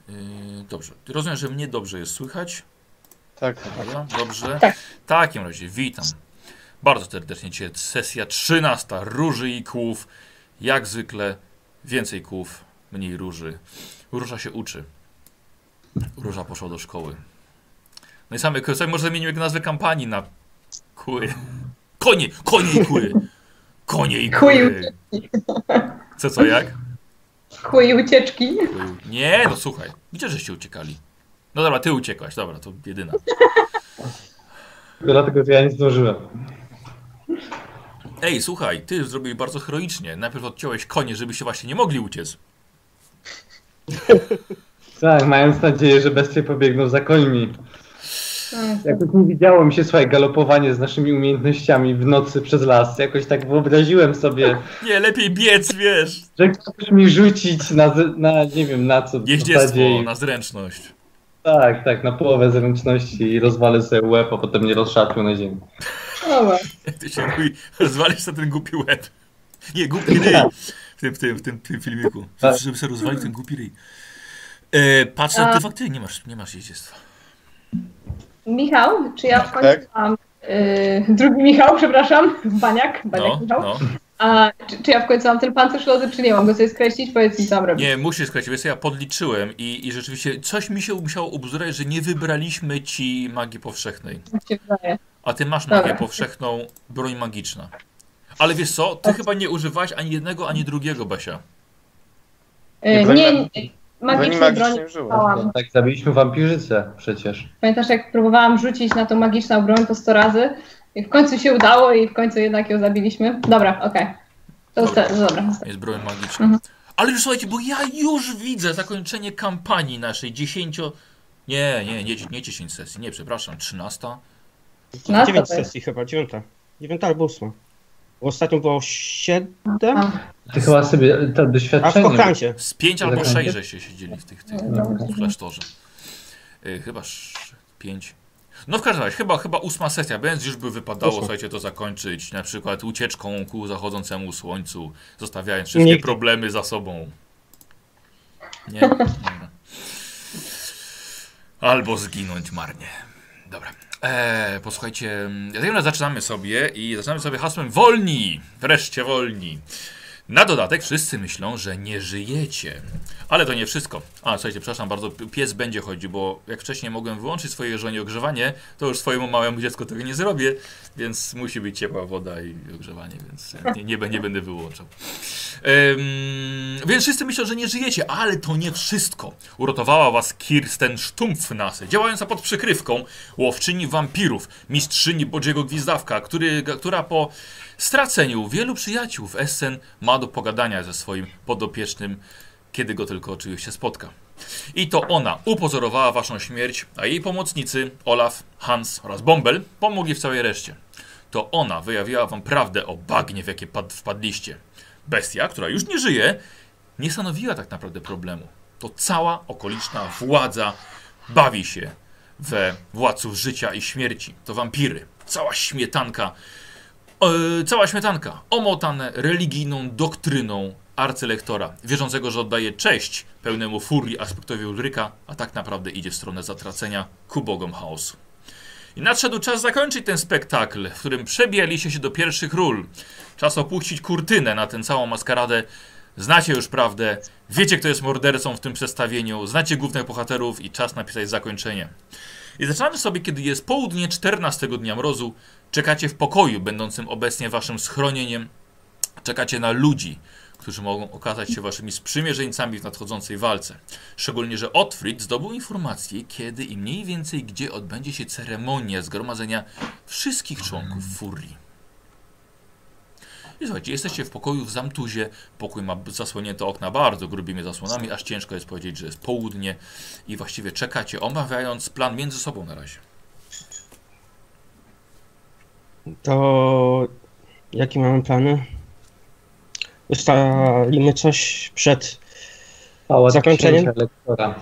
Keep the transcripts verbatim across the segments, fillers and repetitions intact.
Yy, dobrze. Rozumiem, że mnie dobrze jest słychać. Tak. Dobra, dobrze. Tak. W takim razie witam bardzo serdecznie Cię. Sesja trzynasta. Róży i kłów. Jak zwykle więcej kłów, mniej róży. Róża się uczy. Róża poszła do szkoły. No i same, sobie może zamienimy nazwę kampanii na kły. Konie, konie i kły. Konie i kły. Co, co, jak? Kły i ucieczki. Nie, no słuchaj. Gdzie żeście uciekali? No dobra, ty uciekłaś, dobra, to jedyna. Dlatego, że ja nie zdążyłem. Ej, słuchaj, ty zrobiłeś bardzo heroicznie. Najpierw odciąłeś konie, żebyście właśnie nie mogli uciec. Tak, mając nadzieję, że bestie pobiegną za końmi. Jakoś nie widziało mi się, słuchaj, galopowanie z naszymi umiejętnościami w nocy przez las. Jakoś tak wyobraziłem sobie, Nie, lepiej biec, wiesz. że ktoś mi rzucić na, na nie wiem na co. w Jeździectwo, zasadzie. na zręczność. Tak, tak, na połowę zręczności i rozwalę sobie łeb, a potem nie rozszarpią na ziemi. Dobra. Ty się mówi, rozwalisz sobie ten głupi łeb. Nie, głupi ryj. W tym, w tym, w tym, w tym filmiku. Żeby, żeby sobie rozwalił ten głupi ryj. E, patrzę, ty faktycznie nie masz, nie masz jeździectwa. Michał, czy ja w końcu Tak? mam... Yy, drugi Michał, przepraszam. Baniak. Baniak No, Michał. no. A czy, czy ja w końcu mam ten pancerz lodu, czy nie? Mam go sobie skreślić? Powiedz mi, co mam robić. Nie, musisz skreślić. Wiesz, ja podliczyłem i, i rzeczywiście coś mi się musiało ubzdurać, że nie wybraliśmy ci magii powszechnej. Tak się wydaje. A ty masz Dobra. magię powszechną, broń magiczna. Ale wiesz co, ty chyba nie używałaś ani jednego, ani drugiego, Basia. Yy, broń nie, ma- nie, Broni magicznej magicznej broni użyłem. używałam. Tak, zabiliśmy wampirzycę przecież. Pamiętasz, jak próbowałam rzucić na tą magiczną broń to sto razy i w końcu się udało i w końcu jednak ją zabiliśmy? Dobra, okej. To Dobra. usta- dobra. Jest broń magiczna. Mhm. Ale już słuchajcie, bo ja już widzę zakończenie kampanii naszej dziesięcio... Nie, nie, nie, nie dziesięć sesji, nie, przepraszam, trzynasta. No, dziewięć to jest. sesji chyba, dziewiąta. Dziewiąta albo ósma. Bo ostatnio było siedem, A, Ty chyba sobie to a w doświadczenie... Kochrancie. Z pięć albo Zakończę? sześć, żeście siedzieli w tych, tych No, w klasztorze. Y, chyba sz- pięć. No w każdym razie, chyba, chyba ósma sesja, więc już by wypadało, Ósma. słuchajcie, to zakończyć na przykład ucieczką ku zachodzącemu słońcu, zostawiając wszystkie Nikt. problemy za sobą. Nie? Dobra. Albo zginąć marnie. Dobra. Eee, posłuchajcie, teraz zaczynamy sobie i zaczynamy sobie hasłem wolni. Wreszcie wolni. Na dodatek wszyscy myślą, że nie żyjecie. Ale to nie wszystko. A, słuchajcie, przepraszam bardzo, pies będzie chodził, bo jak wcześniej mogłem wyłączyć swojej żonie ogrzewanie, to już swojemu małemu dziecku tego nie zrobię, więc musi być ciepła woda i ogrzewanie, więc nie, nie, nie będę wyłączał. Ym, więc wszyscy myślą, że nie żyjecie, ale to nie wszystko. Uratowała was Kirsten Stumpfnase, działająca pod przykrywką łowczyni wampirów, mistrzyni Bodziego Gwizdawka, który, która po straceniu wielu przyjaciół w Essen ma do pogadania ze swoim podopiecznym, kiedy go tylko oczywiście spotka. I to ona upozorowała waszą śmierć, a jej pomocnicy Olaf, Hans oraz Bombel pomogli w całej reszcie. To ona wyjawiła wam prawdę o bagnie, w jakie pad- wpadliście. Bestia, która już nie żyje, nie stanowiła tak naprawdę problemu. To cała okoliczna władza bawi się we władców życia i śmierci. To wampiry. Cała śmietanka Yy, cała śmietanka, omotane religijną doktryną arcylektora, wierzącego, że oddaje cześć pełnemu furii aspektowi Ulryka, a tak naprawdę idzie w stronę zatracenia ku bogom chaosu. I nadszedł czas zakończyć ten spektakl, w którym przebijaliście się do pierwszych ról. Czas opuścić kurtynę na tę całą maskaradę. Znacie już prawdę, wiecie, kto jest mordercą w tym przedstawieniu, znacie głównych bohaterów i czas napisać zakończenie. I zaczynamy sobie, kiedy jest południe czternastego dnia mrozu. Czekacie w pokoju, będącym obecnie waszym schronieniem. Czekacie na ludzi, którzy mogą okazać się waszymi sprzymierzeńcami w nadchodzącej walce. Szczególnie, że Otfrid zdobył informację, kiedy i mniej więcej gdzie odbędzie się ceremonia zgromadzenia wszystkich członków Furii. I słuchajcie, jesteście w pokoju w Zamtuzie. Pokój ma zasłonięte okna bardzo grubymi zasłonami, aż ciężko jest powiedzieć, że jest południe. I właściwie czekacie, omawiając plan między sobą na razie. To jakie mamy plany? Ustalimy coś przed Pałac zakończeniem? księcia elektora.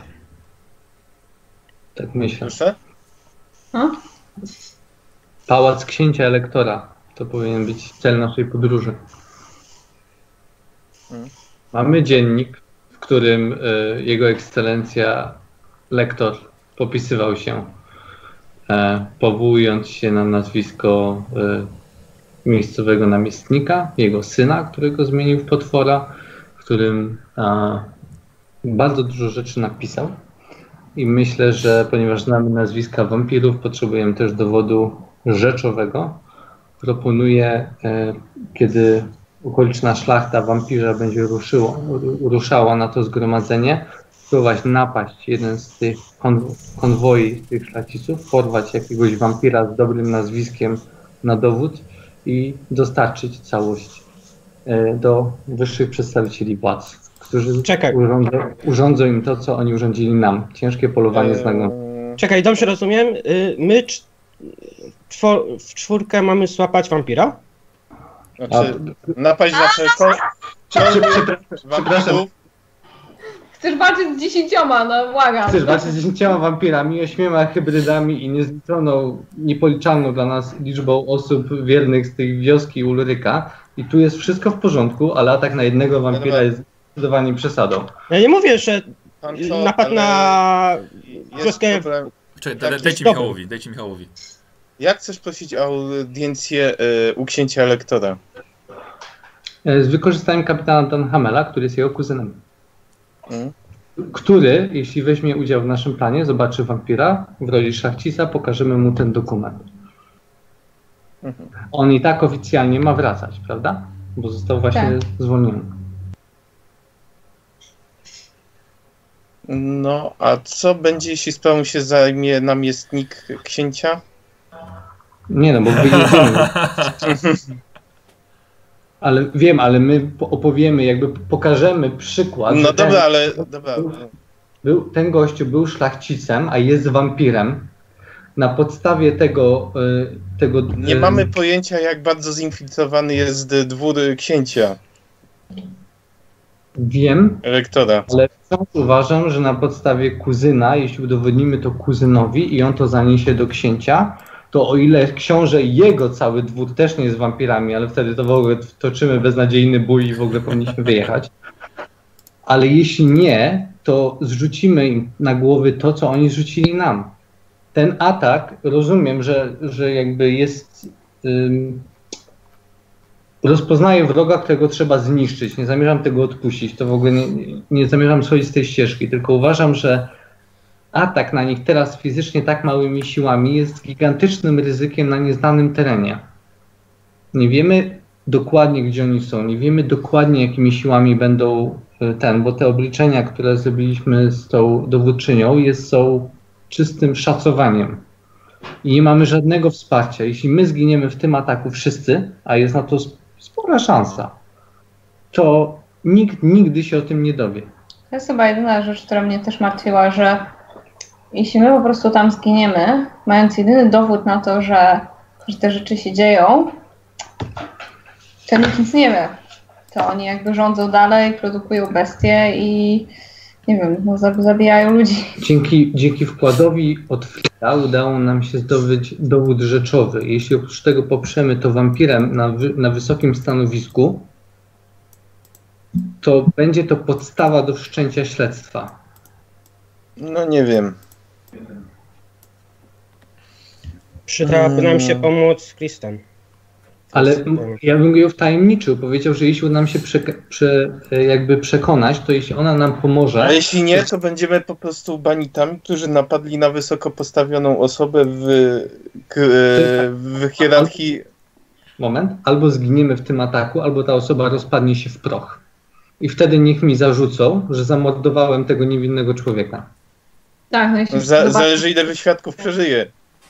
Tak myślę. Proszę? A? Pałac księcia elektora. To powinien być cel naszej podróży. Hmm. Mamy dziennik, w którym y, jego ekscelencja lektor popisywał się, e, powołując się na nazwisko y, miejscowego namiestnika, jego syna, którego zmienił w potwora, w którym a, bardzo dużo rzeczy napisał. I myślę, że ponieważ znamy nazwiska wampirów, potrzebujemy też dowodu rzeczowego. Proponuję, e, kiedy okoliczna szlachta wampirza będzie ruszyło, ruszała na to zgromadzenie, spróbować napaść jeden z tych kon, konwoi tych szlachciców, porwać jakiegoś wampira z dobrym nazwiskiem na dowód i dostarczyć całość e, do wyższych przedstawicieli władz, którzy Czekaj. urządzą, urządzą im to, co oni urządzili nam. Ciężkie polowanie z nagą. Czekaj, dobrze rozumiem. Y, My cz- czwo- w czwórkę mamy złapać wampira? Znaczy, napaść na przeszkodę. Przepraszam, Chcesz walczyć z dziesięcioma, no błagam. chcesz walczyć z dziesięcioma wampirami, ośmioma hybrydami i niezliczoną, niepoliczalną dla nas liczbą osób wiernych z tej wioski Ulryka. I tu jest wszystko w porządku, ale atak na jednego wampira jest zdecydowanie przesadą. Ja nie mówię, że Pan co, napad ale na jest wioskę... problem. Czekaj, Tak, daj, dajcie stopy. Michałowi, dajcie Michałowi. Jak chcesz prosić o audiencję y, u księcia lektora? Z wykorzystaniem kapitana Don Hamela, który jest jego kuzynem. Mm. Który, jeśli weźmie udział w naszym planie, zobaczy wampira w roli szlachcica, pokażemy mu ten dokument. Mhm. On i tak oficjalnie ma wracać, prawda? Bo został właśnie Tak. zwolniony. No, a co będzie, jeśli sprawą się zajmie namiestnik księcia? Nie no, bo wyjedziemy. Ale wiem, ale my po- opowiemy, jakby pokażemy przykład. No że ten, dobra, ale dobra. był, ten gościu był szlachcicem, a jest wampirem. Na podstawie tego... y, tego Nie y, mamy pojęcia, jak bardzo zinfiltrowany jest dwór księcia Wiem, rektora. ale wciąż uważam, że na podstawie kuzyna, jeśli udowodnimy to kuzynowi i on to zaniesie do księcia, to o ile książę i jego cały dwór też nie jest wampirami, ale wtedy to w ogóle toczymy beznadziejny bój i w ogóle powinniśmy wyjechać. Ale jeśli nie, to zrzucimy im na głowy to, co oni zrzucili nam. Ten atak, rozumiem, że, że jakby jest... Ym, rozpoznaję wroga, którego trzeba zniszczyć. Nie zamierzam tego odpuścić. To w ogóle nie, nie zamierzam schodzić z tej ścieżki, tylko uważam, że atak na nich teraz fizycznie tak małymi siłami jest gigantycznym ryzykiem na nieznanym terenie. Nie wiemy dokładnie, gdzie oni są. Nie wiemy dokładnie, jakimi siłami będą y, ten, bo te obliczenia, które zrobiliśmy z tą dowódczynią, jest, są czystym szacowaniem. I nie mamy żadnego wsparcia. Jeśli my zginiemy w tym ataku wszyscy, a jest na to sp- spora szansa, to nikt nigdy się o tym nie dowie. To jest chyba jedyna rzecz, która mnie też martwiła, że jeśli my po prostu tam zginiemy, mając jedyny dowód na to, że, że te rzeczy się dzieją, to nikt nic nie wie. To oni jakby rządzą dalej, produkują bestie i nie wiem, no, zab- zabijają ludzi. Dzięki, dzięki wkładowi od Frida udało nam się zdobyć dowód rzeczowy. Jeśli oprócz tego poprzemy to wampirem na, wy, na wysokim stanowisku, to będzie to podstawa do wszczęcia śledztwa. No nie wiem. Przydałaby nam się pomoc Kristen. Ale m- ja bym ją wtajemniczył. Powiedział, że jeśli uda nam się prze, prze, jakby przekonać, to jeśli ona nam pomoże... A jeśli nie, to będziemy po prostu banitami, którzy napadli na wysoko postawioną osobę w, k, w hierarchii. Moment. Albo zginiemy w tym ataku, albo ta osoba rozpadnie się w proch. I wtedy niech mi zarzucą, że zamordowałem tego niewinnego człowieka. Tak, no jeśli Za, zobaczy- zależy, ile świadków przeżyje.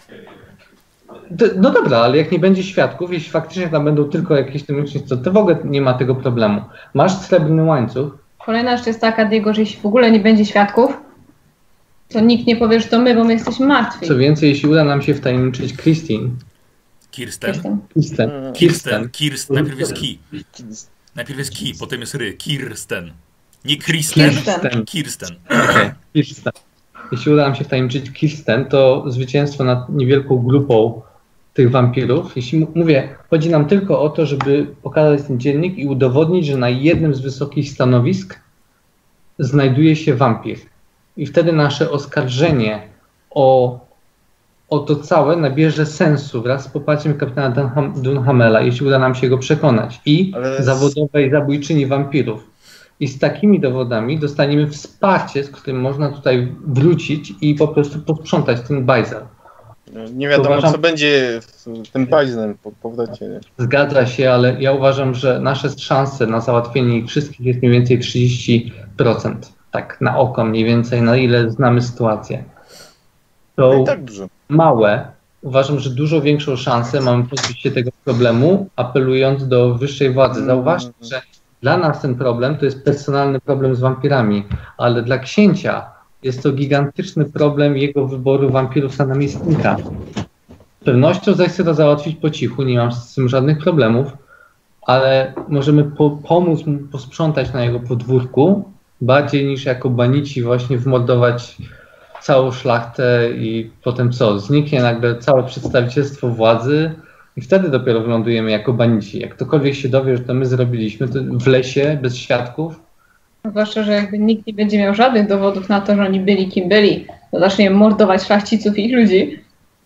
D- No dobra, ale jak nie będzie świadków, jeśli faktycznie tam będą tylko jakieś tym to, to w ogóle nie ma tego problemu. Masz srebrny łańcuch. Kolejna rzecz jest taka, Diego, że jeśli w ogóle nie będzie świadków, to nikt nie powie, że to my, bo my jesteśmy martwi. Co więcej, jeśli uda nam się wtajemniczyć Christine, Kirsten. Jestem. Kirsten, Mm. Kirsten. Kirsten, Kirsten. Najpierw jest ki. Najpierw jest ki, potem jest ry. Kirsten. Nie Kristen. Kirsten. Kirsten. okay. Kirsten. Jeśli uda nam się wtajemniczyć Kirsten, to zwycięstwo nad niewielką grupą tych wampirów. Jeśli m- mówię, chodzi nam tylko o to, żeby pokazać ten dziennik i udowodnić, że na jednym z wysokich stanowisk znajduje się wampir. I wtedy nasze oskarżenie o, o to całe nabierze sensu wraz z poparciem kapitana Dunham, Dunhamela, jeśli uda nam się go przekonać. I Ale... zawodowej zabójczyni wampirów. I z takimi dowodami dostaniemy wsparcie, z którym można tutaj wrócić i po prostu posprzątać ten bajzel. Nie wiadomo, uważam... co będzie z tym bajzlem po powrocie. Nie? Zgadza się, ale ja uważam, że nasze szanse na załatwienie ich wszystkich jest mniej więcej trzydzieści procent. Tak na oko mniej więcej, na ile znamy sytuację. To No i tak dużo. małe. Uważam, że dużo większą szansę mamy pozbyć się tego problemu, apelując do wyższej władzy. Zauważcie, że dla nas ten problem to jest personalny problem z wampirami, ale dla księcia jest to gigantyczny problem jego wyboru wampirów na namiestnika. Z pewnością zechce to załatwić po cichu, nie mam z tym żadnych problemów, ale możemy po pomóc mu posprzątać na jego podwórku, bardziej niż jako banici właśnie wmordować całą szlachtę i potem co? Zniknie nagle całe przedstawicielstwo władzy i wtedy dopiero wylądujemy jako banici. Jak ktokolwiek się dowie, że to my zrobiliśmy, to w lesie, bez świadków. Zwłaszcza, że jakby nikt nie będzie miał żadnych dowodów na to, że oni byli kim byli, to zacznie mordować szlachciców i ich ludzi.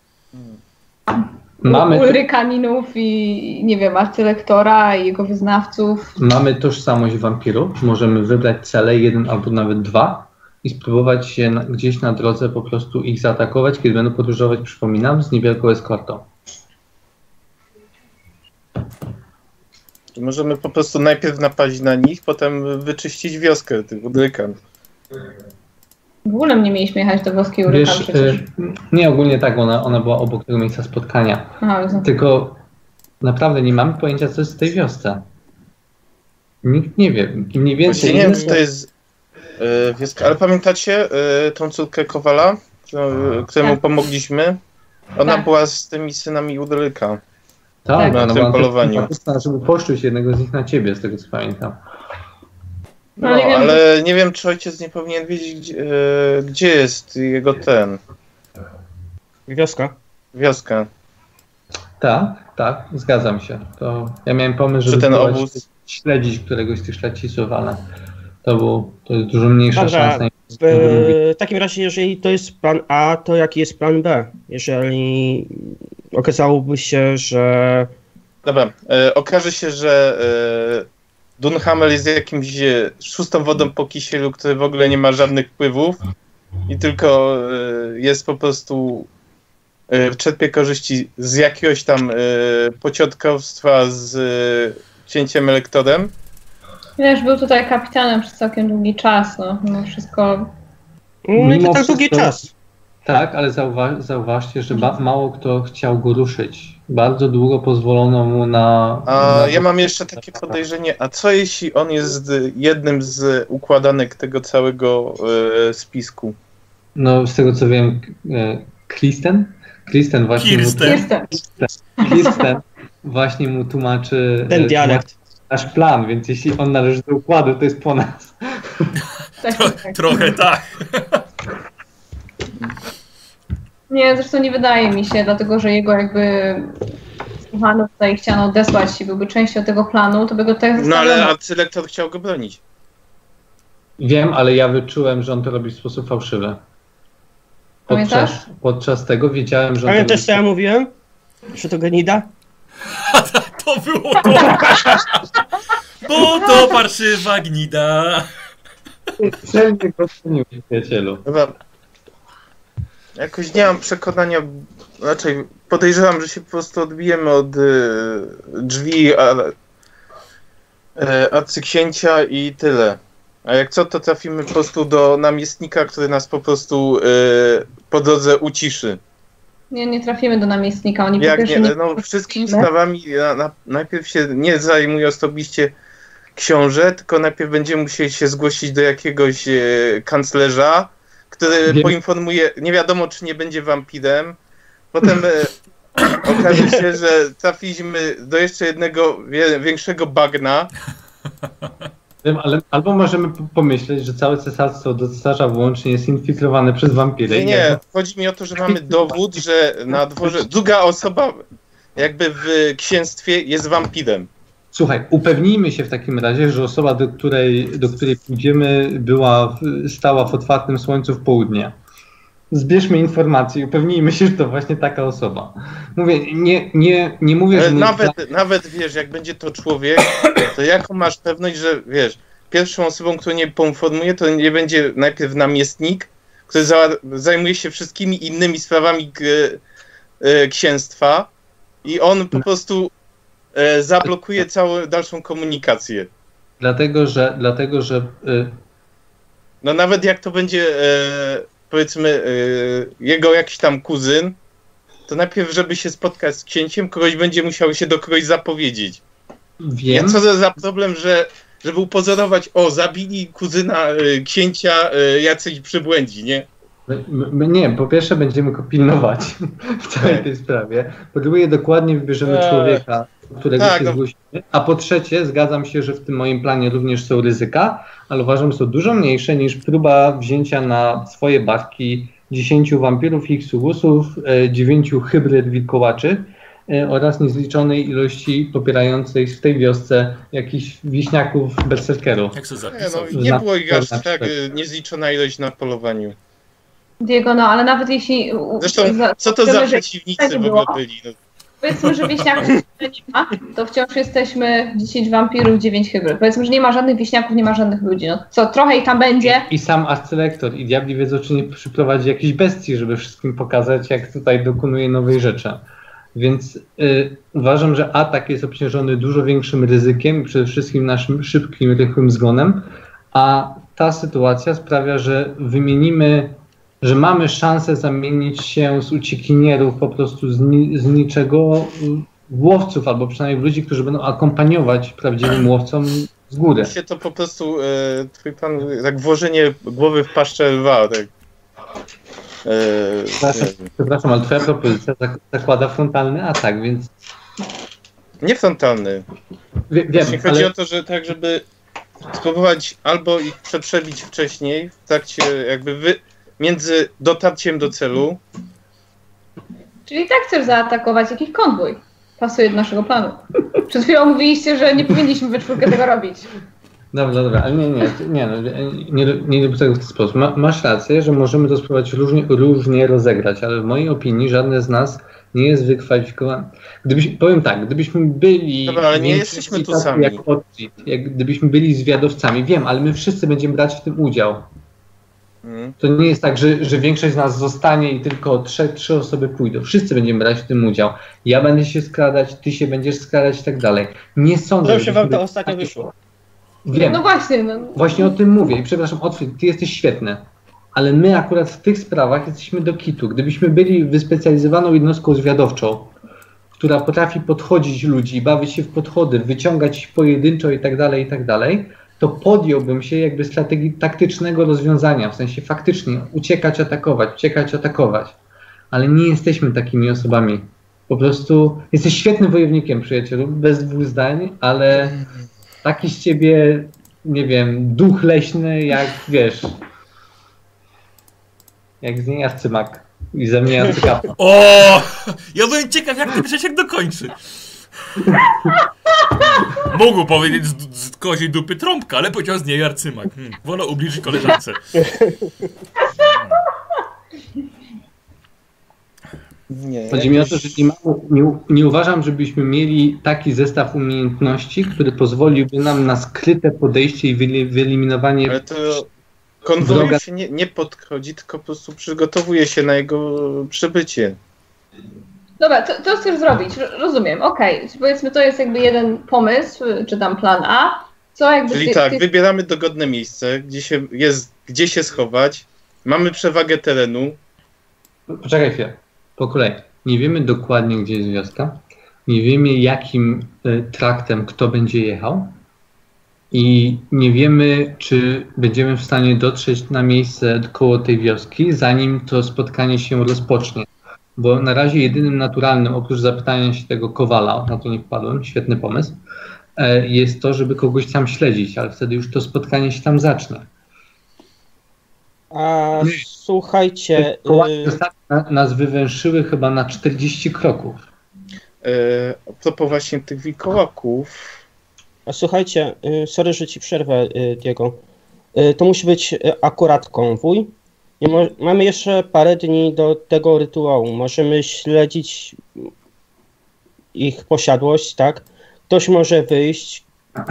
Mamy Ulrykaninów i nie wiem, arcylektora i jego wyznawców. Mamy tożsamość wampirów, możemy wybrać cele, jeden albo nawet dwa i spróbować się na, gdzieś na drodze po prostu ich zaatakować, kiedy będą podróżować, przypominam, z niewielką eskortą. Możemy po prostu najpierw napaść na nich, potem wyczyścić wioskę tych Ulrykanów. W ogóle nie mieliśmy jechać do wioski Ulrykan Wiesz, przecież. y, nie ogólnie tak, ona, ona była obok tego miejsca spotkania. Aha, Tylko naprawdę nie mamy pojęcia, co jest w tej wiosce. Nikt nie wie. Mniej więcej. Właśnie nie wiem, czy to jest y, wioska, ale pamiętacie y, tą córkę Kowala, y, któremu Tak. pomogliśmy? Ona Tak. była z tymi synami Ulryka. Tak, na ona tym była polowaniu. sympatyczna, żeby poszczęść jednego z nich na ciebie, z tego co pamiętam. No, No, nie wiem, ale nie wiem, czy ojciec nie powinien wiedzieć, gdzie, y, gdzie jest jego ten, Wioska. wioska. Tak, tak, zgadzam się. To ja miałem pomysł, żeby Czy ten próbować obóz? śledzić któregoś z tych szlachciców, ale to, był, to jest dużo mniejsza Dobra, szansa. niż- W takim razie, jeżeli to jest plan A, to jaki jest plan B? Jeżeli okazałoby się, że... Dobra, e, okaże się, że e, Dunhamel jest jakimś e, szóstą wodą po kisielu, który w ogóle nie ma żadnych wpływów i tylko e, jest po prostu e, czerpie korzyści z jakiegoś tam e, pociotkowstwa z e, księciem elektorem. Wiesz, był tutaj kapitanem przez całkiem długi czas, no, no wszystko... No i Mimo to tak długi wszystko- czas. Tak, ale zauwa zauważcie, że ba mało kto chciał go ruszyć. Bardzo długo pozwolono mu na... A na... ja mam jeszcze takie podejrzenie, a co jeśli on jest jednym z układanek tego całego e, spisku? No z tego co wiem, e, Kristen? Kristen właśnie Kirsten. Jestem. mu, Kristen właśnie mu tłumaczy Ten e, dialekt. nasz plan, więc jeśli on należy do układu, to jest po nas. Tak, Tro tak. trochę tak. Nie, zresztą nie wydaje mi się, dlatego że jego jakby słuchano tutaj chciano odesłać i byłby częścią tego planu, to by go tak No ale zostawiono. arcylektor chciał go bronić. Wiem, ale ja wyczułem, że on to robi w sposób fałszywy. Podczas, Pamiętasz? podczas tego wiedziałem, że on Pamiętasz, to co ja robi... mówiłem? Że to genida? To było to. Bo to parszywa gnida. Wszędzie go cenił, przyjacielu. Chyba jakoś nie mam przekonania, raczej podejrzewam, że się po prostu odbijemy od y, drzwi ale, y, arcyksięcia i tyle. A jak co, to trafimy po prostu do namiestnika, który nas po prostu y, po drodze uciszy. Nie, nie trafimy do namiestnika, oni po Jak pierwsze nie, nie... no wszystkimi sprawami na, na, najpierw się nie zajmuje osobiście książę, tylko najpierw będziemy musieli się zgłosić do jakiegoś e, kanclerza, który Wiem. poinformuje, nie wiadomo czy nie będzie wampirem. Potem e, okaże się, że trafiliśmy do jeszcze jednego wie, większego bagna. Wiem, ale albo możemy p- pomyśleć, że całe cesarstwo do cesarza włącznie jest infiltrowane przez wampiry. Nie, nie, chodzi mi o to, że mamy dowód, że na dworze druga osoba jakby w księstwie jest wampirem. Słuchaj, upewnijmy się w takim razie, że osoba, do której, do której pójdziemy, była w, stała w otwartym słońcu w południe. Zbierzmy informacje i upewnijmy się, że to właśnie taka osoba. Mówię, nie, nie, nie mówię, Ale że... nawet, Nie... nawet wiesz, jak będzie to człowiek, to jaką masz pewność, że wiesz, pierwszą osobą, którą nie poinformuje, to nie będzie najpierw namiestnik, który za, zajmuje się wszystkimi innymi sprawami k, e, księstwa i on po prostu e, zablokuje całą dalszą komunikację. Dlatego, że... Dlatego, że y... No nawet jak to będzie, e, powiedzmy, e, jego jakiś tam kuzyn, to najpierw, żeby się spotkać z księciem, kogoś będzie musiał się do kogoś zapowiedzieć. Wiem. Ja co za, za problem, że żeby upozorować, o, zabili kuzyna y, księcia y, jacyś przybłędzi, nie? My, my nie, po pierwsze będziemy go pilnować w całej tej sprawie. Po drugie dokładnie wybierzemy Eee. człowieka, którego Tak, się no. zgłosimy. A po trzecie zgadzam się, że w tym moim planie również są ryzyka, ale uważam, że są dużo mniejsze niż próba wzięcia na swoje barki dziesięciu wampirów iksugusów, e, dziewięciu hybryd wilkołaczy e, oraz niezliczonej ilości popierającej w tej wiosce jakichś wiśniaków berserkerów. Jak sobie Nie, zapisał? no, nie było ich aż Zna- tak y, niezliczona ilość na polowaniu. Diego, no ale nawet jeśli... Zresztą, za- co to za wiemy, że przeciwnicy tak w ogóle było. byli? No, Powiedzmy, że wieśniaków nie ma, to wciąż jesteśmy dziesięć wampirów, dziewięć hybryd. Powiedzmy, że nie ma żadnych wieśniaków, nie ma żadnych ludzi. No co, trochę ich tam będzie. I sam Arcylektor i diabli wiedzą, czy nie przyprowadzi jakiejś bestii, żeby wszystkim pokazać, jak tutaj dokonuje nowej rzeczy. Więc y, uważam, że atak jest obciążony dużo większym ryzykiem i przede wszystkim naszym szybkim, rychłym zgonem, a ta sytuacja sprawia, że wymienimy, że mamy szansę zamienić się z uciekinierów po prostu z, ni z niczego w łowców, albo przynajmniej w ludzi, którzy będą akompaniować prawdziwym łowcom z góry. mi się to po prostu, y, twój pan, tak włożenie głowy w paszczę lwa, tak. Y, Przepraszam, przepraszam, ale twoja propozycja zak zakłada frontalny atak, więc nie frontalny. wie, wiem, Właśnie chodzi ale o to, że tak, żeby spróbować albo ich przeprzebić wcześniej, w trakcie jakby wy, między dotarciem do celu. Czyli tak chcesz zaatakować jakiś konwój. Pasuje do naszego planu. Przed chwilą mówiliście, że nie powinniśmy we czwórkę tego robić. Dobra, dobra, ale nie, nie, nie, no, nie, nie lubię tego w ten sposób. Ma, masz rację, że możemy to spróbować różnie, różnie rozegrać, ale w mojej opinii żadne z nas nie jest wykwalifikowany. Gdybyś, powiem tak, gdybyśmy byli... Dobra, ale nie więcej jesteśmy tu tacy sami. Jak Otfrid, jak gdybyśmy byli zwiadowcami, wiem, ale my wszyscy będziemy brać w tym udział. Mm. To nie jest tak, że, że większość z nas zostanie i tylko trzy, trzy osoby pójdą. Wszyscy będziemy brać w tym udział. Ja będę się skradać, ty się będziesz skradać i tak dalej. Nie sądzę, Dobrze wam to żebyśmy- ostatnio wyszło. Wiem. No właśnie, no. Właśnie o tym mówię i przepraszam, Otfrid, ty jesteś świetny, ale my akurat w tych sprawach jesteśmy do kitu. Gdybyśmy byli wyspecjalizowaną jednostką zwiadowczą, która potrafi podchodzić ludzi, bawić się w podchody, wyciągać ich pojedynczo i tak dalej, i tak dalej, to podjąłbym się jakby strategii taktycznego rozwiązania, w sensie faktycznie uciekać, atakować, uciekać, atakować. Ale nie jesteśmy takimi osobami. Po prostu jesteś świetnym wojownikiem, przyjacielu, bez dwóch zdań, ale taki z ciebie, nie wiem, duch leśny, jak wiesz, jak z niej arcymak i ze mnie arcykapłan. O! Ja byłem ciekaw, jak ten przeciek dokończy. Mógł powiedzieć z, z koziej dupy trąbka, ale powiedział z niej arcymak. Hmm, wolę ubliżyć koleżance. Nie, Chodzi mi o to, jakoś- że nie, ma, nie, nie uważam, żebyśmy mieli taki zestaw umiejętności, który pozwoliłby nam na skryte podejście i wyli- wyeliminowanie. Ale to konwoju Wroga- się nie, nie podchodzi, tylko po prostu przygotowuje się na jego przybycie. Dobra, to, to chcesz zrobić, ro- rozumiem, okej. Powiedzmy, to jest jakby jeden pomysł, czy tam plan A. Co jakby Czyli ty, tak, ty, wybieramy dogodne miejsce, gdzie się, jest, gdzie się schować, mamy przewagę terenu. Poczekaj chwilę, po kolei. Nie wiemy dokładnie, gdzie jest wioska. Nie wiemy, jakim y, traktem kto będzie jechał. I nie wiemy, czy będziemy w stanie dotrzeć na miejsce koło tej wioski, zanim to spotkanie się rozpocznie. Bo na razie jedynym naturalnym, oprócz zapytania się tego Kowala, na to nie wpadłem, świetny pomysł, e, jest to, żeby kogoś tam śledzić, ale wtedy już to spotkanie się tam zacznie. A słuchajcie, Koła y, ostatnio nas wywęszyły chyba na czterdzieści kroków. E, a propos właśnie tych wilkołaków, A słuchajcie, y, sorry, że ci przerwę, y, Diego. Y, To musi być y, akurat konwój. Nie mo- mamy jeszcze parę dni do tego rytuału. Możemy śledzić ich posiadłość, tak? Ktoś może wyjść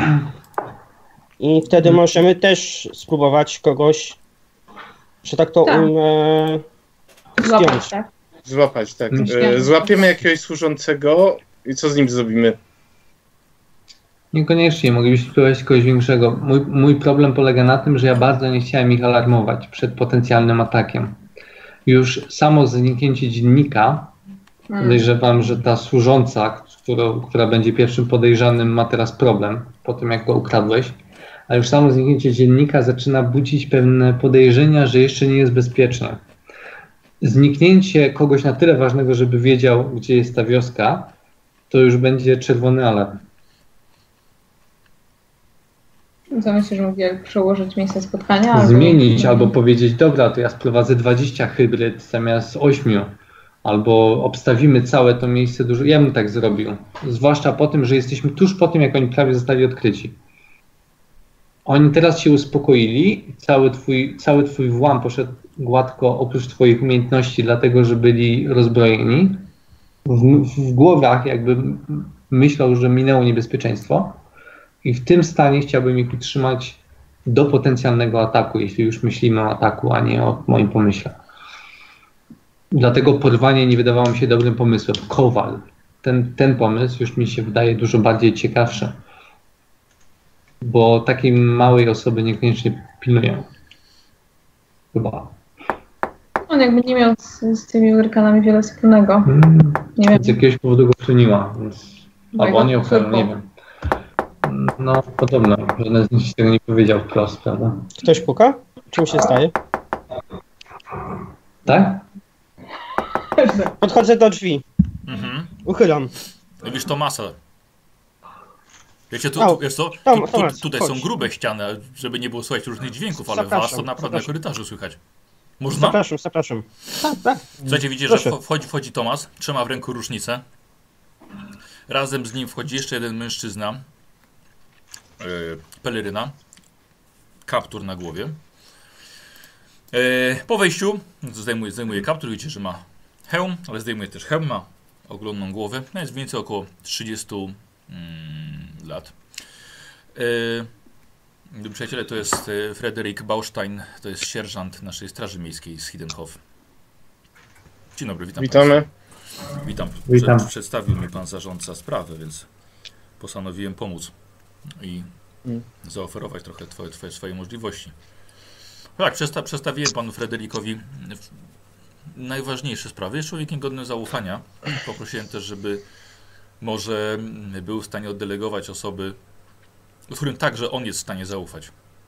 i wtedy możemy też spróbować kogoś, że tak to Tak. ujmę, Złapać, zdjąć. tak? Złapać, tak. Mm. E, Złapiemy jakiegoś służącego i co z nim zrobimy? Niekoniecznie, moglibyśmy spróbować kogoś większego. Mój, mój problem polega na tym, że ja bardzo nie chciałem ich alarmować przed potencjalnym atakiem. Już samo zniknięcie dziennika, Hmm. podejrzewam, że ta służąca, którą, która będzie pierwszym podejrzanym, ma teraz problem po tym, jak go ukradłeś. A już samo zniknięcie dziennika zaczyna budzić pewne podejrzenia, że jeszcze nie jest bezpiecznie. Zniknięcie kogoś na tyle ważnego, żeby wiedział, gdzie jest ta wioska, to już będzie czerwony alarm. Co myślisz, że mogli przełożyć miejsce spotkania? Albo... Zmienić albo powiedzieć, dobra, to ja sprowadzę dwadzieścia hybryd zamiast ośmiu, albo obstawimy całe to miejsce dużo. Ja bym tak zrobił. Zwłaszcza po tym, że jesteśmy tuż po tym, jak oni prawie zostali odkryci. Oni teraz się uspokoili, cały twój, cały twój włam poszedł gładko oprócz twoich umiejętności, dlatego że byli rozbrojeni. W, w głowach jakby myślał, że minęło niebezpieczeństwo i w tym stanie chciałbym ich utrzymać do potencjalnego ataku, jeśli już myślimy o ataku, a nie o moim pomyśle. Dlatego porwanie nie wydawało mi się dobrym pomysłem. Kowal. Ten, ten pomysł już mi się wydaje dużo bardziej ciekawszy. Bo takiej małej osoby niekoniecznie pilnują. Chyba. On jakby nie miał z, z tymi Urkanami wiele wspólnego. Hmm. Nie wiem. Z jakiegoś powodu go chroniła. Więc... Bo Albo jego nie ochronił, nie córką. wiem. No, podobno. Żaden z nich się tego nie powiedział wprost, prawda? Ktoś puka? Czym się staje? Tak? Podchodzę do drzwi. Mhm. Uchylam. Widzisz Tomasa. Wiecie, tu, Au. tu, wiesz co? Tu, Tom- tu, Tomas, tutaj chodź. są grube ściany, żeby nie było słychać różnych dźwięków, ale was Zapraszam, to naprawdę na zapraszam. korytarzu słychać. Można? Zapraszam, zapraszam. Tak, tak. Słuchajcie, widzicie, Proszę. że wchodzi, wchodzi Tomas, trzyma w ręku różnicę. Razem z nim wchodzi jeszcze jeden mężczyzna. Yy, peleryna. Kaptur na głowie. Yy, po wejściu zdejmuje, zdejmuje kaptur, widzicie, że ma hełm, ale zdejmuje też hełm, ma oglądną głowę. No jest mniej więcej około trzydzieści mm, lat. Yy, przyjaciele, to jest yy, Frederick Baustein, to jest sierżant naszej Straży Miejskiej z Hiddenhof. Dzień dobry, witam. Witamy. Państwa. Witam. Witam. Przed, przedstawił mi pan zarządca sprawę, więc postanowiłem pomóc i Mm. zaoferować trochę twoje, twoje, swoje możliwości. Tak, przesta przedstawiłem panu Frederikowi najważniejsze sprawy. Jest człowiekiem godnym zaufania. Poprosiłem też, żeby może był w stanie oddelegować osoby, którym także on jest w stanie zaufać.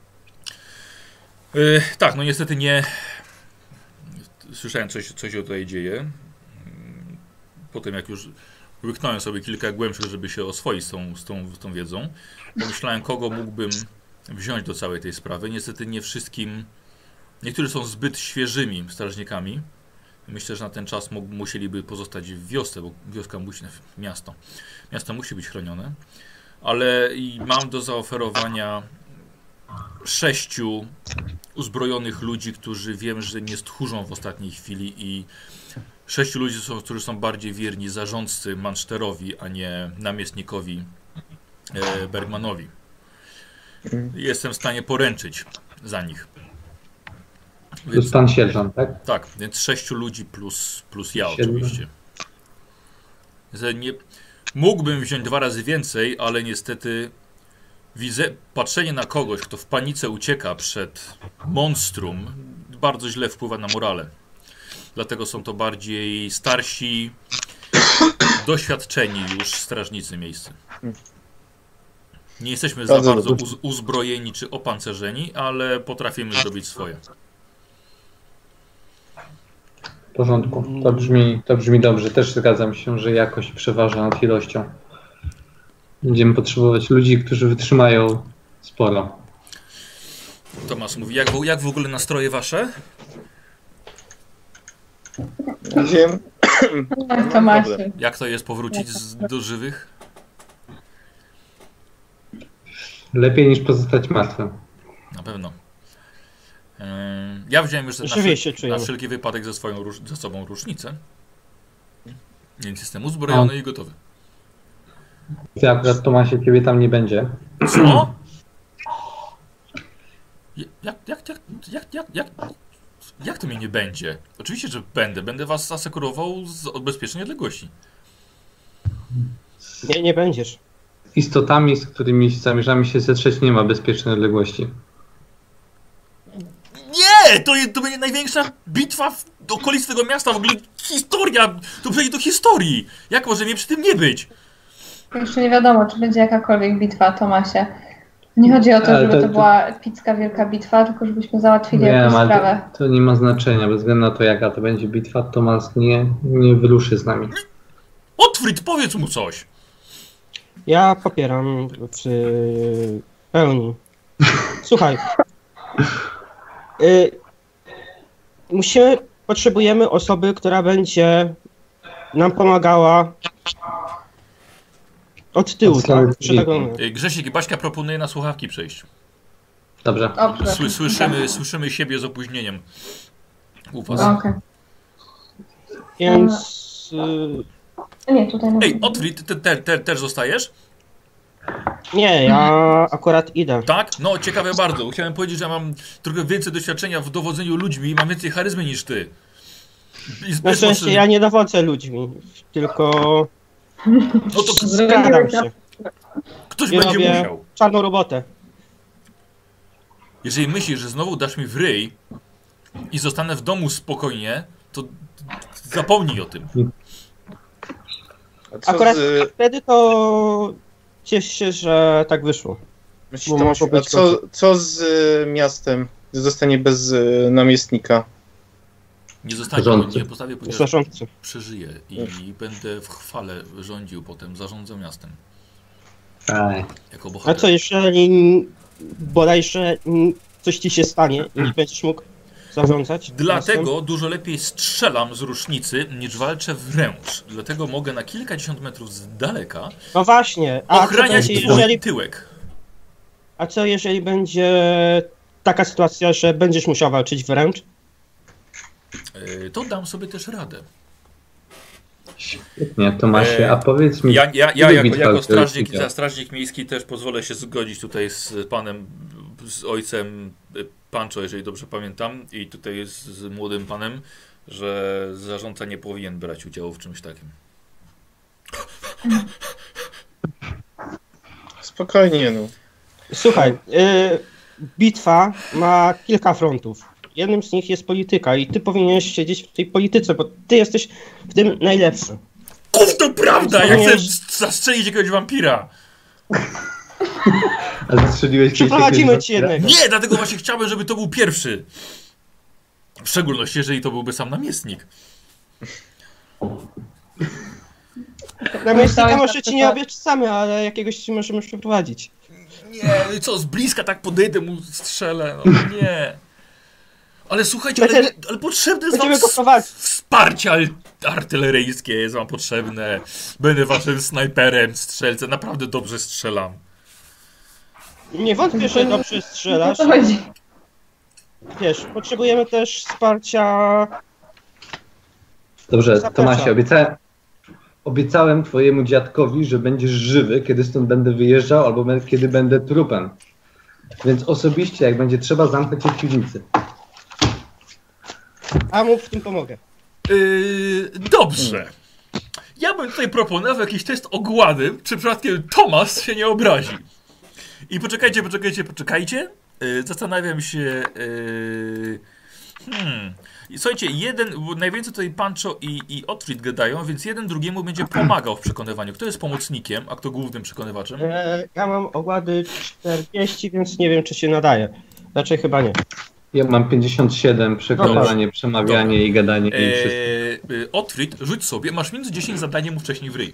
Yy, tak, no niestety nie... Słyszałem, coś, co się tutaj dzieje. Po tym, jak już łyknąłem sobie kilka głębszych, żeby się oswoić z tą, z tą, z tą wiedzą, pomyślałem, kogo mógłbym wziąć do całej tej sprawy. Niestety nie wszystkim... Niektórzy są zbyt świeżymi strażnikami. Myślę, że na ten czas musieliby pozostać w wiosce, bo wioska musi... Miasto. Miasto musi być chronione. Ale i mam do zaoferowania sześciu uzbrojonych ludzi, którzy wiem, że nie stchórzą w ostatniej chwili i sześciu ludzi, którzy są bardziej wierni zarządcy Manszterowi, a nie namiestnikowi e, Bergmanowi. Jestem w stanie poręczyć za nich. To jest pan sierżant, tak? Tak, więc sześciu ludzi plus, plus ja Siedmiu. oczywiście. Że nie, mógłbym wziąć dwa razy więcej, ale niestety widzę, patrzenie na kogoś, kto w panice ucieka przed monstrum, bardzo źle wpływa na morale. Dlatego są to bardziej starsi, doświadczeni już strażnicy miejscy. Nie jesteśmy za Bardzo bardzo dobrze. uz uzbrojeni czy opancerzeni, ale potrafimy zrobić swoje. W porządku. To brzmi, to brzmi dobrze. Też zgadzam się, że jakość przeważa nad ilością. Będziemy potrzebować ludzi, którzy wytrzymają sporo. Tomasz mówi, jak w, jak w ogóle nastroje wasze? Wiem. Tak, Tomasie. Jak to jest powrócić z, do żywych? Lepiej niż pozostać martwym. Na pewno. Yy, ja wziąłem już na, Żywiej się wszel- na czujemy. wszelki wypadek ze, swoją, róż- ze sobą rusznicę. Więc jestem uzbrojony A. i gotowy. Ty akurat, Tomasie, ciebie tam nie będzie. Co? Jak, jak, jak, jak, jak, jak, jak, jak to mnie nie będzie? Oczywiście, że będę. Będę was asekurował z od bezpiecznej odległości. Nie, nie będziesz. Istotami, z którymi zamierzamy się zetrzeć, nie ma bezpiecznej odległości. Nie! To, je, to będzie największa bitwa w okolicy tego miasta. W ogóle historia. To przejdzie do historii. Jak może mnie przy tym nie być? Jeszcze nie wiadomo, czy będzie jakakolwiek bitwa, Tomasie. Nie chodzi o to, Ale żeby to- to, to- była epicka, wielka bitwa, tylko żebyśmy załatwili Nie, jakąś ale sprawę. to, to nie ma znaczenia. Bez względu na to, jaka to będzie bitwa, Tomas nie, nie wyruszy z nami. Otwrit, powiedz mu coś. Ja popieram w pełni. Słuchaj. Y, musimy, potrzebujemy osoby, która będzie nam pomagała od tyłu, Od strony tak? Że tak powiem. Yy, Grzesiek i Baśka proponuje na słuchawki przejść. Dobrze. O, przepraszam. Sły, słyszymy, słyszymy siebie z opóźnieniem. U was. Okej. Więc y, Nie, tutaj na Ej, Otwrit, ty te, te, też zostajesz? nie, ja akurat idę. Tak? No, ciekawe bardzo. Chciałem powiedzieć, że ja mam trochę więcej doświadczenia w dowodzeniu ludźmi i mam więcej charyzmy niż ty. I z- Na bez szczęście mocy- ja nie dowodzę ludźmi, tylko No to staram się. ktoś I będzie robię musiał. czarną robotę. Jeżeli myślisz, że znowu dasz mi w ryj i zostanę w domu spokojnie, to zapomnij o tym. A co Akurat z, wtedy to cieszę się, że tak wyszło. myślisz, bo Tomasiu, mogło a być co, co z y, miastem? Zostanie bez y, namiestnika. Nie zostanie, Rządcy. nie postawię, ponieważ Zarządcy. przeżyję i będę w chwale rządził potem, zarządzał miastem. Aj. Jako A bohater. co jeżeli bodajże mm, coś ci się stanie i nie będziesz mógł zarządzać? Dlatego dużo lepiej strzelam z rusznicy niż walczę wręcz. Dlatego mogę na kilkadziesiąt metrów z daleka No właśnie, a co, ochraniać będzie, twój jeżeli, tyłek. a co jeżeli będzie taka sytuacja, że będziesz musiał walczyć wręcz? Yy, To dam sobie też radę. Świetnie, Tomasie, E, a powiedz mi... Ja, ja, ja ile jako, bitw jako walczyłeś, strażnik, Mika? strażnik miejski też pozwolę się zgodzić tutaj z panem, z ojcem y, Pancho, jeżeli dobrze pamiętam, i tutaj z, z młodym panem, że zarządca nie powinien brać udziału w czymś takim. Spokojnie, no. Słuchaj, y, bitwa ma kilka frontów. Jednym z nich jest polityka i ty powinieneś siedzieć w tej polityce, bo ty jesteś w tym najlepszy. Kuf, to prawda! Ja chcę Powinieneś- zastrzelić jakiegoś wampira! A zastrzeliłeś kiedyś Przyprowadzimy jakiegoś ci jednego. Nie, dlatego właśnie chciałbym, żeby to był pierwszy. W szczególności, jeżeli to byłby sam namiestnik. Namiestnika może ci nie obiecamy, ale jakiegoś ci możemy przeprowadzić. Nie, co, z bliska tak podejdę mu, strzelę, no nie. Ale słuchajcie, ale, Będziemy- ale potrzebne jest wam Będziemy go prowadzić. wsparcie al- artyleryjskie, jest wam potrzebne. Będę waszym snajperem, strzelcem, naprawdę dobrze strzelam. Nie wątpię, że dobrze O strzelasz. co chodzi? Wiesz, potrzebujemy też wsparcia. Dobrze, Zapraszam. Tomasie, obiecałem, obiecałem twojemu dziadkowi, że będziesz żywy, kiedy stąd będę wyjeżdżał, albo bę- kiedy będę trupem. Więc osobiście, jak będzie trzeba, zamknę cię w piwnicy. A mu w tym pomogę. Yy, dobrze. Ja bym tutaj proponował jakiś test ogłady, czy przypadkiem Tomas się nie obrazi. I poczekajcie, poczekajcie, poczekajcie. Yy, zastanawiam się... Yy, hmm. I słuchajcie, jeden, bo najwięcej tutaj Pancho i, i Otfrid gadają, więc jeden drugiemu będzie pomagał w przekonywaniu. Kto jest pomocnikiem, a kto głównym przekonywaczem? E, ja mam ogłady czterdzieści, więc nie wiem, czy się nadaje. Raczej chyba nie. Ja mam pięćdziesiąt siedem, przekonywanie, przemawianie i gadanie i wszystko. Eee, y, Otfrid, rzuć sobie, masz minus dziesięć zadanie mu wcześniej w ryj.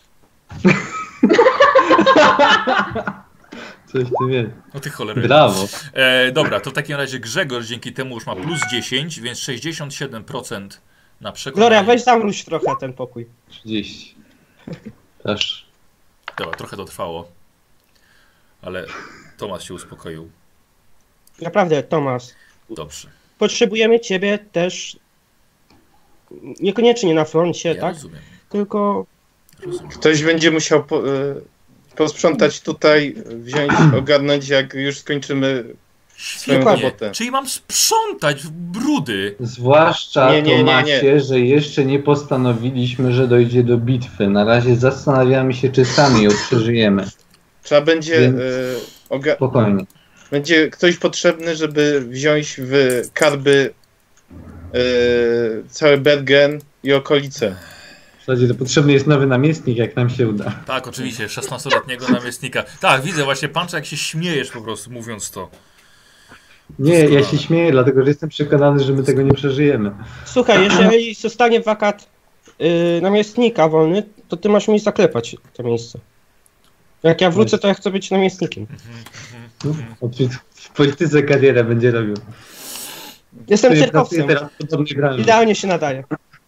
Coś ty wiesz. O ty cholery. Brawo. E, dobra, to w takim razie Grzegorz dzięki temu już ma plus dziesięć, więc sześćdziesiąt siedem procent na przekonanie. Gloria, weź zamruź trochę ten pokój. trzydzieści. Proszę. Dobra, trochę to trwało. Ale Tomasz się uspokoił. Naprawdę, Tomasz. Dobrze. Potrzebujemy ciebie też niekoniecznie na froncie, Ja tak? rozumiem. Tylko rozumiem. Ktoś będzie musiał po, y, posprzątać tutaj, wziąć, ogarnąć, jak już skończymy swoją Dokładnie. robotę. Czyli mam sprzątać w brudy. Zwłaszcza Nie, nie, nie, Tomasie, nie. że jeszcze nie postanowiliśmy, że dojdzie do bitwy. Na razie zastanawiamy się, czy sami ją przeżyjemy. Trzeba będzie, Więc- y, oga- Spokojnie. będzie ktoś potrzebny, żeby wziąć w karby y, cały Bergen i okolice. W zasadzie to potrzebny jest nowy namiestnik, jak nam się uda. Tak, oczywiście, szesnastoletniego namiestnika. Tak, widzę właśnie, Panczo, jak się śmiejesz po prostu, mówiąc to. Nie, ja się śmieję, dlatego że jestem przekonany, że my tego nie przeżyjemy. słuchaj, jeżeli zostanie wakat yy, namiestnika wolny, to ty masz mi zaklepać to miejsce. Jak ja wrócę, to ja chcę być namiestnikiem. No, w polityce karierę będzie robił. Jestem Który cyrkowcem. pracuje teraz w podobnej branży. Idealnie się nadaje.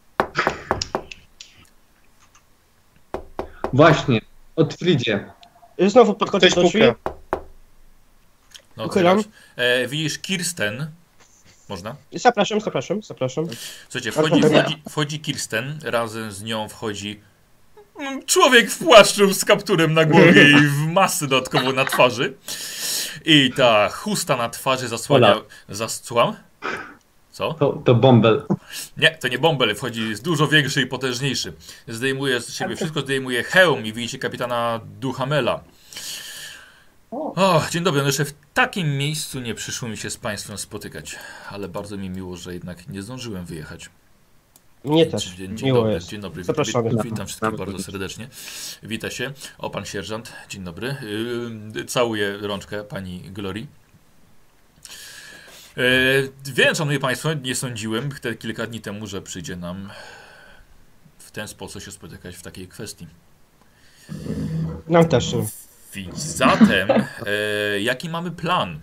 Właśnie, Otfridzie. Znowu podchodzę Ktoś do drzwi. puka. No, Uchylam. otwierasz. e, widzisz Kirsten. Można? Zapraszam, zapraszam, zapraszam. Słuchajcie, wchodzi, wchodzi, wchodzi Kirsten, razem z nią wchodzi mm, człowiek w płaszczu z kapturem na głowie i w masy dodatkowo na twarzy. I ta chusta na twarzy zasłania... Zasłam? Co? To, to Bąbel. Nie, to nie Bąbel, wchodzi, jest dużo większy i potężniejszy. Zdejmuje z siebie wszystko, zdejmuje hełm i widzicie kapitana Duhamela. O, dzień dobry, no jeszcze w takim miejscu nie przyszło mi się z państwem spotykać, ale bardzo mi miło, że jednak nie zdążyłem wyjechać. Mnie też. Dzień, dzień Miło dobry, jest. dzień dobry. Zapraszamy. Wit- Witam wszystkich bardzo serdecznie. Wita się. O, pan sierżant, dzień dobry. Yy, całuję rączkę pani Glorii. Yy, wiem, szanowni państwo, nie sądziłem te kilka dni temu, że przyjdzie nam w ten sposób się spotykać w takiej kwestii. Nam też. Więc zatem, e, jaki mamy plan?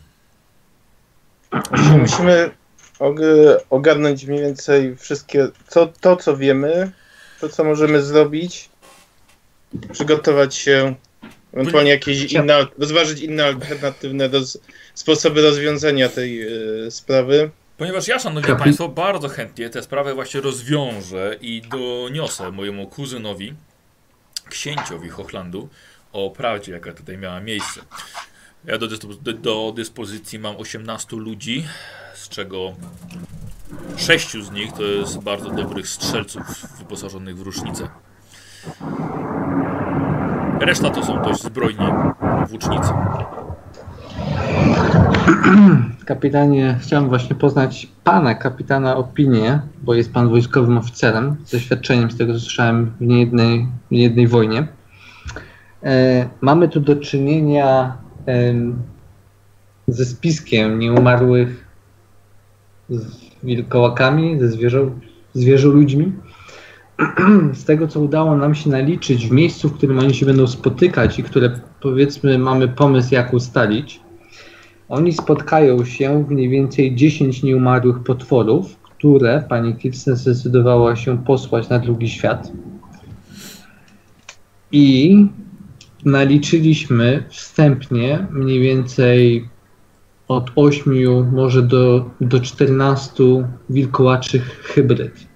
Musimy og- ogarnąć mniej więcej wszystkie, co, to co wiemy, to co możemy zrobić, przygotować się, ewentualnie jakieś inne, rozważyć inne alternatywne roz, sposoby rozwiązania tej y, sprawy. Ponieważ ja, szanowni Kapi- państwo, bardzo chętnie tę sprawę właśnie rozwiążę i doniosę mojemu kuzynowi, księciowi Hochlandu, o prawdzie, jaka tutaj miała miejsce. Ja do, dyspo- do, do dyspozycji mam osiemnastu ludzi, z czego sześciu z nich to jest bardzo dobrych strzelców wyposażonych w różnice. Reszta to są dość zbrojni włócznicy. Kapitanie, chciałem właśnie poznać pana kapitana opinię, bo jest pan wojskowym oficerem, z doświadczeniem z tego, co słyszałem w niejednej, w niejednej wojnie. E, mamy tu do czynienia e, ze spiskiem nieumarłych z wilkołakami, ze zwierzę, zwierzoludźmi. Z tego, co udało nam się naliczyć w miejscu, w którym oni się będą spotykać i które, powiedzmy, mamy pomysł, jak ustalić, oni spotkają się w mniej więcej dziesięć nieumarłych potworów, które pani Kirsten zdecydowała się posłać na drugi świat. I naliczyliśmy wstępnie mniej więcej od ośmiu, może do, do czternastu wilkołaczych hybryd.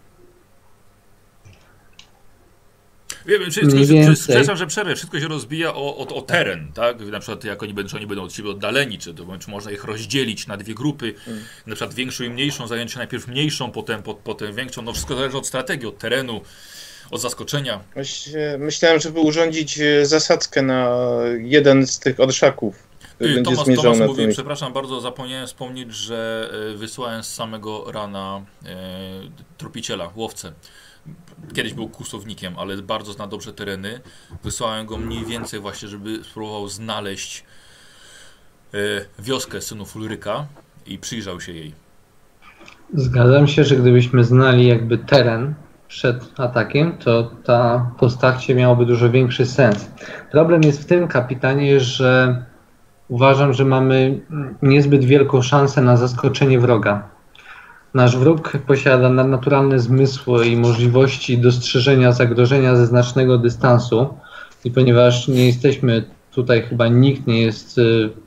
Wiem, czy, Mniej czy, więcej. przepraszam, że przerwę. Wszystko się rozbija o, o, o teren, tak? Na przykład jak oni będą, czy oni będą od siebie oddaleni, czy, to, czy można ich rozdzielić na dwie grupy, Mm. na przykład większą i mniejszą, zająć się najpierw mniejszą, potem, po, potem większą. No wszystko zależy od strategii, od terenu, od zaskoczenia. Właśnie myślałem, żeby urządzić e, zasadzkę na jeden z tych orszaków, który Ty, będzie Tomasz, zmierzał Tomasz na mówi, tym. przepraszam bardzo, zapomniałem wspomnieć, że e, wysłałem z samego rana e, tropiciela, łowcę. Kiedyś był kustownikiem, ale bardzo zna dobrze tereny. Wysłałem go mniej więcej właśnie, żeby spróbował znaleźć e, wioskę synów Ulryka i przyjrzał się jej. Zgadzam się, że gdybyśmy znali jakby teren przed atakiem, to ta postarcie miałoby dużo większy sens. Problem jest w tym, kapitanie, że uważam, że mamy niezbyt wielką szansę na zaskoczenie wroga. Nasz wróg posiada nadnaturalne zmysły i możliwości dostrzeżenia zagrożenia ze znacznego dystansu i ponieważ nie jesteśmy tutaj, chyba nikt nie jest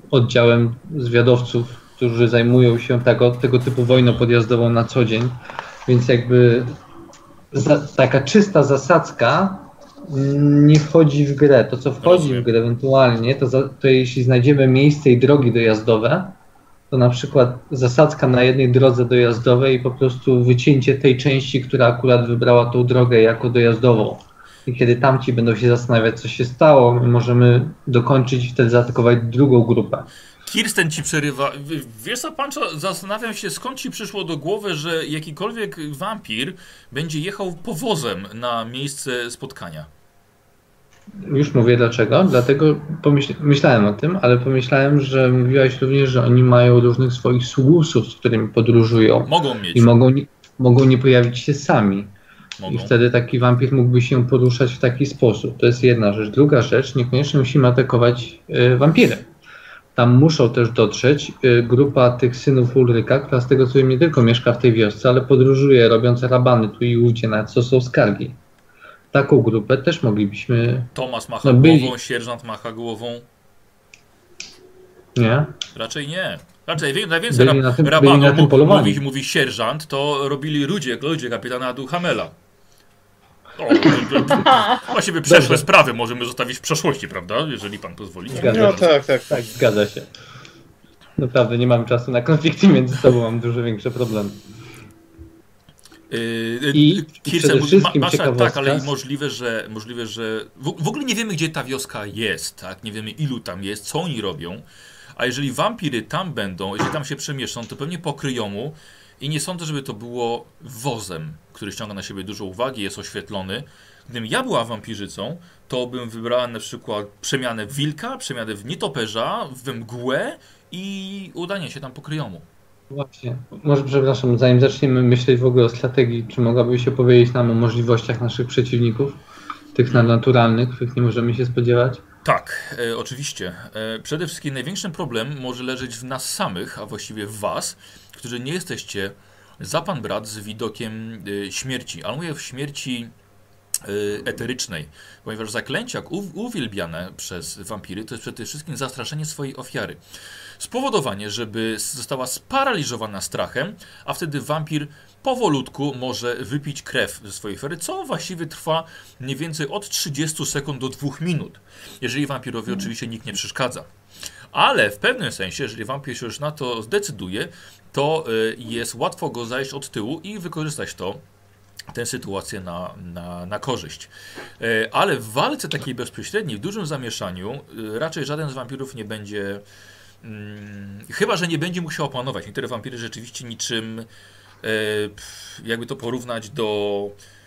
oddziałem zwiadowców, którzy zajmują się tego, tego typu wojną podjazdową na co dzień, więc jakby za, taka czysta zasadzka nie wchodzi w grę. To, co wchodzi Rozumiem. w grę ewentualnie, to, za, to jeśli znajdziemy miejsce i drogi dojazdowe, to na przykład zasadzka na jednej drodze dojazdowej i po prostu wycięcie tej części, która akurat wybrała tą drogę jako dojazdową. I kiedy tamci będą się zastanawiać, co się stało, my możemy dokończyć i wtedy zaatakować drugą grupę. Kirsten ci przerywa. W- Wiesz co, Pancho, zastanawiam się, skąd ci przyszło do głowy, że jakikolwiek wampir będzie jechał powozem na miejsce spotkania. Już mówię dlaczego. Dlatego pomyśl, myślałem o tym, ale pomyślałem, że mówiłaś również, że oni mają różnych swoich sługusów, z którymi podróżują Mogą mieć. i mogą nie, mogą nie pojawić się sami. Mogą. I wtedy taki wampir mógłby się poruszać w taki sposób. To jest jedna rzecz. Druga rzecz, niekoniecznie musimy atakować y, wampiry. Tam muszą też dotrzeć y, grupa tych synów Ulryka, która z tego co wiem nie tylko mieszka w tej wiosce, ale podróżuje, robiąc rabany tu i ówdzie, na co są skargi. Taką grupę też moglibyśmy... Tomasz macha No byli. głową, sierżant macha głową. Nie? Raczej nie. Raczej wie- najwięcej Byli rab, na tym- byli rabanów, na tym mu- polowaniu. mówi, mówi sierżant, to robili ludzie, ludzie kapitana Duhamela. O, właściwie przeszłe Dobrze. sprawy możemy zostawić w przeszłości, prawda? Jeżeli pan pozwoli. Zgadza No się. tak, tak. Tak, zgadza się. Naprawdę, nie mam czasu na konflikty między sobą, mam dużo większe problemy. Yy, I Kirsten przede mówi, wszystkim ma, masz, tak, ciekawostka- ale możliwe, że możliwe, że w, w ogóle nie wiemy, gdzie ta wioska jest, tak? Nie wiemy, ilu tam jest, co oni robią. A jeżeli wampiry tam będą, jeżeli tam się przemieszczą, to pewnie pokryją mu i nie sądzę, żeby to było wozem, który ściąga na siebie dużo uwagi, jest oświetlony. Gdybym ja była wampirzycą, to bym wybrała na przykład przemianę w wilka, przemianę w nietoperza, w mgłę i udanie się tam pokryjomu. Właśnie. Może, przepraszam, zanim zaczniemy myśleć w ogóle o strategii, czy mogłabyś opowiedzieć nam o możliwościach naszych przeciwników, tych nadnaturalnych, których nie możemy się spodziewać? Tak, e, oczywiście. E, przede wszystkim największym problem może leżeć w nas samych, a właściwie w was, którzy nie jesteście za pan brat z widokiem e, śmierci, ale mówię w śmierci e, eterycznej, ponieważ zaklęcia u- uwielbiane przez wampiry to jest przede wszystkim zastraszenie swojej ofiary. Spowodowanie, żeby została sparaliżowana strachem, a wtedy wampir powolutku może wypić krew ze swojej ofiary, co właściwie trwa mniej więcej od trzydziestu sekund do dwóch minut, jeżeli wampirowi oczywiście nikt nie przeszkadza. Ale w pewnym sensie, jeżeli wampir się już na to zdecyduje, to y, jest łatwo go zajść od tyłu i wykorzystać to, tę sytuację na, na, na korzyść. E, Ale w walce takiej bezpośredniej, w dużym zamieszaniu, y, raczej żaden z wampirów nie będzie... Mm, chyba, że nie będzie musiał opanować. Niektóre wampiry rzeczywiście niczym, e, pff, jakby to porównać do,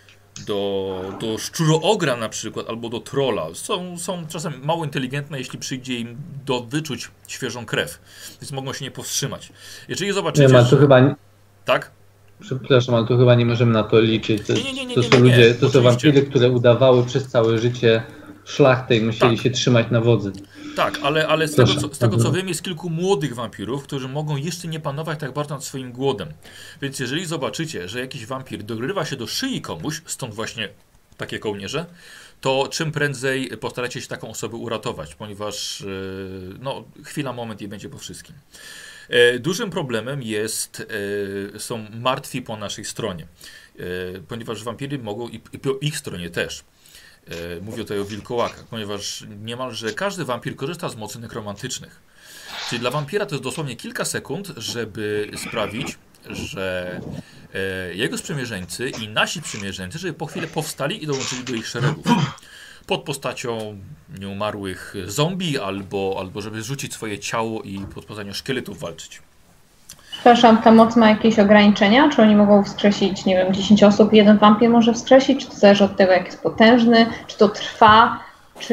do, do szczuroogra na przykład, albo do trolla. Są, są czasem mało inteligentne, jeśli przyjdzie im do wyczuć świeżą krew, więc mogą się nie powstrzymać. Jeżeli zobaczycie, Nie ma, to że... chyba... Nie... Tak? Przepraszam, ale tu chyba nie możemy na to liczyć. To, Nie, nie, nie, nie, to nie, są nie, nie, ludzie, to są oczywiście. wampiry, które udawały przez całe życie szlachtę i musieli Tak. się trzymać na wodzy. Tak, ale, ale z, tego, Proszę, co, z tego co dobra. wiem, jest kilku młodych wampirów, którzy mogą jeszcze nie panować tak bardzo nad swoim głodem. Więc jeżeli zobaczycie, że jakiś wampir dogrywa się do szyi komuś, stąd właśnie takie kołnierze, to czym prędzej postarajcie się taką osobę uratować, ponieważ yy, no, chwila, moment i będzie po wszystkim. E, Dużym problemem jest, e, są martwi po naszej stronie, e, ponieważ wampiry mogą i, i po ich stronie też. E, Mówię tutaj o wilkołakach, ponieważ niemalże każdy wampir korzysta z mocy nekromantycznych. Czyli dla wampira to jest dosłownie kilka sekund, żeby sprawić, że e, jego sprzymierzeńcy i nasi sprzymierzeńcy, żeby po chwilę powstali i dołączyli do ich szeregów. Pod postacią nieumarłych zombie, albo, albo żeby zrzucić swoje ciało i pod postacią szkieletów walczyć. Przepraszam, ta moc ma jakieś ograniczenia? Czy oni mogą wskrzesić, nie wiem, dziesięć osób i jeden wampir może wskrzesić? Czy to zależy od tego, jak jest potężny? Czy to trwa? Czy...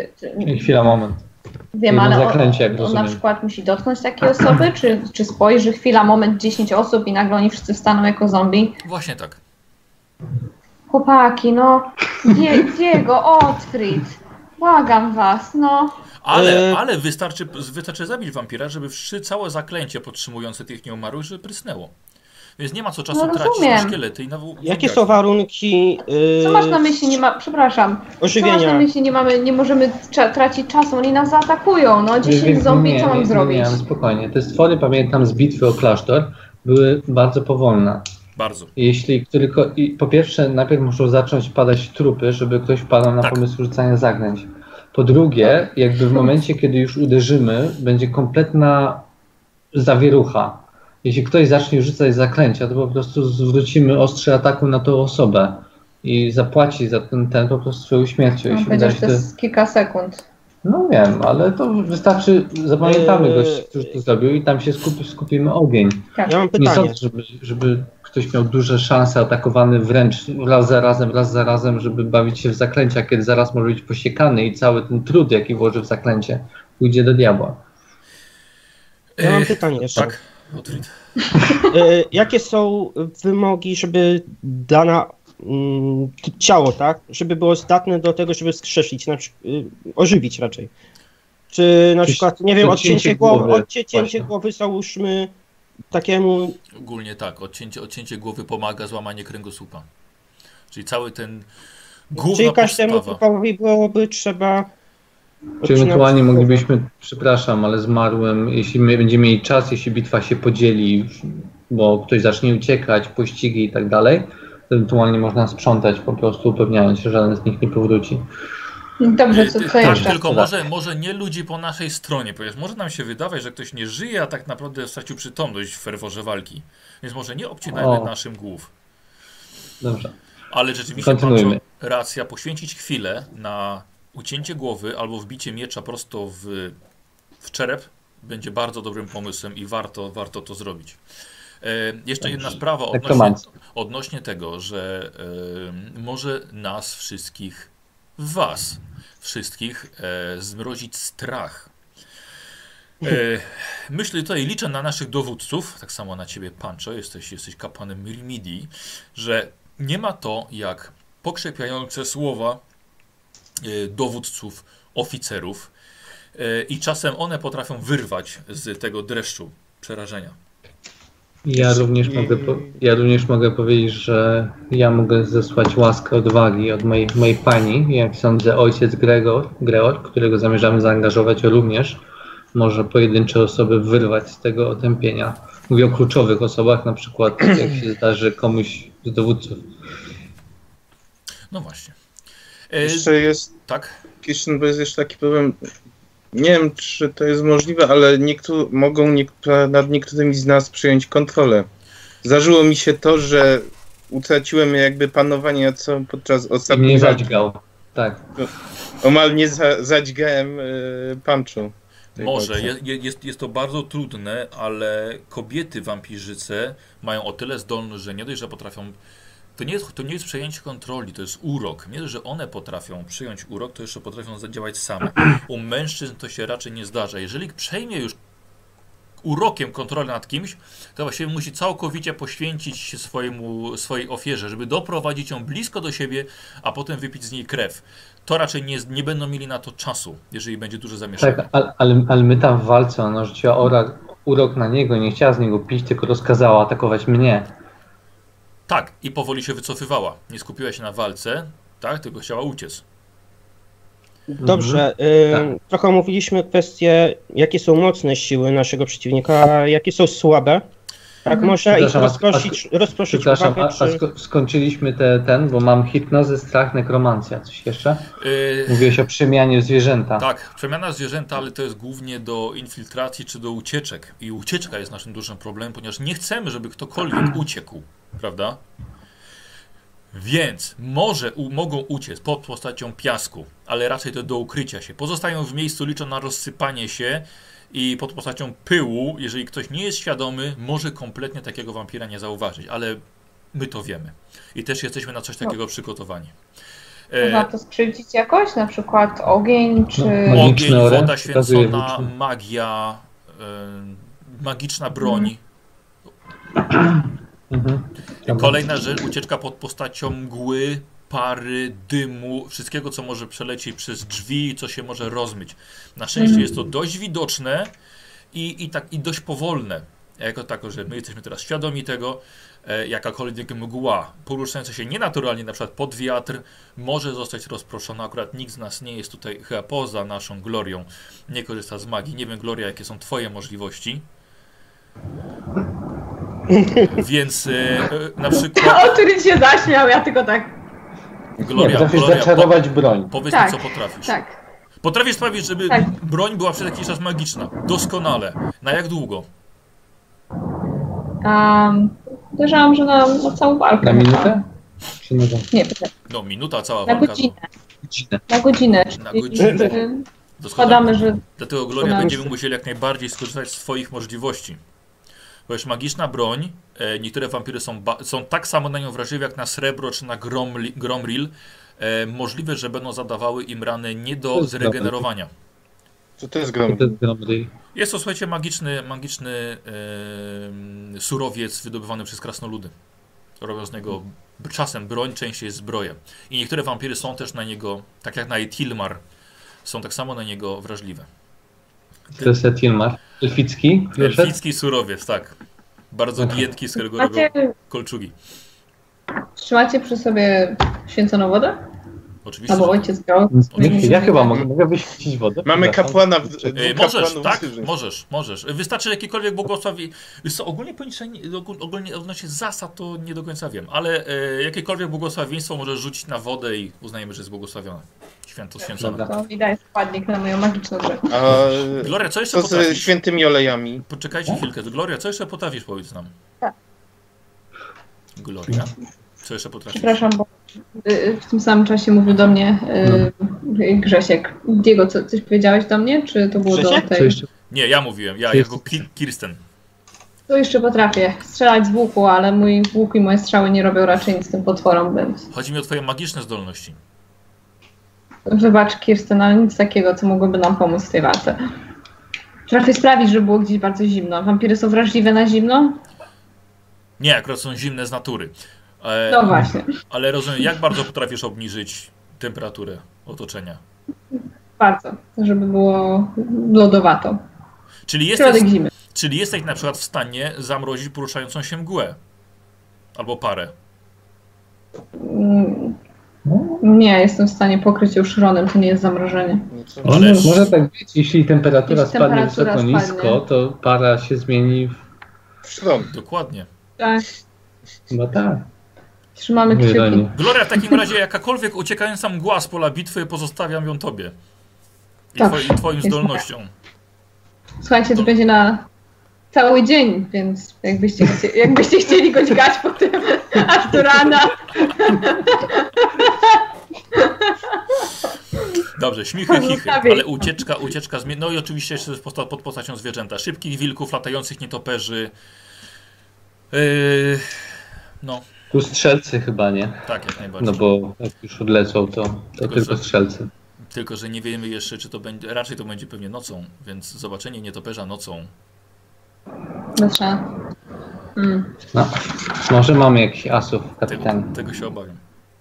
I chwila, moment. Wiem, Jedno ale zaklęcie, jak on, on rozumiem. na przykład musi dotknąć takiej osoby? Czy, czy spojrzy chwila, moment, dziesięć osób i nagle oni wszyscy staną jako zombie? Właśnie tak. Chłopaki, no, Die, Diego, Otfrid, błagam was, no. Ale, E- ale wystarczy, wystarczy zabić wampira, żeby wszy całe zaklęcie podtrzymujące tych nieumarłych, żeby prysnęło. Więc nie ma co czasu No, tracić na rozumiem. szkielety i na w- Jakie wągiaki. są warunki yy, Co masz na myśli, nie ma, przepraszam, co masz na ożywienia? myśli, nie mamy, nie możemy cza- tracić czasu, oni nas zaatakują, no dziesięć Więc zombie, nie, co mam nie, zrobić? Nie, nie, spokojnie. Te stwory, pamiętam z bitwy o klasztor, były bardzo powolne. Bardzo. Jeśli tylko, i po pierwsze, najpierw muszą zacząć padać trupy, żeby ktoś wpadł na Tak. pomysł rzucania zaklęć. Po drugie, jakby w momencie, kiedy już uderzymy, będzie kompletna zawierucha. Jeśli ktoś zacznie rzucać zaklęcia, to po prostu zwrócimy ostrze ataku na tą osobę i zapłaci za ten, ten po prostu swoją śmiercią. No, Jeśli powiedział, uda że się to to- jest kilka sekund. No wiem, ale to wystarczy, zapamiętamy Eee, gości, którzy to zrobił i tam się skupi, skupimy ogień. Tak. Ja mam Nie pytanie. sądzę, żeby, żeby ktoś miał duże szanse atakowany wręcz raz za razem, raz za razem, żeby bawić się w zaklęcia, kiedy zaraz może być posiekany i cały ten trud, jaki włoży w zaklęcie, pójdzie do diabła. Ja mam Ech, pytanie jeszcze. Tak, Otfrid. Yy, jakie są wymogi, żeby dana mm, t- ciało, tak? Żeby było zdatne do tego, żeby skrzeszyć, na przykład, yy, ożywić raczej. Czy na Czy- przykład, nie wiem, odcięcie odcięcie głowy, głowy, odcięcie właśnie. głowy załóżmy takiemu, Ogólnie tak, odcięcie, odcięcie głowy pomaga złamanie kręgosłupa. Czyli cały ten główna czyli każdemu podstawa. typowi byłoby trzeba Czy odcinać ewentualnie głowę. moglibyśmy, przepraszam, ale zmarłym, jeśli my będziemy mieli czas, jeśli bitwa się podzieli, bo ktoś zacznie uciekać, pościgi i tak dalej, to ewentualnie można sprzątać po prostu, upewniając się, że żaden z nich nie powróci. Dobrze, co, co Tak, jeszcze? tylko może, może nie ludzi po naszej stronie, ponieważ może nam się wydawać, że ktoś nie żyje, a tak naprawdę stracił przytomność w ferworze walki. Więc może nie obcinajmy O. naszym głów. Dobrze. Ale rzeczywiście, Kontynuujmy. Pancho, racja, poświęcić chwilę na ucięcie głowy albo wbicie miecza prosto w, w czerep będzie bardzo dobrym pomysłem i warto, warto to zrobić. E, jeszcze jedna sprawa odnośnie, Nekromancja. odnośnie tego, że e, może nas wszystkich, was wszystkich e, zmrozić strach. E, myślę tutaj, liczę na naszych dowódców, tak samo na ciebie, Pancho, jesteś, jesteś kapłanem Mirimidii, że nie ma to jak pokrzepiające słowa e, dowódców, oficerów e, i czasem one potrafią wyrwać z tego dreszczu przerażenia. Ja również, mogę po, ja również mogę powiedzieć, że ja mogę zesłać łaskę odwagi od mojej, mojej pani. Jak sądzę, ojciec Gregor, Gregor, którego zamierzamy zaangażować również, może pojedyncze osoby wyrwać z tego otępienia. Mówię o kluczowych osobach, na przykład jak się zdarzy komuś z dowódców. No właśnie. E, Jeszcze jest, tak? Kishin, bo jest jeszcze taki problem, nie wiem czy to jest możliwe, ale niektórzy mogą niektóre, nad niektórymi z nas przyjąć kontrolę. Zdarzyło mi się to, że utraciłem jakby panowanie nad sobą podczas I ostatniej nie walki. zadźgał. Tak. Omal nie za, zadźgałem y, Pancho. tej Może. walce. Je, je, jest, jest to bardzo trudne, ale kobiety wampirzyce mają o tyle zdolność, że nie dość, że potrafią... To nie, jest, to nie jest przejęcie kontroli, to jest urok. Nie dość, że one potrafią przyjąć urok, to jeszcze potrafią zadziałać same. U mężczyzn to się raczej nie zdarza. Jeżeli przejmie już urokiem kontrolę nad kimś, to właściwie musi całkowicie poświęcić się swojemu, swojej ofierze, żeby doprowadzić ją blisko do siebie, a potem wypić z niej krew. To raczej nie, nie będą mieli na to czasu, jeżeli będzie duże zamieszanie. Tak, ale, ale, ale my tam w walce, ona rzuciła ora, urok na niego, nie chciała z niego pić, tylko rozkazała atakować mnie. Tak, i powoli się wycofywała. Nie skupiła się na walce, tak, tylko chciała uciec. Dobrze, Mhm. y, trochę omówiliśmy kwestię, jakie są mocne siły naszego przeciwnika, a jakie są słabe. Tak, może ich Przepraszam, a- rozproszyć, rozproszyć Przepraszam, uwagę, a, a czy... sko skończyliśmy te, ten, bo mam hipnozę, strach, nekromancja. Coś jeszcze? Yy, Mówiłeś o przemianie w zwierzęta. tak, przemiana zwierzęta, ale to jest głównie do infiltracji czy do ucieczek. I ucieczka jest naszym dużym problemem, ponieważ nie chcemy, żeby ktokolwiek uciekł, prawda? Więc może u, mogą uciec pod postacią piasku, ale raczej to do ukrycia się. Pozostają w miejscu, liczą na rozsypanie się i pod postacią pyłu, jeżeli ktoś nie jest świadomy, może kompletnie takiego wampira nie zauważyć, ale my to wiemy. I też jesteśmy na coś takiego przygotowani. Można to skrzywdzić jakoś? Na przykład ogień, czy... No, magiczne Ogień, orę woda przekazuje święcona, włócznie. magia, y, magiczna broń. Mhm. Dobra. Kolejna rzecz, ucieczka pod postacią mgły, pary, dymu, wszystkiego, co może przelecieć przez drzwi, co się może rozmyć. Na szczęście jest to dość widoczne i, i, tak, i dość powolne. jako tako, że my jesteśmy teraz świadomi tego, e, jakakolwiek mgła poruszająca się nienaturalnie, na przykład pod wiatr, może zostać rozproszona. Akurat nikt z nas nie jest tutaj, chyba poza naszą Glorią, nie korzysta z magii. Nie wiem, Gloria, jakie są twoje możliwości. Więc e, e, na przykład... O, który się zaśmiał, ja tylko tak. Gloria, Nie, potrafisz Gloria, zaczarować broń. Powiedz Tak, mi, co potrafisz. Tak. Potrafisz sprawić, żeby Tak. broń była przez jakiś czas magiczna. Doskonale. Na jak długo? Um, Uważałam, że na, na całą walkę. Na minutę? Czy na dwa? Nie, pytam. No, minuta, cała Na walka. godzinę. Godzinę. Na godzinę. Na Czyli, godzinę. y, Doskonale. Składamy, że Dlatego, Gloria, Ona będziemy już- musieli jak najbardziej skorzystać z swoich możliwości. Powiesz, magiczna broń, e, niektóre wampiry są, ba- są tak samo na nią wrażliwe jak na srebro czy na gromli- gromril. E, możliwe, że będą zadawały im rany nie To do jest zregenerowania. Co to jest To grom? jest Gromry. Jest to, słuchajcie, magiczny, magiczny e, surowiec wydobywany przez krasnoludy. Robią z niego b- czasem broń, częściej zbroję. I niektóre wampiry są też na niego, tak jak na Etilmar, są tak samo na niego wrażliwe. To jest Etilmar. Elficki? Wyszedł? Elficki surowiec, tak. Bardzo giętki, z którego robią macie, kolczugi. trzymacie przy sobie święconą wodę? Oczywiście. Albo że- ojciec grał. Oczywiście. Ja chyba mogę, mogę wyświecić wodę. Mamy Przepraszam. kapłana w, E, dwóch możesz, kapłanów tak? wyżej. Możesz, możesz. Wystarczy jakiekolwiek błogosławi. Wiesz co, ogólnie poniżej, ogólnie odnośnie zasad to nie do końca wiem, ale e, jakiekolwiek błogosławieństwo możesz rzucić na wodę i uznajemy, że jest błogosławione. Święto święcone. Dobra. To mi daje składnik na moją magiczną grę. A Gloria, co jeszcze co z potrafisz? świętymi olejami? Poczekajcie chwilkę. Gloria, co jeszcze potrafisz, powiedz nam? Tak. Gloria, co jeszcze potrafisz? Przepraszam, bo y, w tym samym czasie mówił do mnie y, Grzesiek. Diego, co, coś powiedziałeś do mnie? Czy to było Grzesiek? do Co tej... jeszcze? Nie, ja mówiłem, ja Co jako jeszcze? Ki- Kirsten. To jeszcze potrafię strzelać z łuku, ale mój łuk i moje strzały nie robią raczej nic z tym potworom, więc... Chodzi mi o twoje magiczne zdolności. Wybacz, Kirsten, ale nic takiego, co mogłoby nam pomóc w tej walce. Potrafię sprawić, żeby było gdzieś bardzo zimno. Wampiry są wrażliwe na zimno? Nie, akurat są zimne z natury. E, No właśnie. Ale rozumiem, jak bardzo potrafisz obniżyć temperaturę otoczenia? Bardzo. Żeby było lodowato. Czyli jesteś, Środek zimy. czyli jesteś na przykład w stanie zamrozić poruszającą się mgłę. Albo parę. Mm, Nie, jestem w stanie pokryć ją szronem, to nie jest zamrożenie. No co? Może, Ale- może tak być, jeśli temperatura Jeśli spadnie temperatura wysoko spadnie. nisko, to para się zmieni w... Szron. Dokładnie. Tak, No tak. trzymamy kciuki. Ironię. Gloria, w takim razie jakakolwiek uciekająca mgła z pola bitwy pozostawiam ją tobie. I, Tak, two, i twoim jest zdolnościom. Słuchajcie, to będzie na cały dzień, więc jakbyście, chcie, jakbyście chcieli go dźgać potem aż do rana. Dobrze, śmichy, chichy, Zostawię. ale ucieczka, ucieczka zmie... No i oczywiście jeszcze z posta- pod postacią zwierzęta. Szybkich wilków, latających nietoperzy. Yy... No, Tu strzelcy chyba, nie? tak, jak najbardziej. No bo jak już odlecą, to, to Tylko, tylko że- strzelcy. Tylko, że nie wiemy jeszcze, czy to będzie. Raczej to będzie pewnie nocą, więc zobaczenie nietoperza nocą. Dobrze. Mm. No. Może mamy jakichś asów, Tego, kapitanie. tego się obawiam.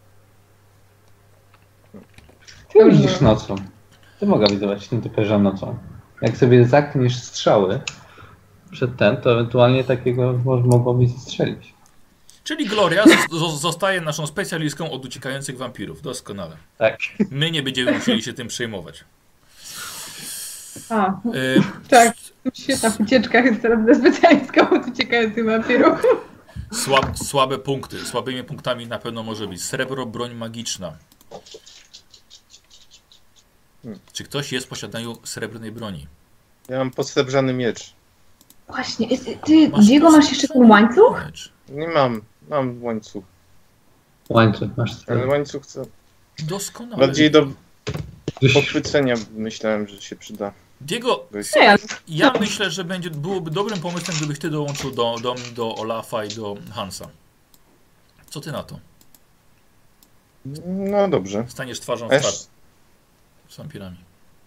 Ty widzisz nocą. Ty mogę widzieć nietoperza nocą. Jak sobie zakniesz strzały przed ten, to ewentualnie takiego może mogłoby zestrzelić. Czyli Gloria zos- zos- zostaje naszą specjalistką od uciekających wampirów. Doskonale. Tak. My nie będziemy musieli się tym przejmować. A, Yy, tak. Świetna ucieczka jest teraz ze specjalistką od uciekających wampirów. Słab, słabe punkty. Słabymi punktami na pewno może być srebro, broń magiczna. Czy ktoś jest w posiadaniu srebrnej broni? Ja mam posrebrzany miecz. Właśnie, jest- ty, Masz Diego, masz jeszcze ten łańcuch? Lecz. Nie mam. Mam łańcuch. Łańcuch masz. Ale łańcuch co? Doskonale. Bardziej do Gdzieś- pochwycenia myślałem, że się przyda. Diego, Nie, ale ja myślę, że będzie, byłoby dobrym pomysłem, gdybyś ty dołączył do, do, do Olafa i do Hansa. Co ty na to? No dobrze. Staniesz twarzą w Esz, twarz z wampirami.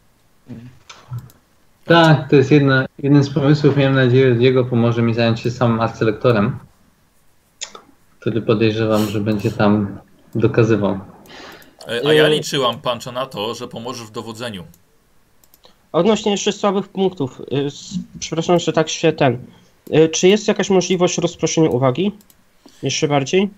Tak, to jest jedna, jeden z pomysłów. Miałem nadzieję, że Diego pomoże mi zająć się samym arcylektorem, który podejrzewam, że będzie tam dokazywał. E, A ja liczyłam, Pancho, na to, że pomożesz w dowodzeniu. Odnośnie jeszcze słabych punktów. y, s- Przepraszam, że tak się ten. Y, Czy jest jakaś możliwość rozproszenia uwagi? Jeszcze bardziej?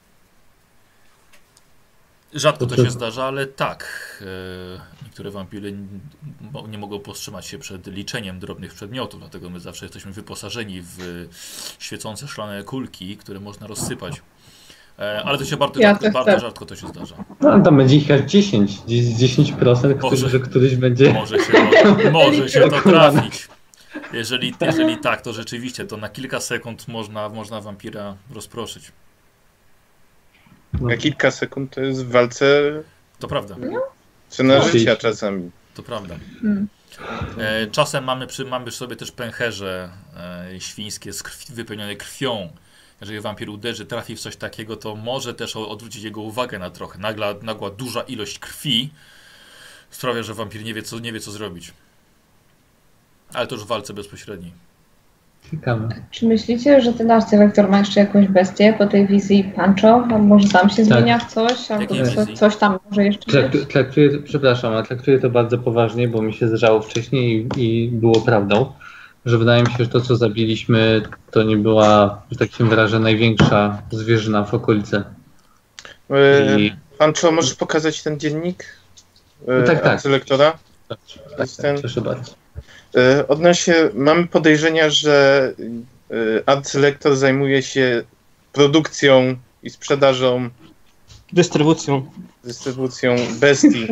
Rzadko to To- się zdarza, ale tak. E, niektóre wampiry n- mo- nie mogą powstrzymać się przed liczeniem drobnych przedmiotów, dlatego my zawsze jesteśmy wyposażeni w świecące szklane kulki, które można rozsypać. E, ale to się bardzo, Ja rzadko, też bardzo tak. rzadko to się zdarza. No tam będzie ich jak dziesięć, dziesięć procent, który, Może. że któryś będzie... Może się, może, może się to trafić. Jeżeli, jeżeli tak, to rzeczywiście to na kilka sekund można, można wampira rozproszyć. No, Na kilka sekund to jest w walce To prawda, cena No. życia czasami. to prawda. Hmm. E, czasem mamy, przy, mamy przy sobie też pęcherze e, świńskie z krwi, wypełnione krwią. Jeżeli wampir uderzy, trafi w coś takiego, to może też o- odwrócić jego uwagę na trochę. Nagła, nagła duża ilość krwi sprawia, że wampir nie wie, co, nie wie, co zrobić. Ale to już w walce bezpośredniej. ciekawe. Czy myślicie, że ten arcylektor ma jeszcze jakąś bestię po tej wizji Pancho? A może sam się zmienia w coś? Albo Jakiej co, wizji? coś tam może jeszcze Traktu, być? traktuję, przepraszam, ale traktuję to bardzo poważnie, bo mi się zdarzało wcześniej i, i było prawdą, że wydaje mi się, że to, co zabiliśmy, to nie była, że tak się wyrażę, największa zwierzyna w okolicy. E, I... Pancho, możesz pokazać ten dziennik? E, Tak, tak. Arcylektora? Tak, jest tak, ten- proszę bardzo. E, Odnośnie, mamy podejrzenia, że e, arcylektor zajmuje się produkcją i sprzedażą, Dystrybucją. dystrybucją bestii.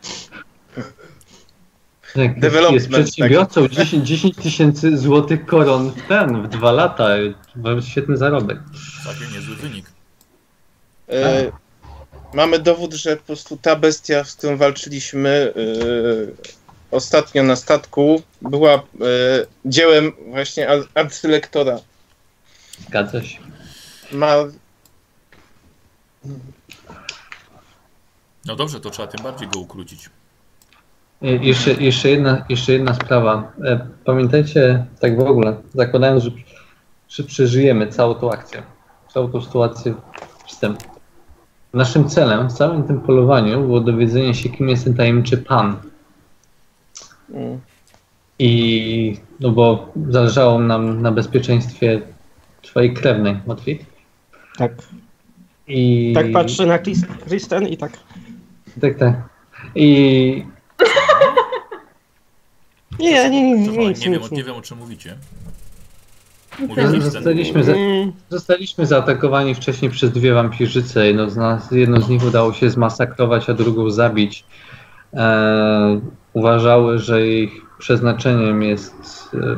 Tak, Development jest przedsiębiorcą, dziesięć tysięcy złotych koron w ten, w dwa lata. Świetny zarobek. Całkiem niezły wynik. E, mamy dowód, że po prostu ta bestia, z którą walczyliśmy e, ostatnio na statku, była e, dziełem właśnie ar- arcylektora. Zgadza się. Ma No dobrze, to trzeba tym bardziej go ukrócić. E, Jeszcze, jeszcze, jedna, jeszcze jedna sprawa. E, Pamiętajcie, tak w ogóle, zakładając, że, że przeżyjemy całą tą akcję, całą tą sytuację wstęp. Naszym celem w całym tym polowaniu było dowiedzenie się, kim jest ten tajemniczy pan. mm, I no bo zależało nam na bezpieczeństwie twojej krewnej, Matwit. Tak. I... Tak patrzę na Chris- Kristen i tak. Tak, tak. I Nie, nie, nie, To, nie, nie, nic, wiem, nic, o- nie nic. wiem, o czym mówicie. Tak. Mówię zostaliśmy, za, Mm, zostaliśmy zaatakowani wcześniej przez dwie wampirzyce. Jedną z, nas, jedną z nich udało się zmasakrować, a drugą zabić. E, uważały, że ich przeznaczeniem jest e,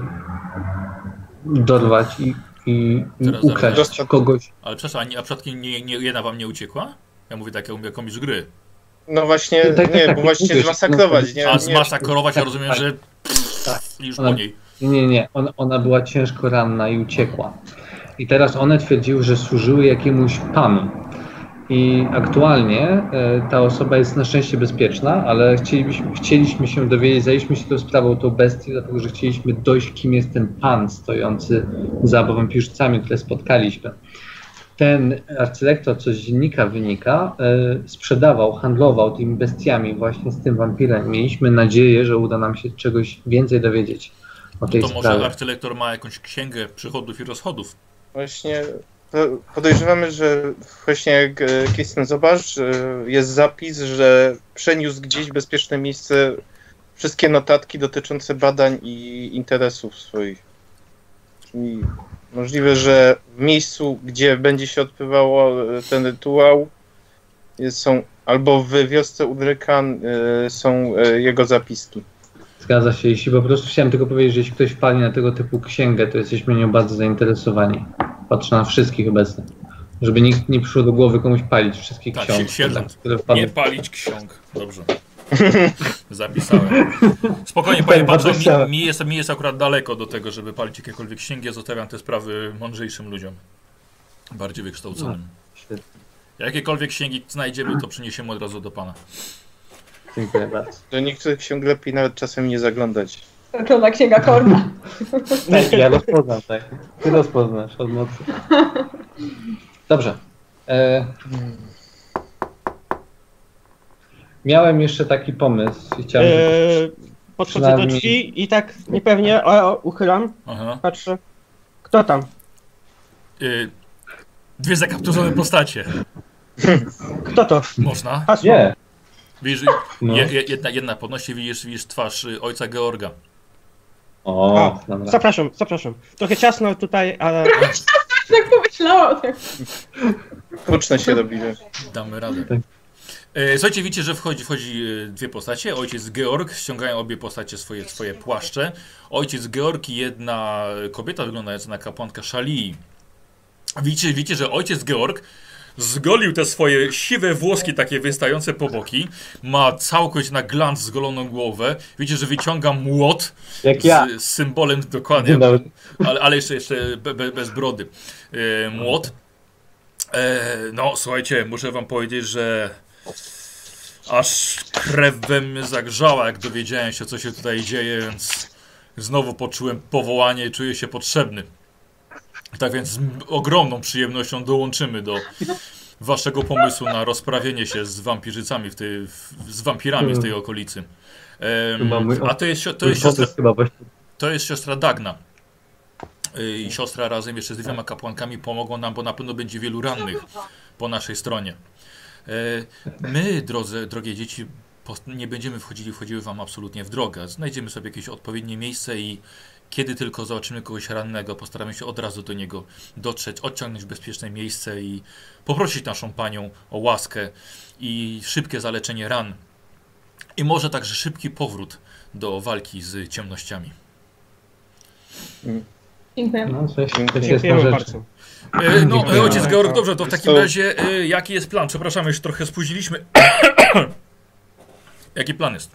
dorwać i, i, i Teraz ukraść zaraz. kogoś. Ale przepraszam, a nie- a przypadkiem nie, nie, jedna wam nie uciekła? Ja mówię tak, jak jakąś gry. no właśnie, Tak, tak, nie, tak, bo właśnie mówię, że- zmasakrować, nie? A nie zmasakrować, ja rozumiem, tak, że tak. już Ona- po niej. Nie, nie, nie. Ona, ona była ciężko ranna i uciekła. I teraz one twierdziły, że służyły jakiemuś panu. I aktualnie e, ta osoba jest na szczęście bezpieczna, ale chcielibyśmy, chcieliśmy się dowiedzieć, zajęliśmy się tą sprawą, tą bestię, dlatego że chcieliśmy dojść, kim jest ten pan stojący za wampirzycami, które spotkaliśmy. Ten arcylektor, co z dziennika wynika, e, sprzedawał, handlował tymi bestiami właśnie z tym wampirem. Mieliśmy nadzieję, że uda nam się czegoś więcej dowiedzieć o tej To może sprawie. arcylektor ma jakąś księgę przychodów i rozchodów. Właśnie po- podejrzewamy, że właśnie jak e, Kirsten zobacz, e, jest zapis, że przeniósł gdzieś w bezpieczne miejsce wszystkie notatki dotyczące badań i interesów swoich. I możliwe, że w miejscu, gdzie będzie się odbywało e, ten rytuał, jest, są albo w wiosce Udrykan e, są e, jego zapiski. Zgadza się. Jeśli po prostu chciałem tylko powiedzieć, że jeśli ktoś wpadnie na tego typu księgę, to jesteśmy nią bardzo zainteresowani. Patrzę na wszystkich obecnych. Żeby nikt nie przyszło do głowy komuś palić wszystkich Tak, ksiąg, sierżant. które wpadły. Nie palić ksiąg. Dobrze. Zapisałem. Spokojnie, panie bardzo patrzę, chciałem. mi, mi, jest, mi jest akurat daleko do tego, żeby palić jakiekolwiek księgi. Ja zostawiam te sprawy mądrzejszym ludziom. Bardziej wykształconym. Świetnie. Jakiekolwiek księgi znajdziemy, to przyniesiemy od razu do pana. Dziękuję bardzo. Do niektórych ksiąg lepiej nawet czasem nie zaglądać. Czarna księga Korna. Tak, ja rozpoznam, tak. Ty rozpoznasz od mocy. Dobrze. E... Miałem jeszcze taki pomysł. i Chciałem, żeby... Eee, podchodzę do przynajmniej- drzwi i tak niepewnie o, o, uchylam, Aha. patrzę. Kto tam? Y, dwie zakapturzone postacie. Kto to? Można? Hasło. Nie. Widzisz, No. je, je, jedna, jedna podnosi, widzisz, widzisz twarz y, ojca Georga. O, A, dobra. zapraszam, zapraszam. Trochę ciasno tutaj, ale Tak pomyślałam. Tak. Huczne się robi. wiesz. Damy radę. Tak. E, słuchajcie, widzicie, że wchodzi, wchodzi e, dwie postacie. Ojciec Georg, ściągają obie postacie swoje, swoje płaszcze. Ojciec Georg i jedna kobieta wyglądająca na kapłankę Szalii. Widzicie, widzicie, że ojciec Georg zgolił te swoje siwe włoski takie wystające po boki. Ma całkowicie na glans zgoloną głowę. Widzicie, że wyciąga młot Jak ja. z, z symbolem, dokładnie, Nawet. ale, ale jeszcze, jeszcze be, be, bez brody. E, młot. E, no, słuchajcie, muszę wam powiedzieć, że aż krew we mnie zagrzała, jak dowiedziałem się, co się tutaj dzieje, więc znowu poczułem powołanie i czuję się potrzebny. Tak więc z ogromną przyjemnością dołączymy do waszego pomysłu na rozprawienie się z wampirzycami, w tej, w, z wampirami z tej okolicy. Em, a to jest, to jest siostra, chyba właśnie. to jest siostra Dagna. I siostra razem jeszcze z dwiema kapłankami pomogą nam, bo na pewno będzie wielu rannych po naszej stronie. My, drodze, drogie dzieci, nie będziemy wchodzili, wchodziły wam absolutnie w drogę. Znajdziemy sobie jakieś odpowiednie miejsce i kiedy tylko zobaczymy kogoś rannego, postaramy się od razu do niego dotrzeć, odciągnąć w bezpieczne miejsce i poprosić naszą panią o łaskę i szybkie zaleczenie ran. I może także szybki powrót do walki z ciemnościami. Dziękuję. No, coś, coś jest na dziękujemy rzeczy. bardzo. E, no, Dziękuję. ojciec Georg, dobrze, to w takim Co? razie e, jaki jest plan? Przepraszam, już trochę spóźniliśmy. Jaki plan jest?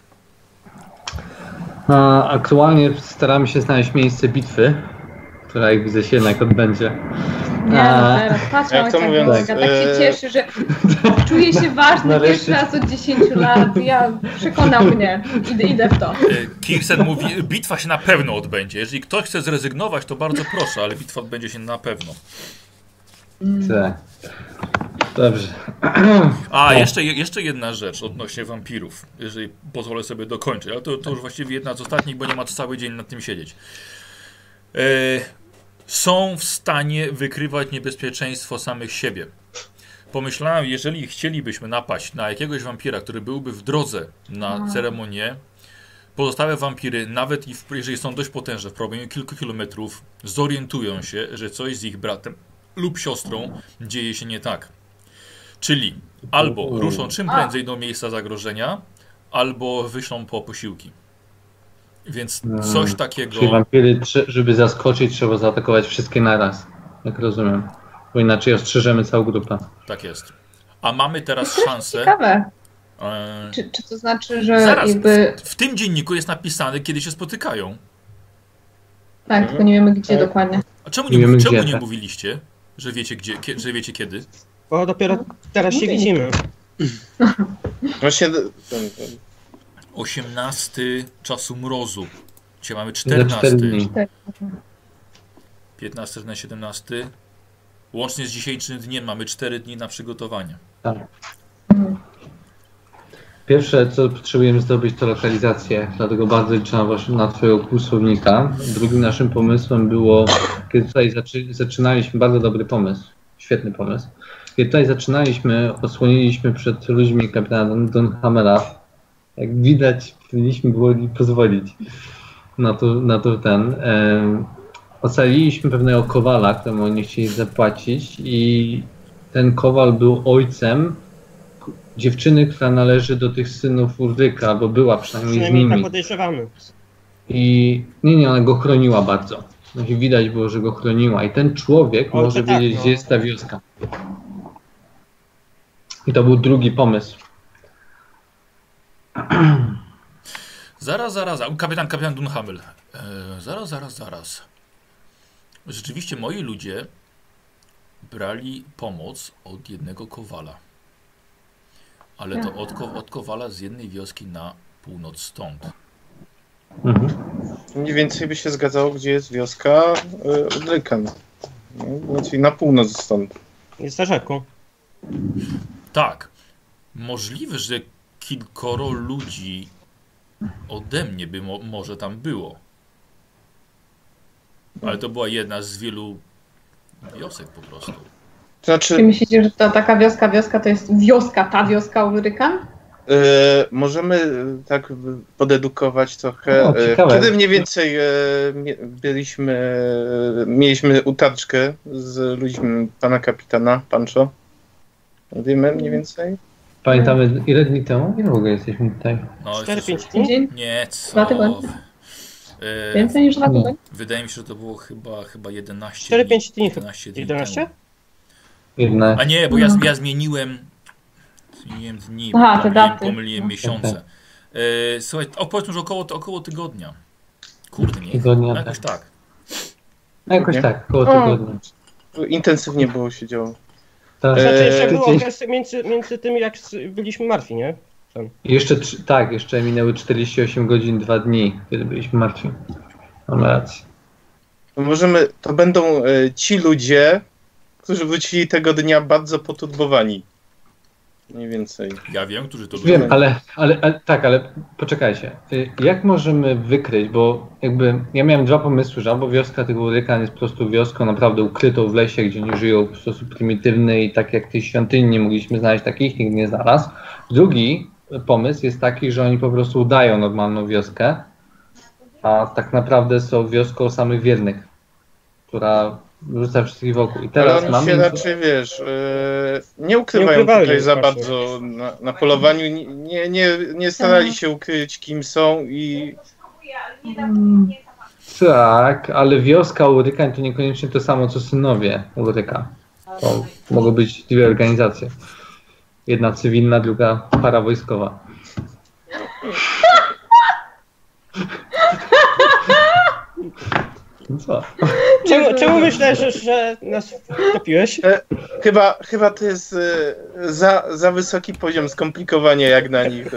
A, aktualnie staramy się znaleźć miejsce bitwy, która jak widzę się jednak odbędzie. Nie, A, no teraz patrzę, jak to jak mówiąc, Georga, tak się e, cieszy, że czuje się ważny Nareszcie. pierwszy raz od dziesięciu lat. Ja przekonał mnie. Idę, idę w to. E, Kirsten mówi, bitwa się na pewno odbędzie. Jeżeli ktoś chce zrezygnować, to bardzo proszę, ale bitwa odbędzie się na pewno. tak. Dobrze. A, jeszcze, jeszcze jedna rzecz odnośnie wampirów, jeżeli pozwolę sobie dokończyć, ale to, to już właściwie jedna z ostatnich, bo nie ma co cały dzień nad tym siedzieć. E, są w stanie wykrywać niebezpieczeństwo samych siebie. Pomyślałem, jeżeli chcielibyśmy napaść na jakiegoś wampira, który byłby w drodze na ceremonię, pozostałe wampiry, nawet jeżeli są dość potężne, w promieniu kilku kilometrów, zorientują się, że coś z ich bratem lub siostrą dzieje się nie tak. Czyli albo ruszą czym prędzej do miejsca zagrożenia, albo wyślą po posiłki. Więc coś takiego... Czyli wampiry, trze- żeby zaskoczyć, trzeba zaatakować wszystkie naraz. Jak rozumiem. Bo inaczej ostrzeżemy całą grupę. Tak jest. A mamy teraz szansę... Ciekawe. E, Czy, czy to znaczy, że zaraz, jakby... w, w tym dzienniku jest napisane, kiedy się spotykają. Tak, tylko nie wiemy gdzie Tak. dokładnie. A czemu Nie nie, wiemy, czemu gdzie, nie tak. mówiliście, że wiecie, gdzie, kie, że wiecie kiedy? Bo dopiero teraz się widzimy. Właśnie ten, ten, osiemnasty czasu mrozu. Dzisiaj mamy Za cztery czternasty. dni. piętnasty na siedemnasty. Łącznie z dzisiejszym dniem mamy cztery dni na przygotowanie. Tak. Pierwsze, co potrzebujemy zrobić, to lokalizację, dlatego bardzo liczę na, wasz, na twojego kłusownika. Drugim naszym pomysłem było, kiedy tutaj zaczy, zaczynaliśmy, bardzo dobry pomysł, świetny pomysł. Kiedy tutaj zaczynaliśmy, osłoniliśmy przed ludźmi kapitana Dunhammera. Jak widać, powinniśmy było im pozwolić na to, na to ten. E, ocaliliśmy pewnego kowala, któremu nie chcieli zapłacić i ten kowal był ojcem dziewczyny, która należy do tych synów Urdyka, bo była przynajmniej z Przynajmniej tak nimi. podejrzewamy. I nie, nie, ona go chroniła bardzo. No i widać było, że go chroniła. I ten człowiek O, może to tak, wiedzieć, no. gdzie jest ta wioska. I to był drugi pomysł. Zaraz, zaraz. a, Kapitan, kapitan Dunhammel. E, zaraz, zaraz, zaraz. Rzeczywiście moi ludzie brali pomoc od jednego kowala. Ale to od, ko- od kowala z jednej wioski na północ stąd. Mhm. mniej więcej by się zgadzało, gdzie jest wioska y, Udrykan. No, czyli na północ stąd. Jest za rzeką. Tak. Możliwe, że kilkoro ludzi ode mnie by mo- może tam było. Ale to była jedna z wielu wiosek po prostu. To znaczy, Czy myślicie, że to taka wioska, wioska to jest wioska, ta wioska Ulryka? e, możemy tak podedukować trochę. O, E, ciekawe. Kiedy mniej więcej e, mie- byliśmy, mieliśmy utarczkę z ludźmi pana kapitana, Pancho? Wiemy mniej więcej? Pamiętamy ile dni temu? Ile w ogóle jesteśmy tutaj? No, cztery jesteś- pięć dni? Dzień? Nie, co? Dwa tygodnie. E, Więcej niż dwa Nie. tygodnie? Wydaje mi się, że to było chyba, chyba jedenaście cztery pięć dni. jedenaście dni jedenaście? temu. Jedna. A nie, bo ja, ja zmieniłem zmieniłem dni, Aha, te pomyliłem, daty. pomyliłem No. miesiące. E, słuchaj, o, powiedzmy, że około, około tygodnia. Kurde, nie? Tygodnia, No, jakoś tak. No jakoś Nie? tak, około O. tygodnia. Intensywnie było się działo. Tak. Znaczy jeszcze Eee, był tydzień. okres między, między tym, jak s- byliśmy martwi, nie? Jeszcze, trzy- tak, jeszcze minęły czterdzieści osiem godzin, dwa dni, kiedy byliśmy martwi. Mam rację. To możemy, to będą e, ci ludzie, którzy wrócili tego dnia bardzo poturbowani. Mniej więcej. Ja wiem, którzy to Wiem, lubią. ale, ale, ale tak, ale poczekajcie. Y, Jak możemy wykryć, bo jakby ja miałem dwa pomysły, że albo wioska tych Ulrykan jest po prostu wioską naprawdę ukrytą w lesie, gdzie oni żyją w sposób prymitywny i tak jak tych świątyni nie mogliśmy znaleźć takich, nikt nie znalazł. Drugi pomysł jest taki, że oni po prostu udają normalną wioskę, a tak naprawdę są wioską samych wiernych, która rzuca wszystkich wokół. I Ale teraz oni mamy... się info- raczej, wiesz, e, nie ukrywają Nie ukrywali, tutaj za właśnie. bardzo na, na polowaniu, nie, nie, nie, nie starali się ukryć, kim są i Tak, ale wioska Ulrykań to niekoniecznie to samo, co synowie Ulryka. To mogą być dwie organizacje. Jedna cywilna, druga parawojskowa. No co? Czemu, czemu myślałeś, że, że nas wtopiłeś? chyba, chyba to jest e, za, za wysoki poziom skomplikowania jak na nich.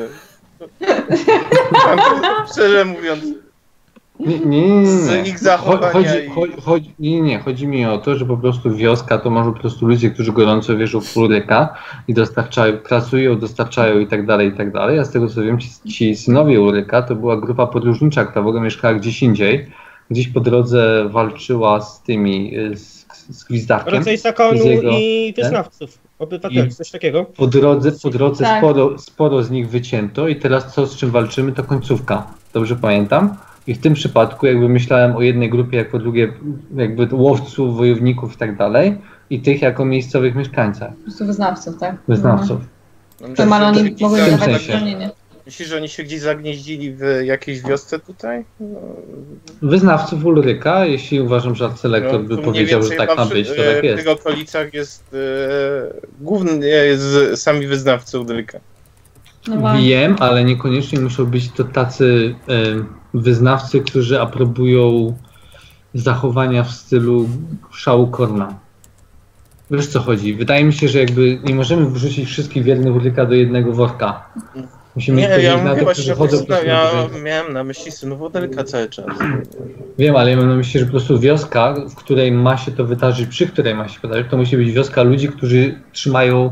Szczerze mówiąc, Nie, nie, nie, nie. z ich zachowania Chodzi, i- chodzi, chodzi, nie, nie, nie. Chodzi mi o to, że po prostu wioska to może po prostu ludzie, którzy gorąco wierzą w Ulryka i dostarczają, pracują, dostarczają i tak dalej, i tak dalej. A z tego co wiem, ci, ci synowie Ulryka to była grupa podróżnicza, która w ogóle mieszkała gdzieś indziej. Gdzieś po drodze walczyła z tymi, y, z, z Gwizdarkiem. Rodzaj zakonu z jego- i wyznawców, obywateli, I- coś takiego. Po drodze, po drodze Tak. sporo, sporo z nich wycięto i teraz co, z czym walczymy, to końcówka. Dobrze pamiętam? I w tym przypadku jakby myślałem o jednej grupie jako drugie, jakby łowców, wojowników i tak dalej i tych jako miejscowych mieszkańcach, Po prostu wyznawców, tak? wyznawców. no, To ale oni gdzieś mogą za- tym dawać sensie. bronienie. Myślisz, że oni się gdzieś zagnieździli w jakiejś wiosce tutaj? No, Wyznawców Ulryka, jeśli uważam, że arcylektor no, by tu powiedział, mniej że więcej tak ma chyba być, przy- to e, tak W jest. tych okolicach jest e, głównie z, sami wyznawcy Ulryka. No właśnie. Wiem, ale niekoniecznie muszą być to tacy e, wyznawcy, którzy aprobują zachowania w stylu szału Korna. Wiesz co chodzi? Wydaje mi się, że jakby nie możemy wrzucić wszystkich wiernych Ulryka do jednego worka. Musimy Nie, ich ja podzielić na chyba tych, którzy się chodzą po prostu ja na miałem na myśli synów Ulryka cały czas. Wiem, ale ja mam na myśli, że po prostu wioska, w której ma się to wydarzyć, przy której ma się wydarzyć, to musi być wioska ludzi, którzy trzymają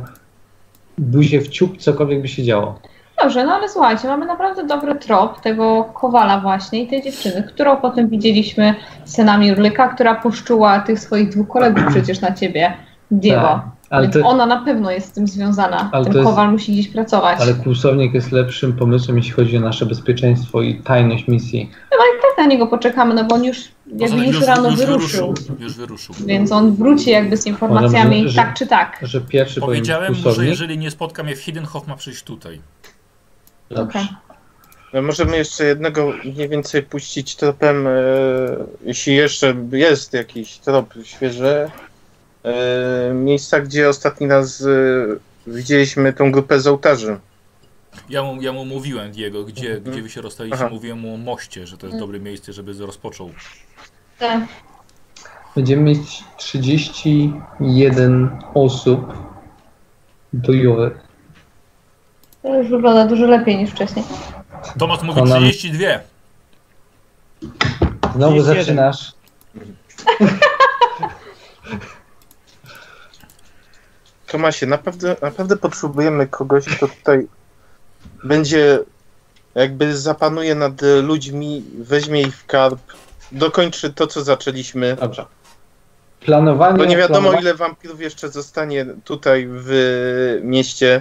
buzię w ciup, cokolwiek by się działo. Dobrze, no ale słuchajcie, mamy naprawdę dobry trop tego Kowala właśnie i tej dziewczyny, którą potem widzieliśmy synami Ulryka, która puszczyła tych swoich dwóch kolegów przecież na ciebie, Diego. Tak, ale Więc to- ona na pewno jest z tym związana. Ale Ten to jest- Kowal musi gdzieś pracować. Ale kłusownik jest lepszym pomysłem, jeśli chodzi o nasze bezpieczeństwo i tajność misji. Tak na niego poczekamy, no bo on już jakby już, rano wyruszył. Już wyruszył. Więc on wróci jakby z informacjami Może, że- tak czy tak. Że pierwszy Powiedziałem powinien mu, że kłusownik. jeżeli nie spotka mnie w Hiddenhof, ma przyjść tutaj. Dobrze. Okej. No, możemy jeszcze jednego mniej więcej puścić tropem, e, jeśli jeszcze jest jakiś trop świeży. E, miejsca, gdzie ostatni raz e, widzieliśmy tą grupę z ołtarzy. Ja mu, ja mu mówiłem, Diego, gdzie, gdzie wy się rozstaliście, Aha. mówiłem mu o moście, że to jest dobre miejsce, żeby rozpoczął. Tak. Będziemy mieć trzydzieści jeden osób bojowych. To już wygląda dużo lepiej niż wcześniej. Tomasz mówi To nam- trzydzieści dwa. Znowu trzydzieści jeden. zaczynasz. Tomasie, naprawdę, naprawdę potrzebujemy kogoś, kto tutaj będzie jakby zapanuje nad ludźmi, weźmie ich w karb dokończy to, co zaczęliśmy. Dobrze. Planowanie... Bo nie wiadomo, planowanie... ile wampirów jeszcze zostanie tutaj w mieście.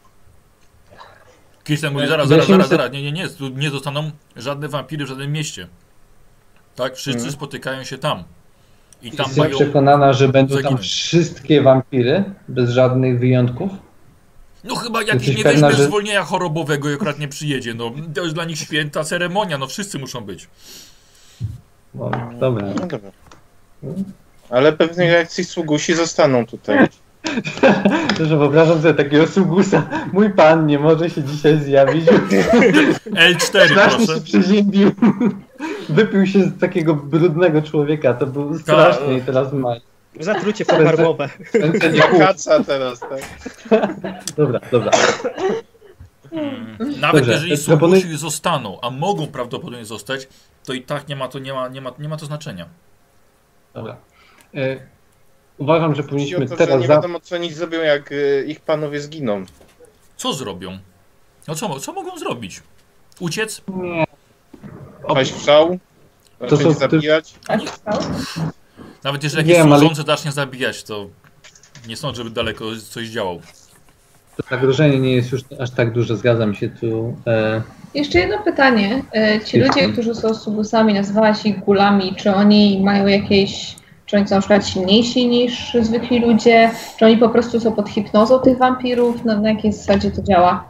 Kirsten mówi, zaraz, zaraz, Wyjaśnijmy zaraz, sobie- zaraz, nie, nie, nie, tu nie zostaną żadne wampiry w żadnym mieście. Tak, wszyscy Mhm. spotykają się tam. I tam Jesteś mają... przekonana, że będą tam zaginąć. wszystkie wampiry, bez żadnych wyjątków? No chyba jakiś Jesteś nie pewna, weźmie że- zwolnienia chorobowego i akurat nie przyjedzie. No to jest dla nich święta ceremonia, no wszyscy muszą być. No, dobra. No dobra. Ale pewnie jacyś sługusi zostaną tutaj. Że wyobrażam sobie takiego sługusa. Mój pan nie może się dzisiaj zjawić. L cztery, Strasznie proszę. się przeziębił. Wypił się z takiego brudnego człowieka. To był strasznie i teraz ma. Zatrucie pokarmowe. Ręce nie Jak pół. kaca teraz, tak? Dobra, dobra. Mm. Nawet Dobrze, jeżeli proponuję- sługusi zostaną, a mogą prawdopodobnie zostać, to i tak nie ma to, nie ma, nie ma, nie ma to znaczenia. Dobra. E, uważam, że Chodzi powinniśmy o to, że teraz nie za... wiadomo, co oni zrobią, jak y, ich panowie zginą. Co zrobią? No co, mo- co mogą zrobić? Uciec? Nie. Paść w szał, To zacząć są- zabijać. A co? Nawet jeżeli jakiś Wiem, ale- służący zacznie zabijać, to nie sądzę, żeby daleko coś działał. To zagrożenie nie jest już aż tak duże, zgadzam się tu. E, Jeszcze jedno pytanie. E, Ci ludzie, Jestem. którzy są subusami, nazywałaś ich gulami, czy oni mają jakieś, czy oni są na przykład silniejsi niż zwykli ludzie, czy oni po prostu są pod hipnozą tych wampirów, na, na jakiej zasadzie to działa?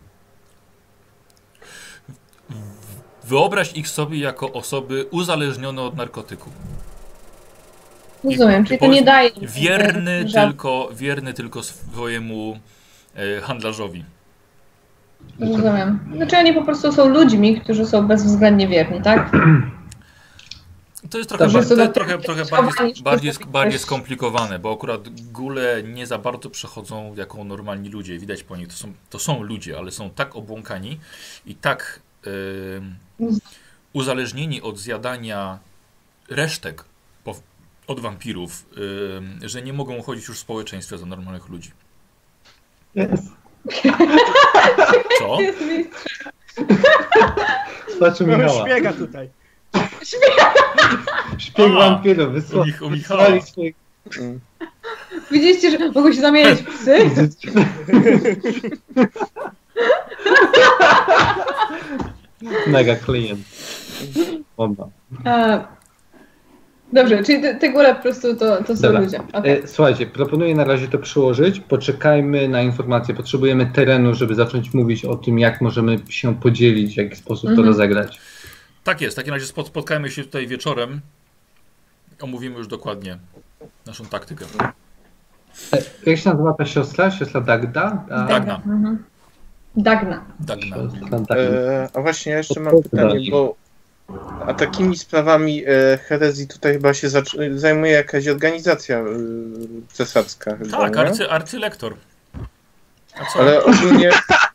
Wyobraź ich sobie jako osoby uzależnione od narkotyku. Rozumiem, czyli to nie daje im Wierny żadnych- tylko, wierny tylko swojemu e, handlarzowi. Rozumiem. Znaczy oni po prostu są ludźmi, którzy są bezwzględnie wierni, tak? To jest trochę, Dobrze, ba- to to jest na- trochę, trochę schowani bardziej, w bardziej, sposób bardziej dość- skomplikowane, bo akurat góle nie za bardzo przechodzą jako normalni ludzie. Widać po nich, to są, to są ludzie, ale są tak obłąkani i tak e, uzależnieni od zjadania resztek po, od wampirów, e, że nie mogą chodzić już w społeczeństwie za normalnych ludzi. jest. Co? Patrz Michała. Szpiega tutaj. Szpieg A, wampirów U, wysłał. Mich, u Michała. wysłali swoich Mm. Widzieliście, że mogą się zamieniać w psy? Mega klient. Bomba. A, dobrze, czyli te, te góle po prostu to, to są Dobra. ludzie. Okay. E, słuchajcie, proponuję na razie to przyłożyć. Poczekajmy na informacje. Potrzebujemy terenu, żeby zacząć mówić o tym, jak możemy się podzielić, w jaki sposób to Mhm. rozegrać. Tak jest, w takim razie spot- spotkajmy się tutaj wieczorem. Omówimy już dokładnie naszą taktykę. E, jak się nazywa ta siostra? Siostra Dagda? A, Dagna. Mhm. Dagna. Dagna. Siostra Dagna. E, a właśnie, ja jeszcze mam pytanie, bo a takimi sprawami e, herezji tutaj chyba się zac- zajmuje jakaś organizacja e, cesarska. Chyba, Tak, nie? arcy, arcylektor. A co? Ale ogólnie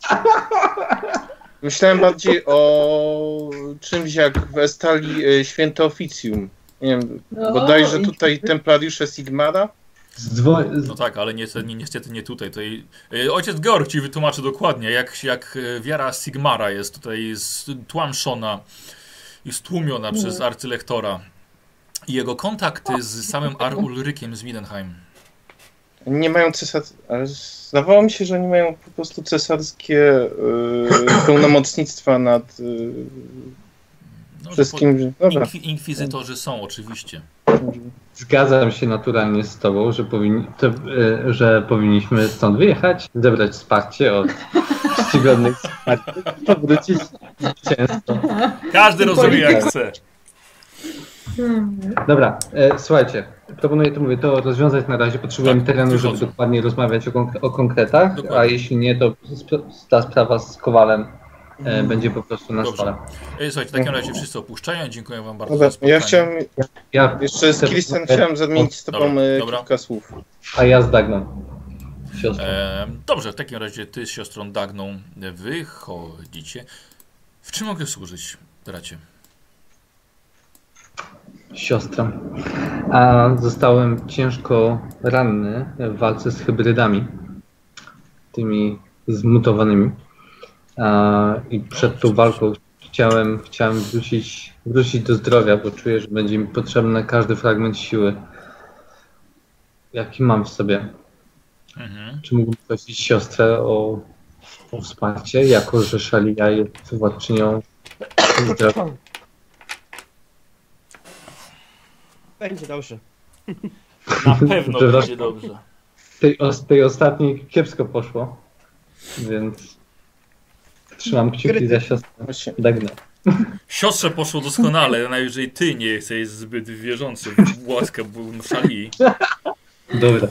myślałem bardziej o czymś jak w Estalii e, Święte Oficjum. Nie wiem, No, bodajże i- tutaj templariusze Sigmara. Zdzwo- z- No tak, ale niestety, ni- niestety nie tutaj. tutaj e, ojciec Georg ci wytłumaczy dokładnie, jak, jak e, wiara Sigmara jest tutaj stłamszona i stłumiona przez arcylektora. I jego kontakty z samym Ar Ulrykiem z Midenheim. Nie mają cesar... Ale zdawało mi się, że oni mają po prostu cesarskie e, pełnomocnictwa nad e, No, wszystkim. Dobra. Inkwi inkwizytorzy są oczywiście. Zgadzam się naturalnie z tobą, że, powinni, to, e, że powinniśmy stąd wyjechać, zebrać wsparcie od czcigodnych wsparcia, powrócić zwycięstwo. Każdy rozumie jak chce. Hmm. Dobra, e, słuchajcie, proponuję to mówię, to rozwiązać na razie. Potrzebujemy Tak, terenu, żeby wychodzą. dokładnie rozmawiać o, konk o konkretach, Dokładnie. a jeśli nie, to sp ta sprawa z Kowalem e, będzie po prostu na Dobrze. stole. E, Słuchajcie, w takim razie wszyscy opuszczają. Dziękuję wam bardzo Dobra, za spotkanie. ja chciałem, Ja, jeszcze z Kirsten chciałem zamienić z tobą Dobra, e, dobra. kilka słów. a ja z Dagną. Siostrą. E, dobrze, w takim razie ty z siostrą Dagną wychodzicie. W czym mogę służyć, bracie? Siostrą. A zostałem ciężko ranny w walce z hybrydami, tymi zmutowanymi. A, I przed tą walką chciałem, chciałem wrócić, wrócić do zdrowia, bo czuję, że będzie mi potrzebny każdy fragment siły, jaki mam w sobie. Mhm. Czy mógłbym prosić siostrę o, o wsparcie, jako że Shalia jest władczynią zdrowia? Będzie dobrze. Na pewno Przepraszam. będzie dobrze. Tej, os- tej ostatniej kiepsko poszło, więc trzymam kciuki za siostrę Właśnie. Dagnę. Siostrze poszło doskonale, najwyżej ty nie jesteś zbyt wierzący w łaskę Szali. Dobra.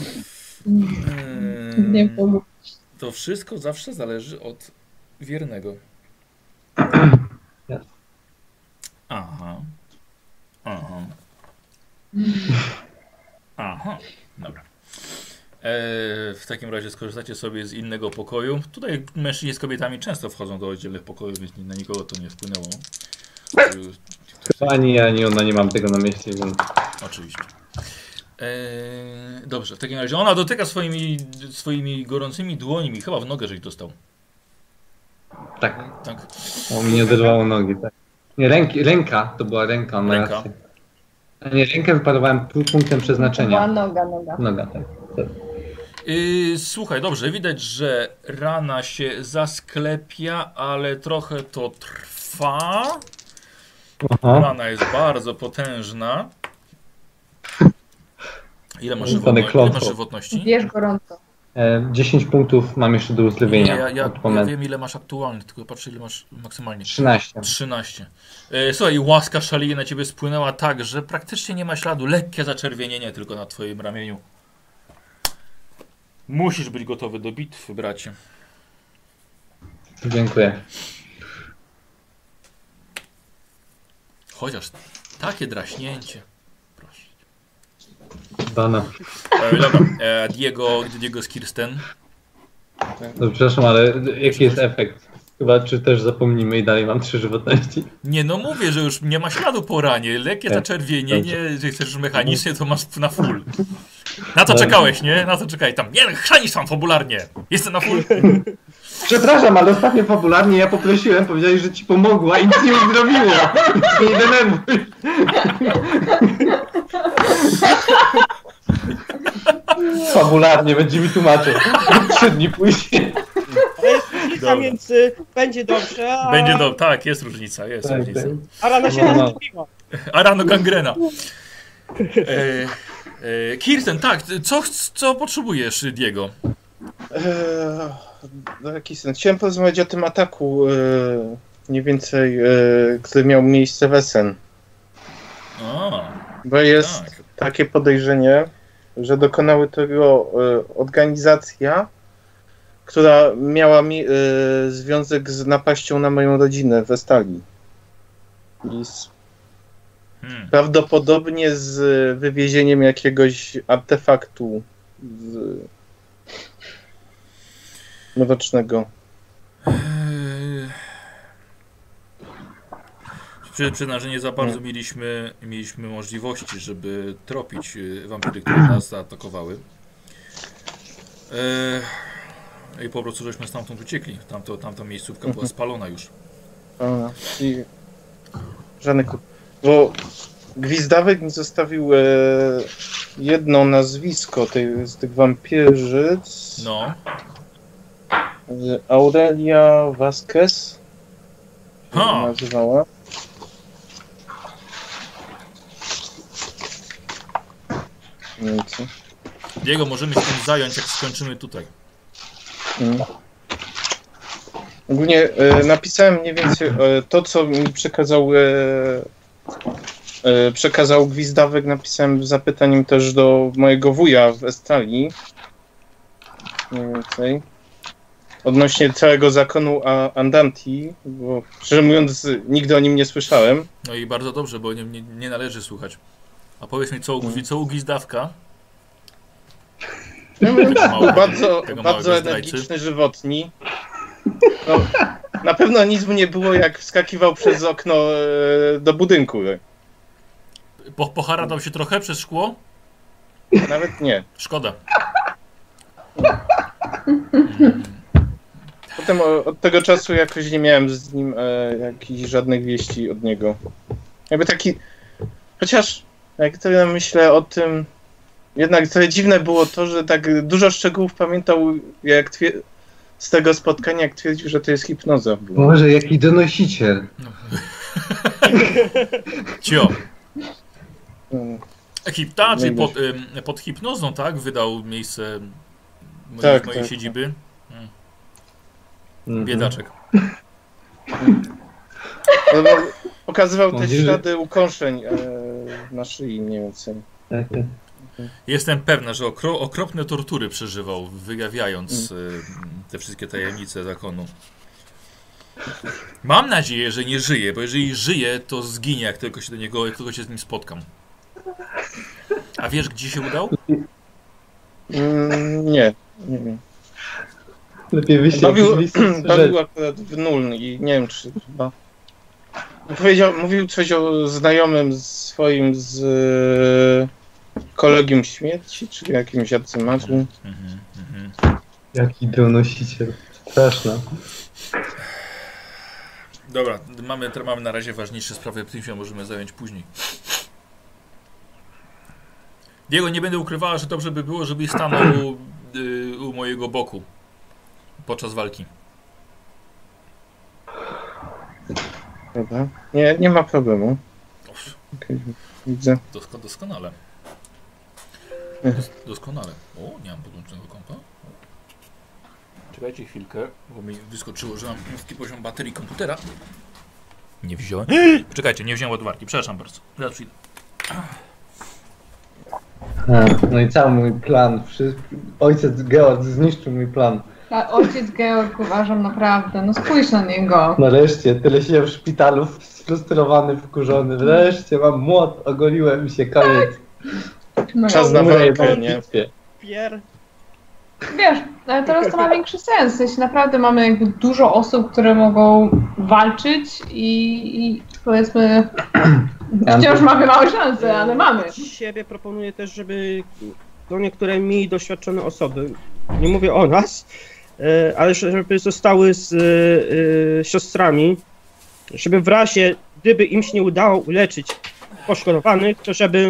Nie pomógł. To wszystko zawsze zależy od wiernego. Jasne. Aha. Aha. Aha. Dobra. E, w takim razie skorzystacie sobie z innego pokoju. Tutaj mężczyźni z kobietami często wchodzą do oddzielnych pokojów, więc na nikogo to nie wpłynęło. Chyba ani ja, ani ona nie mam tego na myśli, więc... Oczywiście. E, dobrze, w takim razie ona dotyka swoimi, swoimi gorącymi dłońmi, chyba w nogę żeś dostał. Tak. Tak? O, mi nie oderwało nogi, tak. Nie, ręki, ręka, to była ręka, on ma Ręka. rację. A nie, rękę wyparowałem punktem Była przeznaczenia. noga, noga. Noga, tak. tak. Yy, słuchaj, dobrze, widać, że rana się zasklepia, ale trochę to trwa. Aha. Rana jest bardzo potężna. Ile masz, Zostanę żywotno- ile klątwą. masz żywotności? Bierz gorąco. E, dziesięć punktów mam jeszcze do Nie, uzdrowienia. ja, ja, od ja momentu. wiem, ile masz aktualnie, tylko patrzę, ile masz maksymalnie. trzynaście. trzynaście. Yy, słuchaj, łaska Szalii na ciebie spłynęła tak, że praktycznie nie ma śladu. Lekkie zaczerwienienie tylko na twoim ramieniu. Musisz być gotowy do bitwy, bracie. Dziękuję. Chociaż takie draśnięcie. Proszę. Dana. E, dobra, e, Diego, Diego z Kirsten. No, przepraszam, ale jaki jest efekt? Chyba czy też zapomnimy i dalej mam trzy żywotności. Nie, no mówię, że już nie ma śladu po ranie. Lekkie Tak, zaczerwienienie, jeżeli chcesz już mechanicznie, to masz na full. Na to czekałeś, nie? Na to czekaj tam. Nie, chrzanisz tam fabularnie. Jestem na full. Przepraszam, ale ostatnio fabularnie ja poprosiłem, powiedzieli, że ci pomogła i nic nie uzdrowiło. Nie denerwuj. Fabularnie będzie mi tłumaczył. Trzy dni później. Ale jest różnica między będzie dobrze, a, Będzie do... Tak, jest różnica, jest Tak, różnica. tak. a rana się No, no. rozbiła. A rano gangrena. E, e, Kirsten, tak, co, co potrzebujesz, Diego? Eee, no jaki sens? Chciałem porozmawiać o tym ataku, eee, mniej więcej, eee, który miał miejsce w Essen. O, Bo jest tak. takie podejrzenie, że dokonały tego e, organizacja, która miała mi, e, związek z napaścią na moją rodzinę w Estalii. I z, Hmm. prawdopodobnie z wywiezieniem jakiegoś artefaktu z mrocznego. Eee, Przy, przyznam, że nie za bardzo mieliśmy, mieliśmy możliwości, żeby tropić y, wampiry, które nas zaatakowały. Eee, I po prostu żeśmy stamtąd uciekli. Tamto, tamta miejscówka była spalona już. A, i żadnych. Bo Gwizdawek mi zostawił e, jedno nazwisko tej, z tych wampirzyc. No. E, Aurelia Vasquez. Jak Ha! się nazywała. Nie wiem co. Diego, możemy się tym zająć, jak skończymy tutaj. Mm. Ogólnie e, napisałem mniej więcej e, to, co mi przekazał e, e, przekazał Gwizdawek, napisałem z zapytaniem też do mojego wuja w Estalii. Mniej więcej. Odnośnie całego zakonu A- Andanti, bo szczerze mówiąc nigdy o nim nie słyszałem. No i bardzo dobrze, bo nie, nie, nie należy słuchać. A powiedz mi, co u, co u Gwizdawka? Mały- Bardzo, tego bardzo małego energiczny, żywotni. No, na pewno nic mu nie było, jak wskakiwał przez okno e, do budynku. Po, poharadał się trochę przez szkło? Nawet nie. Szkoda. Potem o, od tego czasu jakoś nie miałem z nim e, jakichś żadnych wieści od niego. Jakby taki... Chociaż jak to ja myślę o tym... Jednak trochę dziwne było to, że tak dużo szczegółów pamiętał jak twier... z tego spotkania, jak twierdził, że to jest hipnoza. Było. Może jaki donosiciel. No. Cio. Mm. Hipta, czyli Nie pod, ym, pod hipnozą, tak? Wydał miejsce mojej, Tak, mojej tak, siedziby. Mhm. Biedaczek. No, bo pokazywał te Mówię, że- ślady ukąszeń e, na szyi mniej więcej. Tak, tak. Jestem pewna, że okro, okropne tortury przeżywał, wyjawiając y, te wszystkie tajemnice zakonu. Mam nadzieję, że nie żyje, bo jeżeli żyje, to zginie, jak tylko się do niego, jak tylko się z nim spotkam. A wiesz, gdzie się udał? Mm, nie, nie wiem. Lepiej wyjść Bawił, jakiś list bawił akurat w nul i nie wiem, czy chyba... Powiedział, mówił coś o znajomym swoim z e, kolegium śmierci, czy jakimś arcymagiem. Mhm, mhm. Jaki donosiciel. Straszne. Dobra, mamy, mamy na razie ważniejsze sprawy, tym się możemy zająć później. Diego, nie będę ukrywała, że dobrze by było, żebyś stanął u, y, u mojego boku podczas walki. Dobra. Nie, nie ma problemu. Owszem, Okay, widzę. dosko, doskonale. Doskonale. O, nie mam podłączonego kompa. Czekajcie chwilkę, bo mi wyskoczyło, że mam niski poziom baterii komputera. Nie wziąłem. Czekajcie, nie wziąłem ładowarki. Przepraszam bardzo. Zaraz przyjdę. A, no i cały mój plan. Wszy... Ojciec Georg zniszczył mój plan. A ojciec Georg uważam naprawdę, no spójrz na niego. Nareszcie, tyle się w szpitalu, sfrustrowany, wkurzony. Wreszcie mam młot, ogoliłem się, koniec. No, Czas na Umrę walkę, w nie? bitwie. Pier... Wiesz, ale teraz to ma większy sens. W sensie naprawdę mamy jakby dużo osób, które mogą walczyć i, i powiedzmy wciąż mamy małe szanse, ale mamy. Od siebie proponuję też, żeby do niektóre mniej doświadczone osoby, nie mówię o nas, e, ale żeby zostały z e, siostrami, żeby w razie, gdyby im się nie udało uleczyć poszkodowanych, to żeby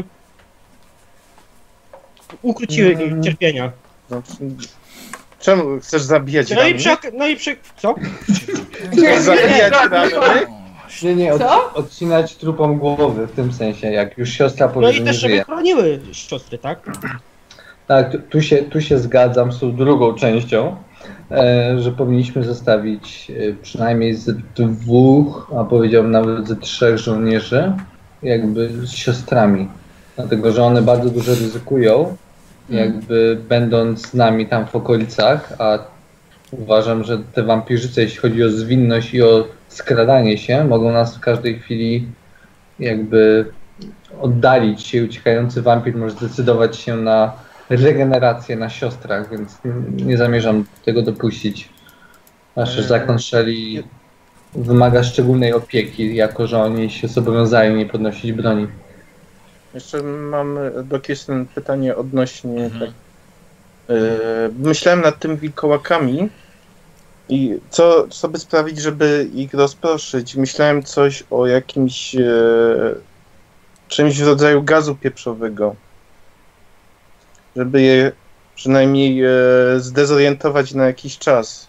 ukróciły im cierpienia. Znaczy, czemu chcesz zabijać No i rany? przy, no i przy, co? Chcesz zabijać rany? Nie, nie, od, Co? odcinać trupom głowy w tym sensie, jak już siostra No powie, i że nie też, żeby żyje. chroniły siostry, tak? Tak, tu, tu, się, tu się zgadzam z tą drugą częścią, e, że powinniśmy zostawić e, przynajmniej z dwóch, a powiedziałbym nawet ze trzech żołnierzy, jakby z siostrami. Dlatego, że one bardzo dużo ryzykują, jakby będąc z nami tam w okolicach, a uważam, że te wampirzyce, jeśli chodzi o zwinność i o skradanie się, mogą nas w każdej chwili jakby oddalić się. Uciekający wampir może zdecydować się na regenerację na siostrach, więc nie zamierzam tego dopuścić. Nasz Eee. zakon Shelley wymaga szczególnej opieki, jako że oni się zobowiązają nie podnosić broni. Jeszcze mam do Kirsten pytanie odnośnie... Mhm. Tak, yy, myślałem nad tym wilkołakami i co, co by sprawić, żeby ich rozproszyć. Myślałem coś o jakimś e, czymś w rodzaju gazu pieprzowego, żeby je przynajmniej e, zdezorientować na jakiś czas.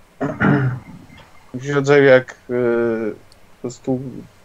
W rodzaju jak e, po prostu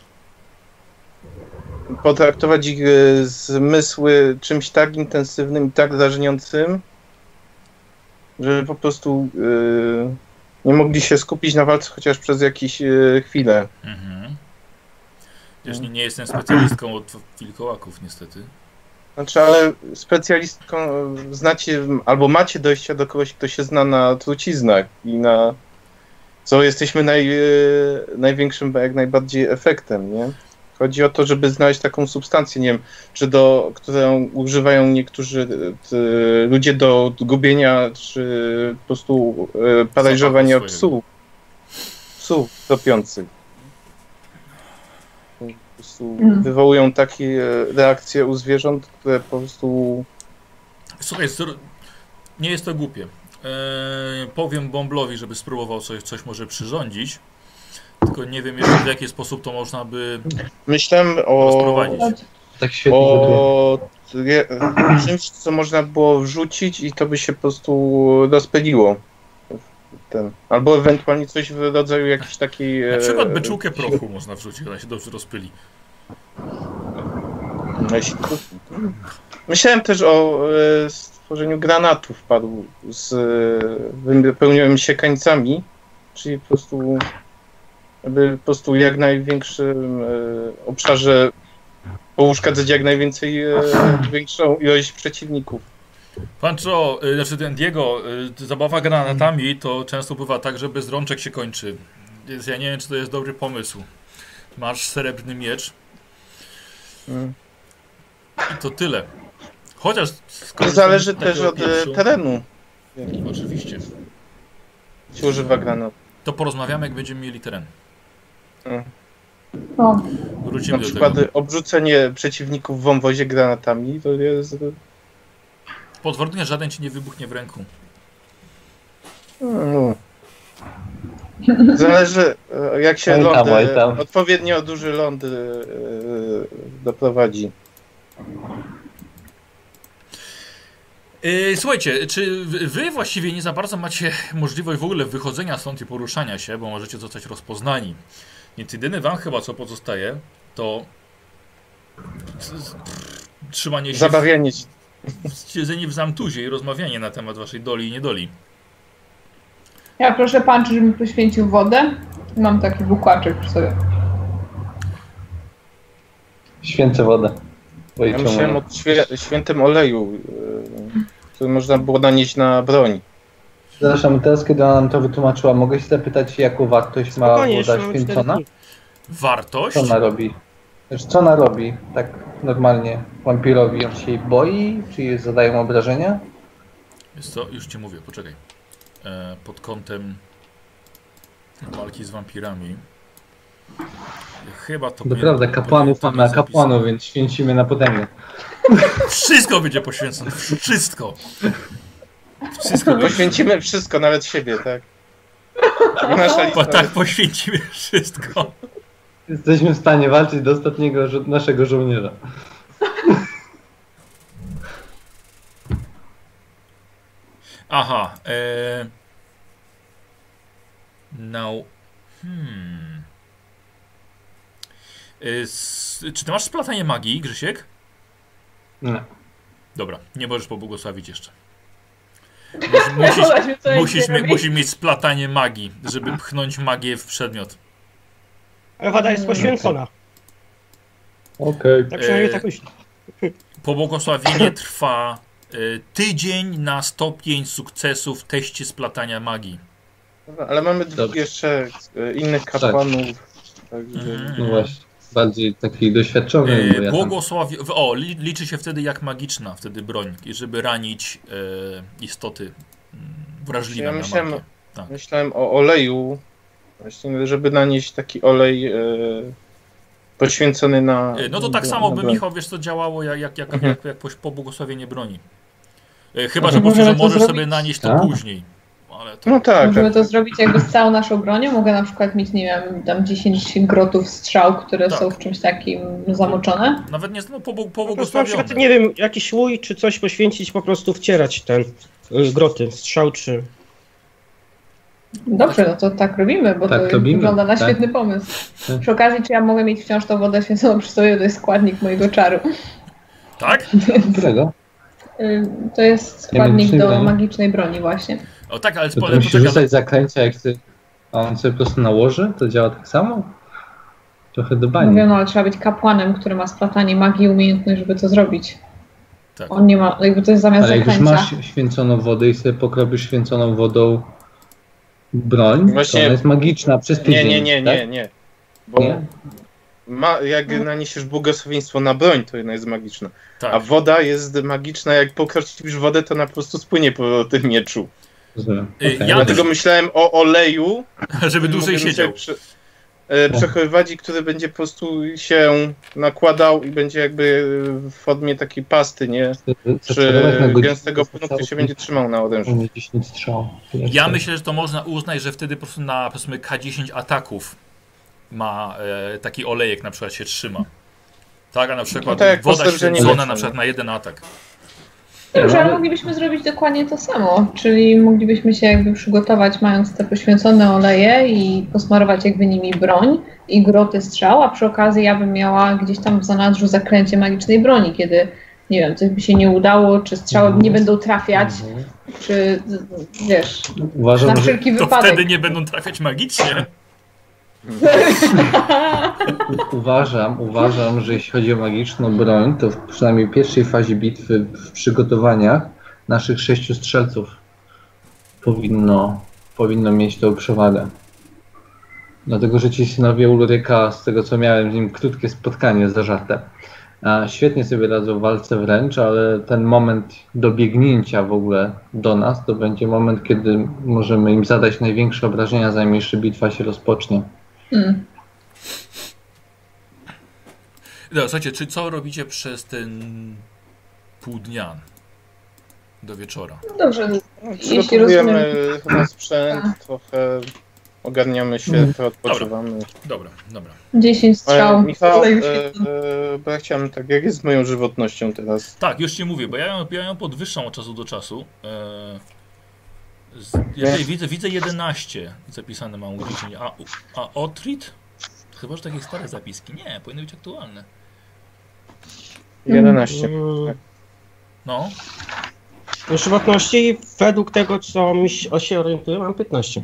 potraktować ich e, zmysły czymś tak intensywnym i tak drażniącym, żeby po prostu e, nie mogli się skupić na walce chociaż przez jakieś e, chwilę. Mhm. Wiesz, nie, nie jestem specjalistką od wilkołaków, niestety. Znaczy, ale specjalistką znacie, albo macie dojścia do kogoś, kto się zna na truciznach i na co jesteśmy naj, największym, jak najbardziej efektem, nie? Chodzi o to, żeby znaleźć taką substancję, nie wiem, czy do, którą używają niektórzy t, ludzie do gubienia, czy po prostu e, paraliżowania psów. Psów topiących. Po prostu Mm. wywołują takie reakcje u zwierząt, które po prostu... Słuchaj, zro- nie jest to głupie. Eee, powiem Bomblowi, żeby spróbował coś, coś może przyrządzić. Tylko nie wiem jeszcze w jaki sposób to można by Myślałem o, rozprowadzić. Tak świetnie o je- czymś, co można było wrzucić i to by się po prostu rozpyliło. Ten. Albo ewentualnie coś w rodzaju jakiejś takiej... Na przykład e, beczułkę prochu można wrzucić, ona się dobrze rozpyli. Myślałem też o e, stworzeniu granatów paru z e, wypełnionymi siekańcami, czyli po prostu aby po prostu jak największym e, obszarze pouszkadzać jak najwięcej e, większą ilość przeciwników. Pancho, y, znaczy ten Diego, y, zabawa granatami to często bywa tak, że bez rączek się kończy. Więc ja nie wiem, czy to jest dobry pomysł. Masz srebrny miecz Mm. i to tyle. Chociaż... To zależy z takiego też od e, pieprzu- terenu, Oczywiście. się używa granat. To porozmawiamy, jak będziemy mieli teren. O, Wrócimy Na do przykład tego. obrzucenie przeciwników w wąwozie granatami to jest... Pod warunkiem, że żaden ci nie wybuchnie w ręku. No. Zależy e, jak się Oj tam, lądy, oj tam. odpowiednio duży ląd e, doprowadzi. Yy, słuchajcie, czy wy- wy właściwie nie za bardzo macie możliwość w ogóle wychodzenia stąd i poruszania się, bo możecie zostać rozpoznani. Więc jedyne wam chyba co pozostaje, to trzymanie się, Zabawianie się. siedzenie w zamtuzie i rozmawianie na temat waszej doli i niedoli. ja proszę pan, żeby mi poświęcił wodę. Mam taki bukłaczek przy sobie. Święcę wodę. Bo Ja myślałem o świe- świętym oleju, e, który można było nanieść na broń. Zresztą teraz, kiedy ona nam to wytłumaczyła, mogę się zapytać, jaką wartość ma Spokojnie, jeszcze woda mamy cztery święcona? dni. Wartość? Co ona robi? Znaczy, co ona robi? Tak normalnie wampirowi, on się jej boi? Czy jej zadają obrażenia? Jest co? Już ci mówię, poczekaj. E, pod kątem walki z wampirami. Chyba to To powinien- prawda, kapłanów powinien mamy, a to być kapłanów, zapisane. więc święcimy na potęgę. Wszystko będzie poświęcone. Wszystko. Wszystko będzie. Poświęcimy wszystko, nawet siebie, tak? I nasza Po, lista. tak, poświęcimy wszystko. Jesteśmy w stanie walczyć do ostatniego żo- naszego żołnierza. Aha. E... Now. Hmm. E, s... Czy ty masz splatanie magii, Grzesiek? Nie. Dobra, nie możesz pobłogosławić jeszcze. Mus, musisz, Zobaczmy, co musisz, jeszcze mie- robi. musisz mieć splatanie magii, żeby pchnąć magię w przedmiot. Ale woda jest poświęcona. Okej. Tak przynajmniej E, tak myślę. Pobłogosławienie trwa e, tydzień na stopień sukcesu w teście splatania magii. Dobra, ale mamy dwóch Dobrze. jeszcze e, innych kapłanów. Także... Mhm. No właśnie. Bardziej taki doświadczony, bo E, ja tam... błogosławi... O, li, liczy się wtedy jak magiczna wtedy broń, i żeby ranić e, istoty mm, wrażliwe Ja na myślałem- magię. Tak. Myślałem o oleju, właśnie, żeby nanieść taki olej e, poświęcony na... E, No to tak na- samo na by, broń. Michał, wiesz co, działało jak, jak, jak, Mhm. jak, jak po, po błogosławienie broni. E, chyba, No że to po prostu, że możemy to możesz sobie zrobić. nanieść to Tak. później. Ale to... No tak, Możemy tak. to zrobić jakby z całą naszą bronią. Mogę na przykład mieć, nie wiem, tam dziesięć grotów strzał, które Tak. są w czymś takim zamoczone. Nawet nie no, po, po Po prostu na błogosławione. przykład, nie wiem, jakiś łój czy coś poświęcić, po prostu wcierać ten y, groty, strzał czy... Dobrze, no to tak robimy, bo Tak to robimy, wygląda na tak. świetny pomysł. Tak. Przy okazji, czy ja mogę mieć wciąż tą wodę święconą przy sobie, to jest składnik mojego czaru. Tak? Którego? Y, To jest Nie składnik magicznej do broni? magicznej broni właśnie. O tak, ale To, po, to musi poczekaj, rzucać zaklęcia, jak chce... A on sobie po prostu nałoży? To działa tak samo? Trochę do bani. Mówię, no ale trzeba być kapłanem, który ma splatanie magii i umiejętność, żeby to zrobić. tak. On nie ma, jakby to jest zamiast Ale jak już zaklęcia. masz święconą wodę i sobie pokropisz święconą wodą broń, Właśnie- to ona jest magiczna przez Nie, tydzień. nie, nie, tak? nie, nie. Bo Nie? ma, jak naniesiesz błogosławieństwo na broń, to ona jest magiczna. tak. A woda jest magiczna, jak pokroczysz wodę, to ona po prostu spłynie po tym mieczu. Rozumiem. Y, Okej. ja Dlatego myślałem o oleju. Żeby dłużej Mogę siedział. sobie Przy... e, przechowywadzi, który będzie po prostu się nakładał i będzie jakby w formie takiej pasty, nie? Czy gęstego płynu, który się będzie trzymał na orężu. dziesięć strzał. Ja myślę, że to można uznać, że wtedy po prostu na powiedzmy K dziesięć ataków ma e, taki olejek na przykład się trzyma. Tak, a na przykład no tak, woda święcona nie na przykład na jeden atak. Dobrze, ale moglibyśmy zrobić dokładnie to samo, czyli moglibyśmy się jakby przygotować mając te poświęcone oleje i posmarować jakby nimi broń i groty strzał, a przy okazji ja bym miała gdzieś tam w zanadrzu zaklęcie magicznej broni, kiedy nie wiem, coś by się nie udało, czy strzały nie będą trafiać, czy wiesz, Uważam, na że wszelki To wypadek. wtedy nie będą trafiać magicznie. Uważam, uważam, że jeśli chodzi o magiczną broń, to w przynajmniej pierwszej fazie bitwy w przygotowaniach naszych sześciu strzelców powinno, powinno mieć tą przewagę. Dlatego, że ci synowie Ulryka, z tego co miałem z nim krótkie spotkanie zażarte, a świetnie sobie radzą w walce wręcz, ale ten moment dobiegnięcia w ogóle do nas to będzie moment, kiedy możemy im zadać największe obrażenia, zanim jeszcze bitwa się rozpocznie. Hmm. No, słuchajcie, czy co robicie przez ten pół dnia do wieczora? Dobrze, jeśli Przygotowujemy rozumiem. chyba sprzęt, trochę ogarniamy się, trochę odpoczywamy. Dobra, dobra. dziesięć E, strzał. Michał, Tutaj e, już e, jest. bo ja chciałem tak, jak jest z moją żywotnością teraz? Tak, już ci mówię, bo ja ją, ja ją podwyższam od czasu do czasu. E, z, ja tutaj widzę, widzę jedenaście zapisane mam u dziesięć. A, a Otrit? Chyba, że takie stare zapiski. Nie, powinny być aktualne. jedenaście. Mm, No, Żywotności według tego, co mi się, się orientuje, mam piętnaście.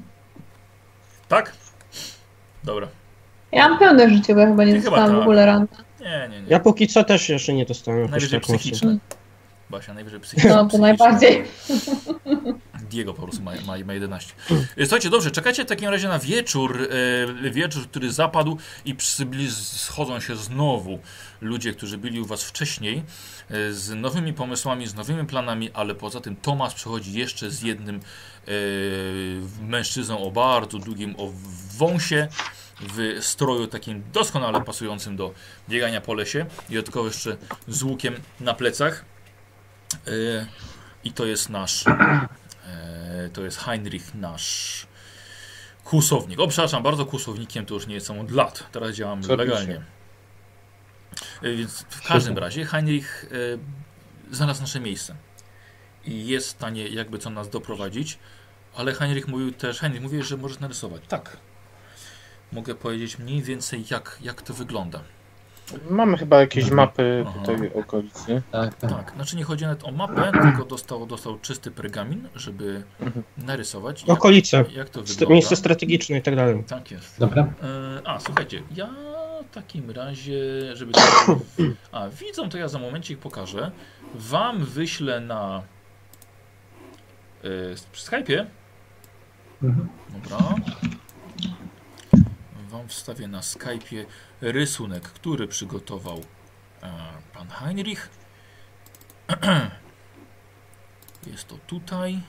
tak? Dobra. Ja mam pełne życie, bo ja chyba nie Ty chyba dostałam w tak. ogóle rana. Nie, nie, nie. Ja póki co też jeszcze nie dostałem jakoś Najwyżej tak mocno. psychiczne. Basia, najwyżej psychiczne. No, to psychiczne. najbardziej. Diego po prostu ma, ma, ma jedenaście. E, Słuchajcie, dobrze, czekajcie w takim razie na wieczór, e, wieczór, który zapadł i przybyli, schodzą się znowu ludzie, którzy byli u was wcześniej, e, z nowymi pomysłami, z nowymi planami, ale poza tym Tomasz przychodzi jeszcze z jednym e, mężczyzną o bardzo długim o wąsie, w stroju takim doskonale pasującym do biegania po lesie i dodatkowo jeszcze z łukiem na plecach. E, I to jest nasz to jest Heinrich, nasz kłusownik. O, przepraszam, bardzo kłusownikiem to już nie jestem od lat. Teraz działam Co legalnie. E, Więc w każdym razie Heinrich e, znalazł nasze miejsce i jest w stanie jakby co nas doprowadzić, ale Heinrich mówił też, Heinrich mówił, że możesz narysować. Tak. Mogę powiedzieć mniej więcej jak, jak to wygląda. Mamy chyba jakieś mapy Aha. po tej okolicy. Tak, tak. Tak, znaczy nie chodzi nawet o mapę, tylko dostał, dostał czysty pergamin, żeby narysować. Jak, Okolice, jak to st- wygląda. miejsce strategiczne i tak dalej. Tak jest. Dobra. E, a, słuchajcie, ja w takim razie, żeby... A, widzą, to ja za momencik pokażę. Wam wyślę na e, Skype'ie. Mhm. Dobra. Wam wstawię na Skype'ie rysunek, który przygotował e, pan Heinrich. Jest to tutaj.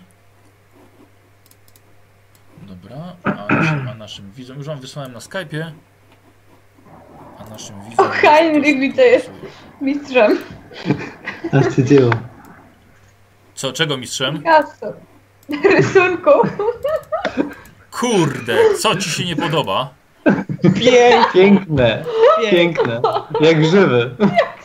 Dobra, a, a naszym widzom, już wam wysłałem na Skype'ie. A naszym widzom... Heinrich widzę jest mistrzem. Aż ty dzieło. Co, czego mistrzem? Jasno. Rysunku. Kurde, co ci się nie podoba? Pięknie, Piękne, piękne. Jak żywy.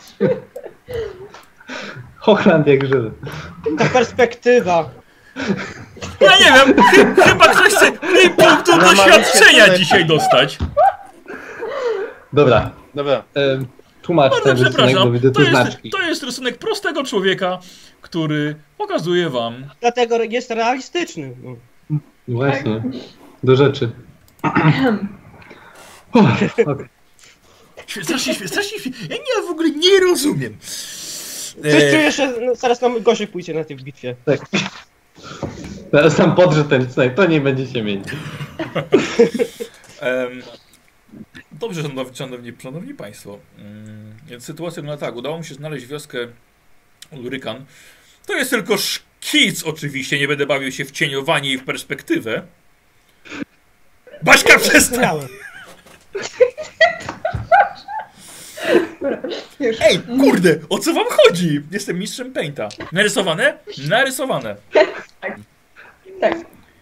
Hochland jak żywy. ta perspektywa. Ja nie wiem, chy, chyba ktoś chce mniej punktów doświadczenia dzisiaj dostać. Dobra. Dobra. E, tłumacz Bardzo ten rysunek, bo przepraszam, widzę to tu jest, znaczki. to jest rysunek prostego człowieka, który pokazuje wam... Dlatego jest realistyczny. No. Właśnie. Do rzeczy. Uff, okay. Strasznie, strasznie, ja nie, w ogóle nie rozumiem. Coś czuję, że no, zaraz nam gorzej pójdzie na tej bitwie. Tak. Teraz tam podrze ten rysunek, to nie będziecie mieli. Em, Dobrze, szanowni, szanowni, szanowni Państwo. Mm, Więc sytuacja wygląda tak. Udało mi się znaleźć wioskę Ulrykan. To jest tylko szkic oczywiście. Nie będę bawił się w cieniowanie i w perspektywę. Baśka, przestań! Miałem. Już. Ej, kurde, o co wam chodzi? Jestem mistrzem painta. Narysowane? Narysowane. Tak.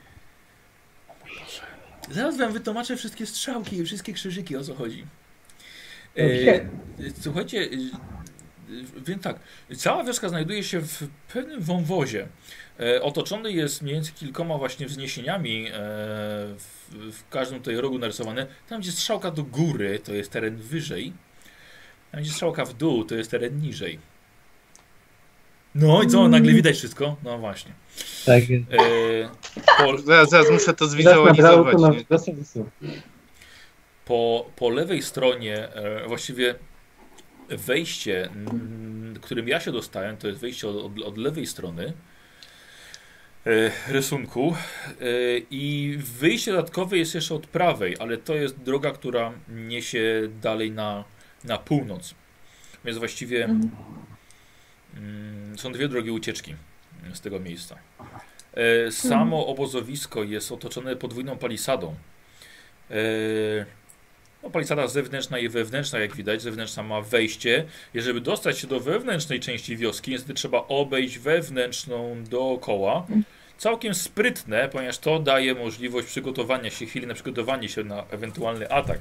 Zaraz wam wytłumaczę wszystkie strzałki i wszystkie krzyżyki, o co chodzi. Okay. E, słuchajcie, e, więc tak, cała wioska znajduje się w pewnym wąwozie. E, otoczony jest mniej więcej kilkoma właśnie wzniesieniami, e, w, w każdym tutaj rogu narysowane. Tam gdzie strzałka do góry, to jest teren wyżej. Tam gdzie strzałka w dół, to jest teren niżej. No i co, nagle widać wszystko? No właśnie. Tak jest. E, po, Zaraz, zaraz muszę to Teraz nabrało zwizualizować. to nie? na do sensu. Po, po lewej stronie, e, właściwie wejście, m, którym ja się dostałem, to jest wejście od, od, od lewej strony e, rysunku e, i wyjście dodatkowe jest jeszcze od prawej, ale to jest droga, która niesie dalej na, na północ. Więc właściwie Mhm. mm, są dwie drogi ucieczki z tego miejsca. E, samo obozowisko jest otoczone podwójną palisadą. E, No, palisada zewnętrzna i wewnętrzna, jak widać. Zewnętrzna ma wejście. I żeby dostać się do wewnętrznej części wioski, niestety trzeba obejść wewnętrzną dookoła. Całkiem sprytne, ponieważ to daje możliwość przygotowania się, chwili na przygotowanie się na ewentualny atak.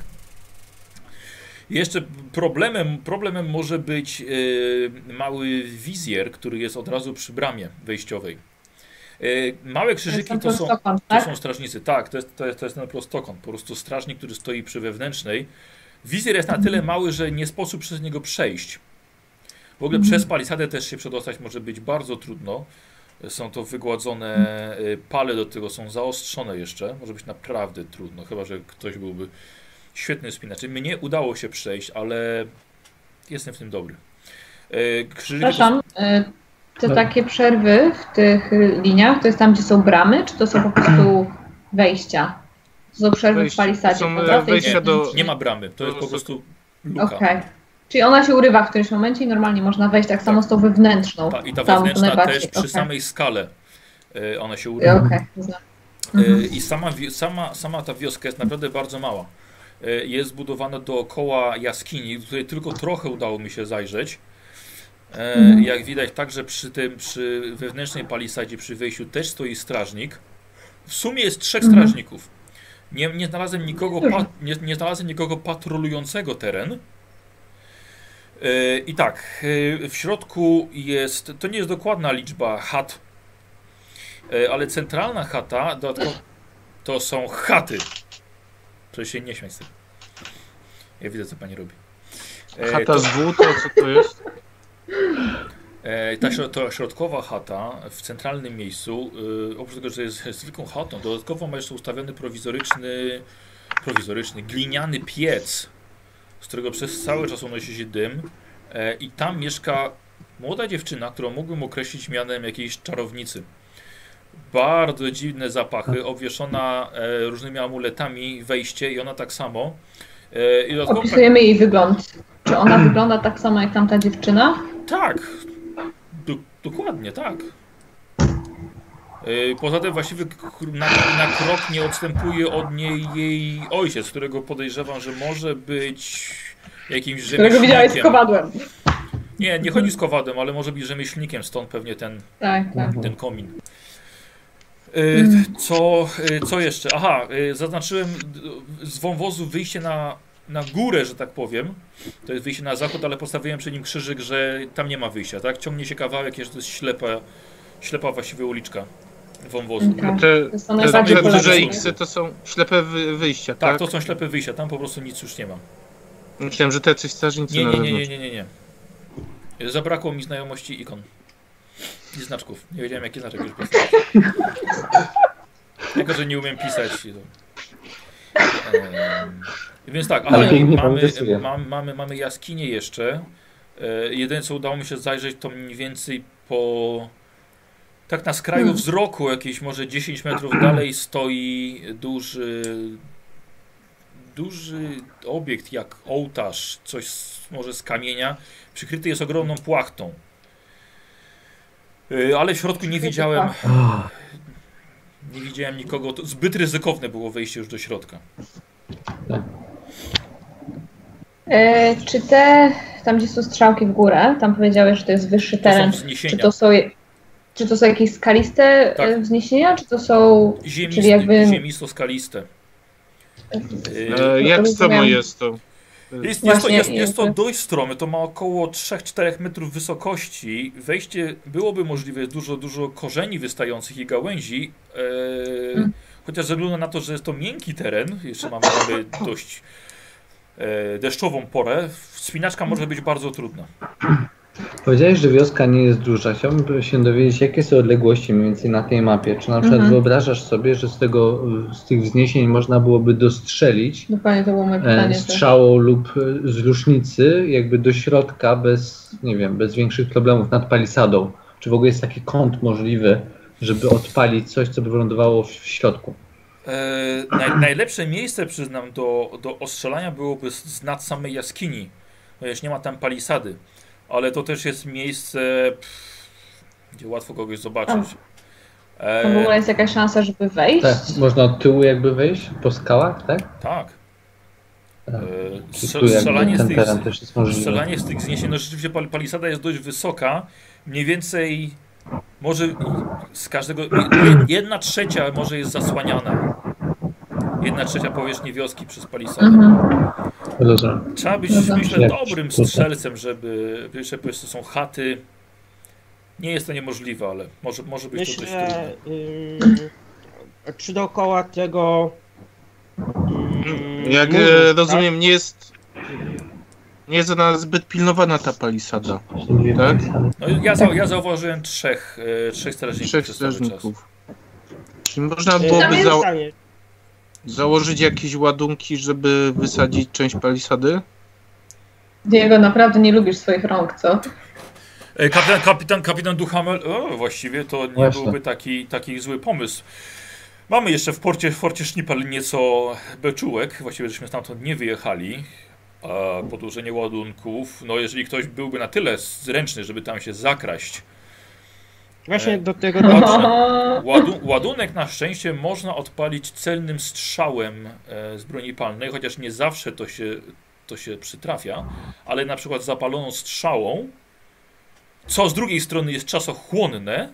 Jeszcze problemem, problemem może być yy, mały wizjer, który jest od razu przy bramie wejściowej. Yy, małe krzyżyki ten to są... prostokąt, To tak? są strażnicy, tak, to jest, to jest, to jest ten prostokąt. Po prostu strażnik, który stoi przy wewnętrznej. Wizjer jest na tyle mały, że nie sposób przez niego przejść. W ogóle Mhm. przez palisadę też się przedostać może być bardzo trudno. Są to wygładzone y, pale, do tego są zaostrzone jeszcze. Może być naprawdę trudno, chyba że ktoś byłby świetny wspinacz. Mnie udało się przejść, ale jestem w tym dobry. Y, krzyżyki to- Przepraszam, y, te takie przerwy w tych y, liniach, to jest tam, gdzie są bramy, czy to są po prostu wejścia? To są przerwy Wejścia. w palisadzie, To są, prawda? e, wejścia Tej- do- Nie ma bramy, to jest po prostu luka. Okej. Czyli ona się urywa w którymś momencie i normalnie można wejść tak samo z tą wewnętrzną. Ta, I ta Tam wewnętrzna najbardziej, też przy okej. samej skale y, ona się Okej, urywa. okay. znam. E, Mhm. I sama, wi- sama, sama ta wioska jest naprawdę bardzo mała. E, Jest zbudowana dookoła jaskini, do której tylko trochę udało mi się zajrzeć. E, Mhm. Jak widać, także przy tym, przy wewnętrznej palisadzie, przy wejściu też stoi strażnik. W sumie jest trzech Mhm. strażników. Nie, nie, znalazłem nikogo pa, nie, nie znalazłem nikogo patrolującego teren. E, I tak, e, w środku jest, to nie jest dokładna liczba chat, e, ale centralna chata dodatkowo to są chaty. Proszę się nie śmiać z tego. Ja widzę, co pani robi. E, Chata to, z W, to co to jest? e, ta śro- to środkowa chata w centralnym miejscu, e, oprócz tego, że jest zwykłą chatą, dodatkowo ma jeszcze ustawiony prowizoryczny, prowizoryczny, gliniany piec, z którego przez cały czas unosi się dym. E, I tam mieszka młoda dziewczyna, którą mógłbym określić mianem jakiejś czarownicy. Bardzo dziwne zapachy, obwieszona e, różnymi amuletami, wejście i ona tak samo. E, i dodatkowo, Opisujemy jej wygląd. Czy ona wygląda tak samo jak tamta dziewczyna? tak, do, dokładnie tak. E, poza tym właściwie k- na, na krok nie odstępuje od niej jej ojciec, którego podejrzewam, że może być jakimś Którego widziałeś z rzemieślnikiem. kowadłem. Nie, nie chodzi z kowadłem, ale może być rzemieślnikiem, stąd pewnie ten Tak, tak. ten komin. Y, Co, y, co jeszcze? Aha, y, zaznaczyłem y, z wąwozu wyjście na, na górę, że tak powiem. To jest wyjście na zachód, ale postawiłem przy nim krzyżyk, że tam nie ma wyjścia, tak? Ciągnie się kawałek, jeszcze to jest ślepa, ślepa właściwie uliczka wąwozu. Okej. Te, To są te, najbardziej te duże polecane. X-y to są ślepe wy, wyjścia, Tak, tak? to są ślepe wyjścia, tam po prostu nic już nie ma. Myślałem, że te coś strażnicy Nie, na nie, nie, zewnątrz. nie, nie, nie, nie. Zabrakło mi znajomości ikon i znaczków. Nie wiedziałem, jaki znaczek już postawić. Jako, że nie umiem pisać. To... Ehm, więc tak, aha, Ale pięknie pan mamy, rysuje. mamy, mamy, mamy jaskinię jeszcze. E, jedyne, co udało mi się zajrzeć, to mniej więcej po... Tak na skraju Hmm. wzroku, jakieś może dziesięć metrów dalej stoi duży... Duży obiekt jak ołtarz, coś z, może z kamienia, przykryty jest ogromną płachtą. Yy, ale w środku nie widziałem, nie widziałem nikogo. To zbyt ryzykowne było wejście już do środka. E, czy te, tam gdzie są strzałki w górę, tam powiedziałeś, że to jest wyższy teren. To są wzniesienia. Czy to są, czy to są jakieś skaliste Tak. wzniesienia, czy to są... Ziemiste, czyli jakby... ziemisto-skaliste. E, jak stromo jest to? Jest, jest, to, Właśnie, jest, jest to jakby- dość strome, to ma około trzy cztery metrów wysokości. Wejście byłoby możliwe, jest dużo, dużo korzeni wystających i gałęzi. E, Mm. Chociaż ze względu na to, że jest to miękki teren, jeszcze mamy, mamy dość e, deszczową porę, wspinaczka może być bardzo trudna. Powiedziałeś, że wioska nie jest duża. Chciałbym się dowiedzieć, jakie są odległości mniej więcej na tej mapie. Czy na przykład Mhm. wyobrażasz sobie, że z tego, z tych wzniesień można byłoby dostrzelić Dokładnie to było moje e, pytanie. też. strzałą lub e, z rusznicy jakby do środka bez, nie wiem, bez większych problemów nad palisadą? Czy w ogóle jest taki kąt możliwy, żeby odpalić coś, co by wylądowało w, w środku? E, naj, najlepsze miejsce, przyznam, do, do ostrzelania byłoby z, z nad samej jaskini, ponieważ nie ma tam palisady. Ale to też jest miejsce, pff, gdzie łatwo kogoś zobaczyć. To w ogóle E, jest jakaś szansa, żeby wejść? Tak, można od tyłu jakby wejść po skałach, tak? tak. Tak. E, Czy strze- tu jakby strzelanie, z ten tych, teren też jest możliwy? strzelanie z tych zniesień, no rzeczywiście pal- palisada jest dość wysoka. Mniej więcej może z każdego, je- jedna trzecia może jest zasłaniana. Jedna trzecia powierzchni wioski przez palisadę. Mhm. Rozumiem. Trzeba być, Dobra. myślę, Jak dobrym tutaj. strzelcem, żeby... Jeszcze po prostu są chaty. Nie jest to niemożliwe, ale może, może być to dość Myślę, trudne. ym, czy dookoła tego... ym, Jak muru, e, tak? rozumiem, nie jest... Nie jest ona zbyt pilnowana ta palisada. Tak? No, ja, za, ja zauważyłem trzech, e, trzech strażników Trzech przez cały czas. strażników. Czyli można Tam byłoby jest za... stanie. założyć jakieś ładunki, żeby wysadzić część palisady? Diego, naprawdę nie lubisz swoich rąk, co? E, Kapitan, kapitan, kapitan Duhamel, o, właściwie to nie Właśnie. byłby taki, taki zły pomysł. Mamy jeszcze w porcie, w porcie Sznipel nieco beczułek, właściwie żeśmy stamtąd nie wyjechali. A podłożenie ładunków, no jeżeli ktoś byłby na tyle zręczny, żeby tam się zakraść. Właśnie E, do tego Dobrze. dążę. Ładu, ładunek na szczęście można odpalić celnym strzałem e, z broni palnej, chociaż nie zawsze to się, to się przytrafia, ale na przykład zapaloną strzałą, co z drugiej strony jest czasochłonne,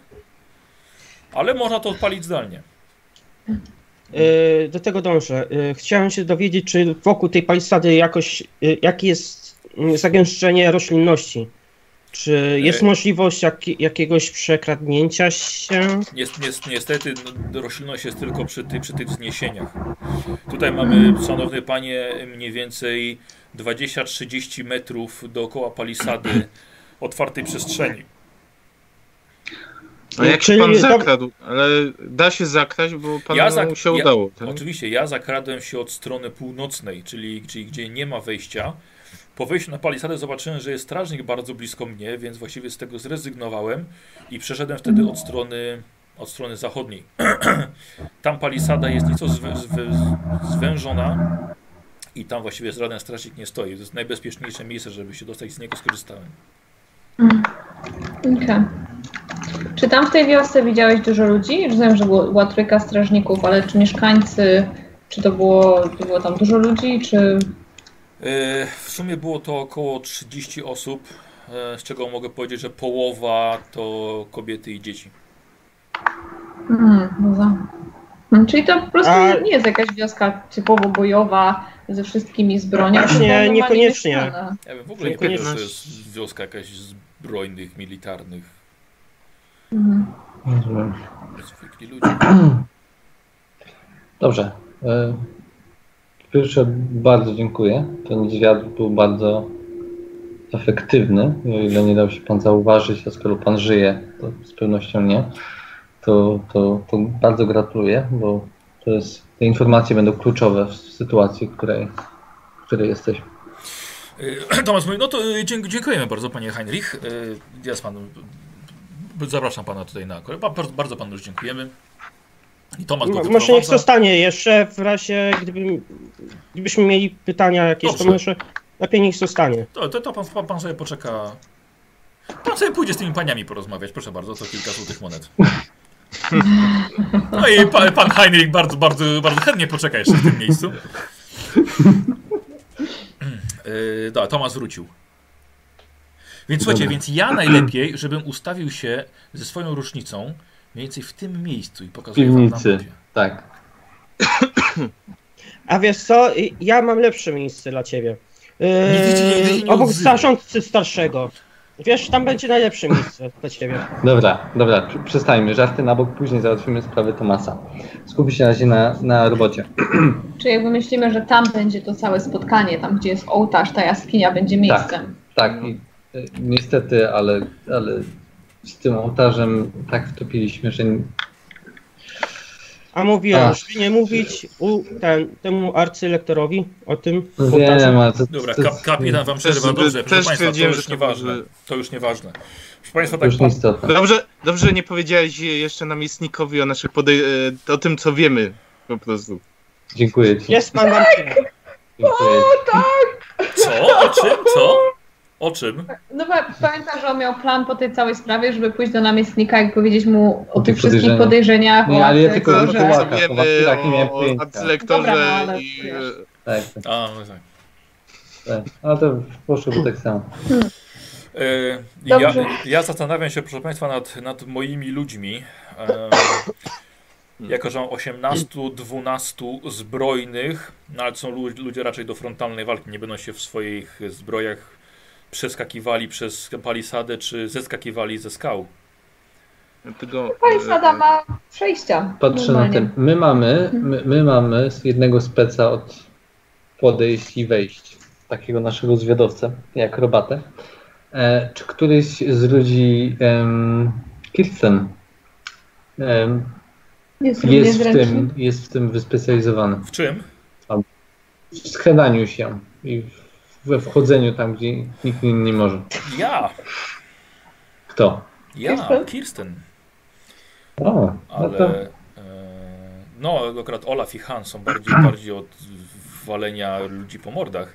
ale można to odpalić zdalnie. Y, Do tego dążę. Y, Chciałem się dowiedzieć, czy wokół tej palisady jakoś, y, jakie jest y, zagęszczenie roślinności. Czy jest E. możliwość jak, jakiegoś przekradnięcia się? Niest, niest, niestety no, roślinność jest tylko przy, ty, przy tych wzniesieniach. Tutaj mamy, szanowny panie, mniej więcej dwadzieścia trzydzieści metrów dookoła palisady otwartej przestrzeni. A jak się Czyli pan to- zakradł? Ale da się zakraść, bo panu Ja zak- się ja- udało, tak? Oczywiście ja zakradłem się od strony północnej, czyli, czyli gdzie nie ma wejścia. Po wejściu na palisadę zobaczyłem, że jest strażnik bardzo blisko mnie, więc właściwie z tego zrezygnowałem i przeszedłem wtedy od strony, od strony zachodniej. Tam palisada jest nieco zwe, zwe, zwężona i tam właściwie żaden strażnik nie stoi. To jest najbezpieczniejsze miejsce, żeby się dostać, z niego skorzystałem. Okay. Czy tam w tej wiosce widziałeś dużo ludzi? Rozumiem, że było, była trójka strażników, ale czy mieszkańcy, czy to było, to było tam dużo ludzi, czy... Yy, W sumie było to około trzydzieści osób, yy, z czego mogę powiedzieć, że połowa to kobiety i dzieci. Hmm, no za... Hmm, czyli to po prostu A- nie jest jakaś wioska typowo bojowa ze wszystkimi z bronią. Właśnie, tylko normalnie niekoniecznie. mieszkana. Ja bym w ogóle nie powiedział, że to Niekoniecznie. jest wioska jakaś zbrojnych, militarnych, Mhm. Rozumiem. zwykli ludzie. Dobrze. E, Pierwsze bardzo dziękuję. Ten zwiat był bardzo efektywny. O ile nie dał się pan zauważyć, a skoro pan żyje, to z pewnością nie, to, to, to bardzo gratuluję, bo to jest, te informacje będą kluczowe w sytuacji, w której, w której jesteśmy. Yy, Tomasz mówi, no to yy, dzięk- dziękujemy bardzo panie Heinrich. Yy, Ja z panem, yy, zapraszam pana tutaj na kolej. Ba- Bardzo, bardzo panu już dziękujemy. I Tomasz go Mo- Może niech wyprowadza. zostanie jeszcze w razie, gdyby, gdybyśmy mieli pytania jakieś, Dobrze. to może lepiej niech zostanie. To, to, to pan, pan, pan sobie poczeka. Pan sobie pójdzie z tymi paniami porozmawiać, proszę bardzo, to kilka złotych monet. No i pan, pan Heinrich bardzo, bardzo, bardzo chętnie poczeka jeszcze w tym miejscu. Yy, da, Tomasz wrócił. Więc słuchajcie, więc ja najlepiej, żebym ustawił się ze swoją rusznicą mniej więcej w tym miejscu i pokazuję wam na Piwnicy, mapie. tak. A wiesz co, I- ja mam lepsze miejsce dla ciebie. Yy, Nie, ty się nie- ty się nie obok odzywaj. zarządcy starszego. Wiesz, tam będzie najlepsze miejsce dla ciebie. Dobra, dobra, pr- przestańmy. Żarty na bok, później załatwimy sprawę Tomasa. Skupmy się na razie na, na robocie. Czy jakby myślimy, że tam będzie to całe spotkanie, tam gdzie jest ołtarz, ta jaskinia będzie miejscem. Tak, i, y, niestety, ale, ale z tym ołtarzem tak wtopiliśmy, że nie- A mówiłem, Ach. żeby nie mówić u, ten, temu arcylektorowi o tym no ołtarzu. wiem, ale to, Dobra, to, kap, kapitan wam przerywa. Też- Dobrze, też proszę państwa, to stwierdziłem, już że to nieważne. może- To już nieważne. Proszę państwa, to tak już pan, nieistotne. Dobrze, dobrze, że nie powiedziałeś jeszcze namiestnikowi o naszych podej... e, o tym, co wiemy po prostu. Dziękuję ci. Jest pan wam Dziękuję ci. co? O czym? Co? O czym? No bo pamiętam, że on miał plan po tej całej sprawie, żeby pójść do namiestnika i powiedzieć mu o, O tych tych wszystkich podejrzeniach. podejrzeniach. Nie, o ale ja akcji, tylko co, do że... tyłu- Co wiemy to tak nie miałem o pojęcia. arcylektorze Dobra, no, ale i... wiesz. Tak, tak, A, no tak. tak. A to poszłoby tak samo. E, ja, Dobrze. ja zastanawiam się, proszę państwa, nad, nad moimi ludźmi. E, jako, że mam osiemnastu, dwunastu zbrojnych, no ale to są lu- ludzie raczej do frontalnej walki, nie będą się w swoich zbrojach przeskakiwali przez palisadę, czy zeskakiwali ze skał. Tego, Palisada ma przejścia. Patrzę na normalnie. ten. My mamy, my, my mamy z jednego speca od podejść i wejść. Takiego naszego zwiadowcę, jak robatę. E, czy któryś z ludzi um, Kirsten em, Jest, jest, w zręczny. tym, jest w tym wyspecjalizowany? W czym? W skradaniu się i we wchodzeniu tam, gdzie nikt inny nie może. Ja! Kto? Ja, Kirsten? Kirsten. O, no Ale to e, no akurat Olaf i Han są bardziej, bardziej od walenia ludzi po mordach.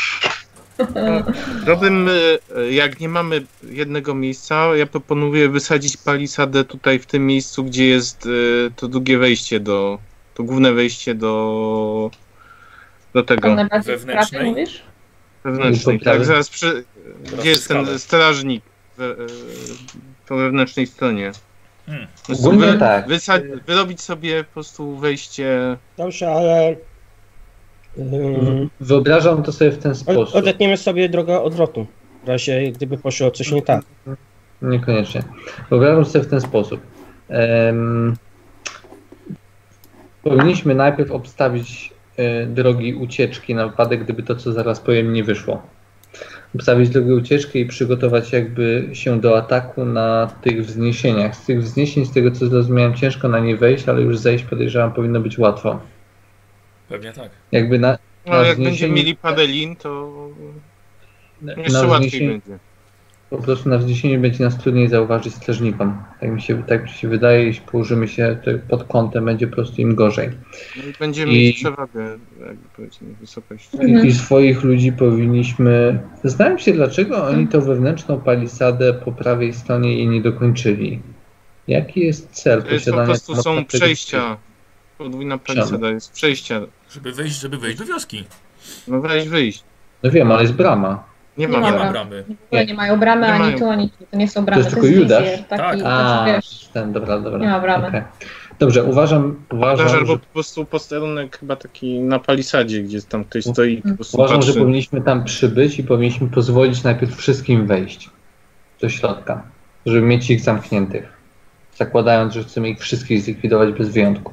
Robym, e, jak nie mamy jednego miejsca, ja proponuję wysadzić palisadę tutaj w tym miejscu, gdzie jest e, to drugie wejście do, to główne wejście do, do Tam tego najbardziej Wewnętrznej? prawie mówisz? wewnętrznej. I po prawej. Tak, zaraz przy, Teraz gdzie jest ten skale. strażnik we, e, po wewnętrznej stronie. Hmm. Po prostu Ogólnie wy, tak. wysa- wyrobić sobie po prostu wejście. Dobrze, ale ym, wyobrażam to sobie w ten od, sposób. odetniemy sobie drogę odwrotu. W razie gdyby poszło coś nie tak. Niekoniecznie. Wyobrażam sobie w ten sposób. Em, powinniśmy najpierw obstawić e, drogi ucieczki na wypadek, gdyby to, co zaraz powiem, nie wyszło. Obstawić drogę ucieczki i przygotować jakby się do ataku na tych wzniesieniach. Z tych wzniesień, z tego co zrozumiałem, ciężko na nie wejść, ale już zejść, podejrzewam, powinno być łatwo. Pewnie tak. Jakby na, No, na jak wzniesieniu- będziemy mieli padelin, to na jeszcze łatwiej wzniesieniu- będzie. Po prostu na wzniesieniu będzie nas trudniej zauważyć strażnikom. Tak mi się, tak mi się wydaje, jeśli położymy się to pod kątem, będzie po prostu im gorzej. No i będziemy I- mieć przewagę, jakby powiedzmy, wysokości. Mhm. I, I swoich ludzi powinniśmy... Zastanawiam się, dlaczego oni tą wewnętrzną palisadę po prawej stronie jej nie dokończyli. Jaki jest cel To jest po posiadania... prostu tam są otwartego- przejścia. Podwójna palisada jest przejścia. Żeby wejść, żeby wejść do wioski. No wejść, wyjść. No wiem, ale jest brama. Nie Nie ma ma Nie bramy. ma bramy. bramy. W ogóle nie mają bramy, Nie ani mają. tu, ani tu. To nie są bramy, To jest to tylko jest Judasz? wizjer. Taki, Tak. A, taki, wiesz, ten, dobra, dobra. nie ma bramy. Okej. Dobrze, uważam, uważam, Też albo że, po prostu posterunek chyba taki na palisadzie, gdzie tam ktoś stoi i po prostu uważam, że patrzy. powinniśmy tam przybyć i powinniśmy pozwolić najpierw wszystkim wejść do środka, żeby mieć ich zamkniętych, zakładając, że chcemy ich wszystkich zlikwidować bez wyjątku.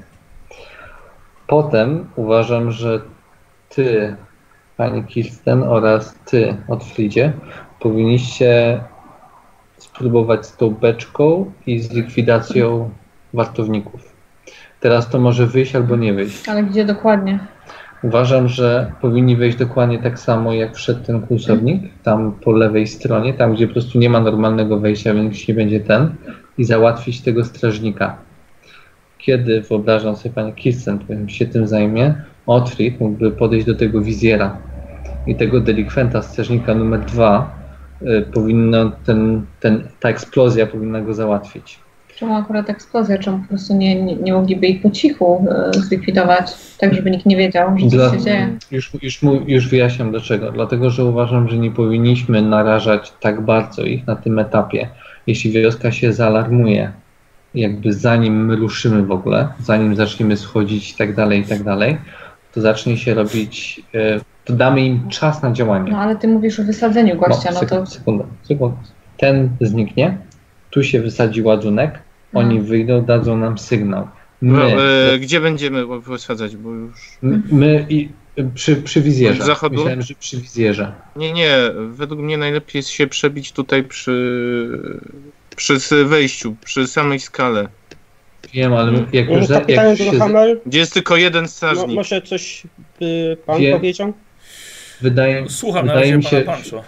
Potem uważam, że ty, pani Kirsten, oraz ty, Otfridzie, powinniście spróbować z tą beczką i z likwidacją wartowników. Teraz to może wyjść albo nie wyjść. Ale gdzie dokładnie? Uważam, że powinni wejść dokładnie tak samo, jak wszedł ten kłusownik, tam po lewej stronie, tam gdzie po prostu nie ma normalnego wejścia, więc nie będzie ten, i załatwić tego strażnika. Kiedy, wyobrażam sobie, pani Kirsten, którym się tym zajmie, Otfrid mógłby podejść do tego wizjera i tego delikwenta, strażnika numer dwa, y, powinno ten, ten, ta eksplozja powinna go załatwić. Czemu akurat eksplozja? Czemu po prostu nie, nie, nie mogliby ich po cichu e, zlikwidować, tak żeby nikt nie wiedział, że Dla, coś się dzieje? już, już, mu- już wyjaśniam dlaczego. Dlatego, że uważam, że nie powinniśmy narażać tak bardzo ich na tym etapie. Jeśli wioska się zaalarmuje, jakby zanim my ruszymy w ogóle, zanim zaczniemy schodzić i tak dalej, i tak dalej, to zacznie się robić, e, to damy im czas na działanie. No ale ty mówisz o wysadzeniu gościa, no, to... Sekundę, sekundę. Ten zniknie, tu się wysadzi ładunek, No. oni wyjdą, dadzą nam sygnał. No, My, e, gdzie będziemy wysadzać, bo już... my, my i przy, przy wizjerze. Od zachodu? Myślałem, że przy wizjerze. Nie, nie, według mnie najlepiej jest się przebić tutaj przy... przy wejściu, przy samej skale. Wiem, ale jak już, za- Kapitanie jak już się... Dunhammer, Gdzie jest tylko jeden no, strażnik. może coś by pan Wiem. powiedział? Wydaje, Słucham na wydaje razie mi pana się, Pancho.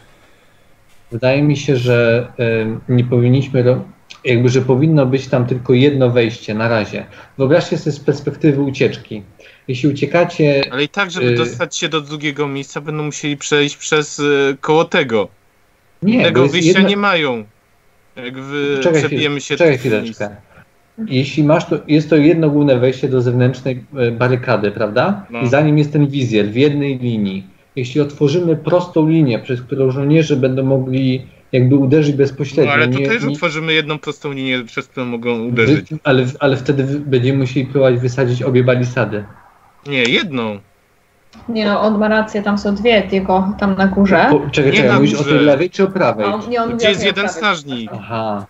wydaje mi się, że y, nie powinniśmy, ro- jakby, że powinno być tam tylko jedno wejście na razie. Wyobraźcie sobie z perspektywy ucieczki. Jeśli uciekacie, Ale i tak, żeby Y- dostać się do drugiego miejsca, będą musieli przejść przez y, koło tego. nie, bo Tego jest wyjścia jedno... nie mają. Jak wy Czekaj przebijemy się Czekaj do tych miejsc. chwileczkę. Jeśli masz to, jest to jedno główne wejście do zewnętrznej e, barykady, prawda? No. I za nim jest ten wizjer w jednej linii. Jeśli otworzymy prostą linię, przez którą żołnierze będą mogli jakby uderzyć No, bezpośrednio, ale nie, tutaj już nie, utworzymy jedną prostą linię, przez którą mogą uderzyć. wy, ale, ale wtedy wy- będziemy musieli próbować wysadzić obie balisady. Nie, jedną. Nie no, on ma rację, tam są dwie, Diego, tam na górze. Po, czekaj, Nie czekaj, na mówisz o górze. tej lewej czy o prawej? A on, nie, on mówi Gdzie o jest tej jeden prawej. strażnik? Aha.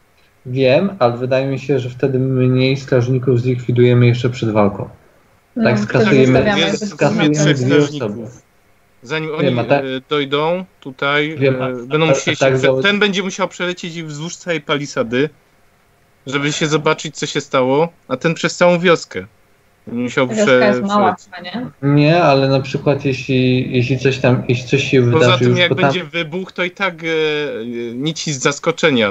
Wiem, ale wydaje mi się, że wtedy mniej strażników zlikwidujemy jeszcze przed walką. No, Tak, wtedy skasujemy- zostawiamy Jest jakby w sumie skasujemy trzech dwie strażników. osoby. Zanim Wiem, oni a tak- e, dojdą tutaj, Wiem, a- e, będą a- musieli a tak się, zało- ten będzie musiał przelecieć wzdłuż całej palisady, żeby się zobaczyć, co się stało, a ten przez całą wioskę. Musiał Wioska prze, jest mała przelecieć. chyba, nie? Nie, ale na przykład jeśli, jeśli coś tam, jeśli coś się Poza wydarzy tym, już, jak bo tam, będzie wybuch, to i tak e, e, nic z zaskoczenia.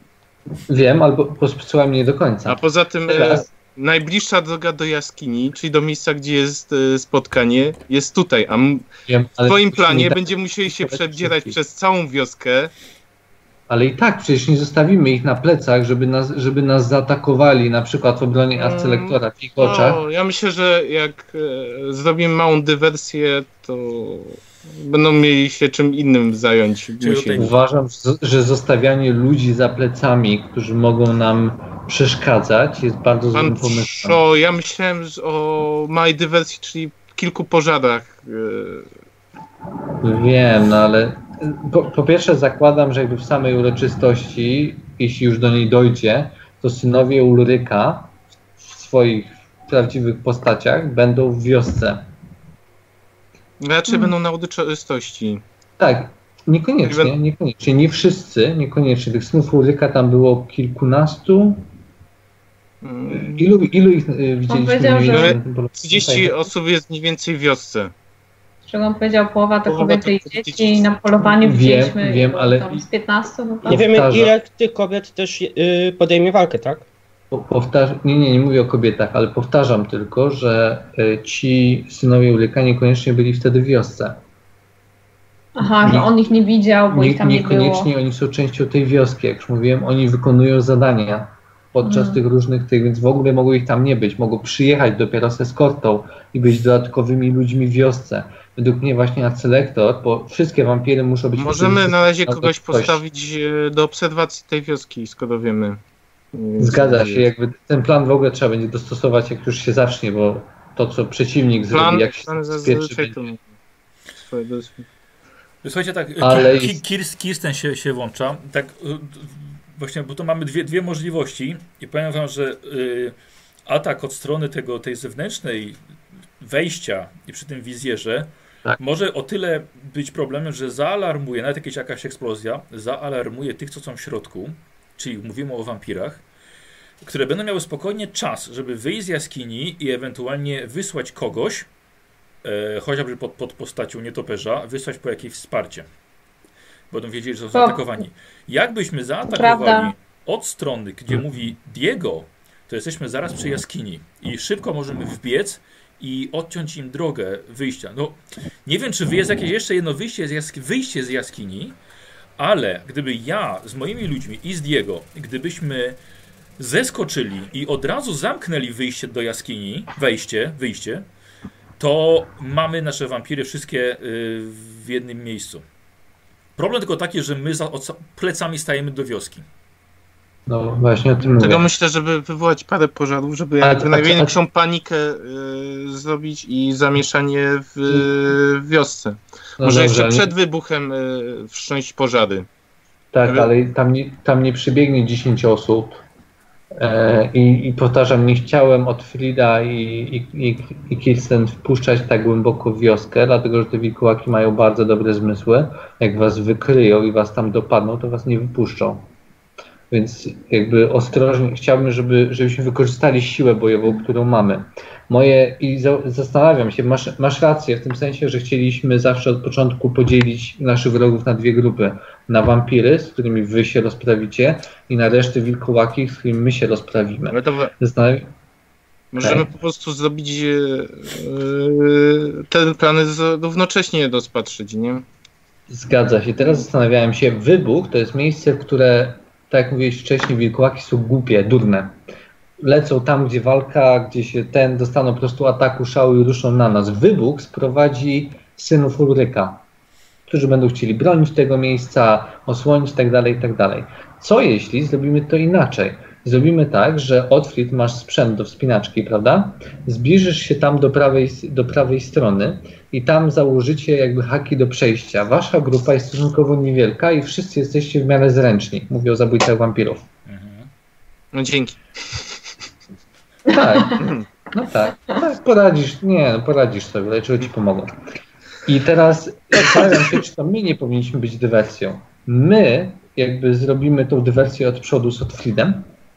wiem, albo posłuchaj mnie do końca. A poza tym e, Teraz. najbliższa droga do jaskini, czyli do miejsca, gdzie jest e, spotkanie, jest tutaj, a m- Wiem, w ale twoim to się nie planie da- będziemy musieli się wszystkich. przedzierać przez całą wioskę. Ale i tak, przecież nie zostawimy ich na plecach, żeby nas, żeby nas zaatakowali, na przykład w obronie Mm. arcylektora w ich oczach. No, ja myślę, że jak e, zrobimy małą dywersję, to będą mieli się czym innym zająć. Czyli musieli. tutaj- Uważam, że- że zostawianie ludzi za plecami, którzy mogą nam przeszkadzać, jest bardzo złym Pan pomysłem. Trzo, ja myślałem że o małej dywersji, czyli kilku pożarach. e, Wiem, no ale po, po pierwsze zakładam, że jakby w samej uroczystości, jeśli już do niej dojdzie, to synowie Ulryka w swoich prawdziwych postaciach będą w wiosce. Raczej Hmm. będą na uroczystości. Tak, niekoniecznie, Będą- niekoniecznie, nie wszyscy, niekoniecznie. Tych synów Ulryka tam było kilkunastu. Mm, Ilu, ilu ich y, widzieliśmy? powiedział, mniej że- więcej na tym polu? trzydzieści osób jest mniej więcej w wiosce. Z czego on powiedział, połowa to Połowa kobiety i to dzieci dzieci. i na polowaniu Wiem, widzieliśmy wiem, było ale- tam z piętnastu chyba. Nie wiemy, Powtarzam. ile tych kobiet też y, podejmie walkę, tak? Po- Powtarz... Nie, nie, nie mówię o kobietach, ale powtarzam tylko, że y, ci synowie Ulryka niekoniecznie byli wtedy w wiosce. Aha, że Nie- on ich nie widział, bo Nie, ich tam nie było. niekoniecznie oni są częścią tej wioski. Jak już mówiłem, oni wykonują zadania podczas Mhm. tych różnych tych, więc w ogóle mogło ich tam nie być. Mogą przyjechać dopiero z eskortą i być dodatkowymi ludźmi w wiosce. Według mnie właśnie arcylektor, bo wszystkie wampiry muszą być... Możemy na razie kogoś ktoś. postawić e, do obserwacji tej wioski, skoro wiemy. e, Zgadza co się, jest. jakby ten plan w ogóle trzeba będzie dostosować, jak już się zacznie, bo to, co przeciwnik Plan, zrobi, jak się plan spieczy, zazwyczaj to będzie... swoje dos- Słuchajcie, tak, Ale Ki- jest- Kirst, Kirsten się, się włącza. Tak, y, właśnie, bo tu mamy dwie, dwie możliwości i powiem wam, że y, atak od strony tego, tej zewnętrznej wejścia i przy tym wizjerze Tak. może o tyle być problemem, że zaalarmuje, nawet jakieś, jakaś eksplozja, zaalarmuje tych, co są w środku, czyli mówimy o wampirach, które będą miały spokojnie czas, żeby wyjść z jaskini i ewentualnie wysłać kogoś, e, chociażby pod, pod postacią nietoperza, wysłać po jakieś wsparcie. Będą wiedzieli, że są zaatakowani. Jakbyśmy zaatakowali Prawda. od strony, gdzie mówi Diego, to jesteśmy zaraz przy jaskini i szybko możemy wbiec i odciąć im drogę wyjścia. No, nie wiem, czy jest jakieś jeszcze jedno wyjście z, jask wyjście z jaskini, ale gdyby ja z moimi ludźmi i z Diego, gdybyśmy zeskoczyli i od razu zamknęli wyjście do jaskini, wejście, wyjście, to mamy nasze wampiry wszystkie w jednym miejscu. Problem tylko taki, że my za plecami stajemy do wioski. No właśnie o tym Dlatego mówię. myślę, żeby wywołać parę pożarów, żeby A- jakby a- największą a... panikę y, zrobić i zamieszanie w y, wiosce. No Może dobrze, jeszcze ale- przed wybuchem y, wszcząć pożary. Tak, Ale- ale tam nie, tam nie przybiegnie dziesięć osób. E, i, I powtarzam, nie chciałem od Frida i, i, i, i Kirsten wpuszczać tak głęboko w wioskę, dlatego że te wilkołaki mają bardzo dobre zmysły. Jak was wykryją i was tam dopadną, to was nie wypuszczą. Więc jakby ostrożnie, chciałbym, żeby, żebyśmy wykorzystali siłę bojową, którą mamy. Moje, i za, zastanawiam się, masz, masz rację w tym sensie, że chcieliśmy zawsze od początku podzielić naszych wrogów na dwie grupy. Na wampiry, z którymi wy się rozprawicie, i na resztę wilkołaki, z którymi my się rozprawimy. Ale to Zastanawiam... możemy Okay. po prostu zrobić y, y, te plany z, równocześnie rozpatrzyć, nie? Zgadza się. Teraz zastanawiałem się, wybuch to jest miejsce, w które, tak jak mówiłeś wcześniej, wilkołaki są głupie, durne. Lecą tam, gdzie walka, gdzie się ten, dostaną po prostu ataku szału i ruszą na nas. Wybuch sprowadzi synów Ulryka, którzy będą chcieli bronić tego miejsca, osłonić itd., itd. Co jeśli zrobimy to inaczej? Zrobimy tak, że Otfrid, masz sprzęt do wspinaczki, prawda? Zbliżysz się tam do prawej, do prawej strony i tam założycie jakby haki do przejścia. Wasza grupa jest stosunkowo niewielka i wszyscy jesteście w miarę zręczni. Mówię o zabójcach wampirów. No dzięki. Tak, no tak, tak, poradzisz, nie, no poradzisz sobie, dlaczego ci pomogą. I teraz zastanawiam się, czy to my nie powinniśmy być dywersją. My jakby zrobimy tą dywersję od przodu z Otfridem.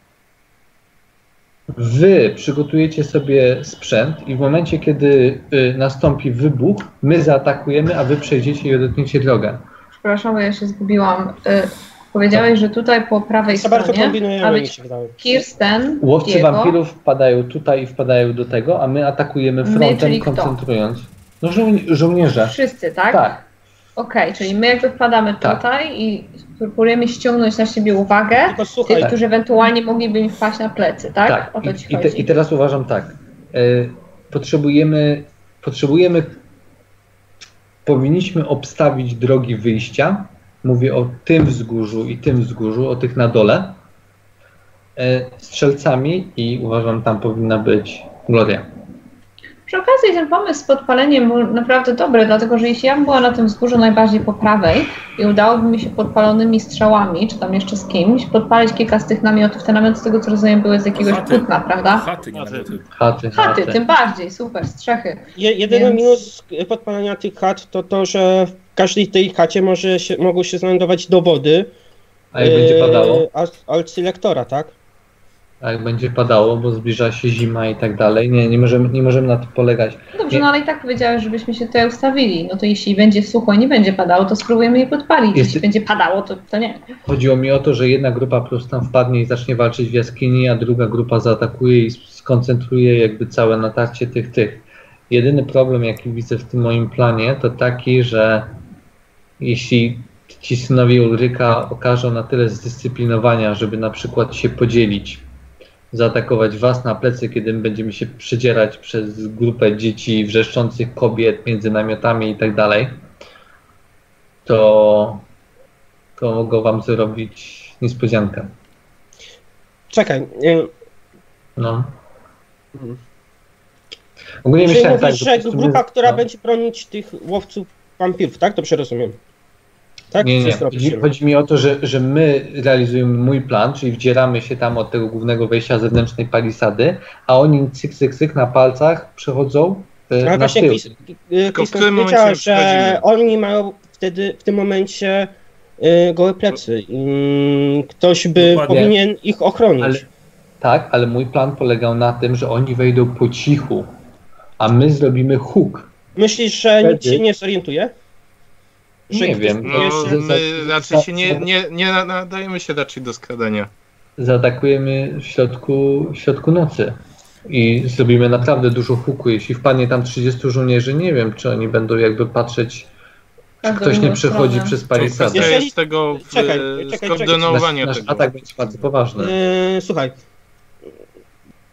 Wy przygotujecie sobie sprzęt i w momencie, kiedy y, nastąpi wybuch, my zaatakujemy, a wy przejdziecie i odetniecie drogę. Przepraszam, bo ja się zgubiłam. Y, powiedziałeś, że tutaj po prawej Za bardzo stronie kombinujemy, ma mi być się wydaje. Kirsten, Łowcy Diego. wampirów wpadają tutaj i wpadają do tego, a my atakujemy My, frontem, czyli kto? koncentrując. No żo- żołnierze. Wszyscy, tak? Tak. Okej, czyli my jakby wpadamy Tak. tutaj i próbujemy ściągnąć na siebie uwagę Tylko słuchaj, tych, którzy ewentualnie mogliby mi wpaść na plecy, tak? Tak, O to ci I, i, te, chodzi. i teraz uważam tak. Y, potrzebujemy, potrzebujemy, powinniśmy obstawić drogi wyjścia. Mówię o tym wzgórzu i tym wzgórzu, o tych na dole. Y, strzelcami i uważam, tam powinna być Gloria. Przy okazji ten pomysł z podpaleniem był naprawdę dobry, dlatego że jeśli ja bym była na tym wzgórzu najbardziej po prawej i udałoby mi się podpalonymi strzałami, czy tam jeszcze z kimś, podpalić kilka z tych namiotów, te namioty z tego co rozumiem były z jakiegoś Chaty. płótna, prawda? Chaty, nie namioty. Chaty, Chaty, tym bardziej, super, strzechy. Je, jedyny Więc- minus podpalania tych chat to to, że w każdej tej chacie może się, mogą się znajdować dowody A jak będzie padało? alt-selektora, tak? A jak będzie padało, bo zbliża się zima i tak dalej. Nie, nie możemy, nie możemy na tym polegać. Dobrze, Nie. no ale i tak powiedziałeś, żebyśmy się tutaj ustawili. No to jeśli będzie sucho i nie będzie padało, to spróbujemy je podpalić. Jest- Jeśli będzie padało, to, to nie. Chodziło mi o to, że jedna grupa po prostu tam wpadnie i zacznie walczyć w jaskini, a druga grupa zaatakuje i skoncentruje jakby całe natarcie tych, tych. Jedyny problem, jaki widzę w tym moim planie, to taki, że jeśli ci synowie Ulryka okażą na tyle zdyscyplinowania, żeby na przykład się podzielić, zaatakować was na plecy, kiedy my będziemy się przedzierać przez grupę dzieci, wrzeszczących kobiet między namiotami i tak dalej, to, to mogą wam zrobić niespodziankę. Czekaj, y, No. Ogólnie czyli myślałem mówisz, tak, że po prostu grupa, my- która no. będzie bronić tych łowców wampirów, tak? Dobrze rozumiem. Tak? Nie, nie. Co zrobisz? Chodzi, chodzi mi o to, że, że my realizujemy mój plan, czyli wdzieramy się tam od tego głównego wejścia zewnętrznej palisady, a oni cyk, cyk, cyk na palcach przechodzą e, Ale na właśnie tył. Chris, y, w Chris którym momencie powiedziała, my że przychodzimy? oni mają wtedy, w tym momencie y, gołe plecy. Y, ktoś by Dokładnie. powinien ich ochronić. Ale, tak, ale mój plan polegał na tym, że oni wejdą po cichu, a my zrobimy huk. Myślisz, że nikt Wtedy- się nie zorientuje? Że Nie ktoś wiem. No, jeszcze- my raczej się nie, nie, nie nadajemy się raczej do skradania. Zaatakujemy w środku, w środku nocy i zrobimy naprawdę dużo huku. Jeśli wpadnie tam trzydziestu żołnierzy, nie wiem, czy oni będą jakby patrzeć, czy Każdą ktoś nie inną przechodzi stronę. przez To palisadę. kwestia Jeżeli- jest tego w, Czekaj, e, czekaj, skoordynowania Nasz, nasz tego. atak będzie bardzo poważny. Yy, słuchaj,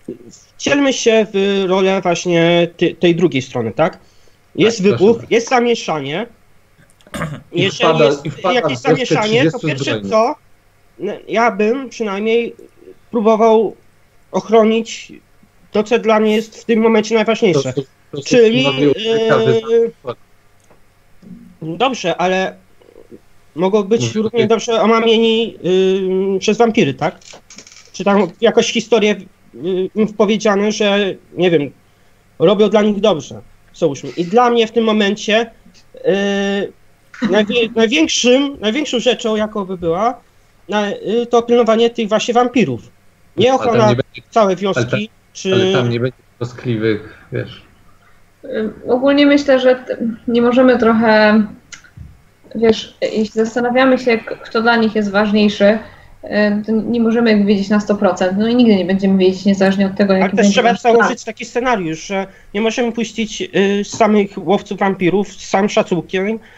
wcielmy się w rolę właśnie ty, tej drugiej strony, tak? Jest Tak, wybuch, proszę. jest zamieszanie. I Jeżeli wpada- jest i wpada jakieś w wioskę zamieszanie, to trzydziestu pierwsze zbrojnych. co, no, ja bym przynajmniej próbował ochronić to, co dla mnie jest w tym momencie najważniejsze. To- to- to- Czyli panowie, każdy z nas- yy, dobrze, ale mogą być Mówię, równie ty- dobrze omamieni yy, przez wampiry, tak? Czy tam jakoś historie yy, im powiedziane, że nie wiem, robią dla nich dobrze. Załóżmy. I dla mnie w tym momencie yy, najwie, największym, największą rzeczą, jaką by była, na, yy, to pilnowanie tych właśnie wampirów. Nie Ale tam ochrona nie będzie, całej ale wioski, tam- czy... ale tam nie będzie troskliwych, wiesz. Y, Ogólnie myślę, że t- nie możemy trochę, wiesz, jeśli zastanawiamy się, k- kto dla nich jest ważniejszy, y, to nie możemy ich wiedzieć na sto procent. No i nigdy nie będziemy wiedzieć, niezależnie od tego, Ale jaki też będzie trzeba nasz plan. założyć taki scenariusz, że nie możemy puścić y, samych łowców wampirów z samym szacunkiem y,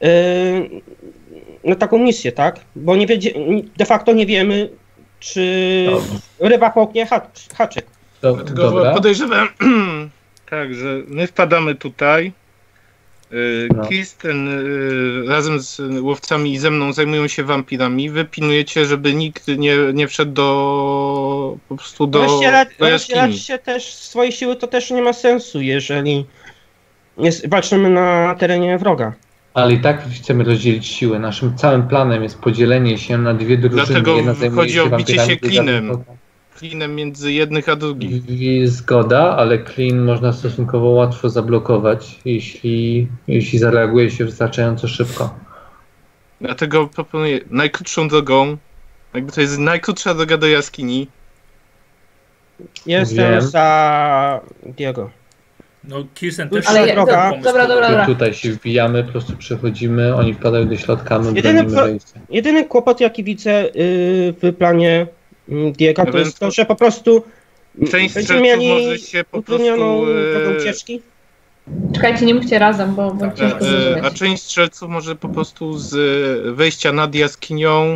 na taką misję, tak? Bo nie wiedzie, de facto nie wiemy, czy ryba połknie hacz, haczyk. To, Dlatego dobra. podejrzewam, tak, że my wpadamy tutaj. y, No. Kirsten y, razem z łowcami i ze mną zajmują się wampirami. Wy pilnujecie, żeby nikt nie, nie wszedł do po prostu do, Rozdzielać, do rozdzielać jaskini. się też swojej siły to też nie ma sensu, jeżeli jest, walczymy na terenie wroga. Ale i tak chcemy rozdzielić siłę. Naszym całym planem jest podzielenie się na dwie drużyny. Dlatego Jedna zajmuje chodzi o bicie wampirami, się druga klinem. wrogami. Klinem między jednych a drugich. I- Zgoda, ale klin można stosunkowo łatwo zablokować, jeśli, jeśli zareaguje się wystarczająco szybko. Dlatego proponuję najkrótszą drogą, jakby to jest najkrótsza droga do jaskini. Jestem Wiem. za Diego. No Kirsten też Ale ma ja- droga. pomysł. dobra, dobra, dobra. Tutaj się wbijamy, po prostu przechodzimy, oni wpadają do środka, my Jedyny bronimy pro- wejścia. Jedyny kłopot, jaki widzę y, w planie y, Diego, to jest to, że po prostu y, Część będziemy strzelców mieli może się po utrudnioną prostu, e, drogą ucieczki. Czekajcie, nie mówcie razem, bo, bo Tak, ciężko E, zrozumieć. A część strzelców może po prostu z e, wejścia nad jaskinią,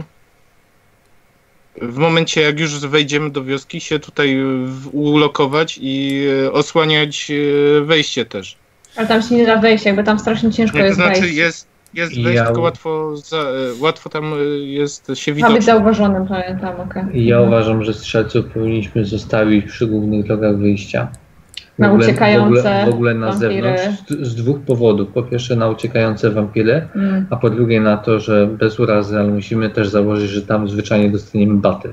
w momencie jak już wejdziemy do wioski, się tutaj w- ulokować i e, osłaniać e, wejście też. Ale tam się nie da wejść, jakby tam strasznie ciężko Nie, to jest znaczy wejść. jest, jest Ja- wejść, tylko łatwo, za, e, łatwo tam e, jest się Ma być widoczny. zauważonym, pamiętam, okej. I ja uważam, że strzelców powinniśmy zostawić przy głównych drogach wyjścia. W Na ogóle, uciekające w ogóle, w ogóle na wampiry. zewnątrz z, z dwóch powodów. Po pierwsze na uciekające wampiry, Mm. a po drugie na to, że bez urazy, ale musimy też założyć, że tam zwyczajnie dostaniemy baty.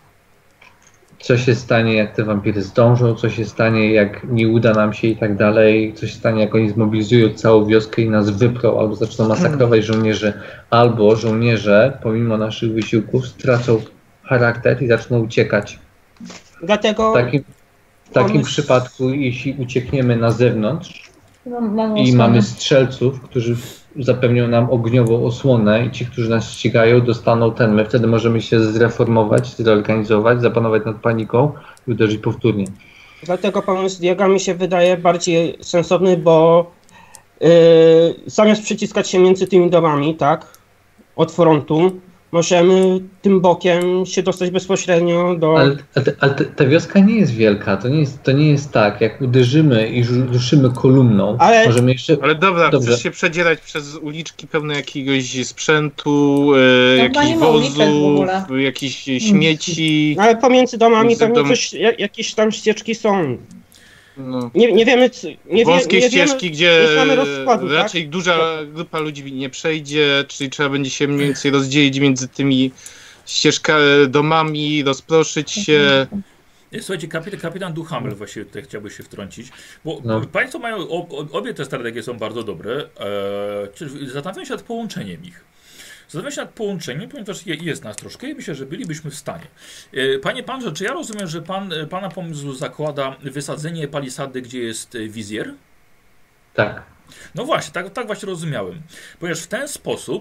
Co się stanie, jak te wampiry zdążą, co się stanie, jak nie uda nam się i tak dalej, co się stanie, jak oni zmobilizują całą wioskę i nas wyprą, albo zaczną masakrować żołnierzy, albo żołnierze, pomimo naszych wysiłków, stracą charakter i zaczną uciekać. Dlatego W takim, w takim Pomysł- przypadku, jeśli uciekniemy na zewnątrz Mam, mam i osłonę. mamy strzelców, którzy zapewnią nam ogniową osłonę i ci, którzy nas ścigają, dostaną ten. My wtedy możemy się zreformować, zreorganizować, zapanować nad paniką i uderzyć powtórnie. Dlatego pomysł Diego mi się wydaje bardziej sensowny, bo yy, zamiast przyciskać się między tymi domami, tak, od frontu, możemy tym bokiem się dostać bezpośrednio do... Ale, ale, ale ta- ta wioska nie jest wielka, to nie jest, to nie jest tak, jak uderzymy i rzu- ruszymy kolumną, Ale- możemy jeszcze... Ale dobra, Dobrze. chcesz się przedzierać przez uliczki pełne jakiegoś sprzętu, e, Chyba nie jakichś ma uliczek w wozów, ogóle. jakichś śmieci. Ale pomiędzy domami Między pewnie dom- coś, ja- jakieś tam ścieżki są. No. Nie, nie wiemy, c- nie, wie, Wąskie nie ścieżki, wiemy, gdzie nie znamy rozkładu, tak? raczej duża grupa ludzi nie przejdzie, czyli trzeba będzie się mniej więcej rozdzielić między tymi ścieżkami, domami, rozproszyć się. Nie, słuchajcie, kapitan, kapitan Duhamel właściwie tutaj chciałby się wtrącić, bo No. Państwo mają, o, o, obie te strategie są bardzo dobre, e, czyli zastanawiam się nad połączeniem ich. Zastanawiam się nad połączeniem, ponieważ je, jest nas troszkę i myślę, że bylibyśmy w stanie. E, Panie Panże, czy ja rozumiem, że pan, Pana pomysł zakłada wysadzenie palisady, gdzie jest e, wizjer? Tak. No właśnie, tak, tak właśnie rozumiałem. Ponieważ w ten sposób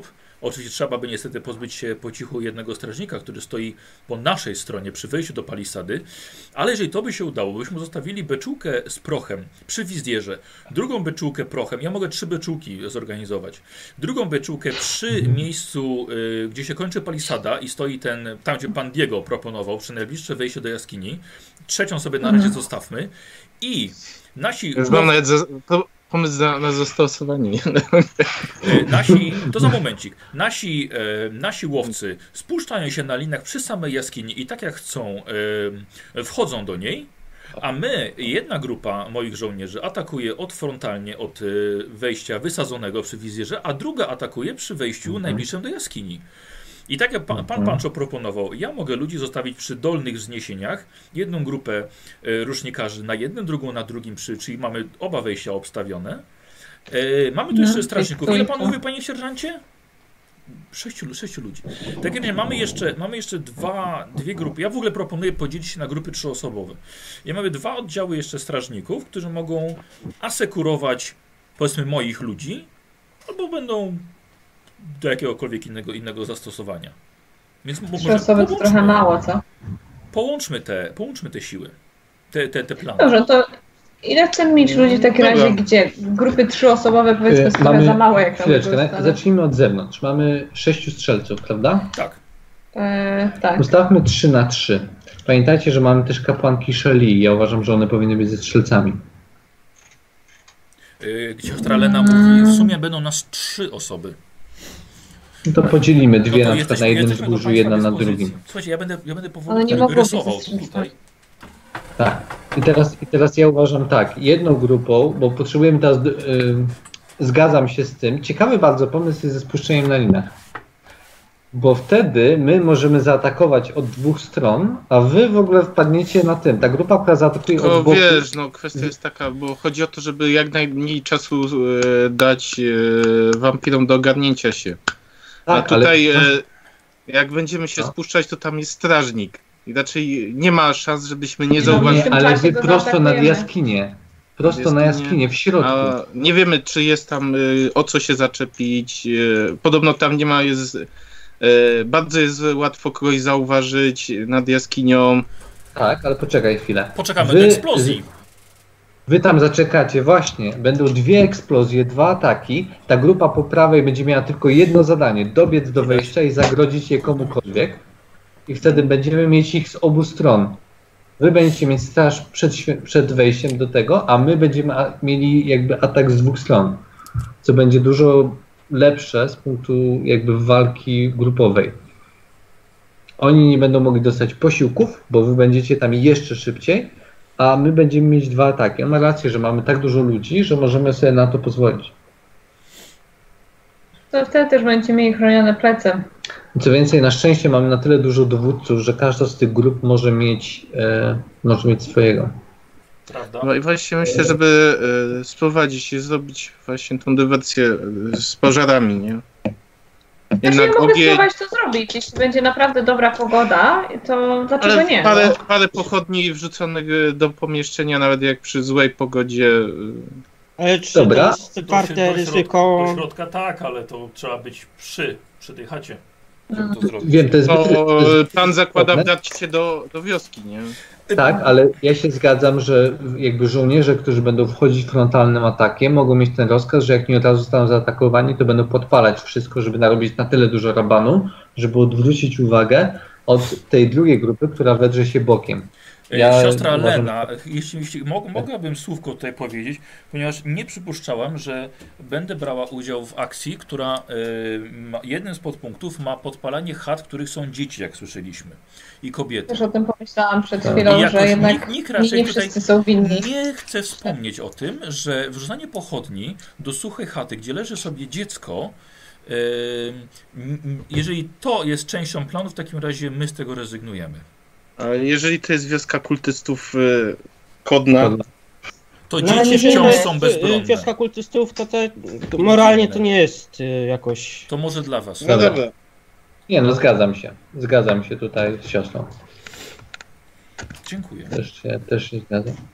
Oczywiście trzeba by niestety pozbyć się po cichu jednego strażnika, który stoi po naszej stronie przy wejściu do palisady, ale jeżeli to by się udało, byśmy zostawili beczułkę z prochem przy wizjerze, drugą beczułkę prochem, ja mogę trzy beczułki zorganizować, drugą beczułkę przy miejscu, y, gdzie się kończy palisada i stoi ten, tam gdzie pan Diego proponował, przy najbliższe wejście do jaskini, trzecią sobie na razie zostawmy i nasi... Już mam nawet za, to, pomysł na, na zastosowanie. Nasi, to za momencik. Nasi, e, nasi łowcy spuszczają się na linach przy samej jaskini i tak jak chcą, e, wchodzą do niej, a my, jedna grupa moich żołnierzy atakuje od frontalnie od e, wejścia wysadzonego przy wizjerze, a druga atakuje przy wejściu mhm. najbliższym do jaskini. I tak jak pan, pan Pancho proponował, ja mogę ludzi zostawić przy dolnych wzniesieniach, jedną grupę e, rusznikarzy na jednym, drugą na drugim, przy, czyli mamy oba wejścia obstawione. E, mamy tu jeszcze no, strażników. Ile pan mówi, panie sierżancie? Sześciu, sześciu ludzi. Tak jak mamy jeszcze, mamy jeszcze dwa, dwie grupy. Ja w ogóle proponuję podzielić się na grupy trzyosobowe. I mamy dwa oddziały jeszcze strażników, którzy mogą asekurować, powiedzmy, moich ludzi, albo będą do jakiegokolwiek innego, innego zastosowania. Więc trzy osoby to trochę mało, co? Połączmy te, połączmy te siły, te, te, te plany. Dobrze, to ile chcemy mieć ludzi w takim razie, gdzie grupy trzyosobowe powiedzmy są trochę za małe, jak tam zacznijmy od zewnątrz. Mamy sześciu strzelców, prawda? Tak. E, tak. Ustawmy trzy na trzy. Pamiętajcie, że mamy też kapłanki Shelley. Ja uważam, że one powinny być ze strzelcami. Yy, siostra Lena mówi, w sumie będą nas trzy osoby. No to podzielimy dwie no to na przykład na jednym wzgórzu i jedna na drugim. Słuchajcie, ja będę, ja będę powoli rysował tutaj. Tak. I teraz, I teraz ja uważam tak, jedną grupą, bo potrzebujemy teraz, yy, zgadzam się z tym, ciekawy bardzo pomysł jest ze spuszczeniem na linach. Bo wtedy my możemy zaatakować od dwóch stron, a wy w ogóle wpadniecie na tym. Ta grupa, która zaatakuje Tylko od boku... wiesz, no kwestia jest taka, bo chodzi o to, żeby jak najmniej czasu e, dać e, wampirom do ogarnięcia się. Tak, a tutaj ale... e, jak będziemy się no. spuszczać, to tam jest strażnik. I raczej nie ma szans, żebyśmy nie zauważyli. Nie, ale wy prosto nad jaskinię. Prosto jaskinie, na jaskinię, w środku. A nie wiemy, czy jest tam y, o co się zaczepić. Y, podobno tam nie ma, jest, y, bardzo jest łatwo kogoś zauważyć nad jaskinią. Tak, ale poczekaj chwilę. Poczekamy wy, do eksplozji. Wy tam zaczekacie, właśnie. Będą dwie eksplozje, dwa ataki. Ta grupa po prawej będzie miała tylko jedno zadanie. Dobiec do wejścia i zagrodzić je komukolwiek. I wtedy będziemy mieć ich z obu stron. Wy będziecie mieć straż przed, przed wejściem do tego, a my będziemy mieli jakby atak z dwóch stron. Co będzie dużo lepsze z punktu jakby walki grupowej. Oni nie będą mogli dostać posiłków, bo wy będziecie tam jeszcze szybciej, a my będziemy mieć dwa ataki. On ma rację, że mamy tak dużo ludzi, że możemy sobie na to pozwolić. To wtedy też będziecie mieli chronione plecy. Co więcej, na szczęście mamy na tyle dużo dowódców, że każda z tych grup może mieć, e, może mieć swojego. Prawda? No i właśnie myślę, żeby e, sprowadzić i zrobić właśnie tą dywersję z pożarami, nie? Jednak znaczy, ja mogę ogień... spróbować to zrobić. Jeśli będzie naprawdę dobra pogoda, to dlaczego Ale nie? Parę, no? parę pochodni wrzuconych do pomieszczenia, nawet jak przy złej pogodzie. Ale czy dobra. To jest warte ryzyko? Do środka tak, ale to trzeba być przy, przy tej chacie. To Wiem, to jest to zbyt... Pan zakłada wdać się do, do wioski, nie? Tak, ale ja się zgadzam, że jakby żołnierze, którzy będą wchodzić frontalnym atakiem, mogą mieć ten rozkaz, że jak nie od razu zostaną zaatakowani, to będą podpalać wszystko, żeby narobić na tyle dużo rabanu, żeby odwrócić uwagę od tej drugiej grupy, która wedrze się bokiem. Ja Siostra uważam, Lena, jeśli, jeśli mog, mogłabym słówko tutaj powiedzieć, ponieważ nie przypuszczałam, że będę brała udział w akcji, która y, ma, jednym z podpunktów ma podpalanie chat, których są dzieci, jak słyszeliśmy, i kobiety. Też o tym pomyślałam przed chwilą, że jednak nikt, nikt raczej nie wszyscy są winni. Nie chcę wspomnieć o tym, że wrzucanie pochodni do suchej chaty, gdzie leży sobie dziecko, y, jeżeli to jest częścią planu, w takim razie my z tego rezygnujemy. A jeżeli to jest wioska kultystów yy, kodna, to no, dzieci wciąż są bezbronne. Wioska kultystów to, te, to moralnie to nie jest y, jakoś... To może dla was. No dobra. Nie no, zgadzam się. Zgadzam się tutaj z siostrą. Dziękuję. Też się, też się zgadzam.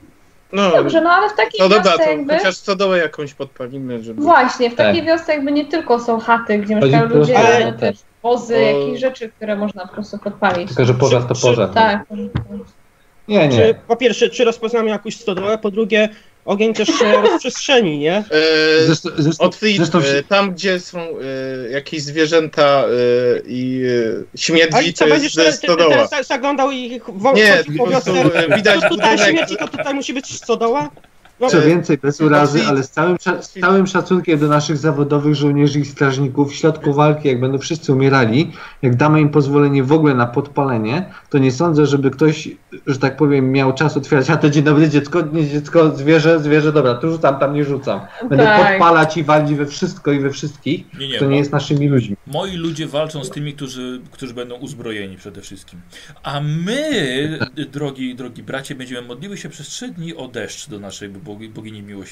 No, Dobrze, no ale w takiej no dobra, wiosce to jakby... chociaż stodołę jakąś podpalimy, żeby... Właśnie, w takiej Tak. wiosce jakby nie tylko są chaty, gdzie Chodzi mieszkają po prostu ludzie, o- ale tak. też wozy, O- jakieś rzeczy, które można po prostu podpalić. Tylko, że pożar to Czy- czy- pożar. Tak. Nie, Czy, nie. po pierwsze, czy rozpoznamy jakąś stodołę, po drugie, ogień też się rozprzestrzeni, nie? E, Zresztą, zresztą, Otwit, zresztą e, tam gdzie są e, jakieś zwierzęta e, i e, śmierdzi, to co, będziesz jest teraz, e, ty, stodoła. teraz tak zaglądał i wo- Nie, chodzi po po prostu wiosce? e, widać To tutaj budynek. śmieci, to tutaj musi być stodoła? No, Co więcej, bez urazy, Otwit- ale z całym, sza- z całym szacunkiem do naszych zawodowych żołnierzy i strażników, w środku walki, jak będą wszyscy umierali, jak damy im pozwolenie w ogóle na podpalenie, to nie sądzę, żeby ktoś, że tak powiem, miał czas otwierać, a to dzień dobry dziecko, nie dziecko, zwierzę, zwierzę, dobra, tu rzucam, tam nie rzucam. Będę Tak. podpalać i walić we wszystko i we wszystkich, Nie, nie, to nie mo- jest naszymi ludźmi. moi ludzie walczą z tymi, którzy, którzy będą uzbrojeni przede wszystkim. A my, drogi, drogi bracie, będziemy modliły się przez trzy dni o deszcz do naszej bogi, bogini miłosierdzia.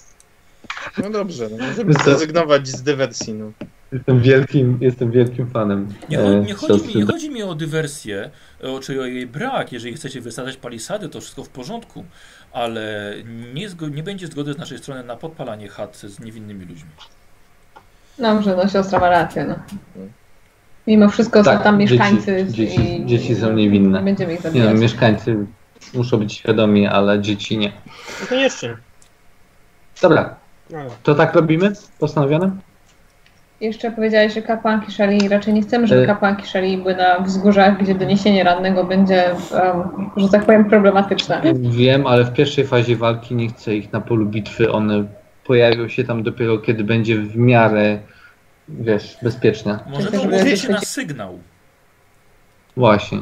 No dobrze, no możemy To- zrezygnować z dywersji. No. Jestem wielkim, jestem wielkim fanem. Nie, e, cho- nie, chodzi mi, siostry. nie chodzi mi o dywersję, o, czy o jej brak. Jeżeli chcecie wysadzać palisady, to wszystko w porządku, ale nie, zgo- nie będzie zgody z naszej strony na podpalanie chat z niewinnymi ludźmi. Dobrze, no siostra ma rację, no. Mimo wszystko Tak, są tam dzieci- mieszkańcy dzieci- i dzieci są niewinne. nie będziemy ich Nie no, zabijać. mieszkańcy muszą być świadomi, ale dzieci nie. no to jeszcze. Dobra, No. to tak robimy? Postanowione? Jeszcze powiedziałeś, że kapłanki szali, raczej nie chcemy, żeby E. kapłanki szali były na wzgórzach, gdzie doniesienie rannego będzie, um, że tak powiem, problematyczne. Wiem, ale w pierwszej fazie walki nie chcę ich na polu bitwy. One pojawią się tam dopiero, kiedy będzie w miarę, wiesz, bezpieczne. Może Tylko, to żeby umówię się na wychwycić- sygnał. Właśnie.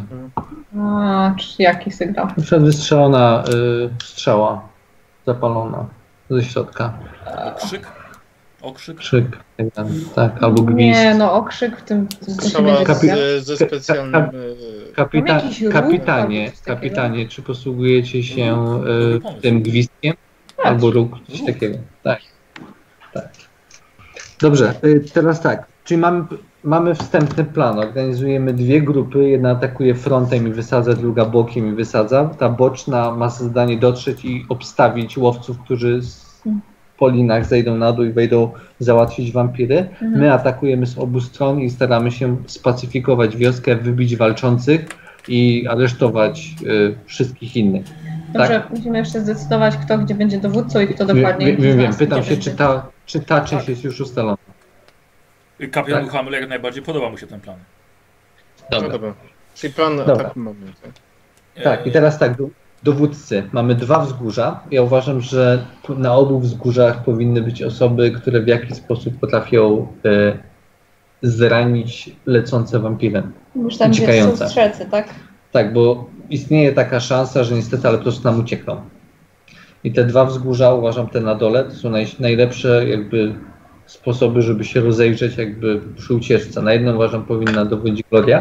A, czy jaki sygnał? Na przykład wystrzelona y, strzała zapalona ze środka. Okrzyk? Okrzyk? Krzyk, tak, dalej. tak, albo gwizd. Nie, no okrzyk w tym... w tym się Strzała będzie z, widział. ze specjalnym... e, Kapita Mam jakiś ruch kapitanie, albo coś takiego? kapitanie, czy posługujecie się Dobry y, pomysł. tym gwizdkiem? Tak. Albo róg, coś Róg. takiego. Tak. tak. Dobrze, y, teraz tak. Czyli mamy, mamy wstępny plan. Organizujemy dwie grupy. Jedna atakuje frontem i wysadza, druga bokiem i wysadza. Ta boczna ma za zadanie dotrzeć i obstawić łowców, którzy z, po linach zejdą na dół i wejdą załatwić wampiry. Mhm. My atakujemy z obu stron i staramy się spacyfikować wioskę, wybić walczących i aresztować y, wszystkich innych. Dobrze, musimy jeszcze zdecydować, kto gdzie będzie dowódcą i kto dokładnie... Wiem, z wiem, wiem. nas Pytam gdzie się, będzie. czy ta, czy ta część jest już ustalona. Kapitan Tak. Hamel jak najbardziej podoba mu się ten plan. No dobra. Czyli plan Dobra. ataku mamy. Tak? Tak, i teraz tak, do- dowódcy. Mamy dwa wzgórza. Ja uważam, że tu na obu wzgórzach powinny być osoby, które w jakiś sposób potrafią e, zranić lecące wampirem. Już tam gdzie są uciekające. strzelcy, tak? Tak, bo istnieje taka szansa, że niestety, ale po prostu nam uciekną. I te dwa wzgórza, uważam, te na dole, to są naj, najlepsze jakby sposoby, żeby się rozejrzeć jakby przy ucieczce. Na jednym, uważam, powinna dowodzić Gloria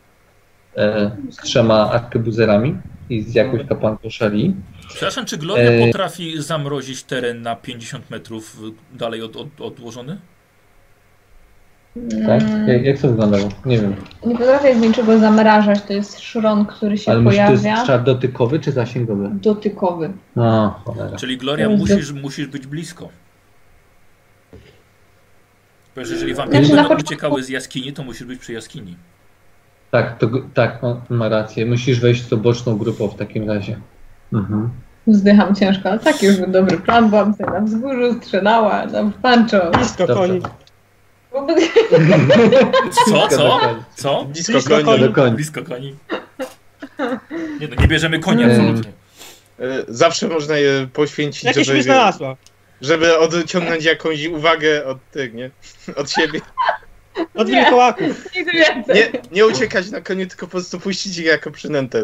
e, z trzema arkebuzerami i z jakąś kapłanką szali. Przepraszam, czy Gloria E, potrafi zamrozić teren na pięćdziesiąt metrów dalej od, od, odłożony? Tak? Mm, Jak, jak to wyglądało? Nie wiem. Nie potrafię niczego zamrażać, to jest szron, który się Ale myślisz, to jest pojawia. strzał dotykowy czy zasięgowy? Dotykowy. No, cholera. Czyli Gloria, To jest musisz, musisz być blisko. Bo jeżeli Znaczy, wampiry na będą początku- uciekały z jaskini, to musisz być przy jaskini. Tak, to, go- tak, on ma rację. Musisz wejść z tą boczną grupą w takim razie. Mhm. Wzdycham ciężko, ale taki już był dobry plan, byłam sobie na wzgórzu, strzelała, tam panczą. Blisko Dobrze. koni. Co, co? Dokładnie. Co? Blisko Blisko konia. koni. Do koni. Blisko koni. Nie no, nie bierzemy konia Em. absolutnie. E, Zawsze można je poświęcić, Jakieś żeby, mi znalazła. żeby odciągnąć jakąś uwagę od tych, nie? Od siebie. Od Nie. wilkołaków. Nigdy więcej. Nie, nie uciekać na konie, tylko po prostu puścić ich jako przynętę.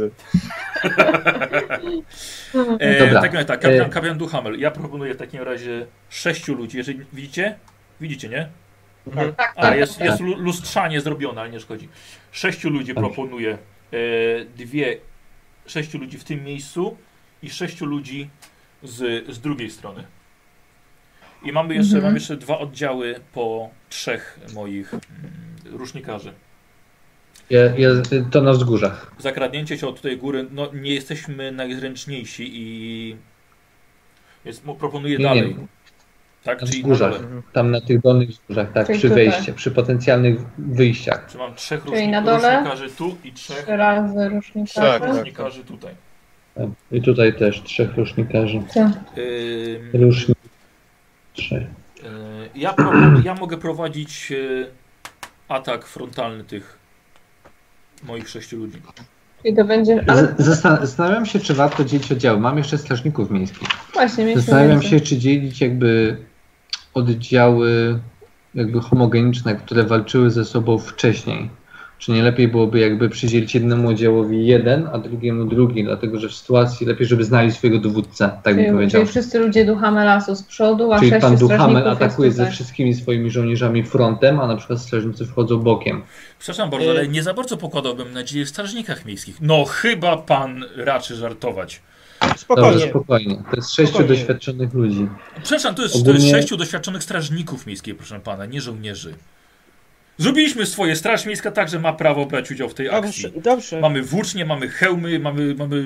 E, Dobra. tak, tak, kapitan, E. kapitan Duhamel. Ja proponuję w takim razie sześciu ludzi. Jeżeli widzicie? Widzicie, nie? Mhm. Tak, A, tak. jest, jest lu- lustrzanie zrobione, ale nie szkodzi. Sześciu ludzi Dobrze. proponuję. E, dwie, sześciu ludzi w tym miejscu i sześciu ludzi z, z drugiej strony. I mamy jeszcze, Mhm. mam jeszcze dwa oddziały po trzech moich mm, rusznikarzy. Ja, ja, to na wzgórzach. Zakradnięcie się od tej góry, no nie jesteśmy najzręczniejsi i Więc mu proponuję Nie, dalej. nie. Tak, Na czyli na wzgórzach, dole. tam na tych dolnych wzgórzach, tak, Czyli przy tutaj. wejściu, przy potencjalnych wyjściach. Czy mam trzech Czyli różni- na dole? różnikarzy tu i trzech Trzy razy Tak, różnikarze. tak. różnikarzy tutaj. I tutaj też trzech rusznikarzy. Tak. Ym, Rusznik. Trzech. yy, ja, pro- ja mogę prowadzić yy, atak frontalny tych moich sześciu ludzi. I to będzie... Ale Z- zastan- Zastanawiam się, czy warto dzielić oddziały. Mam jeszcze strażników miejskich. właśnie, mieliśmy Zastanawiam więcej. się, czy dzielić jakby oddziały jakby homogeniczne, które walczyły ze sobą wcześniej. Czy nie lepiej byłoby jakby przydzielić jednemu oddziałowi jeden, a drugiemu drugi, dlatego że w sytuacji lepiej, żeby znaleźć swojego dowódcę, tak bym Czyli, powiedział. czyli wszyscy ludzie Duhamelasu z przodu, a Czyli sześciu pan strażników Duhamel jest atakuje ze tutaj. wszystkimi swoimi żołnierzami frontem, a na przykład strażnicy wchodzą bokiem. Przepraszam bardzo, ale nie za bardzo pokładałbym nadziei w strażnikach miejskich. No chyba pan raczy żartować. Dobrze, Spokojnie. spokojnie. To jest sześciu Spokojnie. doświadczonych ludzi. Przepraszam, to jest, to Ogólnie- jest sześciu doświadczonych strażników miejskich, proszę pana, nie żołnierzy. Zrobiliśmy swoje, Straż Miejska także ma prawo brać udział w tej akcji. Dobrze, dobrze. Mamy włócznie, mamy hełmy, mamy... mamy...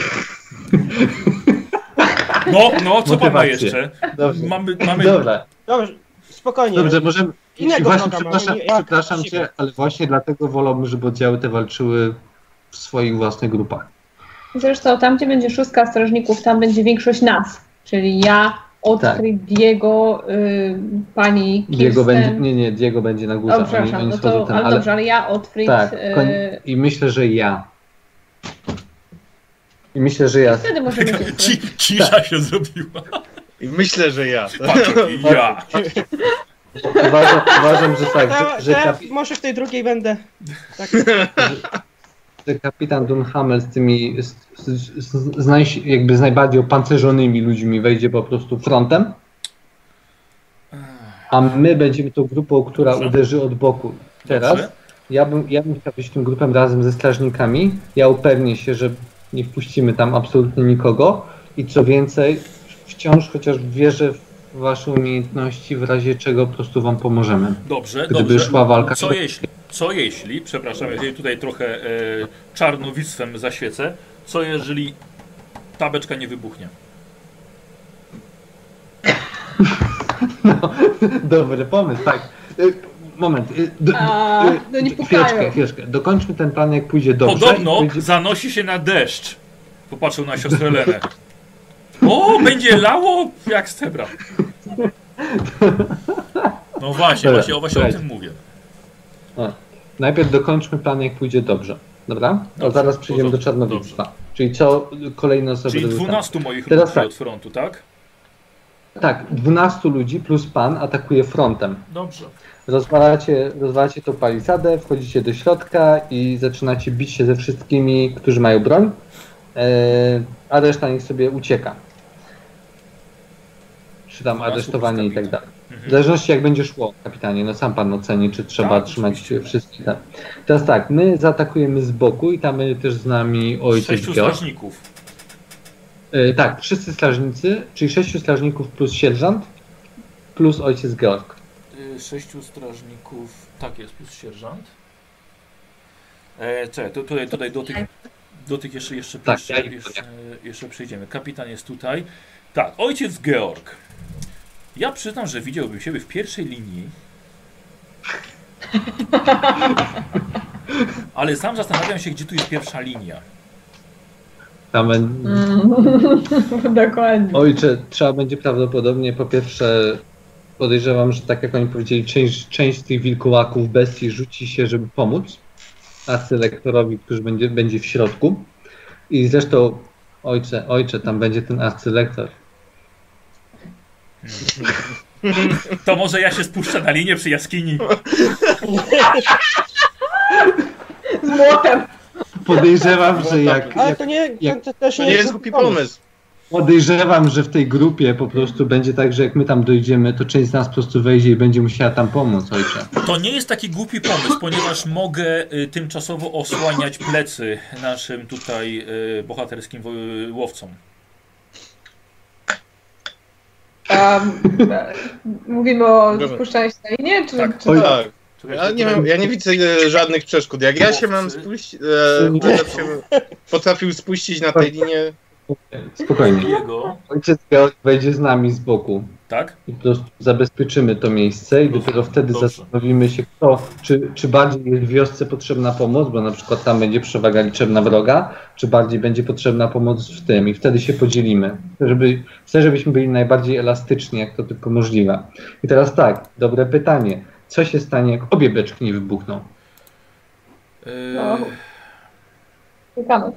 No, no, co pan ma Motywację. jeszcze? Dobrze. Mamy, mamy... Dobra, Dobrze, spokojnie. dobrze, możemy... Innego Właśnie, wroga przepraszam, mamy, jak przepraszam właściwie. cię, ale właśnie dlatego wolałbym, żeby oddziały te walczyły w swoich własnych grupach. Zresztą tam, gdzie będzie szóstka strażników, tam będzie większość nas. Czyli ja, Otfrid, Diego, y, pani Kirsten. Diego będzie, nie, nie, Diego będzie na górze. O, oni, przepraszam, oni no schodzą to, ten, ale, ale dobrze, ale ja, Otfrid, tak, koń, y, i myślę, że ja. I myślę, że ja. wtedy możemy się Ci, cisza się zrobiła. I myślę, że ja. Patrz, ja. Uważam, uważam, że tak, Ja, że, że, ja kapi, może w tej drugiej będę. Tak. że kapitan Dunhamel z tymi z, z, z, z, naj, jakby z najbardziej opancerzonymi ludźmi wejdzie po prostu frontem, a my będziemy tą grupą, która Dobrze. uderzy od boku. Teraz Dobrze. ja bym, ja bym chciał być tym grupem razem ze strażnikami. Ja upewnię się, że nie wpuścimy tam absolutnie nikogo i co więcej, wciąż chociaż wierzę w wasze umiejętności, w razie czego po prostu wam pomożemy. Dobrze, Gdyby dobrze. szła walka- Co jeśli, co jeśli, przepraszam, jeżeli tutaj trochę e, czarnowictwem zaświecę, co jeżeli ta beczka nie wybuchnie? No, dobry pomysł, tak. Y, Moment. y, d- A, y, no nie d- pukają. Chwileczkę, chwileczkę. Dokończmy ten plan, jak pójdzie dobrze. Podobno i pójdzie... zanosi się na deszcz. Popatrzył na siostrę Lenę. O, będzie lało jak z cebra. No właśnie, Dobra, właśnie, o, właśnie o słuchajcie. tym mówię. O, najpierw dokończmy plan, jak pójdzie dobrze. Dobra? A Dobrze, zaraz przejdziemy do dobrze, czarnowictwa. Czyli co kolejne osoby Czyli do wystawy. dwunastu moich Teraz ludzi tak. od frontu, tak? Tak, dwunastu ludzi plus pan atakuje frontem. Dobrze. Rozwalacie, rozwalacie tą palisadę, wchodzicie do środka i zaczynacie bić się ze wszystkimi, którzy mają broń, e, a reszta niech sobie ucieka. Czy tam dwunastu aresztowanie plus i tak kapitan. dalej. W Mhm. zależności jak będzie szło, kapitanie, no sam pan oceni, czy trzeba Tak, trzymać oczywiście. wszystkich tam. Teraz tak, my zaatakujemy z boku i tam będzie też z nami ojciec Sześciu Georg. strażników. E, tak, wszyscy strażnicy, czyli sześciu strażników plus sierżant, plus ojciec Georg. Y, Sześciu strażników, tak jest, plus sierżant. E, czekaj, to, tutaj, tutaj do tych, do tych jeszcze, jeszcze, Tak, jeszcze, ja ich jeszcze, jeszcze przejdziemy. Kapitan jest tutaj. Tak, ojciec Georg. Ja przyznam, że widziałbym siebie w pierwszej linii. Ale sam zastanawiam się, gdzie tu jest pierwsza linia. Tam, Mm. Dokładnie. ojcze, trzeba będzie prawdopodobnie po pierwsze, podejrzewam, że tak jak oni powiedzieli, część, część z tych wilkołaków, bestii rzuci się, żeby pomóc arcylektorowi, który będzie, będzie w środku. I zresztą, ojcze, ojcze, tam będzie ten arcylektor. To może ja się spuszczę na linię przy jaskini. Z młotem. Podejrzewam, że jak, Ale jak to nie, jak- to, to też To nie jest głupi pomysł. podejrzewam, że w tej grupie po prostu będzie tak, że jak my tam dojdziemy, to część z nas po prostu wejdzie i będzie musiała tam pomóc, ojcze. To nie jest taki głupi pomysł, ponieważ mogę y, tymczasowo osłaniać plecy naszym tutaj y, bohaterskim wo- łowcom. Um, mówimy o Dobra. spuszczaniu się na linię, czy, Tak. czy Oj, to... tak. Ja nie, mam, ja nie widzę e, żadnych przeszkód. Jak ja się mam spuścić, e, będę się potrafił spuścić na tej linie, Spokojnie. Jego, Ojciec Georg wejdzie z nami z boku tak? i po prostu zabezpieczymy to miejsce i Dobrze, dopiero wtedy dobrze. zastanowimy się, kto, czy, czy bardziej jest wiosce potrzebna pomoc, bo na przykład tam będzie przewaga liczebna wroga, czy bardziej będzie potrzebna pomoc w tym i wtedy się podzielimy. Żeby, chcę, żebyśmy byli najbardziej elastyczni, jak to tylko możliwe. I teraz tak, dobre pytanie. Co się stanie, jak obie beczki nie wybuchną? Yy, No. Czekamy.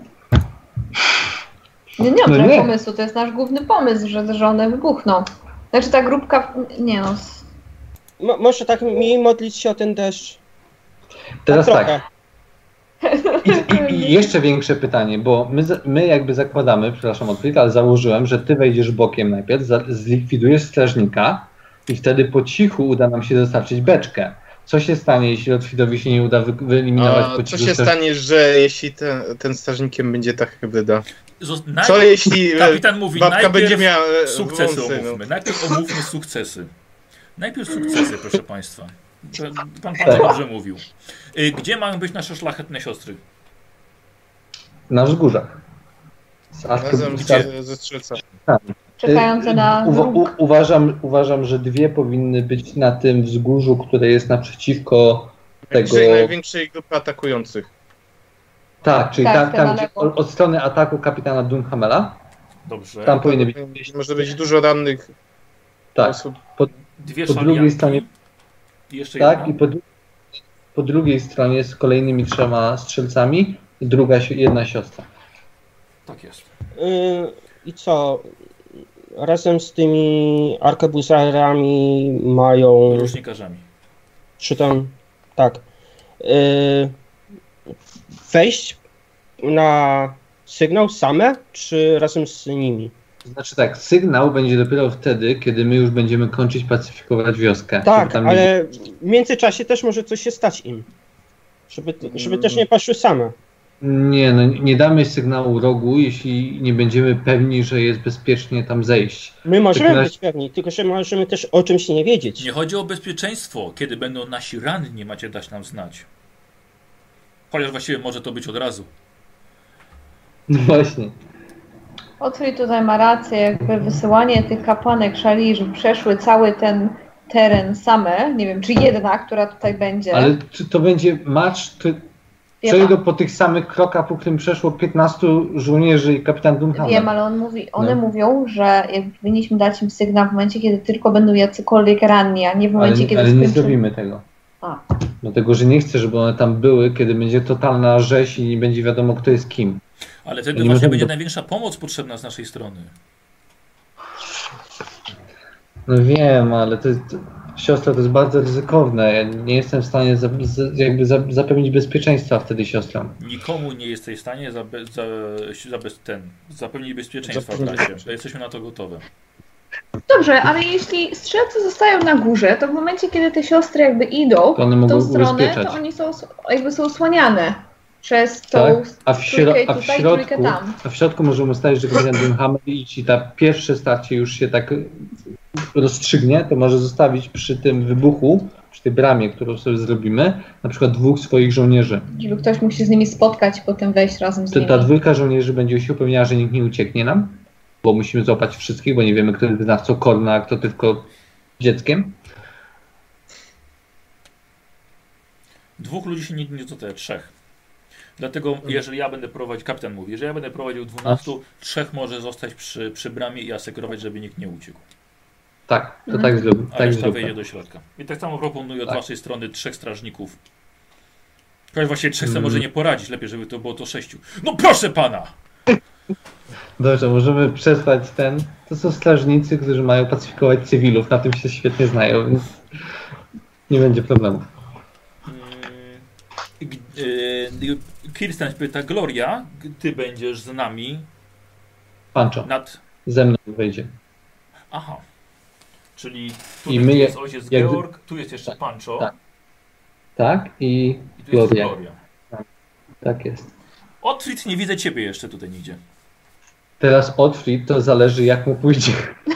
Nie, nie mam No no nie. pomysłu, to jest nasz główny pomysł, że, że one wybuchną. Znaczy ta grupka, nie no, s- Mo- może tak mi modlić się o ten deszcz. Teraz tak. tak. trochę. I, i, I jeszcze większe pytanie, bo my, za- my jakby zakładamy, przepraszam odkryt, ale założyłem, że ty wejdziesz bokiem najpierw, za, zlikwidujesz strażnika i wtedy po cichu uda nam się dostarczyć beczkę. Co się stanie, jeśli Otfidowi się nie uda wy, wyeliminować A po co cichu się straż- stanie, że jeśli ten, ten strażnikiem będzie ta hybryda? zos- Co najpierw- jeśli e, Kapitan mówi, babka najpierw będzie miała e, sukcesy wąsy, no. omówmy. Najpierw omówmy sukcesy. Najpierw sukcesy, proszę Państwa. To Pan Pan Tak. dobrze mówił. Y, Gdzie mają być nasze szlachetne siostry? Na wzgórzach. Z arką- Razem z gdzie, ze strzelcami. czekające na Uwa- drugą. u- uważam, uważam, że dwie powinny być na tym wzgórzu, które jest naprzeciwko tego. Najwyżej największej grupy atakujących. Tak, czyli Tak, tam, te tam na gdzie, lewo. od, od strony ataku kapitana Dunhamela. Dobrze. Tam powinny być. Może być dużo rannych Tak, osób. Dwie po szalianki. drugiej stronie. I jeszcze Tak, jedna. i po, dru- po drugiej stronie z kolejnymi trzema strzelcami druga, si- jedna siostra. Tak jest. Yy, I co? Razem z tymi arkebuzarami mają... Różnikarzami. Czy tam... Tak. Yy, wejść na sygnał same, czy razem z nimi? Znaczy tak, sygnał będzie dopiero wtedy, kiedy my już będziemy kończyć pacyfikować wioskę. żeby Tak, tam nie- ale w międzyczasie też może coś się stać im. Żeby, żeby też nie poszły same. Nie, no nie damy sygnału rogu, jeśli nie będziemy pewni, że jest bezpiecznie tam zejść. My możemy takim razie- być pewni, tylko że możemy też o czymś nie wiedzieć. Nie chodzi o bezpieczeństwo. Kiedy będą nasi ranni, macie dać nam znać. Chociaż właściwie może to być od razu. No właśnie. Otwój tutaj ma rację, jakby wysyłanie tych kapłanek szali, żeby przeszły cały ten teren same, nie wiem, czy jedna, która tutaj będzie. Ale czy to będzie macz, czy Wiem, przejdą po tych samych krokach, po którym przeszło piętnastu żołnierzy i kapitan Dunhamel? Wiem, ale on mówi, one No. mówią, że jakby powinniśmy dać im sygnał w momencie, kiedy tylko będą jacykolwiek ranni, a nie w Ale, momencie, kiedy ale nie skończymy. zrobimy tego. A. Dlatego, że nie chcę, żeby one tam były, kiedy będzie totalna rzeź i nie będzie wiadomo, kto jest kim. Ale wtedy Nie właśnie możemy będzie do- największa pomoc potrzebna z naszej strony. No wiem, ale to jest, siostra, to jest bardzo ryzykowne. Ja nie jestem w stanie za, za, jakby za, zapewnić bezpieczeństwa wtedy siostrom. Nikomu nie jesteś w stanie zabe, za, za bez, ten, zapewnić bezpieczeństwa w Zapewnić razie. To jesteśmy na to gotowe. Dobrze, ale jeśli strzelcy zostają na górze, to w momencie, kiedy te siostry jakby idą To one w mogą tą stronę, ubezpieczać. to oni są os- jakby są osłaniane przez tą Tak? A w, śro trójkę a, w tutaj, środku, trójkę tam. a w środku możemy ustalić, że kapitan Dunhamel i ci ta pierwsze starcie już się tak rozstrzygnie, to może zostawić przy tym wybuchu, przy tej bramie, którą sobie zrobimy, na przykład dwóch swoich żołnierzy. Żeby ktoś mógł się z nimi spotkać i potem wejść razem z To, nimi. ta dwójka żołnierzy będzie się upewniała, że nikt nie ucieknie nam, bo musimy złapać wszystkich, bo nie wiemy, kto jest znawcą Korna, a kto tylko dzieckiem. Dwóch ludzi się nie, nie dotyka, trzech. Dlatego, jeżeli ja będę prowadzić, kapitan mówi, jeżeli ja będę prowadził dwunastu, trzech może zostać przy, przy bramie i asekurować, żeby nikt nie uciekł. Tak, to Mhm. tak zrobimy. A Tak reszta zróbmy. wejdzie do środka. I tak samo proponuję od Tak. waszej strony trzech strażników. Chociaż właściwie trzech sobie Mm. może nie poradzić, lepiej, żeby to było to sześciu. No proszę pana! Dobrze, możemy przesłać ten. To są strażnicy, którzy mają pacyfikować cywilów, na tym się świetnie znają, więc nie będzie problemu. Mm, g- y, Kirsten pyta, Gloria, g- ty będziesz z nami Pancho, nad... ze mną wejdzie. Aha. Czyli tu I jest, my je- jest ojciec jakby- Georg, tu jest jeszcze Pancho tak. Tak? I i tu jest Gloria. Gloria. tak jest. Otfrid, nie widzę ciebie jeszcze tutaj nigdzie. Teraz Otfrid to zależy, jak mu pójdzie.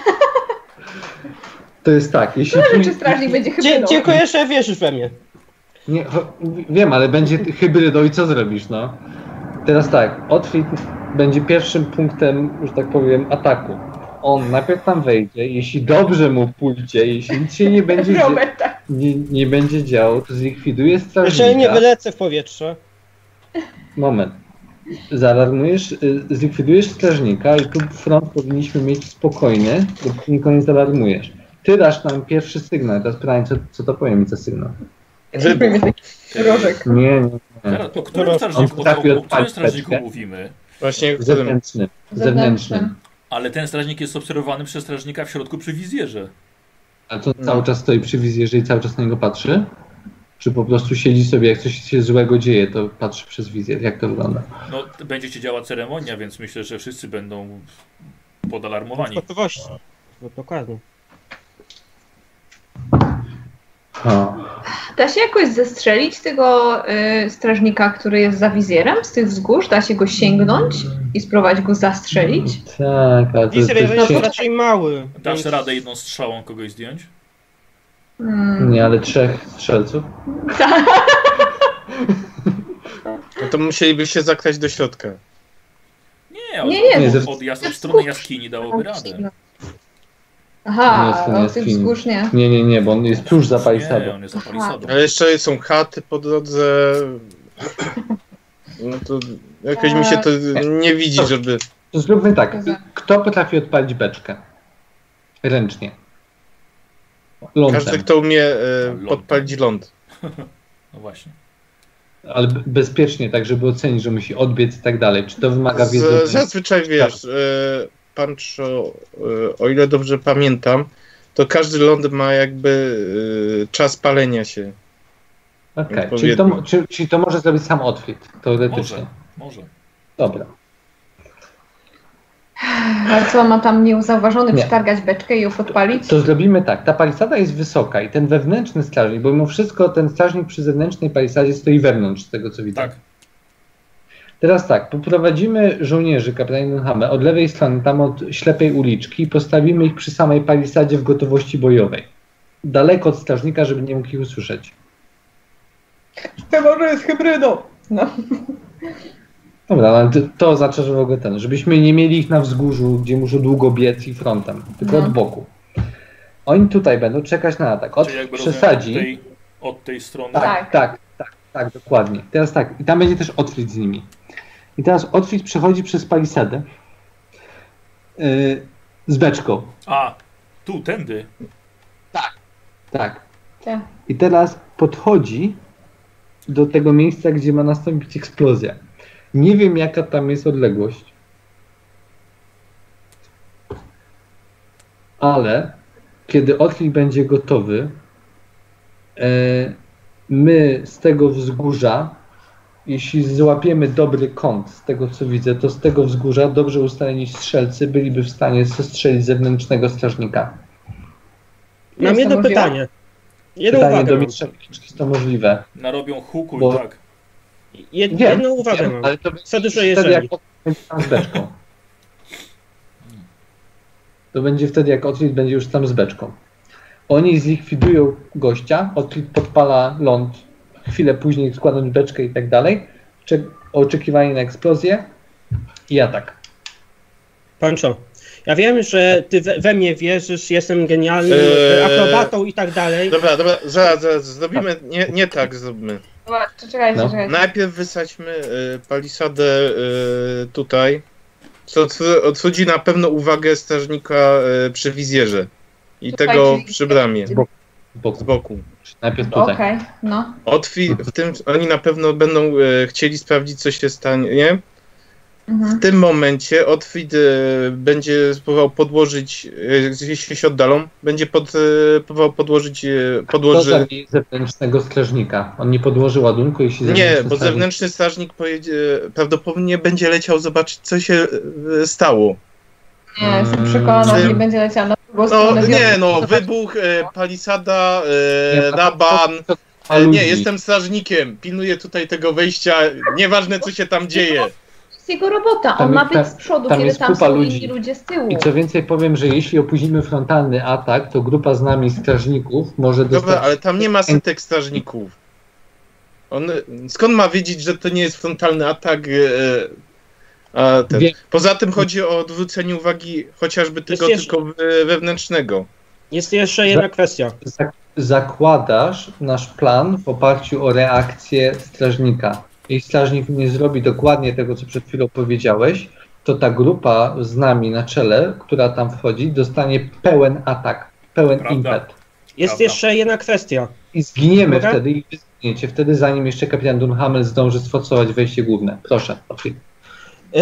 To jest tak, jeśli... Zależy, pój- czy strażnik będzie Dzie hybrydą. dziękuję, że wierzysz we mnie. Nie, cho- wiem, ale będzie hybrydą i co zrobisz, no? Teraz tak, Otfrid będzie pierwszym punktem, że tak powiem, ataku. On najpierw tam wejdzie, jeśli dobrze mu pójdzie, jeśli nic się nie będzie, dzia- tak. nie, nie będzie działo, to zlikwiduje strażnika. Jeżeli nie wylecę w powietrze. Moment. Zaalarmujesz, y, zlikwidujesz strażnika i tu front powinniśmy mieć spokojny, bo nikogo nie zaalarmujesz. Ty dasz nam pierwszy sygnał, teraz pytanie, co, co to powiem mi za sygnał? Zrobimy taki rożek. Nie, nie, nie. Teraz, o którym strażniku, o, o, o którym strażniku mówimy? Właśnie, Zewnętrznym. Zewnętrznym. Ale ten strażnik jest obserwowany przez strażnika w środku przy wizjerze. A to cały czas stoi przy wizjerze i cały czas na niego patrzy? Czy po prostu siedzi sobie, jak coś się złego dzieje, to patrzy przez wizjer? Jak to wygląda? No, będzie się działa ceremonia, więc myślę, że wszyscy będą podalarmowani. Gotowości. No, dokładnie. O. Da się jakoś zestrzelić tego y, strażnika, który jest za wizjerem z tych wzgórz? Da się go sięgnąć i spróbować go zastrzelić? Tak, ale to jest Wizjer jest dość ciężko. raczej mały. Dasz więc- radę jedną strzałą kogoś zdjąć? Hmm. Nie, ale trzech strzelców? No to musieliby się zakraść do środka. Nie, od, Nie, nie, od, ze- od, jas- od strony jaskini dałoby radę. Aha, Nie, to nie o jest tych film. wzgórz nie. Nie, nie, nie, bo on jest tuż za Nie, palisadą. on jest za palisadą. Ale jeszcze są chaty po drodze. No to jakoś mi się to nie widzi, żeby... To zróbmy tak. Kto potrafi odpalić beczkę? Ręcznie. Lądem. Każdy, kto umie e, Ląd. podpalić ląd. No właśnie. Ale b- bezpiecznie, tak żeby ocenić, że musi odbiec i tak dalej. Czy to wymaga wiedzy? Z, zazwyczaj wiesz, e, Pancho, e, o ile dobrze pamiętam, to każdy ląd ma jakby e, czas palenia się. Okej, odpowiednio. czyli, to, mo- czy, czyli to może zrobić sam Otfrid, teoretycznie. Może, może. Dobra. Ale co, ma tam niezauważony Nie. przetargać beczkę i ją podpalić? To zrobimy tak. Ta palisada jest wysoka i ten wewnętrzny strażnik, bo mimo wszystko ten strażnik przy zewnętrznej palisadzie stoi wewnątrz, z tego co widzę. Tak. Teraz tak, poprowadzimy żołnierzy kapitan Dunhama od lewej strony, tam od ślepej uliczki i postawimy ich przy samej palisadzie w gotowości bojowej. Daleko od strażnika, żeby nie mógł ich usłyszeć. Chyba, że jest hybrydą. No. Dobra, ale to, to oznacza, że w ogóle ten, żebyśmy nie mieli ich na wzgórzu, gdzie muszą długo biec i frontem, tylko No. od boku. Oni tutaj będą czekać na atak. Od Czyli jakby przesadzi. rozumiem, od, tej, od tej strony. Tak, Tak. tak, tak, tak, dokładnie. Teraz tak, i tam będzie też Otfrid z nimi. I teraz Otfrid przechodzi przez palisadę yy, z beczką. A, tu, tędy. Tak. Tak. I teraz podchodzi do tego miejsca, gdzie ma nastąpić eksplozja. Nie wiem, jaka tam jest odległość. Ale kiedy Otfrid będzie gotowy, e, my z tego wzgórza, jeśli złapiemy dobry kąt z tego, co widzę, to z tego wzgórza dobrze ustaleni strzelcy byliby w stanie zestrzelić zewnętrznego strażnika. Mam Jest to jedno możliwe? pytanie. Jedną Pytanie uwagę do mam. mistrza, czy jest to możliwe. Narobią huku Bo- i tak. Jed, Wiem, jedną uwagę wiem, mam. ale to Co dużo wtedy, jeżeli. jak będzie tam z beczką. To będzie wtedy, jak Otfrid będzie już tam z beczką. Oni zlikwidują gościa, Otfrid podpala ląd, chwilę później składać beczkę i tak dalej. Cze- oczekiwanie na eksplozję i atak. Pancho, ja wiem, że ty we, we mnie wierzysz, jestem genialnym Eee. akrobatą i tak dalej. Dobra, dobra, zaraz, zaraz, zrobimy, nie, nie tak zróbmy. Dobra, to czekajcie, No. czekajcie. Najpierw wysadźmy y, palisadę y, tutaj, co otw- odwróci na pewno uwagę strażnika y, przy wizjerze i Tutaj, tego czyli- przy bramie, Z boku. z Z boku. boku. Najpierw tutaj. Okej, no. Otwi- w tym, oni na pewno będą y, chcieli sprawdzić, co się stanie, nie? Mhm. W tym momencie Otfrid y, będzie próbował podłożyć, y, jeśli się oddalą, będzie pod, y, próbował podłożyć, y, Kto podłoży... zabije zewnętrznego strażnika? On nie podłoży ładunku, jeśli Nie, zewnętrzny bo strażnik... zewnętrzny strażnik pojedzie, prawdopodobnie będzie leciał zobaczyć, co się y, stało. Nie, jestem Mm. przekonana, że nie Tym- będzie leciała na drugą No stronę nie, wioski. no, Zobaczyć. wybuch, e, palisada, Nie, e, to- raban. to- to- E, nie, ludzi. jestem strażnikiem, pilnuję tutaj tego wejścia, nieważne co się tam dzieje. To jest jego robota, Tam on ma jest- być z przodu, tam kiedy jest tam kupa są ludzi. inni ludzie z tyłu. I co więcej powiem, że jeśli opóźnimy frontalny atak, to grupa z nami strażników może dostać... Dobra, ale tam nie ma setek strażników. On, skąd ma wiedzieć, że to nie jest frontalny atak? E, A, ten. Wie- Poza tym chodzi o odwrócenie uwagi chociażby tego jeszcze- tylko we- wewnętrznego. Jest jeszcze jedna kwestia. Zak- zakładasz nasz plan w oparciu o reakcję strażnika. Jeśli strażnik nie zrobi dokładnie tego, co przed chwilą powiedziałeś, to ta grupa z nami na czele, która tam wchodzi, dostanie pełen atak, pełen Prawda. impet. Jest Prawda. jeszcze jedna kwestia. I zginiemy Mogę? wtedy i wy zginiecie wtedy, zanim jeszcze kapitan Dunhamel zdąży sforsować wejście główne. Proszę. Patryk. Yy,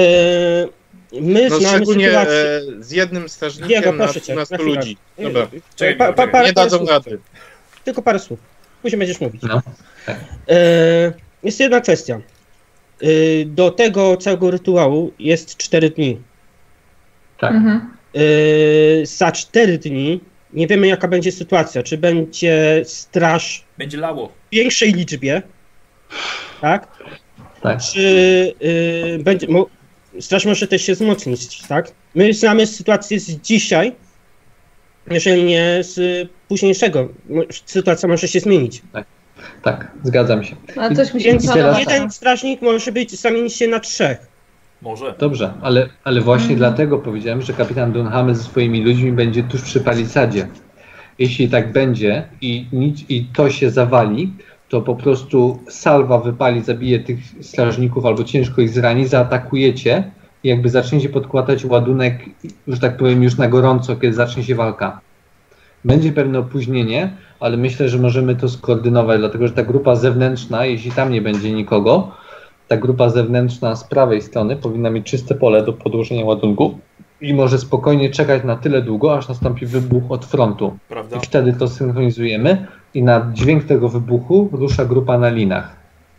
my No znamy szczególnie sytuację. e, z jednym strażnikiem Diego, na proszę cię, dwunastu na chwilę. ludzi. Dobra, Czekaj, Pa- pa- czekaj. parę- nie parę dadzą słów. rady. Tylko parę słów. Później będziesz mówić. No. Tak. Yy, jest jedna kwestia. Yy, do tego całego rytuału jest cztery dni. Tak. Mhm. Yy, za cztery dni nie wiemy, jaka będzie sytuacja. Czy będzie straż Będzie lało. w większej liczbie, tak? Tak. Czy yy, będzie. Mo, straż może też się wzmocnić, tak? My znamy sytuację z dzisiaj, jeżeli nie z późniejszego. Mo- Sytuacja może się zmienić. Tak, zgadzam się. Ale coś mi się Więc nie teraz- podoba. jeden strażnik może być zamienić się na trzech. Może. Dobrze, ale, ale właśnie Mhm. dlatego powiedziałem, że kapitan Dunhamel ze swoimi ludźmi będzie tuż przy palisadzie. Jeśli tak będzie i, nic, i to się zawali, to po prostu salwa wypali, zabije tych strażników albo ciężko ich zrani, zaatakujecie i jakby zaczniecie podkładać ładunek, że tak powiem, już na gorąco, kiedy zacznie się walka. Będzie pewne opóźnienie, ale myślę, że możemy to skoordynować, dlatego że ta grupa zewnętrzna, jeśli tam nie będzie nikogo, ta grupa zewnętrzna z prawej strony powinna mieć czyste pole do podłożenia ładunku i może spokojnie czekać na tyle długo, aż nastąpi wybuch od frontu. Prawda? I wtedy to synchronizujemy i na dźwięk tego wybuchu rusza grupa na linach.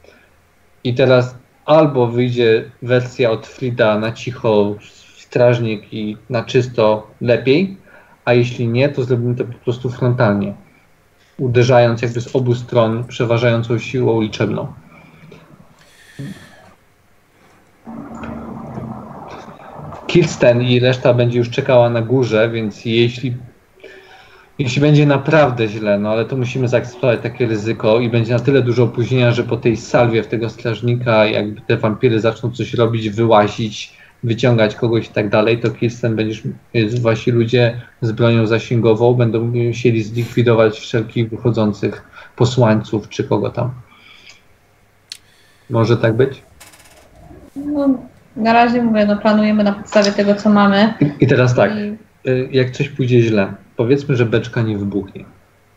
I teraz albo wyjdzie wersja od Frida na cicho, strażnik i na czysto lepiej, a jeśli nie, to zrobimy to po prostu frontalnie, uderzając jakby z obu stron przeważającą siłą liczebną. Kirsten i reszta będzie już czekała na górze, więc jeśli jeśli będzie naprawdę źle, no ale to musimy zaakceptować takie ryzyko i będzie na tyle dużo opóźnienia, że po tej salwie w tego strażnika jakby te wampiry zaczną coś robić, wyłazić, wyciągać kogoś i tak dalej, to Kirsten będziesz, wasi ludzie z bronią zasięgową będą musieli zlikwidować wszelkich wychodzących posłańców czy kogo tam. Może tak być? No, na razie mówię, no planujemy na podstawie tego, co mamy. I, i teraz tak, I y, jak coś pójdzie źle, powiedzmy, że beczka nie wybuchnie.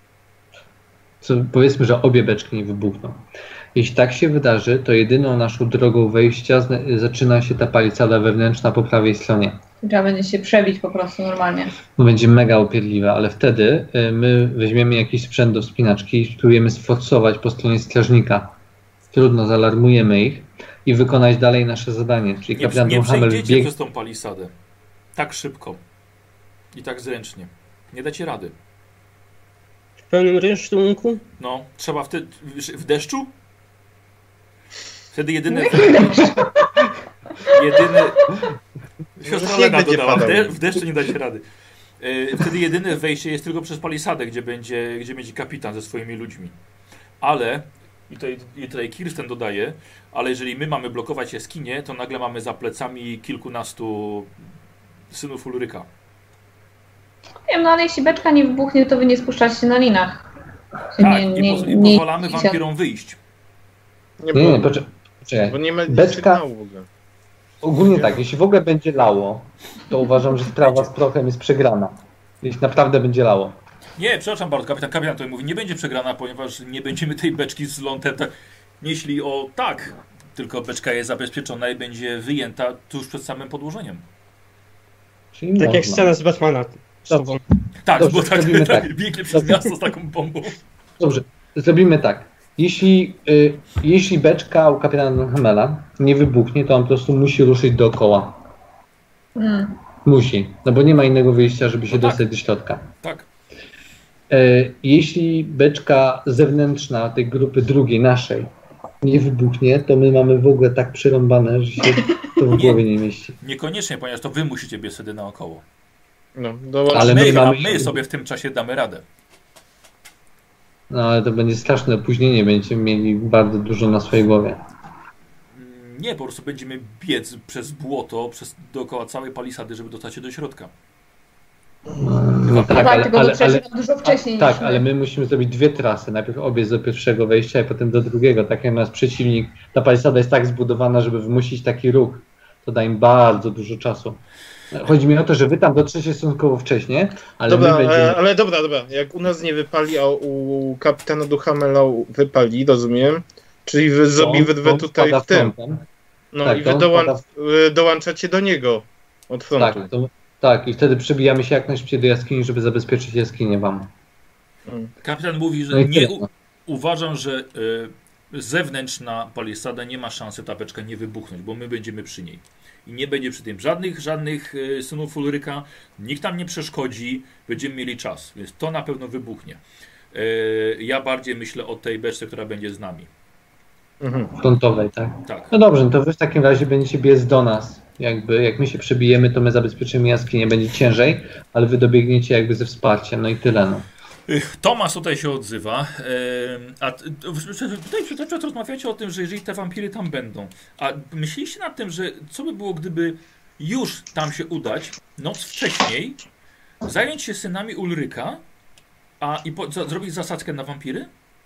Co, powiedzmy, że obie beczki nie wybuchną. Jeśli tak się wydarzy, to jedyną naszą drogą wejścia zna- zaczyna się ta palisada wewnętrzna po prawej stronie. trzeba będzie się przebić po prostu normalnie. No będzie mega upierdliwe, ale wtedy y, my weźmiemy jakiś sprzęt do wspinaczki i spróbujemy sforcować po stronie strażnika. Trudno, zaalarmujemy ich i wykonać dalej nasze zadanie. Czyli Nie, kapitan nie Dunhamel przejdziecie bieg... przez tą palisadę. Tak szybko. I tak zręcznie. Nie dacie rady. W pełnym rynsztunku? No, trzeba wtedy... W deszczu? Wtedy jedyny... jedyny... Siostra śnieg Lena będzie dodała, w, padał. de, w deszczu nie dacie rady. Yy, Wtedy jedyne wejście jest tylko przez palisadę, gdzie będzie, gdzie będzie kapitan ze swoimi ludźmi. Ale, i tutaj, i tutaj Kirsten dodaje, ale jeżeli my mamy blokować jaskinię, to nagle mamy za plecami kilkunastu synów Ulryka. Wiem, no ale jeśli beczka nie wybuchnie, to wy nie spuszczacie się na linach. Tak, nie, nie, poz, nie pozwalamy idźcie- wampirom wyjść. Nie, Nie, nie, bo, poczekaj. poczekaj. bo nie ma Beczka- sygnału w ogóle. Ogólnie tak, jeśli w ogóle będzie lało, to uważam, że sprawa z prochem jest przegrana. Jeśli naprawdę będzie lało. Nie, przepraszam bardzo, kapitan, kapitan tutaj mówi, nie będzie przegrana, ponieważ nie będziemy tej beczki z lądem tak nieśli o tak, tylko beczka jest zabezpieczona i będzie wyjęta tuż przed samym podłożeniem. Czyli Tak można. jak scena z Batmana. z Dobrze. tobą. Tak, Dobrze, bo tak, zrobimy tak, tak. biegnie przez Dobrze. miasto z taką bombą. Dobrze, zrobimy tak. Jeśli, y, jeśli beczka u kapitana Dunhamela nie wybuchnie, to on po prostu musi ruszyć dookoła. Mm. Musi, no bo nie ma innego wyjścia, żeby się No tak. dostać do środka. Tak. E, jeśli beczka zewnętrzna tej grupy drugiej, naszej, nie wybuchnie, to my mamy w ogóle tak przerąbane, że się to w Nie. głowie nie mieści. Niekoniecznie, ponieważ to wy musicie biec wtedy naokoło. No, dołącz... Ale my, my a mamy- my sobie w tym czasie damy radę. No ale to będzie straszne opóźnienie, będziemy mieli bardzo dużo na swojej głowie. Nie, po prostu będziemy biec przez błoto, przez dookoła całej palisady, żeby dostać się do środka. No Tak, tak, ale, tylko ale, to przecież ale, dużo wcześniej a, tak, niż my. ale my musimy zrobić dwie trasy. Najpierw obiec do pierwszego wejścia i potem do drugiego. Tak jak nasz przeciwnik, ta palisada jest tak zbudowana, żeby wymusić taki ruch. To da im bardzo dużo czasu. Chodzi mi o to, że wy tam dotrzecie stosunkowo wcześnie, ale Dobra, my będziemy... ale dobra, dobra. Jak u nas nie wypali, a u kapitana Duhamela wypali, rozumiem. Czyli wy zrobi wydwę on tutaj wpada w tym. frontem. No Tak, i to wy on dołą wpada y, dołączacie do niego od frontu. Tak, to, tak, i wtedy przebijamy się jak najszybciej do jaskini, żeby zabezpieczyć jaskinię wam. Kapitan mówi, że No i nie tyle. u, uważam, że y, zewnętrzna palisada nie ma szansy ta beczka nie wybuchnąć, bo my będziemy przy niej. I nie będzie przy tym żadnych, żadnych y, synów Ulryka, nikt tam nie przeszkodzi, będziemy mieli czas, więc to na pewno wybuchnie. Y, ja bardziej myślę o tej beczce, która będzie z nami. Mhm. Frontowej, tak? Tak. No dobrze, no to wy w takim razie będziecie biec do nas. Jakby, jak my się przebijemy, to my zabezpieczymy jaskinię, będzie ciężej, ale wy dobiegniecie jakby ze wsparciem, no i tyle, no. Tomasz tutaj się odzywa, yy, a t- tutaj cały czas rozmawiacie o tym, że jeżeli te wampiry tam będą, a myśleliście nad tym, że co by było, gdyby już tam się udać, noc wcześniej, zająć się synami Ulryka, a i po, za, zrobić zasadzkę na wampiry?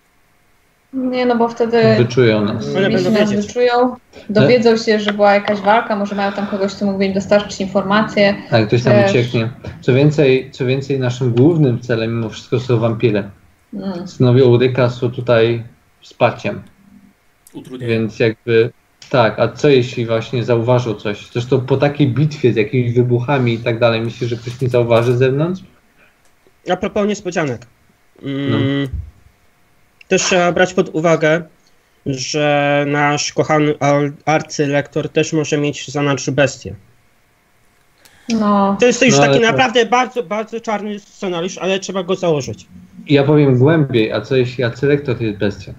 Nie, no bo wtedy Wyczują nas. Ale jeśli będą nas wiedzieć. wyczują, dowiedzą się, że była jakaś walka, może mają tam kogoś, kto mógłby im dostarczyć informacje. Tak, ktoś tam Też. ucieknie. Co więcej, co więcej, naszym głównym celem mimo wszystko są wampiry. Mm. Synowie Ulryka są tutaj wsparciem, Utrudnienie. więc jakby tak, a co jeśli właśnie zauważą coś? Zresztą po takiej bitwie z jakimiś wybuchami i tak dalej, myślisz, że ktoś nie zauważy z zewnątrz? A propos niespodzianek. Mm, Też trzeba brać pod uwagę, że nasz kochany ar- arcylektor też może mieć zanadrzu bestię. No, To jest już No, ale taki to- naprawdę bardzo, bardzo czarny scenariusz, ale trzeba go założyć. Ja powiem głębiej, a co jeśli Acylektor to jest bestia?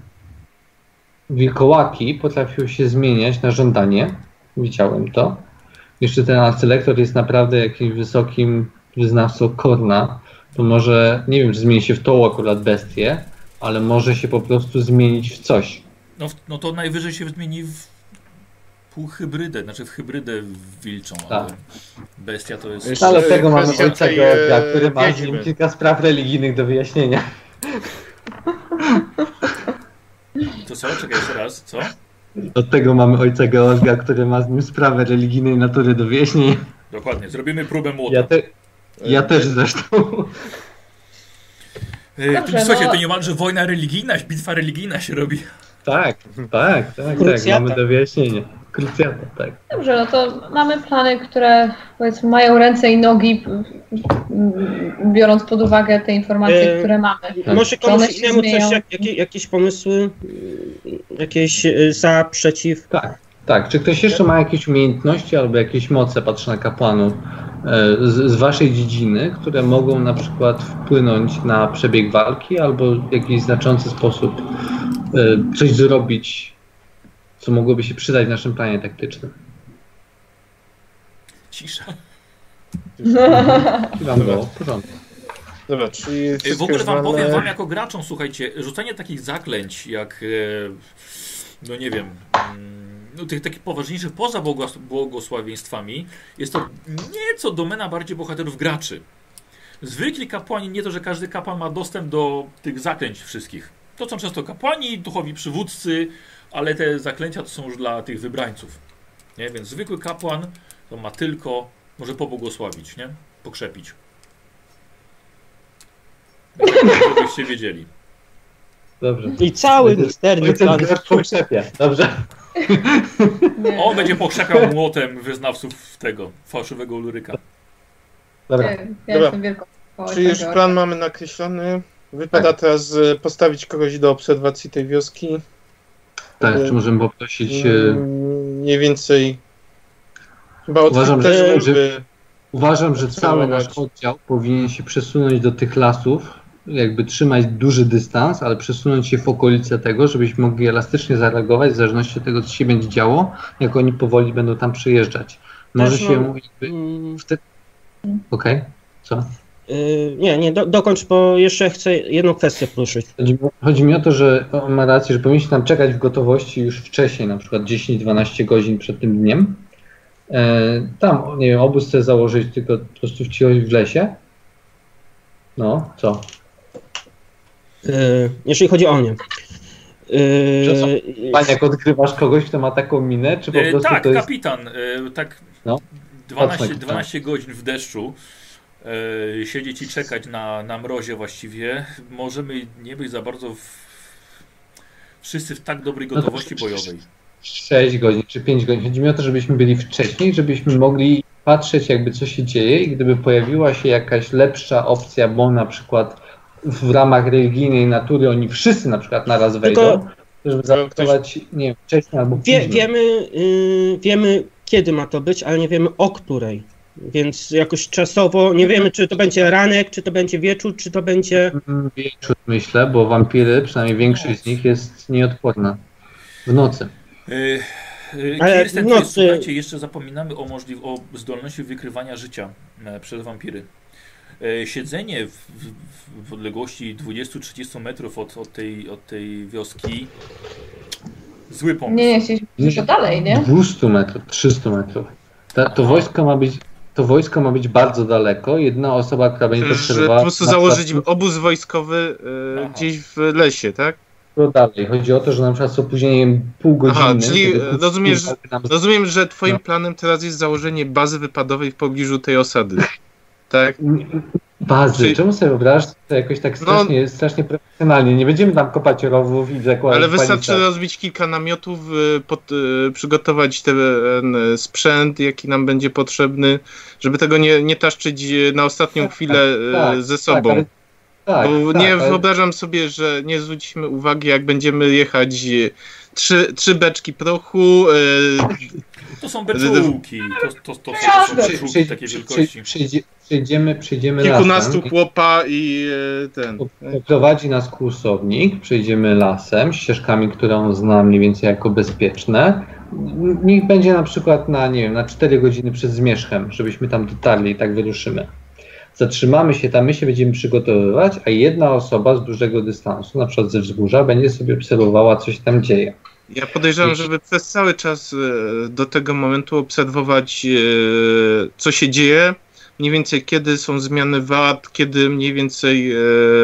Wilkołaki potrafią się zmieniać na żądanie. Widziałem to. Jeszcze ten Acylektor jest naprawdę jakimś wysokim wyznawcą Korna. To może, nie wiem, czy zmieni się w tą akurat bestię, ale może się po prostu zmienić w coś. No, w- no to najwyżej się zmieni w półhybrydę, znaczy w hybrydę wilczą, ale Tak. bestia to jest... Jeszcze- No, ale tego mamy kwestia ojca tej, Georga, e, który ma z wiedźmy. nim kilka spraw religijnych do wyjaśnienia. To co? Czekaj jeszcze raz, co? Od tego mamy ojca Georga, który ma z nim sprawę religijnej natury do wyjaśnienia. Dokładnie, zrobimy próbę młota. Ja, te, ja też zresztą. Yy, Dobrze, Słuchajcie, no- to niemalże wojna religijna, bitwa religijna się robi. Tak, tak, tak, tak, Krucjata. mamy do wyjaśnienia. Krucjata, tak. dobrze, no to mamy plany, które powiedzmy mają ręce i nogi, m, biorąc pod uwagę te informacje, E, które mamy. Może Czy one komuś się innemu zmienią? coś, jak, jakie, jakieś pomysły, y, jakieś y, za, przeciw. Tak, tak. Czy ktoś jeszcze ma jakieś umiejętności albo jakieś moce, patrzę na kapłanów, e, z, z waszej dziedziny, które mogą na przykład wpłynąć na przebieg walki albo w jakiś znaczący sposób e, coś zrobić, co mogłoby się przydać w naszym planie taktycznym? Cisza. Wam było w porządku. Dobra, czyli Yy, W wszystko ogóle już wam mamy- powiem wam jako graczom, słuchajcie, rzucanie takich zaklęć jak, e, no nie wiem, mm, no, tych takich poważniejszych poza błogos- błogosławieństwami, jest to nieco domena bardziej bohaterów graczy. Zwykli kapłani, nie to, że każdy kapłan ma dostęp do tych zaklęć wszystkich. To są często kapłani, duchowi przywódcy, ale te zaklęcia to są już dla tych wybrańców. Nie? Więc zwykły kapłan to ma tylko, może pobłogosławić, nie? Pokrzepić. Żebyście wiedzieli. Dobrze. I cały misterny Ojciec plan. Georg pokrzepia. Dobrze. Nie. On będzie pokrzepiał młotem wyznawców tego fałszywego Ulryka. Dobra. Ja Dobra. jestem wielką Czyli już plan mamy nakreślony. Wypada teraz e, postawić kogoś do obserwacji tej wioski. Tak, czy możemy poprosić... e, Mm, Mniej więcej. Chyba od Uważam, też że- mógłby. Uważam, że cały nasz oddział powinien się przesunąć do tych lasów, jakby trzymać duży dystans, ale przesunąć się w okolice tego, żebyśmy mogli elastycznie zareagować w zależności od tego, co się będzie działo, jak oni powoli będą tam przyjeżdżać. Może Też się mam- jakby Mm, wtedy... Okej, co? Yy, nie, nie, do, dokończ, bo jeszcze chcę jedną kwestię poruszyć. Chodzi, chodzi mi o to, że on ma rację, że powinniśmy tam czekać w gotowości już wcześniej, na przykład dziesięć dwanaście godzin przed tym dniem. E, tam, nie wiem, obóz chcę założyć, tylko po prostu w cichość w lesie. No, co? Yy, jeżeli chodzi o mnie. Yy, Panie, jak odkrywasz kogoś, kto ma taką minę, czy po E, prostu tak, to jest... kapitan. E, tak No. dwanaście, Patrz, dwanaście godzin w deszczu. E, siedzieć i czekać na, na mrozie właściwie. Możemy nie być za bardzo w, wszyscy w tak dobrej No to gotowości przecież- bojowej. sześć godzin czy pięć godzin. Chodzi mi o to, żebyśmy byli wcześniej, żebyśmy mogli patrzeć jakby co się dzieje i gdyby pojawiła się jakaś lepsza opcja, bo na przykład w ramach religijnej natury oni wszyscy na przykład naraz wejdą, Tylko- to żeby zaaktować, nie wiem, wcześniej albo wie, później. wiemy, yy, wiemy, kiedy ma to być, ale nie wiemy o której. Więc jakoś czasowo nie wiemy, czy to będzie ranek, czy to będzie wieczór, czy to będzie. Mm, Wieczór myślę, bo wampiry, przynajmniej większość z nich jest nieodporna. W nocy. E, e, Ale Kirsten, w to jest, nocy- słuchajcie, jeszcze zapominamy o, możliw- o zdolności wykrywania życia e, przez wampiry. E, siedzenie w, w, w odległości dwadzieścia trzydzieści metrów od, od, tej, od tej wioski zły pomysł. Nie, nie, chcieliśmy dużo dalej, nie? dwieście metrów, trzysta metrów. Ta, to, wojsko ma być, to wojsko ma być bardzo daleko. Jedna osoba, która będzie to Że obserwowała... po prostu na założyć przykład- obóz wojskowy e, Aha. gdzieś w lesie, tak? No dalej. Chodzi o to, że na przykład z opóźnieniem pół godziny... Aha, czyli, żeby e, rozumiesz, żeby nam- Rozumiem, że twoim No. planem teraz jest założenie bazy wypadowej w pobliżu tej osady. Tak? Bazy. Czyli- Czemu sobie wyobrażasz to jakoś tak strasznie, strasznie profesjonalnie? Nie będziemy tam kopać rowów i zakładać Ale wystarczy palica. rozbić kilka namiotów, y, pod, y, przygotować ten y, sprzęt, jaki nam będzie potrzebny, żeby tego nie, nie taszczyć y, na ostatnią chwilę y, tak, ze sobą. Tak, ale, tak, Bo tak, nie ale, wyobrażam sobie, że nie zwrócimy uwagi, jak będziemy jechać y, trzy, trzy beczki prochu. y, To są beczułki. To, to, to, to, to są Przy- przy, beczułki przy, takiej przy, wielkości. przy, przyjdzie, przyjdziemy, przyjdziemy Kilkunastu lasem. chłopa i y, ten. Poprowadzi nas kursownik, przejdziemy lasem, ścieżkami, które on zna mniej więcej jako bezpieczne. Niech będzie na przykład na, nie wiem, na cztery godziny przed zmierzchem, żebyśmy tam dotarli i tak wyruszymy. Zatrzymamy się tam, my się będziemy przygotowywać, a jedna osoba z dużego dystansu, na przykład ze wzgórza, będzie sobie obserwowała, co się tam dzieje. Ja podejrzewam, żeby przez cały czas e, do tego momentu obserwować, e, co się dzieje, mniej więcej kiedy są zmiany wad, kiedy mniej więcej e,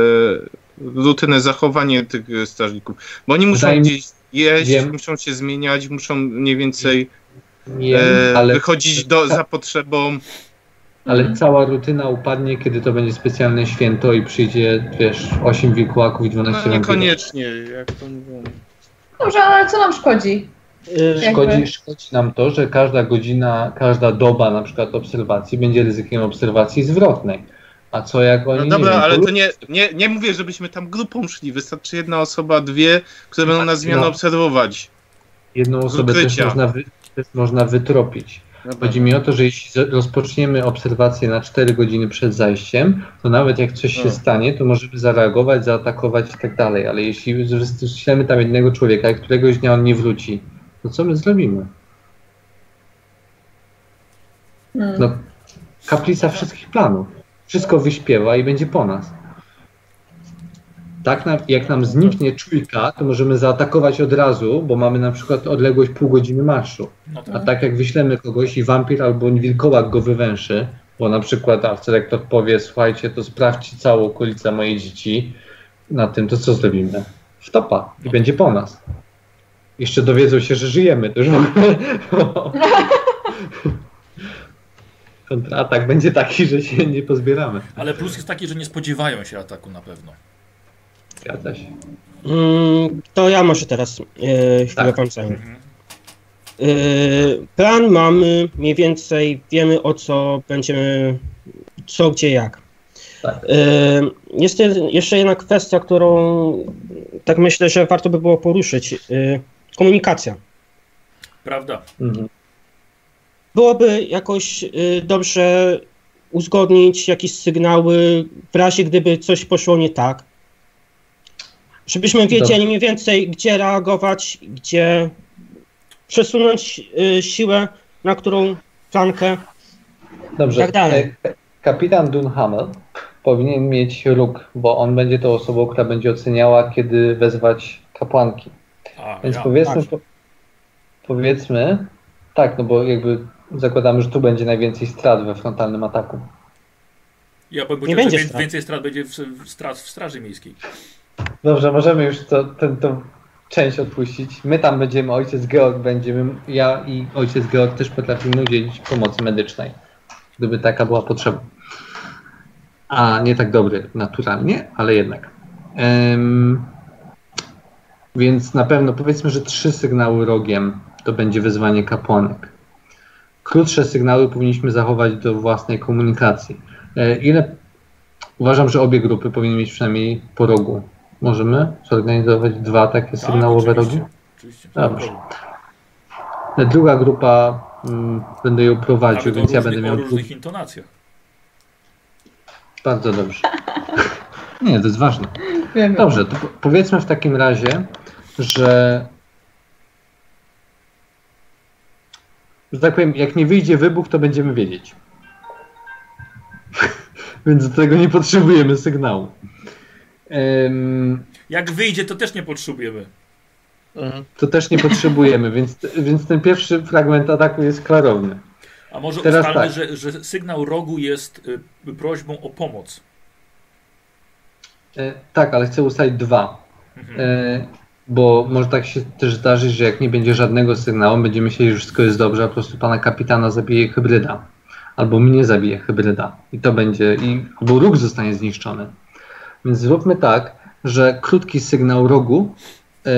rutynne zachowanie tych strażników. Bo oni muszą Wydaje mi- gdzieś jeść, Wiem. muszą się zmieniać, muszą mniej więcej Nie, e, ale, wychodzić do, za potrzebą. ale cała rutyna upadnie, kiedy to będzie specjalne święto i przyjdzie, wiesz, osiem wilkołaków i dwanaście No wampirów. niekoniecznie, jak to mówią. Dobrze, ale co nam szkodzi? Yy, Szkodzi, Jakby- szkodzi nam to, że każda godzina, każda doba na przykład obserwacji będzie ryzykiem obserwacji zwrotnej. A co jak oni No nie dobra, wiem, ale to polu- nie, nie, nie mówię, żebyśmy tam grupą szli. Wystarczy jedna osoba, dwie, które będą nas zmianę No. obserwować. jedną osobę też ukrycia. można, wy, też można wytropić. Dobra. Chodzi mi o to, że jeśli z- rozpoczniemy obserwację na cztery godziny przed zajściem, to nawet jak coś się No. stanie, to możemy zareagować, zaatakować i tak dalej. Ale jeśli wyślemy tam jednego człowieka i któregoś dnia on nie wróci, to co my zrobimy? Hmm. No, kaplica wszystkich planów. Wszystko wyśpiewa i będzie po nas. Tak, na, jak nam zniknie czujka, to możemy zaatakować od razu, bo mamy na przykład odległość pół godziny marszu. No A tak. tak jak wyślemy kogoś i wampir albo wilkołak go wywęszy, bo na przykład arcyrektor powie, słuchajcie, to sprawdźcie całą okolicę mojej dzieci na tym, to co zrobimy? Wtopa i będzie po nas. Jeszcze dowiedzą się, że żyjemy. To już w ogóle... Kontratak będzie taki, że się nie pozbieramy. Ale plus jest taki, że nie spodziewają się ataku na pewno. Zgadza się. Mm, to ja może teraz yy, chwilę Tak. wam zajmę. Mhm. Yy, plan mamy, mniej więcej wiemy o co będziemy, co, gdzie, jak. Tak. Yy, jest jed- jeszcze jedna kwestia, którą tak myślę, że warto by było poruszyć. Yy, komunikacja. Prawda? Mhm. Byłoby jakoś y, dobrze uzgodnić jakieś sygnały w razie gdyby coś poszło nie tak. Żebyśmy wiedzieli mniej więcej gdzie reagować, gdzie przesunąć y, siłę, na którą flankę. Dobrze. Tak dalej. E, Kapitan Dunhamel powinien mieć róg, bo on będzie tą osobą, która będzie oceniała, kiedy wezwać kapłanki. A, Więc ja, powiedzmy, tak. po, powiedzmy, tak, no bo jakby zakładamy, że tu będzie najwięcej strat we frontalnym ataku. Ja bym Nie powiedział, będzie że strat. więcej strat będzie w, w, strat w Straży Miejskiej. Dobrze, możemy już to, tę to część odpuścić. My tam będziemy, ojciec Georg będziemy, ja i ojciec Georg też potrafimy udzielić pomocy medycznej, gdyby taka była potrzeba. A nie tak dobry naturalnie, ale jednak. Ym, więc na pewno powiedzmy, że trzy sygnały rogiem to będzie wyzwanie kapłanek. Krótsze sygnały powinniśmy zachować do własnej komunikacji. E, ile uważam, że obie grupy powinny mieć przynajmniej po rogu. Możemy zorganizować dwa takie sygnałowe oczywiście, rogi? Oczywiście. Dobrze. Druga grupa, mm, będę ją prowadził, Nawet więc o ja różnych, będę o miał... różnych intonacjach. Bardzo dobrze. Nie, to jest ważne. Wiemy. Dobrze, to po- powiedzmy w takim razie, że... że tak powiem, jak nie wyjdzie wybuch, to będziemy wiedzieć. Więc do tego nie potrzebujemy sygnału. Em, Jak wyjdzie, to też nie potrzebujemy. to też nie potrzebujemy, więc, więc ten pierwszy fragment ataku jest klarowny. A może Teraz ustalmy, tak. że, że sygnał rogu jest y, prośbą o pomoc. E, tak, ale chcę ustalić dwa. Mhm. E, bo może tak się też zdarzyć, że jak nie będzie żadnego sygnału, będziemy myśleli, że wszystko jest dobrze, a po prostu pana kapitana zabije hybryda. Albo mnie zabije hybryda. I to będzie, i, albo róg zostanie zniszczony. Więc zróbmy tak, że krótki sygnał rogu e,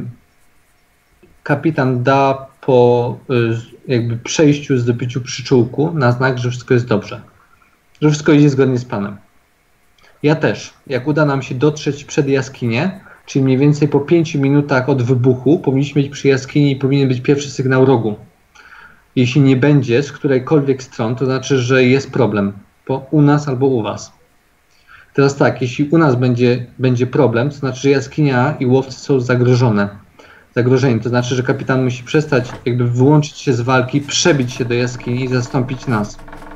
kapitan da po e, jakby przejściu, zdobyciu przyczółku na znak, że wszystko jest dobrze. Że wszystko idzie zgodnie z planem. Ja też. Jak uda nam się dotrzeć przed jaskinię, czyli mniej więcej po pięciu minutach od wybuchu, powinniśmy być przy jaskini i powinien być pierwszy sygnał rogu. Jeśli nie będzie z którejkolwiek stron, to znaczy, że jest problem. Po, u nas albo u was. Teraz tak, jeśli u nas będzie, będzie problem, to znaczy, że jaskinia i łowcy są zagrożone. Zagrożeni. To znaczy, że kapitan musi przestać jakby wyłączyć się z walki, przebić się do jaskini i zastąpić nas.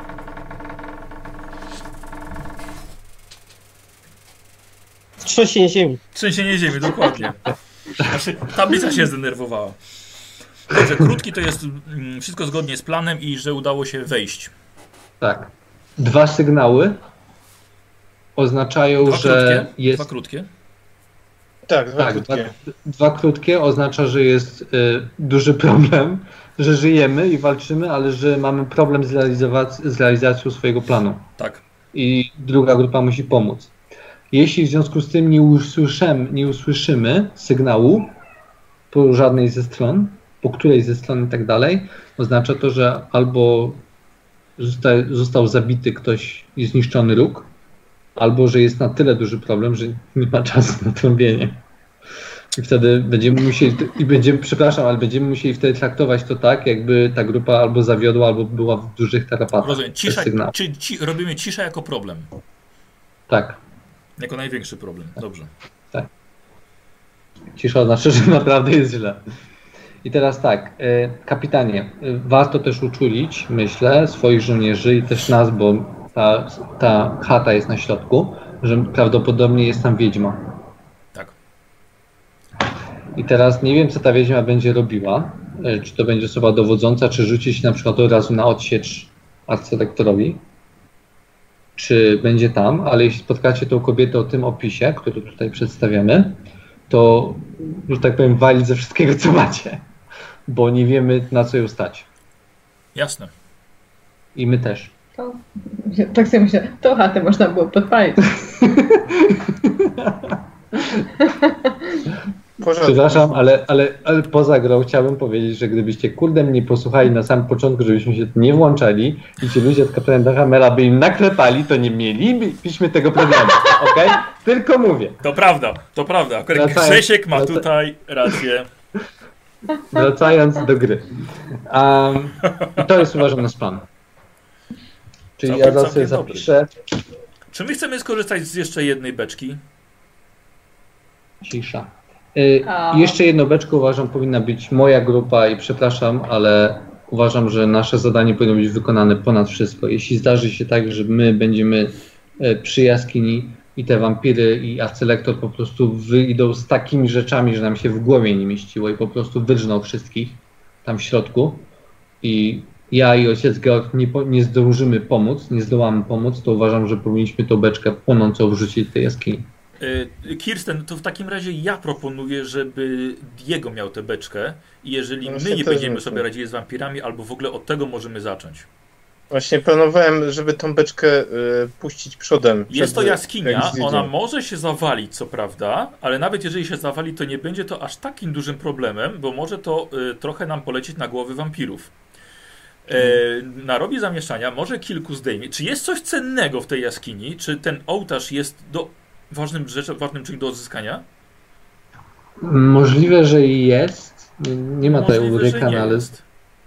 Trzęsienie ziemi. Trzęsienie ziemi, dokładnie. Znaczy, tablica się zdenerwowała. Dobrze, krótki to jest mm, wszystko zgodnie z planem i że udało się wejść. Tak. Dwa sygnały oznaczają, Dwa że krótkie? jest... Dwa krótkie? Tak, dwa Tak, krótkie. dwa, dwa krótkie oznacza, że jest y, duży problem, że żyjemy i walczymy, ale że mamy problem z, realizowac- z realizacją swojego planu. Tak. I druga grupa musi pomóc. Jeśli w związku z tym nie usłyszymy, nie usłyszymy sygnału po żadnej ze stron, po której ze stron i tak dalej, oznacza to, że albo zosta, został zabity ktoś i zniszczony róg, albo że jest na tyle duży problem, że nie ma czasu na trąbienie. I wtedy będziemy musieli, i będziemy, przepraszam, ale będziemy musieli wtedy traktować to tak, jakby ta grupa albo zawiodła, albo była w dużych tarapatach. Rozumiem. Cisza, bez sygnału. czy, ci, robimy ciszę jako problem. Tak. Jako największy problem. Dobrze. Cisza oznacza, że naprawdę jest źle. I teraz tak, e, kapitanie, e, warto też uczulić, myślę, swoich żołnierzy i też nas, bo ta, ta chata jest na środku, że prawdopodobnie jest tam wiedźma. Tak. I teraz nie wiem, co ta wiedźma będzie robiła, e, czy to będzie osoba dowodząca, czy rzuci się na przykład od razu na odsiecz arcylektorowi, czy będzie tam, ale jeśli spotkacie tą kobietę o tym opisie, który tutaj przedstawiamy, to, że tak powiem, walić ze wszystkiego, co macie, bo nie wiemy, na co ją stać. Jasne. I my też. To, tak sobie myślę, tą chatę można było podpalić. Przepraszam, ale, ale, ale poza grą chciałbym powiedzieć, że gdybyście kurde mnie posłuchali na samym początku, żebyśmy się nie włączali i ci ludzie od kapitana Hamela by im naklepali, to nie mielibyśmy tego problemu, okej? Okay? Tylko mówię. To prawda, to prawda. Akurat Wracając- Grzesiek ma wraca- tutaj rację. Wracając do gry. Um, I to jest, uważam, nasz plan. Czyli Całkiem, ja zaraz sobie całkiem dobry. zapiszę. Czy my chcemy skorzystać z jeszcze jednej beczki? Cisza. Y, A. jeszcze jedną beczkę uważam powinna być moja grupa i przepraszam, ale uważam, że nasze zadanie powinno być wykonane ponad wszystko. Jeśli zdarzy się tak, że my będziemy e, przy jaskini i te wampiry i arcylektor po prostu wyjdą z takimi rzeczami, że nam się w głowie nie mieściło i po prostu wyrżną wszystkich tam w środku i ja i ojciec Georg nie, po, nie zdążymy pomóc, nie zdołamy pomóc, to uważam, że powinniśmy tą beczkę płonącą wrzucić do tej jaskini. Kirsten, to w takim razie ja proponuję, żeby Diego miał tę beczkę i jeżeli Właśnie my nie też będziemy myślę. sobie radzili z wampirami, albo w ogóle od tego możemy zacząć. Właśnie planowałem, żeby tą beczkę y, puścić przodem. Jest to przed- jaskinia, jak zjedziemy. ona może się zawalić, co prawda, ale nawet jeżeli się zawali, to nie będzie to aż takim dużym problemem, bo może to y, trochę nam polecieć na głowy wampirów. E, narobi zamieszania, może kilku zdejmie. Czy jest coś cennego w tej jaskini? Czy ten ołtarz jest do ważnym rzeczą, ważnym czymś do odzyskania? Możliwe, że jest. Nie, nie ma tutaj Możliwe, że Ulryka, nie ale jest.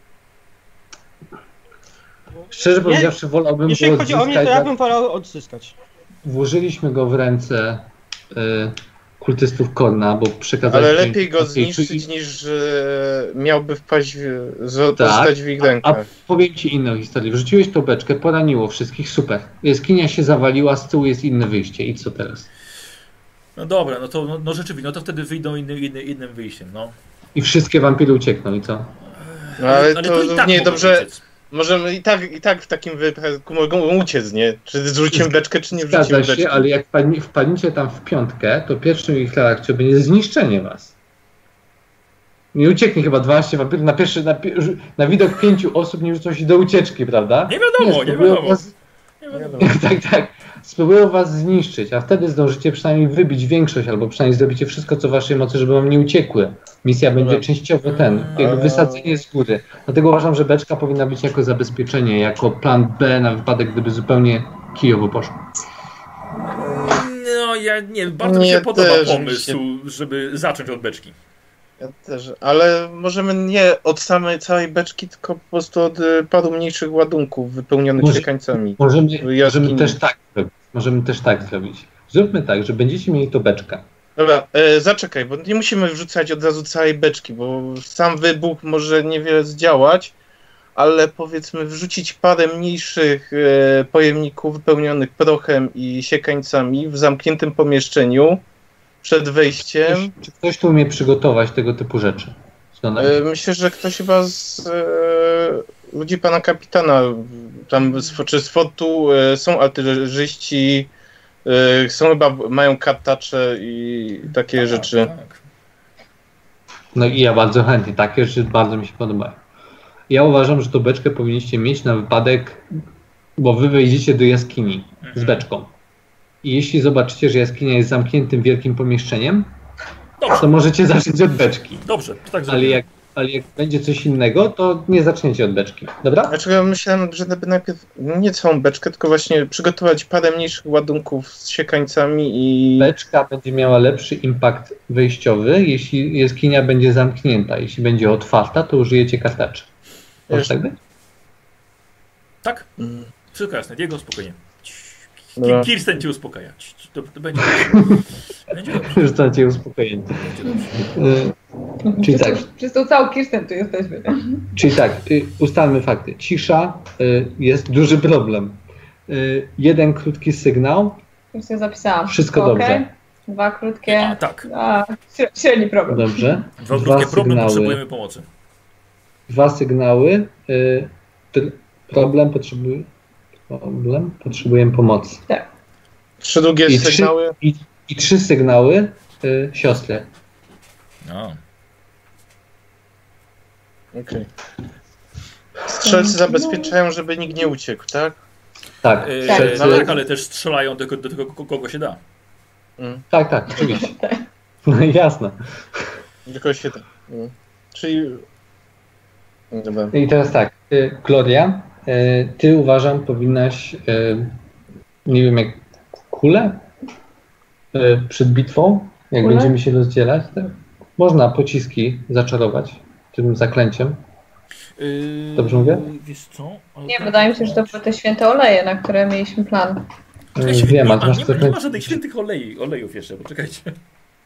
szczerze powiedziawszy wolałbym Jeśli go chodzi o mnie, odzyskać. to ja bym wolał odzyskać. Włożyliśmy go w ręce y, kultystów Korna, bo przekazaliśmy... Ale lepiej go Okej, zniszczyć czyli- niż że miałby wpaść, w, z- Tak, zostać w ich A rękach. powiem ci inną historię. Wrzuciłeś tą beczkę, poraniło wszystkich, super. Jaskinia się zawaliła, z tyłu jest inne wyjście. I co teraz? No dobra, no to no, no rzeczywiście, no to wtedy wyjdą innym, innym, innym wyjściem, no. I wszystkie wampiry uciekną i co? No ale, to, i tak nie, mogą dobrze, uciec. możemy i tak, i tak w takim wypadku mogą uciec, nie? Czy zrzucimy beczkę, czy nie wrzucimy Zgadza beczki. się, ale jak wpadnie, wpadniecie tam w piątkę, to pierwszym ich reakcją będzie zniszczenie was. Nie ucieknie chyba dwanaście wampirów. Na, pierwszy, na, pi- na widok pięciu osób nie rzucą się do ucieczki, prawda? Nie wiadomo, nie spróbują wiadomo. Was, Nie wiadomo. tak, tak. Spróbują was zniszczyć, a wtedy zdążycie przynajmniej wybić większość, albo przynajmniej zrobicie wszystko, co w waszej mocy, żeby wam nie uciekły. Misja będzie Dobra. częściowo ten, jakby Ale- wysadzenie z góry. Dlatego uważam, że beczka powinna być jako zabezpieczenie, jako plan B na wypadek, gdyby zupełnie kijowo poszło. No ja nie wiem, bardzo mi Nie, się podoba też mi pomysł, żeby zacząć od beczki. Ja też, ale możemy nie od samej całej beczki, tylko po prostu od y, paru mniejszych ładunków wypełnionych Może- siekańcami. Możemy, Jaskini. możemy też tak zrobić. Możemy też tak zrobić. Zróbmy tak, że będziecie mieli to beczkę. Dobra, e, zaczekaj, bo nie musimy wrzucać od razu całej beczki, bo sam wybuch może niewiele zdziałać, ale powiedzmy wrzucić parę mniejszych e, pojemników wypełnionych prochem i siekańcami w zamkniętym pomieszczeniu przed wejściem. Czy, czy ktoś tu umie przygotować tego typu rzeczy? Zgadza się? E, myślę, że ktoś chyba z e, ludzi pana kapitana, tam z, czy z fortu e, są artylerzyści, e, są chyba, mają kartacze i takie Tak, rzeczy. Tak. No i ja bardzo chętnie. Takie rzeczy bardzo mi się podobają. Ja uważam, że tą beczkę powinniście mieć na wypadek, bo wy wejdziecie do jaskini z beczką. I jeśli zobaczycie, że jaskinia jest zamkniętym wielkim pomieszczeniem, Dobrze, to możecie zacząć od beczki. dobrze, to tak Ale zrobimy. jak, ale jak będzie coś innego, to nie zaczniecie od beczki. Dobra? Znaczy ja myślałem, że by najpierw nie całą beczkę, tylko właśnie przygotować parę mniejszych ładunków z siekańcami i... Beczka będzie miała lepszy impact wejściowy, jeśli jaskinia będzie zamknięta. Jeśli będzie otwarta, to użyjecie kartaczy. Może Wiesz- tak być? Tak? Mm. Wszystko jasne, Diego, spokojnie. Dobra. Kirsten cię uspokaja. To, to będzie dobrze. Będzie dobrze. Rzucacie uspokojenie. Będzie dobrze. Y, Czyli tak, Przez tą całą Kirsten tu jesteśmy. czyli tak, y, ustalmy fakty. Cisza, y, jest duży problem. Y, jeden krótki sygnał, Już sobie zapisałam. Wszystko Okej. dobrze. Dwa krótkie. A, tak. A, śre- średni problem. dobrze. Dwa Dwa krótkie problem, sygnały. potrzebujemy pomocy. Dwa sygnały, y, tr- problem, potrzebuje, problem, potrzebujemy pomocy. Trzy długie I trzy, sygnały. i, i trzy sygnały, y, siostry. No. Okej. Strzelcy zabezpieczają, żeby nikt nie uciekł, tak? Tak, E, Tak. strzelcy- no tak, ale też strzelają do, do tego, kogo się da. Mm. tak, tak, oczywiście. No jasne. Tylko się tak. Mm. Czyli... Dobra. I teraz tak, y, Gloria, y, ty uważam powinnaś, y, nie wiem jak kulę y, przed bitwą, jak Kulę? będziemy się rozdzielać, tak? Można pociski zaczarować tym zaklęciem. Yy, Dobrze mówię? Wiesz co? Ale Nie, tak- wydaje mi się, że to były te święte oleje, na które mieliśmy plan. Y, Czekajcie, Wiem, nie, a ma, masz nie, ma, nie trochę... ma żadnych świętych olei, olejów jeszcze, poczekajcie.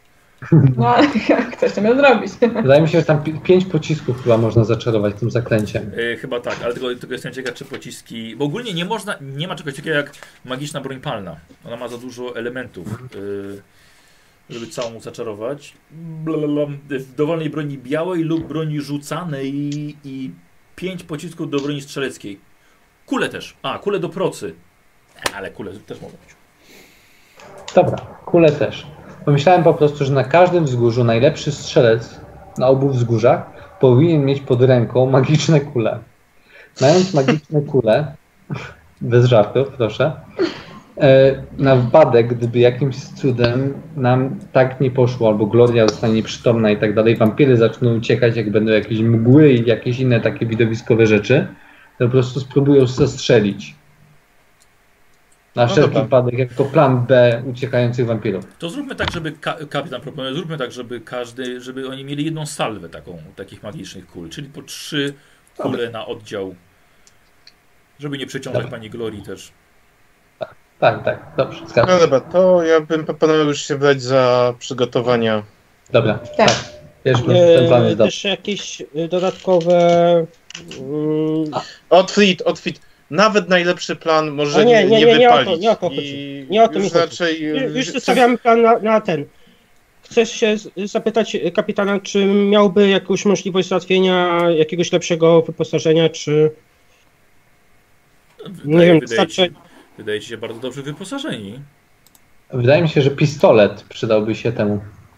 No ale jak ktoś to miał zrobić? Wydaje mi się, że tam pi- pięć pocisków chyba można zaczarować tym zaklęciem. E, chyba tak, ale tylko, tylko jestem ciekaw, czy pociski... Bo ogólnie nie można, nie ma czegoś takiego jak magiczna broń palna. Ona ma za dużo elementów, e, żeby całą zaczarować. Blablabla. W dowolnej broni białej lub broni rzucanej i pięć pocisków do broni strzeleckiej. Kule też. A, kule do procy. Ale kule też mogą być. Dobra, kule też. Pomyślałem po prostu, że na każdym wzgórzu najlepszy strzelec na obu wzgórzach powinien mieć pod ręką magiczne kule. Mając magiczne kule, bez żartów, proszę, e, na wypadek, gdyby jakimś cudem nam tak nie poszło, albo Gloria zostanie nieprzytomna i tak dalej, wampiry zaczną uciekać, jak będą jakieś mgły i jakieś inne takie widowiskowe rzeczy, to po prostu spróbują zestrzelić. Na No wszelki dobra. wypadek, jako plan B uciekających wampirów. To zróbmy tak, żeby ka kapitan proponuje, zróbmy tak, żeby każdy, żeby oni mieli jedną salwę taką, takich magicznych kul, czyli po trzy kule na oddział, żeby nie przeciążać Dobra. pani Glorii też. Tak, tak, dobrze, No zgadzam. dobra, to ja bym proponował już się brać za przygotowania. Dobra, Tak. bierzmy ten plan E, jest dobry. też jakieś e, dodatkowe... mm, Otwit, otwit. Nawet najlepszy plan może A nie, nie, nie, nie, nie, nie o to- wypalić. nie o to I chodzi. Nie o to mi już chodzi. raczej, Już, już że- zostawiamy plan na, na ten. Chcesz się z- zapytać kapitana, czy miałby jakąś możliwość załatwienia jakiegoś lepszego wyposażenia, czy... Nie wiem, wydaje, ci, wystarczy... wydaje ci się bardzo dobrze wyposażeni. Wydaje mi się, że pistolet przydałby się temu.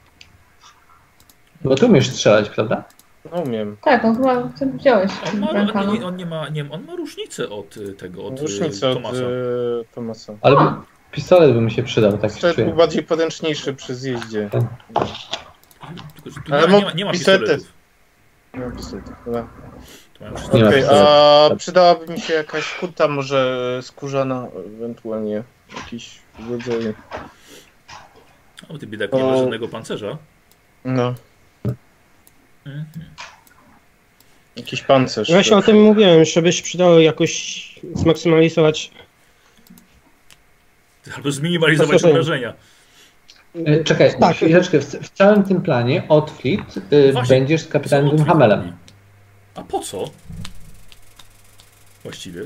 Bo tu umiesz strzelać, prawda? No umiem. Tak, no chyba ty wziąłeś On ma, ręka, on, no. nie, on, nie ma, nie, on ma różnicę od y, tego, od y, Różnicę od Tomasa. e, Tomasa. Ale by, pistolet by mi się przydał, tak się Pistolet był czuję. bardziej podręczniejszy przy zjeździe. Tylko, że tu Ale nie, ma, mo- nie, ma, nie ma pistolet pistoletów. No, pistolet, dobra. Tu mają wszyscy- Nie ma Okej, pistoletu. a przydałaby mi się jakaś kurta, może skórzana, ewentualnie jakiś rodzaj. O, ty biedak nie ma O. żadnego pancerza. No, Mhm. jakiś pancerz. Właśnie o tym mówiłem, żeby się przydało jakoś zmaksymalizować... Albo zminimalizować Wyposażenie. obrażenia. E, Czekaj, Tak. chwileczkę. W, w całym tym planie Otfleet y, Właśnie, będziesz z kapitanem Co on Dunhamelem. robi? A po co? Właściwie.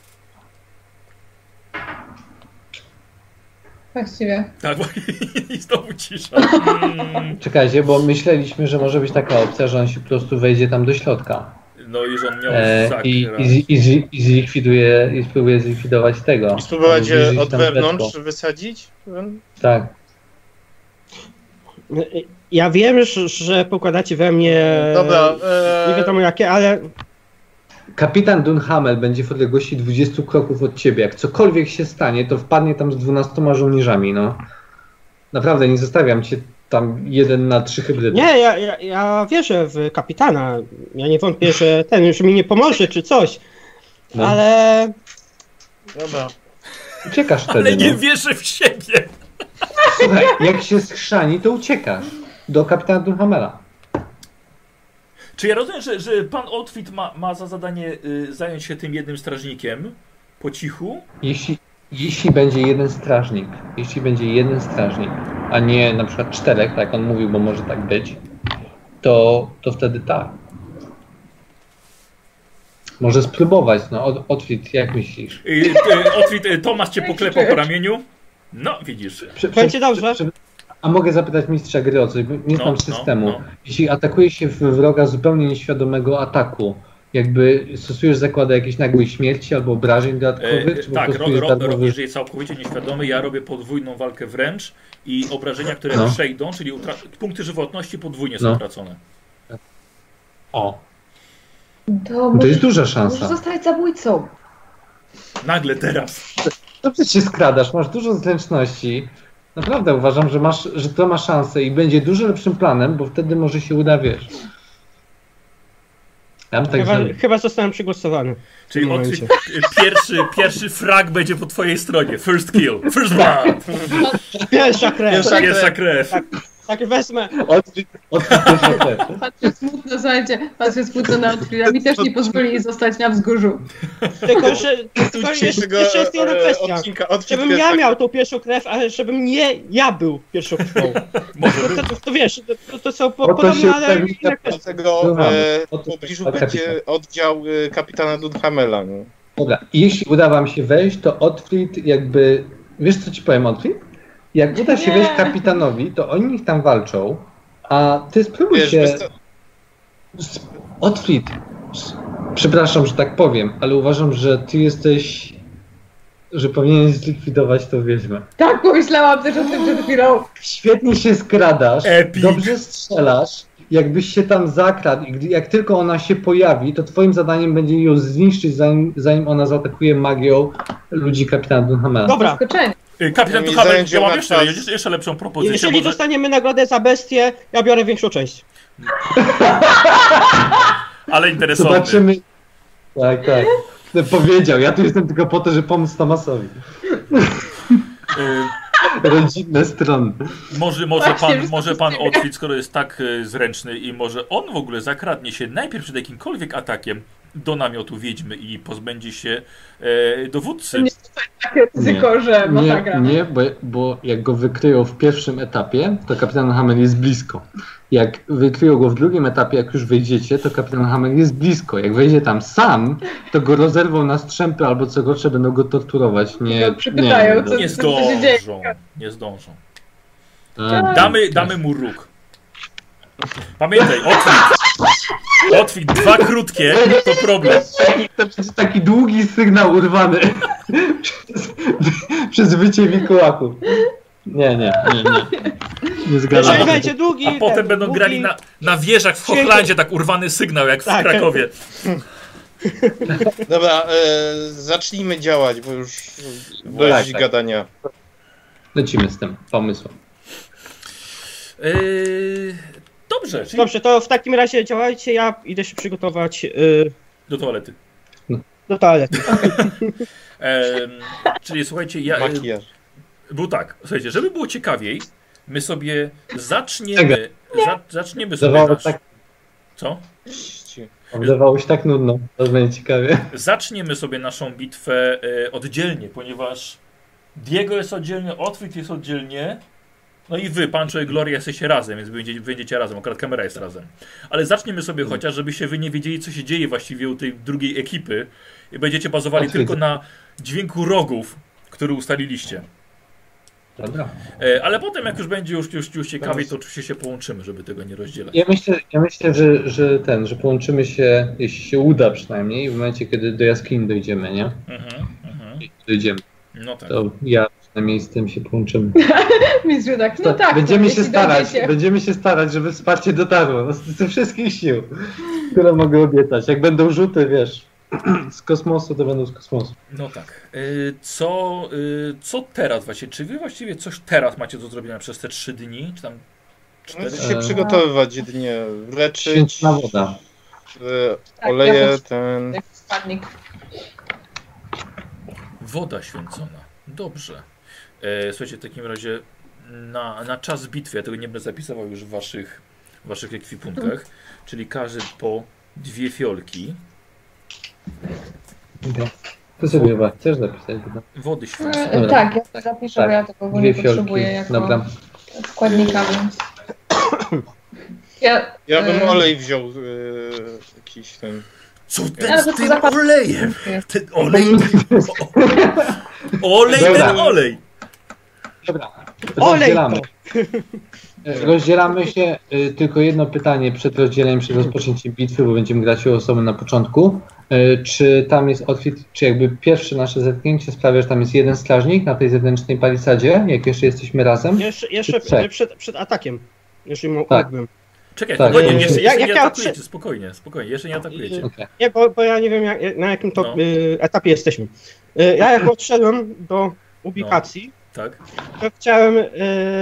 Właściwie. Tak, bo i znowu cisza. Mm. Czekajcie, bo myśleliśmy, że może być taka opcja, że on się po prostu wejdzie tam do środka. No i że on miał E, zakrać. i, i, z- i, z- I zlikwiduje, i spróbuje zlikwidować tego. I spróbować Albo je zbliżyć od tam wewnątrz prędko. wysadzić? Tak. Ja wiem, że, że pokładacie we mnie... Dobra, Nie e, wiadomo jakie, ale... Kapitan Dunhamel będzie w odległości dwudziestu kroków od ciebie. Jak cokolwiek się stanie, to wpadnie tam z dwunastoma żołnierzami, no. Naprawdę, nie zostawiam cię tam jeden na trzy hybrydy. Nie, ja, ja, ja wierzę w kapitana. Ja nie wątpię, że ten już mi nie pomoże czy coś. No. Ale dobra. Uciekasz wtedy, Ale nie no. wierzę w siebie. Słuchaj, jak się schrzani, to uciekasz. Do kapitana Dunhamela. Czy ja rozumiem, że, że pan Outfit ma, ma za zadanie y, zająć się tym jednym strażnikiem po cichu? Jeśli, jeśli będzie jeden strażnik, jeśli będzie jeden strażnik, a nie na przykład czterech, tak jak on mówił, bo może tak być, to, to wtedy tak. Może spróbować, no. Od- Otwit, jak myślisz? Y, y, Outfit, y, Tomasz cię poklepał po ramieniu. No, widzisz. Prze- Będzie prze- dobrze. prze- A mogę zapytać mistrza gry o coś, bo nie No, znam no, systemu. no. Jeśli atakuje się w wroga zupełnie nieświadomego ataku, jakby stosujesz zakłady jakiejś nagłej śmierci albo obrażeń dodatkowych, E, czy po tak, prostu ro, jest ro, ro, darmowy... jeżeli jest całkowicie nieświadomy, ja robię podwójną walkę wręcz i obrażenia, które No. przejdą, czyli utra- punkty żywotności podwójnie są No. tracone. O, To, to jest duża możesz szansa. zostać zabójcą. Nagle teraz. Dobrze się skradasz, masz dużo zręczności. Naprawdę uważam, że, masz, że to ma szansę i będzie dużo lepszym planem, bo wtedy może się uda, wiesz. Ja bym tak chyba, zrobił. chyba zostałem przygłosowany. Czyli W tym Outfit, momencie. y, pierwszy, pierwszy frag będzie po twojej stronie. First kill. First blood. Pierwsza krew. Pierwsza- Pierwsza krew. Tak wezmę. Odwróć- odwróć też na te. Patrzę smutno No słuchajcie, patrzę smutno na Otwila, mi też nie pozwolili zostać na wzgórzu. Tylko, że tylko jeszcze, jeszcze jest jedna kwestia. Odcinka, odcinka Żebym ja miał tą pierwszą krew, ale żebym nie ja był pierwszą krwią. Może To, by... to, to wiesz, to, to są po, No to podobne, się ale pewnie inne kwestie. Dlatego Słuchamy. e, O w to- pobliżu o kapitan. będzie oddział e, kapitana Dunhamela. No. Dobra, jeśli uda wam się wejść, to Otfrid jakby... Wiesz co ci powiem, Otfrid? Jak uda się Nie. wejść kapitanowi, to oni niech tam walczą, a ty spróbuj Wiesz, się... bez to, Otfrid, s- przepraszam, że tak powiem, ale uważam, że ty jesteś... że powinieneś zlikwidować tą wieźmę. Tak, pomyślałam też o tym przed chwilą. Świetnie się skradasz, Epic. dobrze strzelasz, jakbyś się tam zakradł i gdy, jak tylko ona się pojawi, to twoim zadaniem będzie ją zniszczyć, zanim, zanim ona zaatakuje magią ludzi kapitana Dunhamela. Dobra, Zaskoczenie. Y, Kapitan Mi Tuchamel, zajęcie ja mam na jeszcze, czas. jeszcze, jeszcze lepszą propozycję. jeżeli Może... dostaniemy nagrodę za bestię, ja biorę większą część. Ale interesowny. Zobaczymy. Tak, tak. Powiedział, ja tu jestem tylko po to, żeby pomóc Tomasowi. Y, Rodzinne strony. Może, może Właśnie, pan, już może to pan wszystkiego. Otwit, skoro jest tak e, zręczny i może on w ogóle zakradnie się najpierw przed jakimkolwiek atakiem do namiotu wiedźmy i pozbędzie się e, dowódcy. Nie takie ryzyko, że nie, masakra. nie bo, bo jak go wykryją w pierwszym etapie, to kapitan Hamel jest blisko. Jak wykryją go w drugim etapie, jak już wejdziecie, to kapitan Hamel jest blisko. Jak wejdzie tam sam, to go rozerwą na strzępy albo co gorsze, będą go torturować. Nie, No, przypytają, nie, co- Nie co się dzieje? zdążą. Nie zdążą. Tak. Damy, damy mu róg. Pamiętaj, Otwit. Otwit, dwa krótkie to problem. To przecież taki długi sygnał urwany przez, przez wycie Mikołaków. Nie, nie, nie, nie. Nie zgadzam Jeżeli się. będzie długi... A potem ten, będą długi, grali na, na wieżach w Hochlandzie, tak urwany sygnał jak w Tak. Krakowie. dobra, e, zacznijmy działać, bo już dość Tak, tak. gadania. Lecimy z tym pomysłem. Yy, dobrze, czyli Dobrze, to w takim razie działajcie, ja idę się przygotować y, do toalety. do toalety. Em, czyli słuchajcie, ja, Makijaż. Był tak, słuchajcie, żeby było ciekawiej, my sobie zaczniemy, za, zaczniemy sobie Zdawało nasz, tak, co? wydawało się tak nudno. To będzie ciekawie. Zaczniemy sobie naszą bitwę e, oddzielnie, ponieważ Diego jest oddzielnie, Otwit jest oddzielnie, no i wy, Pancho i Gloria jesteście razem, więc będziecie, będziecie razem, akurat kamera jest razem. Ale zaczniemy sobie chociaż, żebyście wy nie wiedzieli, co się dzieje właściwie u tej drugiej ekipy i będziecie bazowali Otwit. tylko na dźwięku rogów, który ustaliliście. Dobra. E, ale potem, jak już będzie już, już, już ciekawiej, to oczywiście się połączymy, żeby tego nie rozdzielać. Ja myślę, ja myślę że, że ten, że połączymy się, jeśli się uda przynajmniej, w momencie, kiedy do jaskini dojdziemy, nie? Mhm, mhm. Dojdziemy. No tak. To ja przynajmniej z tym się połączymy. Mistrzu tak, no To tak. będziemy no, się jeśli starać, dojdziecie. będziemy się starać, żeby wsparcie dotarło. No, z- ze wszystkich sił, które mogę obiecać. Jak będą rzuty, wiesz, z kosmosu, to będą z kosmosu. No tak. Y, Co, y, co teraz właściwie? Czy wy właściwie coś teraz macie do zrobienia przez te trzy dni? Czy tam No, cztery? się E, przygotowywać jedynie, leczyć, Święcona woda. e, Tak, oleje, ja ten... Jak spadnik. Woda święcona. Dobrze. E, słuchajcie, w takim razie na, na czas bitwy, ja tego nie będę zapisywał już w waszych, w waszych ekwipunkach, czyli każdy po dwie fiolki Dobra. To sobie chyba chcesz zapisać? Dobra. wody święconej. E, Dobra. tak, ja to zapiszę, Tak. bo ja tego Dwie nie fiolki. potrzebuję jako Dobra. składnika, więc... Ja, Ja bym e, olej wziął, e, jakiś ten... Co Ale ten to z tym zakład- olejem? Ten olej? O, olej, Dobra. ten olej! Dobra. Olej Rozdzielamy. E, Rozdzielamy się. e, Tylko jedno pytanie przed rozdzieleniem, przed rozpoczęciem bitwy, bo będziemy grać o osobę na początku. E, Czy tam jest outfit, czy jakby pierwsze nasze zetknięcie sprawia, że tam jest jeden strażnik na tej zewnętrznej palisadzie, jak jeszcze jesteśmy razem? Jeszcze, jeszcze trzech? przed, przed atakiem. Jeżeli mo- Tak. mógłbym. Czekaj, Tak. spokojnie, E, jeszcze, jak- jeszcze jak nie ja atakujecie, odszedł- spokojnie, spokojnie, jeszcze nie atakujecie. Okej. Nie, bo, bo ja nie wiem jak, na jakim to No. y, etapie jesteśmy. Y, ja jak odszedłem do ubikacji, Tak? to chciałem... Y,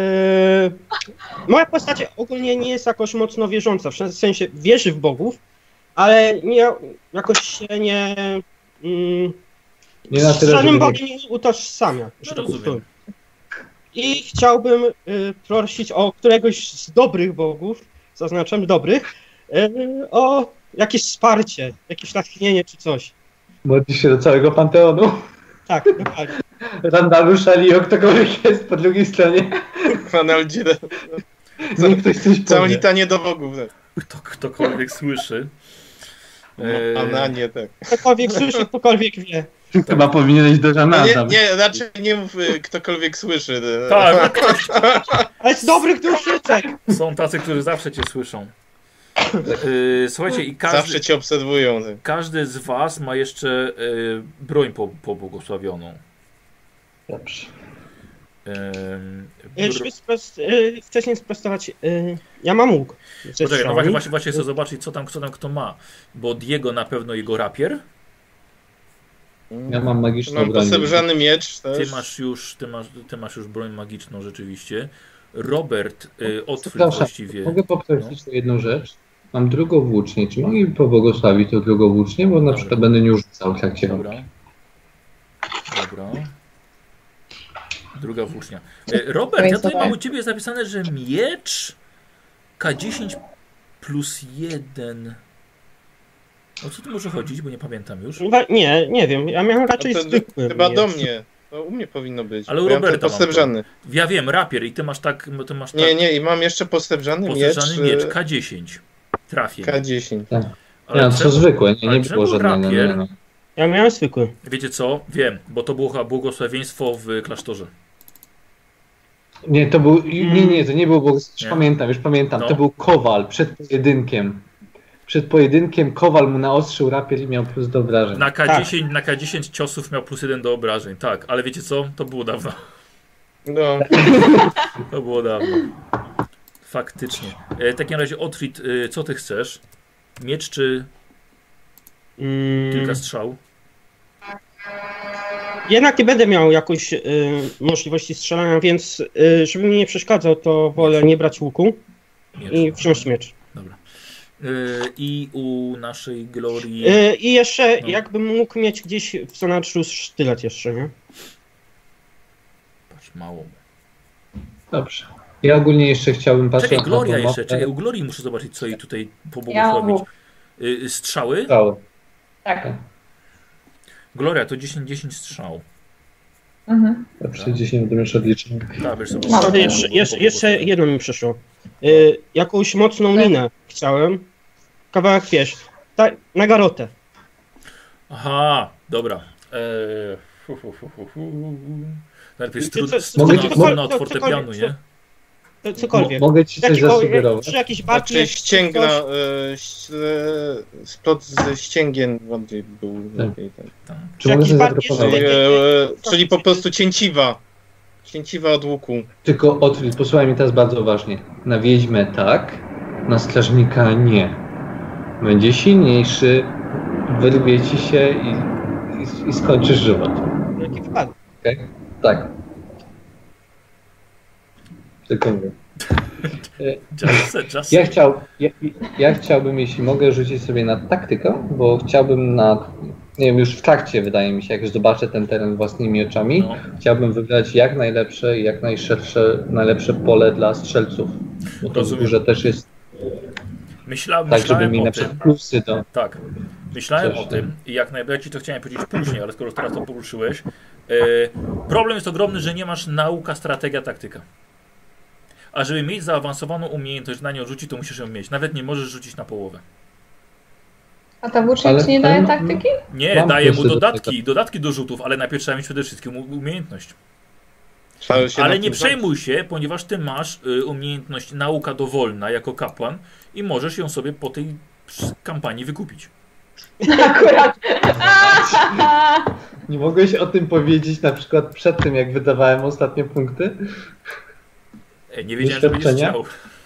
moja postać ogólnie nie jest jakoś mocno wierząca, w sensie wierzy w bogów, ale nie, jakoś się nie... Mm, Nie na z tyle, żadnym żeby... bogiem nie utożsamia. że No tak rozumiem. powiem. I chciałbym y, prosić o któregoś z dobrych bogów, zaznaczam dobrych, E, o jakieś wsparcie, jakieś natchnienie czy coś. Modlisz się do całego Panteonu. Tak, dokładnie. Randalu, Szali, ktokolwiek jest po drugiej stronie. Ronaldzie, Niech ktoś coś całą powie. litanię do bogów. Tak. Kto, ktokolwiek słyszy. E, A na nie, tak. Ktokolwiek słyszy, ktokolwiek wie. Chyba powinieneś do No Ranalda. nie, nie, raczej nie mów y, ktokolwiek słyszy. y. tak, ktoś, Ale z dobrych duszyczek. są tacy, którzy zawsze cię słyszą. E, słuchajcie, i każdy, Zawsze cię obserwują. Tak. każdy z was ma jeszcze e, broń po, pobłogosławioną. Dobrze. E, E, Żeby sprost, e, wcześniej sprostować, e, ja mam łuk. ze Poczekaj, no strzałami. właśnie, właśnie, właśnie chcę zobaczyć, co tam, co tam kto ma. Bo Diego na pewno jego rapier. Ja mam magiczną Mam broń. posebrzany miecz Ty też. masz już, ty masz, ty masz już broń magiczną rzeczywiście. Robert, y, Otfrid Przepraszam, właściwie. Mogę poprosić o jedną rzecz? Mam drugą włócznię. Czy mogli pobłogosławić tą drugą włócznię? Bo na Dobra. przykład będę nią rzucał w trakcie Dobra. walki. Dobra. Druga włócznia. E, Robert, ja tutaj mam u ciebie zapisane, że miecz K dziesięć plus jeden. O co tu może chodzić, bo nie pamiętam już. Chyba- Nie, nie wiem, ja miałem raczej No to zwykły Chyba miecz. do mnie. To u mnie powinno być. Ale u bo ja mam Roberta ten mam posebrzany. Ja wiem, rapier i ty masz tak, ty masz tak Nie, nie, i mam jeszcze posebrzany miecz. posłużany miecz y, K dziesięć. Trafię. K dziesięć. Ale Nie, to czemu- zwykłe, nie, ale nie czemu było żadnego. Nie, rapier? nie, nie. Ja miałem zwykły. Wiecie co? Wiem, bo to było chyba błogosławieństwo w klasztorze. Nie, to był. Nie, nie, to nie był, bo już Nie? pamiętam, już pamiętam. No. To był Kowal przed pojedynkiem. Przed pojedynkiem Kowal mu naostrzył rapier i miał plus do obrażeń. Na K dziesięć, na K dziesięć ciosów miał plus jeden do obrażeń, tak, ale wiecie co? To było dawno. No, To było dawno. Faktycznie. E, w takim razie, Otfrid, e, co ty chcesz? Miecz czy Mm, kilka strzał? jednak nie będę miał jakoś y, możliwości strzelania, więc y, żeby mi nie przeszkadzał, to wolę nie brać łuku Miecz. i wziąć miecz. Dobra. E, I u naszej Glorii... Y, I jeszcze No. jakbym mógł mieć gdzieś w zanadrzu sztylet jeszcze, nie? Patrz, mało. Dobrze. Ja ogólnie jeszcze chciałbym patrzeć Czekaj, Gloria tą jeszcze, mapę. czekaj, u Glorii muszę zobaczyć, co jej tutaj Ja mam pobłogosławić. łuk. Y, strzały? Strzały. Tak. Gloria, to dziesięć dziesięć strzał. Mhm. Dobrze, dziesięć będę już odliczył. Tak, wiesz sobie. No, Ale jeszcze, jeszcze, jeszcze jedno mi przyszło. Y, jakąś mocną linę chciałem. Kawałek, wiesz, ta, na garotę. Aha, dobra. Eee, hu, hu, hu, hu, hu. Najpierw Co- co- struna, co- struna od co- fortepianu, cokolwiek, nie? To cokolwiek. Mogę ci coś Jaki- o, zasugerować? Czy jakiś znaczy bardziej ścięgna, y, ś- y, splot ze ścięgien bardziej był Tak. lepiej. Tak. Tak. Czy mogę jakiś coś bardziej zaproponować? szybki- E, czyli po prostu cięciwa. Cięciwa od łuku. Tylko Otwórz, posłuchaj mnie teraz bardzo uważnie. Na wiedźmę tak, na strażnika nie. Będzie silniejszy, wyrwie ci się i, i, i skończysz żywot. Jaki wypadek? Okay? Tak. Tylko mówię. Just, just. Ja, chciał, ja, ja chciałbym, jeśli mogę, rzucić sobie na taktykę, bo chciałbym na, nie wiem, już w trakcie wydaje mi się, jak już zobaczę ten teren własnymi oczami, No. chciałbym wybrać jak najlepsze i jak najszersze, najlepsze pole dla strzelców. Bo to Rozumiem. wzgórze też jest Myśla, tak, żeby myślałem mi o na tym. przykład plusy do... Tak. Myślałem Coś o tam. tym i jak najbardziej to chciałem powiedzieć później, ale skoro teraz to poruszyłeś. E, problem jest ogromny, że nie masz nauka, strategia, taktyka. A żeby mieć zaawansowaną umiejętność na nią rzucić, to musisz ją mieć. Nawet nie możesz rzucić na połowę. A ta włócznia Ale- ci nie ale daje ma- taktyki? Nie, Mam daje mu plusy do dodatki, dodatki do rzutów, ale najpierw trzeba mieć przede wszystkim u- umiejętność. Trzeba się Ale na nie tym przejmuj się, ponieważ ty masz y, umiejętność nauka dowolna jako kapłan i możesz ją sobie po tej ps- kampanii wykupić. Akurat. Nie mogłeś o tym powiedzieć na przykład przed tym, jak wydawałem ostatnie punkty? E, nie wiedziałem, że będziesz Doświadczenia? chciał.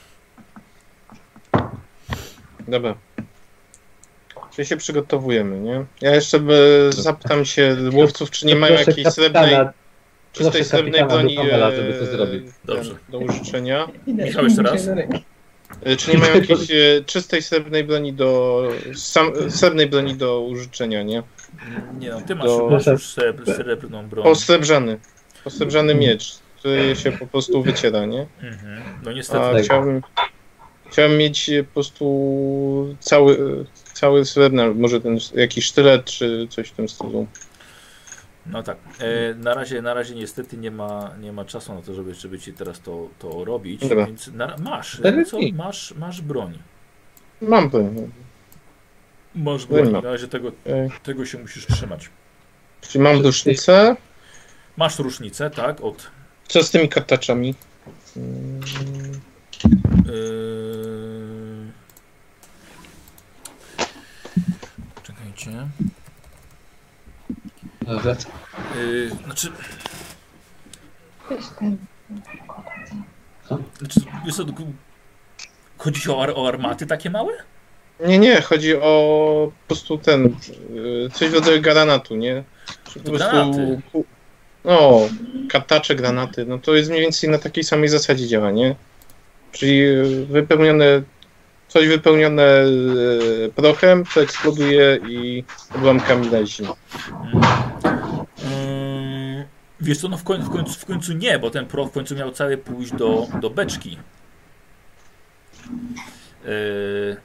Dobra. Czyli się przygotowujemy, nie? Ja jeszcze e, zapytam się łowców, czy nie mają Proszę jakiejś kapitana, srebrnej, czystej proszę srebrnej kapitana broni Duhamela, e, żeby to zrobić. Dobrze. ten, do użyczenia. Michał, jeszcze raz? E, Czy nie mają jakiejś e, czystej srebrnej broni do sam, srebrnej broni do użyczenia, nie? Nie no, ty masz, Do- masz już srebr, srebrną broń. Posrebrzany. Posrebrzany miecz, który się po prostu wyciera, nie? Mhm. No niestety. A tak. chciałbym, Chciałem mieć po prostu cały, cały srebrny, może ten jakiś sztylet, czy coś w tym stylu. No tak. E, na, razie, na razie niestety nie ma, nie ma czasu na to, żeby, żeby ci teraz to, to robić, Dobra. więc na, masz, Ale co, nie. masz, masz broń. Mam broń. Masz broń, mam. na razie tego, Ej. tego się musisz trzymać. Czyli mam rusznicę. Masz różnicę, tak, od... Co z tymi kartaczami? Mm, Yy... Czekajcie. Dobrze. Yy, znaczy, Weź ten. znaczy wiesz co, chodzi ci o, ar o armaty takie małe? Nie, nie, chodzi o po prostu ten, y, coś w rodzaju granatu, nie? Czy po prostu, Granaty. no, kartacze, granaty, no to jest mniej więcej na takiej samej zasadzie działa, nie? Czyli y, wypełnione, coś wypełnione y, prochem, to eksploduje i odłamkami leci. Yy, wiesz co, no w końcu, w, końcu, w końcu nie, bo ten proch w końcu miał cały pójść do, do beczki. Yy,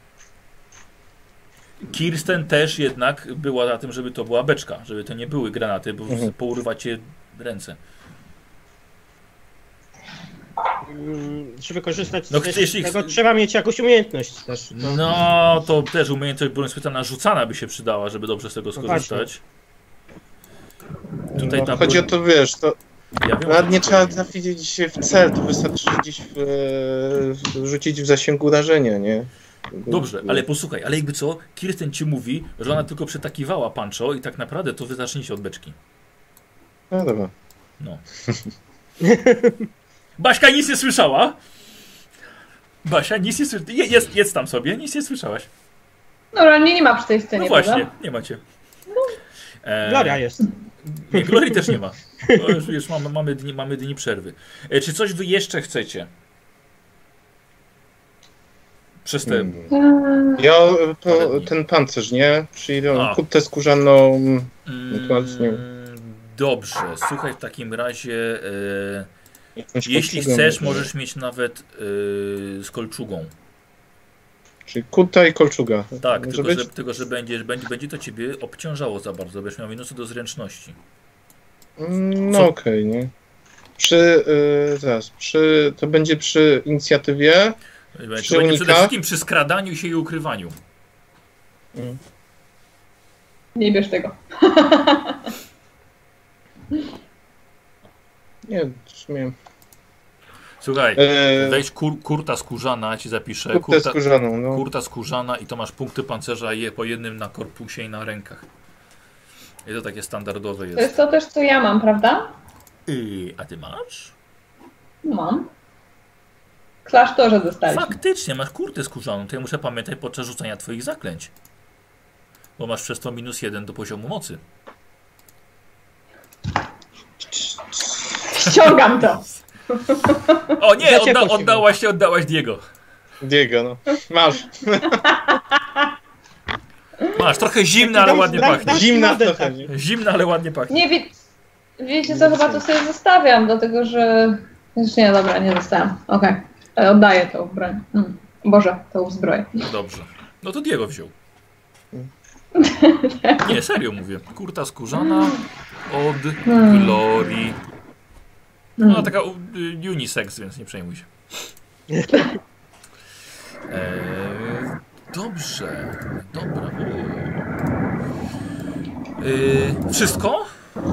Kirsten też jednak była za tym, żeby to była beczka, żeby to nie były granaty, bo Mhm. pourywać cię ręce. Mm, Żeby korzystać No z chcesz ich- tego, trzeba mieć jakąś umiejętność też. No. No, to też umiejętność broń specjalna rzucana by się przydała, żeby dobrze z tego No skorzystać. Tutaj No, ta chodzi o broń- to, wiesz, to Ja wiem, nawet o nie co trzeba chodzi. trafić w cel, to wystarczy gdzieś w, e, rzucić w zasięgu rażenia, nie? Dobrze, ale posłuchaj, ale jakby co, Kirsten ci mówi, że ona tylko przetakiwała Pancho i tak naprawdę to wy zacznijcie od beczki. No dobra. No. Baśka nic nie słyszała. Basia nic nie słyszała. Je, jest, jedz tam sobie, nic nie słyszałaś. Dobra, mnie nie ma przy tej scenie, No właśnie, prawda? nie macie. E, Gloria jest. Nie, Glorii też nie ma. Bo już, już mamy, mamy, dni, mamy dni przerwy. E, czy coś wy jeszcze chcecie? Przez te... Hmm. Eee, Ja, Parę to, dni. ten pancerz, nie? Czyli tą A. kurtę skórzaną. Mm, Ewentualnie- dobrze, słuchaj w takim razie... E, jakąś jeśli kolczugą, chcesz, nie? możesz mieć nawet e, z kolczugą. Czyli kurta i kolczuga. Tak, Może tylko być? że, tylko że będzie, będzie, będzie to ciebie obciążało za bardzo, będziesz miał minusy do zręczności. Mm, No Co? okej, nie? Przy, y, zaraz, przy, to będzie przy inicjatywie. To będzie Przy przede unikach? wszystkim przy skradaniu się i ukrywaniu. nie bierz tego. Nie, w sumie. Słuchaj, E, weź kur, kurta skórzana, ci zapiszę. kurtę Kurta, skórzaną, no. kurta skórzana i to masz punkty pancerza je po jednym na korpusie i na rękach. I to takie standardowe To jest jest. to też, co ja mam, prawda? Yy, a ty masz? Mam. W klasztorze dostaliśmy. Faktycznie, masz kurtę skórzaną, to ja muszę pamiętać podczas rzucania twoich zaklęć. Bo masz przez to minus jeden do poziomu mocy. Ściągam to. O nie, Zaciekło odda, się oddałaś się, oddałaś Diego. Diego, no. Masz. Masz, trochę zimne, ale Dam- ładnie dam- pachnie. dam- Zimna model, trochę. tak. nie? Zimne, ale ładnie pachnie. Nie, wie, wiecie co, chyba to sobie zostawiam, dlatego że... Już nie, dobra, nie zostawiam. Okej. Okay. Oddaję tą broń. Mm. Boże, tą zbroję. Dobrze. No to Diego wziął. Nie, serio mówię. Kurta skórzana od Hmm. Glorii. Mm. No taka y, unisex, więc nie przejmuj się. Eee, dobrze. Dobra. Yy, wszystko?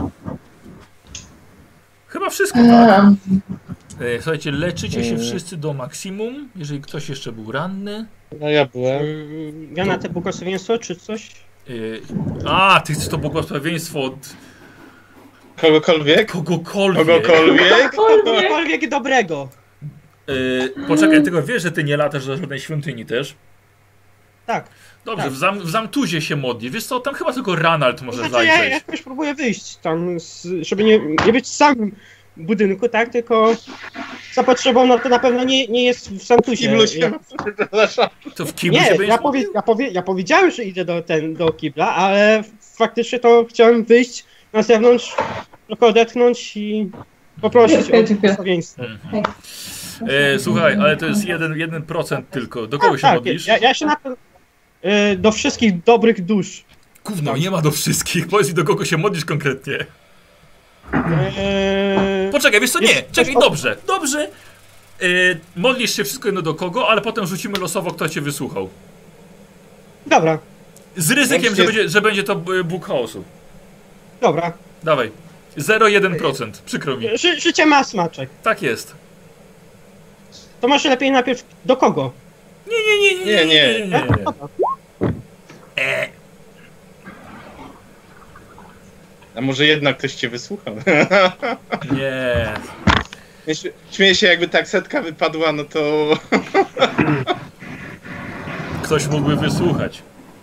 Chyba wszystko, tak? Ehm, Yy, słuchajcie, leczycie się Mm. wszyscy do maksimum. Jeżeli ktoś jeszcze był ranny. No ja byłem. Mm, Ja na te błogosławieństwo czy coś? Yy, a, ty chcesz to błogosławieństwo od Kogokolwiek? kogokolwiek. Kogokolwiek? Cokolwiek dobrego. Yy, poczekaj, tylko wiesz, że ty nie latasz do żadnej świątyni też. Tak. Dobrze, Tak. w, zam, w Zamtuzie się modli. Wiesz co, tam chyba tylko Ranald może Znaczy, ja zajrzeć. jakoś próbuję wyjść tam, z, żeby nie, nie być w samym budynku, tak? Tylko za potrzebą, no to na pewno nie, nie jest w Santusie. Kiblu Ja, się, przepraszam. To w kiblu się nie, będziesz ja, powie, ja, powie, ja powiedziałem, że idę do, ten, do kibla, ale faktycznie to chciałem wyjść na zewnątrz, trochę odetchnąć i poprosić Dziękuję, o dziękuję. błogosławieństwo. Mhm. E, słuchaj, ale to jest jeden, jeden procent tylko. Do kogo się tak, modlisz? ja, ja się na to, y, do wszystkich dobrych dusz. Gówno, nie ma do wszystkich. Powiedz mi, do kogo się modlisz konkretnie. Y, Poczekaj, wiesz co, nie, Jest- czekaj, jest- dobrze, dobrze. Y, modlisz się wszystko jedno do kogo, ale potem rzucimy losowo, kto cię wysłuchał. Dobra, Z ryzykiem, że Jest- będzie, że będzie to y, Bóg chaosu. dobra. Dawaj. zero przecinek jeden procent, przykro mi. Ży, życie ma smaczek. Tak jest. To może lepiej najpierw do kogo? Nie, nie, nie, nie, nie, nie, nie, nie. E, A może jednak ktoś cię wysłuchał? nie. Śmie- Śmieję się, jakby tak setka wypadła, no to... Ktoś mógłby wysłuchać.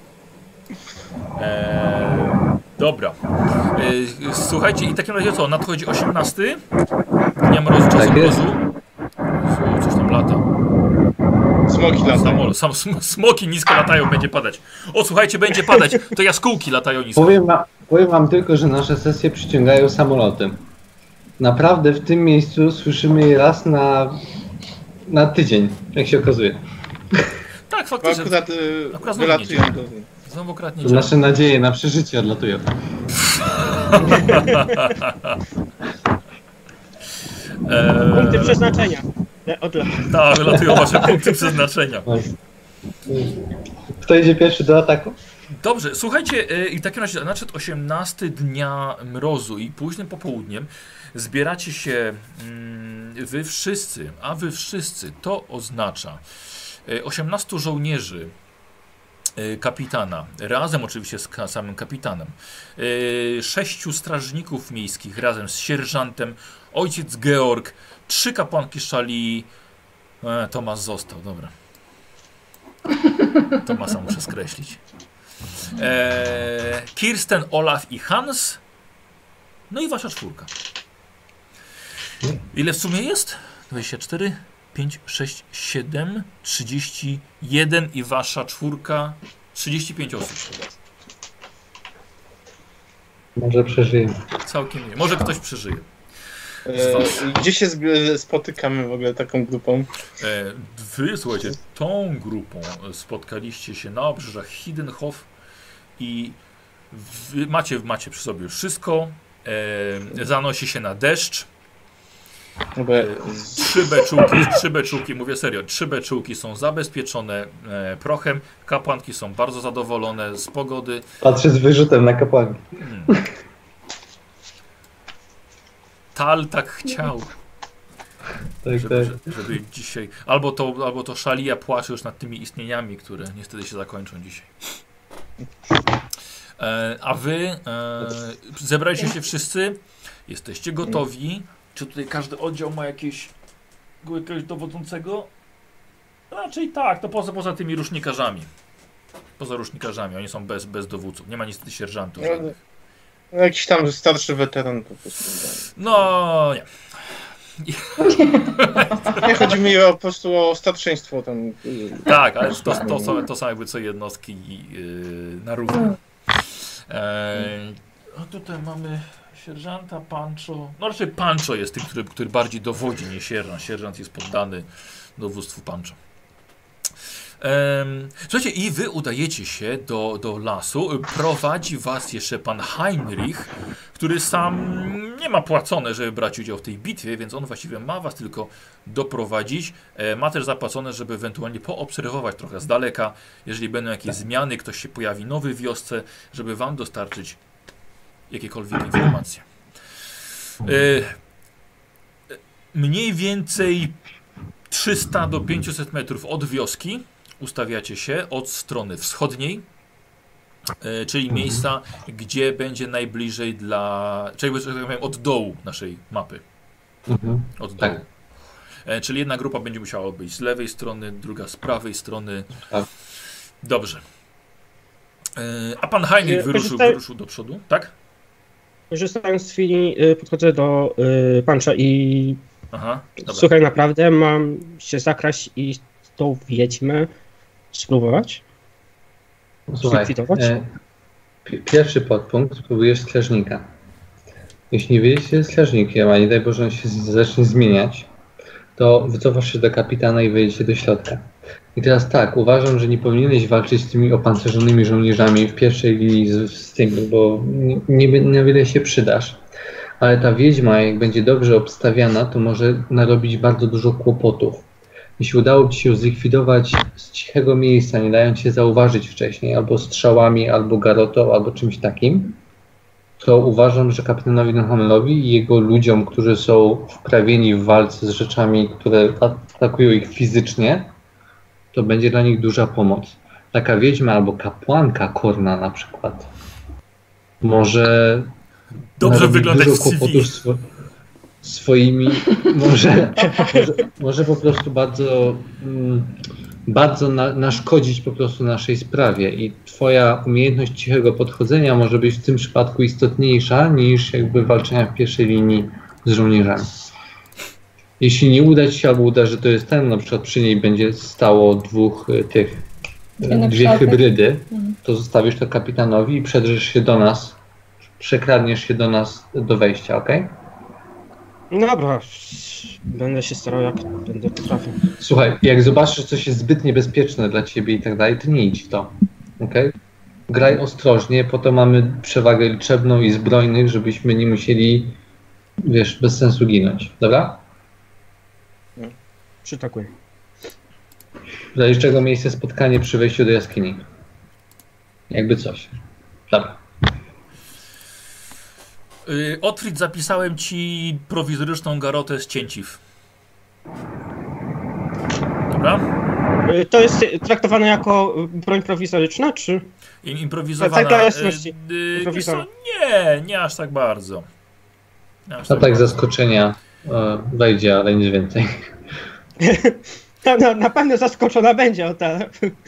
Eee, dobra. Eee, słuchajcie, i w takim razie co? Nadchodzi osiemnasty? Dnia mrozu, czasu Tak jest. mrozu. Jezu, coś tam lata. Smoki latają. Samolot, sam, sm smoki nisko latają, będzie padać. O, słuchajcie, będzie padać. To jaskółki latają nisko. Powiem wam, powiem wam tylko, że nasze sesje przyciągają samoloty. Naprawdę w tym miejscu słyszymy je raz na, na tydzień, jak się okazuje. Tak, Bo faktycznie. akurat y, Akurat znowu wylatują nie do... Znowu kratnie To działa. nasze nadzieje na przeżycie odlatują. Punkty Eee, przeznaczenia. Le- Od lat. tak, wylatują wasze punkty przeznaczenia. Kto idzie pierwszy do ataku? Dobrze, słuchajcie, e, i w takim razie nadszedł osiemnasty dnia mrozu i późnym popołudniem zbieracie się mm, wy wszyscy, a wy wszyscy, to oznacza e, osiemnastu żołnierzy e, kapitana, razem oczywiście z ka samym kapitanem, e, sześciu strażników miejskich razem z sierżantem, ojciec Georg, trzy kapłanki szali, e, Tomasz został, dobra. Tomasa muszę skreślić. Eee, Kirsten, Olaf i Hans. No i wasza czwórka. Ile w sumie jest? dwadzieścia cztery, pięć, sześć, siedem, trzydzieści jeden i wasza czwórka trzydzieści pięć osób. Może przeżyjemy. Całkiem nie. Może ktoś przeżyje. E, Gdzie się zb- spotykamy w ogóle taką grupą? E, wy, słuchajcie, tą grupą spotkaliście się na obrzeżach Hiddenhof i wy macie, macie przy sobie wszystko. E, zanosi się na deszcz. No bo ja- Trzy beczułki, trzy beczułki, mówię serio, trzy beczułki są zabezpieczone e, prochem. Kapłanki są bardzo zadowolone z pogody. Patrzę z wyrzutem na kapłanki. Hmm. Tal tak chciał, Tak, żeby, tak. żeby dzisiaj. Albo to, albo to Szalia płacze już nad tymi istnieniami, które niestety się zakończą dzisiaj. E, a wy e, zebraliście się wszyscy, jesteście gotowi. Czy tutaj każdy oddział ma jakieś, jakiegoś dowodzącego? Raczej tak, to poza, poza tymi rusznikarzami. Poza rusznikarzami, oni są bez, bez dowódców. Nie ma niestety sierżantów żadnych. no, jakiś tam starszy weteran po prostu. No nie. Nie, chodzi mi o, po prostu o starszeństwo tam. Tak, ale to, to, są, to są jakby co jednostki yy, na równi. Eee, a tutaj mamy sierżanta, Pancho. No raczej Pancho jest tym, który, który bardziej dowodzi, nie sierżant. Sierżant jest poddany dowództwu Pancho. Ehm, słuchajcie, i wy udajecie się do, do lasu. Prowadzi was jeszcze pan Heinrich, który sam nie ma płacone, żeby brać udział w tej bitwie, więc on właściwie ma was tylko doprowadzić. E, ma też zapłacone, żeby ewentualnie poobserwować trochę z daleka, jeżeli będą jakieś zmiany, ktoś się pojawi nowy w wiosce, żeby wam dostarczyć jakiekolwiek informacje. E, mniej więcej trzysta do pięciuset metrów od wioski ustawiacie się od strony wschodniej, e, czyli miejsca, gdzie będzie najbliżej dla, czyli że tak powiem, od dołu naszej mapy. Mhm. Od dołu. Tak. E, czyli jedna grupa będzie musiała być z lewej strony, druga z prawej strony. Tak. Dobrze. E, a pan Heinrich E, wyruszył, korzystaj- wyruszył do przodu, tak? Korzystając z chwili, y, podchodzę do y, Pancha i Aha, dobra. słuchaj, naprawdę mam się zakraść i tą wiedźmę spróbować? Słuchaj, Zlikwidować? e, pi- pierwszy podpunkt, spróbujesz strażnika. Jeśli nie wyjdziesz z strażnikiem, a nie daj Boże on się z- zacznie zmieniać, to wycofasz się do kapitana i wejdziecie do środka. I teraz tak, uważam, że nie powinieneś walczyć z tymi opancerzonymi żołnierzami w pierwszej linii z, z tymi, bo nie, nie, niewiele się przydasz. Ale ta wiedźma, jak będzie dobrze obstawiana, to może narobić bardzo dużo kłopotów. Jeśli udało ci się zlikwidować z cichego miejsca, nie dając się zauważyć wcześniej, albo strzałami, albo garotą, albo czymś takim, to uważam, że kapitanowi Dunhamelowi i jego ludziom, którzy są wprawieni w walce z rzeczami, które atakują ich fizycznie, to będzie dla nich duża pomoc. Taka wiedźma albo kapłanka Korna na przykład może Dobrze wyglądać w C V. Swo swoimi, może, może, może po prostu bardzo, mm, bardzo na, naszkodzić po prostu naszej sprawie i twoja umiejętność cichego podchodzenia może być w tym przypadku istotniejsza niż jakby walczenia w pierwszej linii z żołnierzami. Jeśli nie uda ci się, albo uda, że to jest ten, na przykład przy niej będzie stało dwóch y, tych, y, dwie hybrydy, to zostawisz to kapitanowi i przedrzesz się do nas, przekradniesz się do nas do wejścia, ok? No dobra, będę się starał jak będę potrafił. Słuchaj, jak zobaczysz, że coś jest zbyt niebezpieczne dla ciebie i tak dalej, to nie idź w to, ok? Graj ostrożnie, po to mamy przewagę liczebną i zbrojnych, żebyśmy nie musieli, wiesz, bez sensu ginąć, dobra? Przytakuję. W razie czego miejsce spotkanie przy wejściu do jaskini. Jakby coś. Dobra. Yy, Otfrid, zapisałem ci prowizoryczną garotę z cięciw. Dobra? Y, To jest traktowane jako broń prowizoryczna, czy? Im, improwizowana. Tak, dla jasności. Yy, yy, wiesz co, Improwizowana. nie, nie aż tak bardzo. Nie aż No tak bardzo. zaskoczenia e, wejdzie, ale nic więcej. No, no, na pewno zaskoczona będzie o ta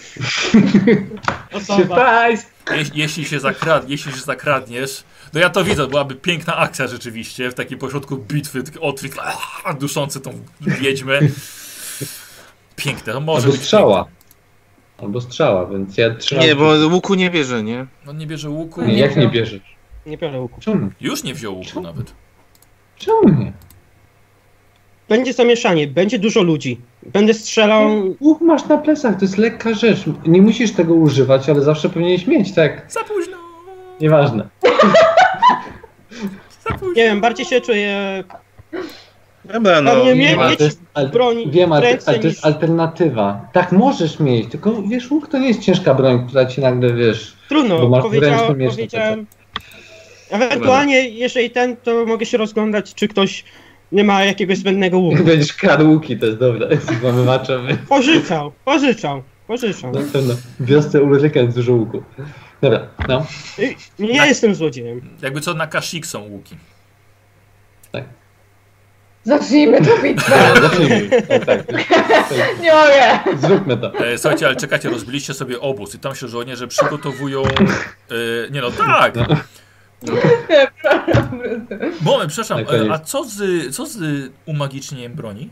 osoba. Je, jeśli, się zakrad, jeśli się zakradniesz, no ja to widzę, byłaby piękna akcja rzeczywiście, w takim pośrodku bitwy, Otfrid duszący tą wiedźmę. Piękne, to może Albo być strzała. piękne. Albo strzała, więc ja trzymam... Nie, bo łuku nie bierze, nie? On nie bierze łuku. Nie, jak nie bierzesz? Nie biorę łuku. Czemu? Już nie wziął łuku nawet. Czemu nie? Będzie zamieszanie, będzie dużo ludzi. Będę strzelał. Łuk masz na plecach, to jest lekka rzecz. Nie musisz tego używać, ale zawsze powinieneś mieć, tak? Za późno. Nieważne. Za późno. Nie wiem, bardziej się czuję. Dobra, no. Pewnie Nie mie- ma, mieć to jest, al- broń wiem, w ale, ręce ale to jest niż- alternatywa. Tak, możesz mieć, tylko wiesz, łuk to nie jest ciężka broń, która ci nagle, wiesz... Bo Trudno, masz powiedział, wręczny miecz na powiedziałem. Ewentualnie, jeżeli ten, to mogę się rozglądać, czy ktoś nie ma jakiegoś zbędnego łuku. Będziesz kradł łuki, to jest dobre. Włamywaczowy. Pożyczał, pożyczał, pożyczał. Na pewno. W wiosce Ulryka jest dużo łuku. Dobra, no. I nie jestem złodziejem. Jakby co, na Kashyyyk są łuki. Zacznijmy tę bitwę. Zacznijmy. Tak, tak. Nie mogę. Zróbmy to. E, słuchajcie, ale czekajcie, rozbiliście sobie obóz i tam się żołnierze przygotowują... E, nie no, tak! Nie, przepraszam. Moment, przepraszam, Tak, to e, jest. a co z, co z umagicznieniem broni?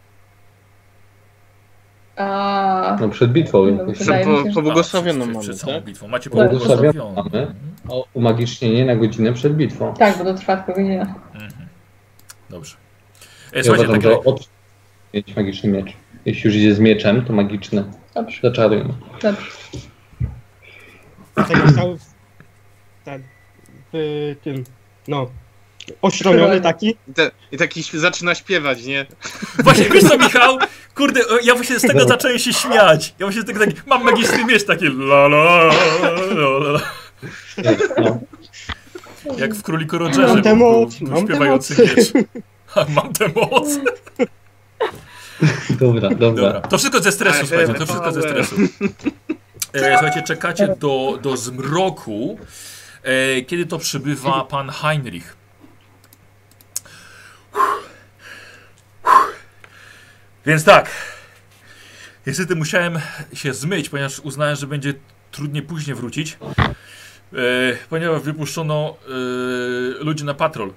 A, No przed bitwą. No, jakoś. wydaje mi się, Po, że- pobłogosławioną A, przed, mamy, przed samą tak? bitwą. Macie Pobłogosławioną pobłogosławioną. mamy. O umagicznienie na godzinę przed bitwą. tak, bo to trwa tylko godzinę. Mhm. Dobrze. E, Ja słuchajcie, uważam, tak, że od... mieć magiczny miecz. Jeśli już idzie z mieczem, to magiczny. Dobrze, Zaczarujmy. dobrze. Tego cały ten, w tym, no, oszroniony taki. I, te, I taki śp- zaczyna śpiewać, nie? właśnie, wiesz co, Michał? Kurde, o, ja właśnie z tego zacząłem się śmiać. Ja właśnie z tego taki, mam magiczny miecz, taki la la la la la. No. Jak w Króliku Rogerze Mam był, tę był, moc, był mam tę śpiewający moc. miecz. A, mam tę moc. Dobra, dobra. Dobra, to wszystko ze stresu, I słuchajcie, have to wszystko ze power. stresu. E, słuchajcie, czekacie do, do zmroku, e, kiedy to przybywa pan Heinrich. Więc tak, niestety musiałem się zmyć, ponieważ uznałem, że będzie trudniej później wrócić, e, ponieważ wypuszczono e, ludzi na patrol.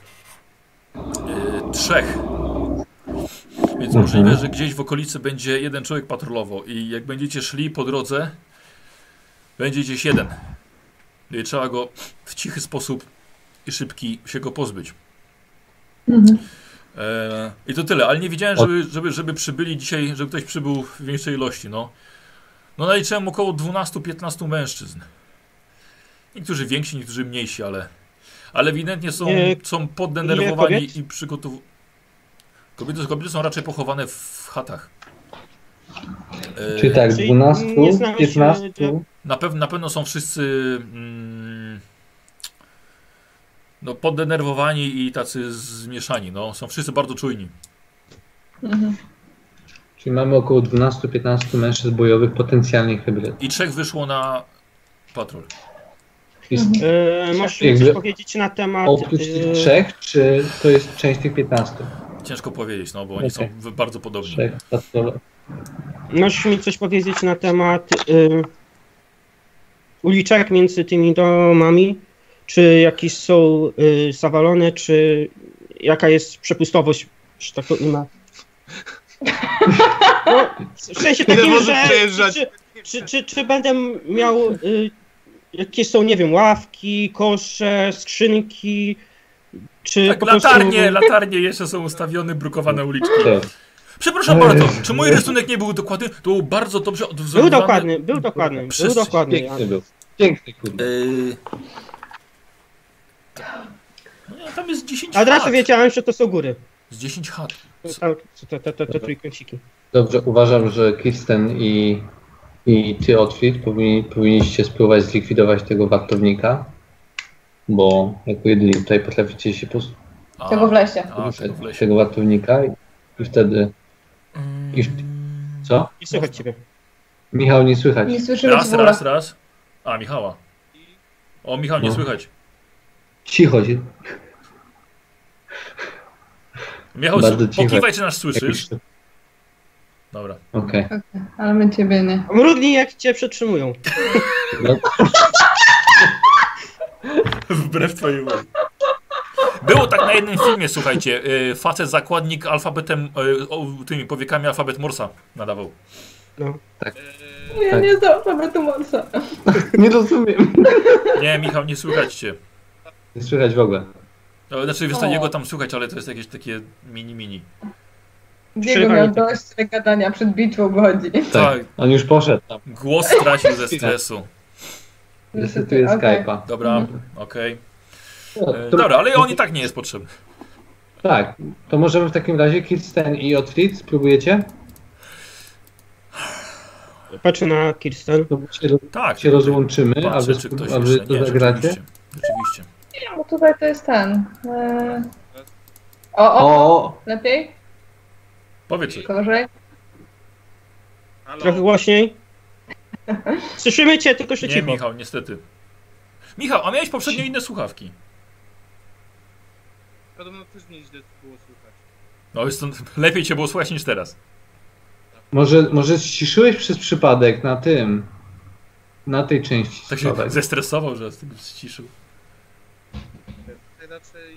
E, trzech. Więc Mhm. możliwe, że gdzieś w okolicy będzie jeden człowiek patrolował i jak będziecie szli po drodze, będzie gdzieś jeden. I trzeba go w cichy sposób i szybki się go pozbyć. Mhm. E, I to tyle, ale nie wiedziałem, żeby, żeby, żeby przybyli dzisiaj, żeby ktoś przybył w większej ilości, no. No naliczyłem około dwunastu piętnastu mężczyzn. Niektórzy więksi, niektórzy mniejsi, ale... Ale ewidentnie są, Nie, są ile poddenerwowani kobiet? i przygotowani. Kobiety, kobiety są raczej pochowane w chatach. E, Czyli tak, Czyli dwunastu, nie znamy się- piętnastu. Na, pew na pewno są wszyscy mm, no, poddenerwowani i tacy zmieszani. No. Są wszyscy bardzo czujni. Mhm. Czyli mamy około dwunastu piętnastu mężczyzn bojowych, potencjalnie hybryd. I trzech wyszło na patrol. I z- E, możesz mi Jakby- coś powiedzieć na temat... Oprócz e, tych trzech, czy to jest część tych piętnastu? Ciężko powiedzieć, no bo oni Okej. są w- bardzo podobni. Trzech patrol. Możesz mi coś powiedzieć na temat y, uliczek między tymi domami? Czy jakieś są y, zawalone, czy jaka jest przepustowość, że tak to ima? No, w sensie Ile takim, może że przejeżdżać? czy, czy, czy, czy będę miał y, jakieś są, nie wiem, ławki, kosze, skrzynki, czy Tak, po prostu... latarnie, latarnie jeszcze są ustawione, brukowane uliczki. Tak. Przepraszam bardzo, czy mój rysunek nie był dokładny? To był bardzo dobrze Był odwzorowany. dokładny, był dokładny, był Wszyscy dokładny. Piękny był. Piękny, kurde. Yy... No, tam jest dziesięć A od razu chat. wiedziałem, że to są góry. Z dziesięć chat. Tam, te, te, te, te trójkąciki. Dobrze, uważam, że Kirsten i, i ty, Otwit, powinni, powinniście spróbować zlikwidować tego wartownika, bo jako jedyni tutaj potraficie się pos- A, Tego w lesie. a, tego w lesie. tego wartownika i, i wtedy... Mm. I w... Co? Nie słychać ciebie. Michał, nie słychać. Nie słyszymy Raz, cię w ogóle. raz, raz. A, Michała. O, Michał, nie No. słychać. Cicho. ci- Michał, Bardzo cicho. pokiwaj, czy nas słyszysz. Jakiś... Dobra. Okej. Okej, ale my ciebie nie. Mrugnij, jak cię przetrzymują. No, Wbrew twojej woli. Było tak na jednym filmie, słuchajcie. y, Facet zakładnik alfabetem, y, o, tymi powiekami alfabet Morsa nadawał. No. Ja Tak. nie znam alfabetu Morsa. nie rozumiem. Nie, Michał, nie słychać cię. Nie słychać w ogóle. No, Znaczy, wiesz co, O. jego tam słychać, ale to jest jakieś takie mini, mini. Diego Przerwanie miał takie. dość gadania przed bitwą godzi. Tak, On już poszedł tam. głos stracił ze stresu. Resetuję Okej. Skype'a. Dobra, okej. No, Y, to- Dobra, ale on i tak nie jest potrzebny. Tak, to możemy w takim razie Kirsten i Otwit spróbujecie? Patrzę na Kirsten. To się, Tak. się rozłączymy, a Patrzę, wy, czy ktoś a wy jeszcze. to Nie, zagracie? rzeczywiście. Rzeczywiście. Nie, bo tutaj to jest ten. e, O, o, o, O, lepiej? Powiedz coś. Gorzej? Trochę głośniej. Słyszymy cię, tylko że Nie, cicho. Michał, niestety. Michał, a miałeś poprzednio inne słuchawki. Podobno też mnie źle było słychać. No, jest to, lepiej cię było słuchać niż teraz. może, może ściszyłeś przez przypadek na tym, na tej części Tak słuchawek. się zestresował, że z tego ściszył. Raczej...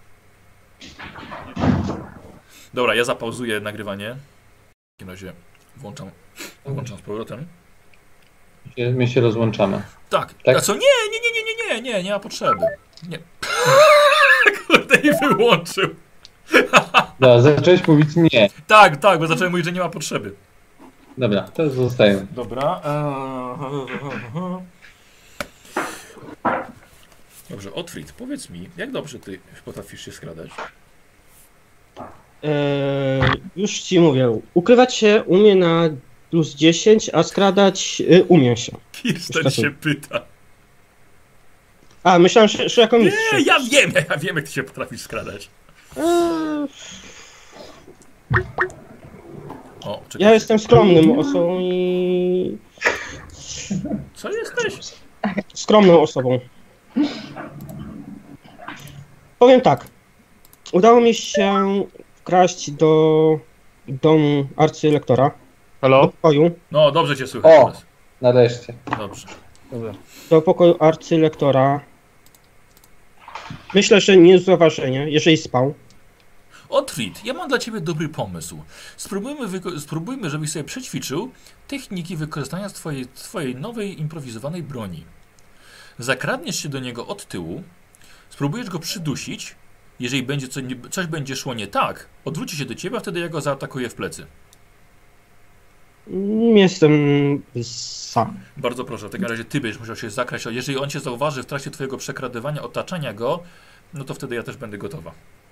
Dobra, ja zapauzuję nagrywanie. W takim razie włączam, włączam z powrotem. My się- My się rozłączamy. Tak. Tak? A co? Nie, nie, nie, nie, nie, nie, nie, nie ma potrzeby. Nie. Kurde, i wyłączył. Dobra, zacząłeś mówić nie. Tak, tak, bo zacząłem mówić, że nie ma potrzeby. Dobra, to zostajemy. Dobra. Dobrze, Otfrid, powiedz mi, jak dobrze ty potrafisz się skradać? Eee, już ci mówię. Ukrywać się umie na plus dziesięć, a skradać y, umie się. Kirsten Już się pyta. A, myślałem, że, że jako mistrz. Nie, ja wiem, ja wiem, jak ty się potrafisz skradać. Eee, O, czekaj. ja jestem skromnym osobą i... Co jesteś? Skromną osobą. Powiem tak. Udało mi się wkraść do domu arcylektora. Do Halo? pokoju, No, dobrze cię słychać O! teraz. Nareszcie. Dobrze. Dobra. do pokoju arcylektora. Myślę, że nie zauważenie, jeżeli spał. Otfrid, ja mam dla ciebie dobry pomysł. Spróbujmy, wyko- spróbujmy żebyś sobie przećwiczył techniki wykorzystania twojej, twojej nowej improwizowanej broni. Zakradniesz się do niego od tyłu, spróbujesz go przydusić Jeżeli będzie coś, coś będzie szło nie tak, odwróci się do ciebie, a wtedy ja go zaatakuję w plecy. Jestem sam. Bardzo proszę, w takim razie ty będziesz musiał się zakraść. Jeżeli on cię zauważy w trakcie twojego przekradywania, otaczania go, no to wtedy ja też będę gotowa.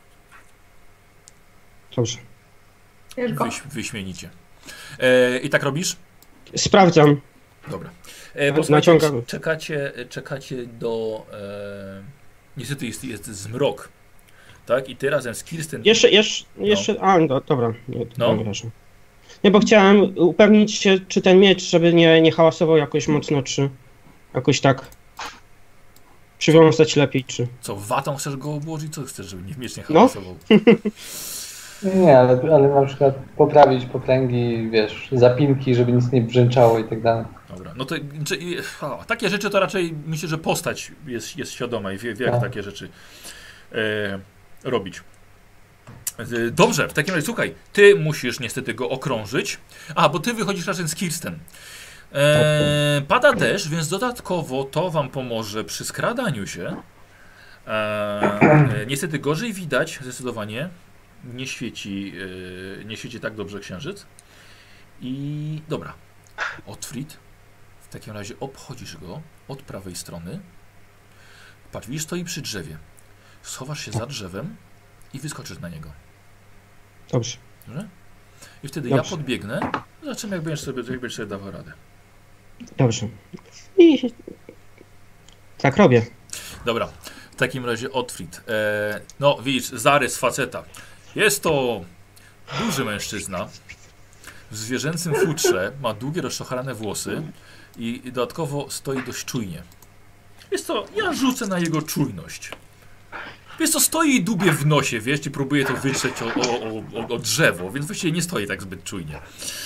Dobrze. Wiesz go. Wyś, wyśmienicie. E, I tak robisz? Sprawdzam. Dobra. E, posłuchajcie, Naciągam. czekacie, czekacie do... E, niestety jest, jest zmrok. Tak? I ty razem z Kirsten... Jeszcze, jeszcze, jeszcze, a no, dobra, nie, to No. nie wierzę. Nie, bo chciałem upewnić się, czy ten miecz, żeby nie, nie hałasował jakoś mocno, czy jakoś tak przywiązać lepiej, czy... Co, watą chcesz go obłożyć? Co chcesz, żeby nie miecz nie No. hałasował? Nie, ale, ale na przykład poprawić popręgi, wiesz, zapinki, żeby nic nie brzęczało i tak dalej. Dobra, no to czy, o, takie rzeczy to raczej myślę, że postać jest, jest świadoma i wie, wie jak Tak. takie rzeczy e, robić. E, Dobrze, w takim razie słuchaj, ty musisz niestety go okrążyć. A, bo ty wychodzisz razem z Kirsten. E, pada deszcz, więc dodatkowo to wam pomoże przy skradaniu się. E, e, niestety gorzej widać, zdecydowanie. Nie świeci, e, nie świeci tak dobrze księżyc. I dobra. Otfrid, w takim razie obchodzisz go od prawej strony. Patrz, widzisz, stoi przy drzewie. Schowasz się za drzewem i wyskoczysz na niego. Dobrze. Dobrze? I wtedy Dobrze. ja podbiegnę. Zobaczymy, jak będziesz sobie, jak będziesz sobie dawał radę. Dobrze. I tak robię. Dobra, w takim razie Otfrid. E, no, widzisz, zarys faceta. Jest to duży mężczyzna. W zwierzęcym futrze, ma długie, rozszochrane włosy i dodatkowo stoi dość czujnie. Jest to, ja rzucę na jego czujność. Wiesz co, stoi i dubie w nosie, wiesz, i próbuje to wytrzeć o, o, o, o drzewo, więc właściwie nie stoi tak zbyt czujnie.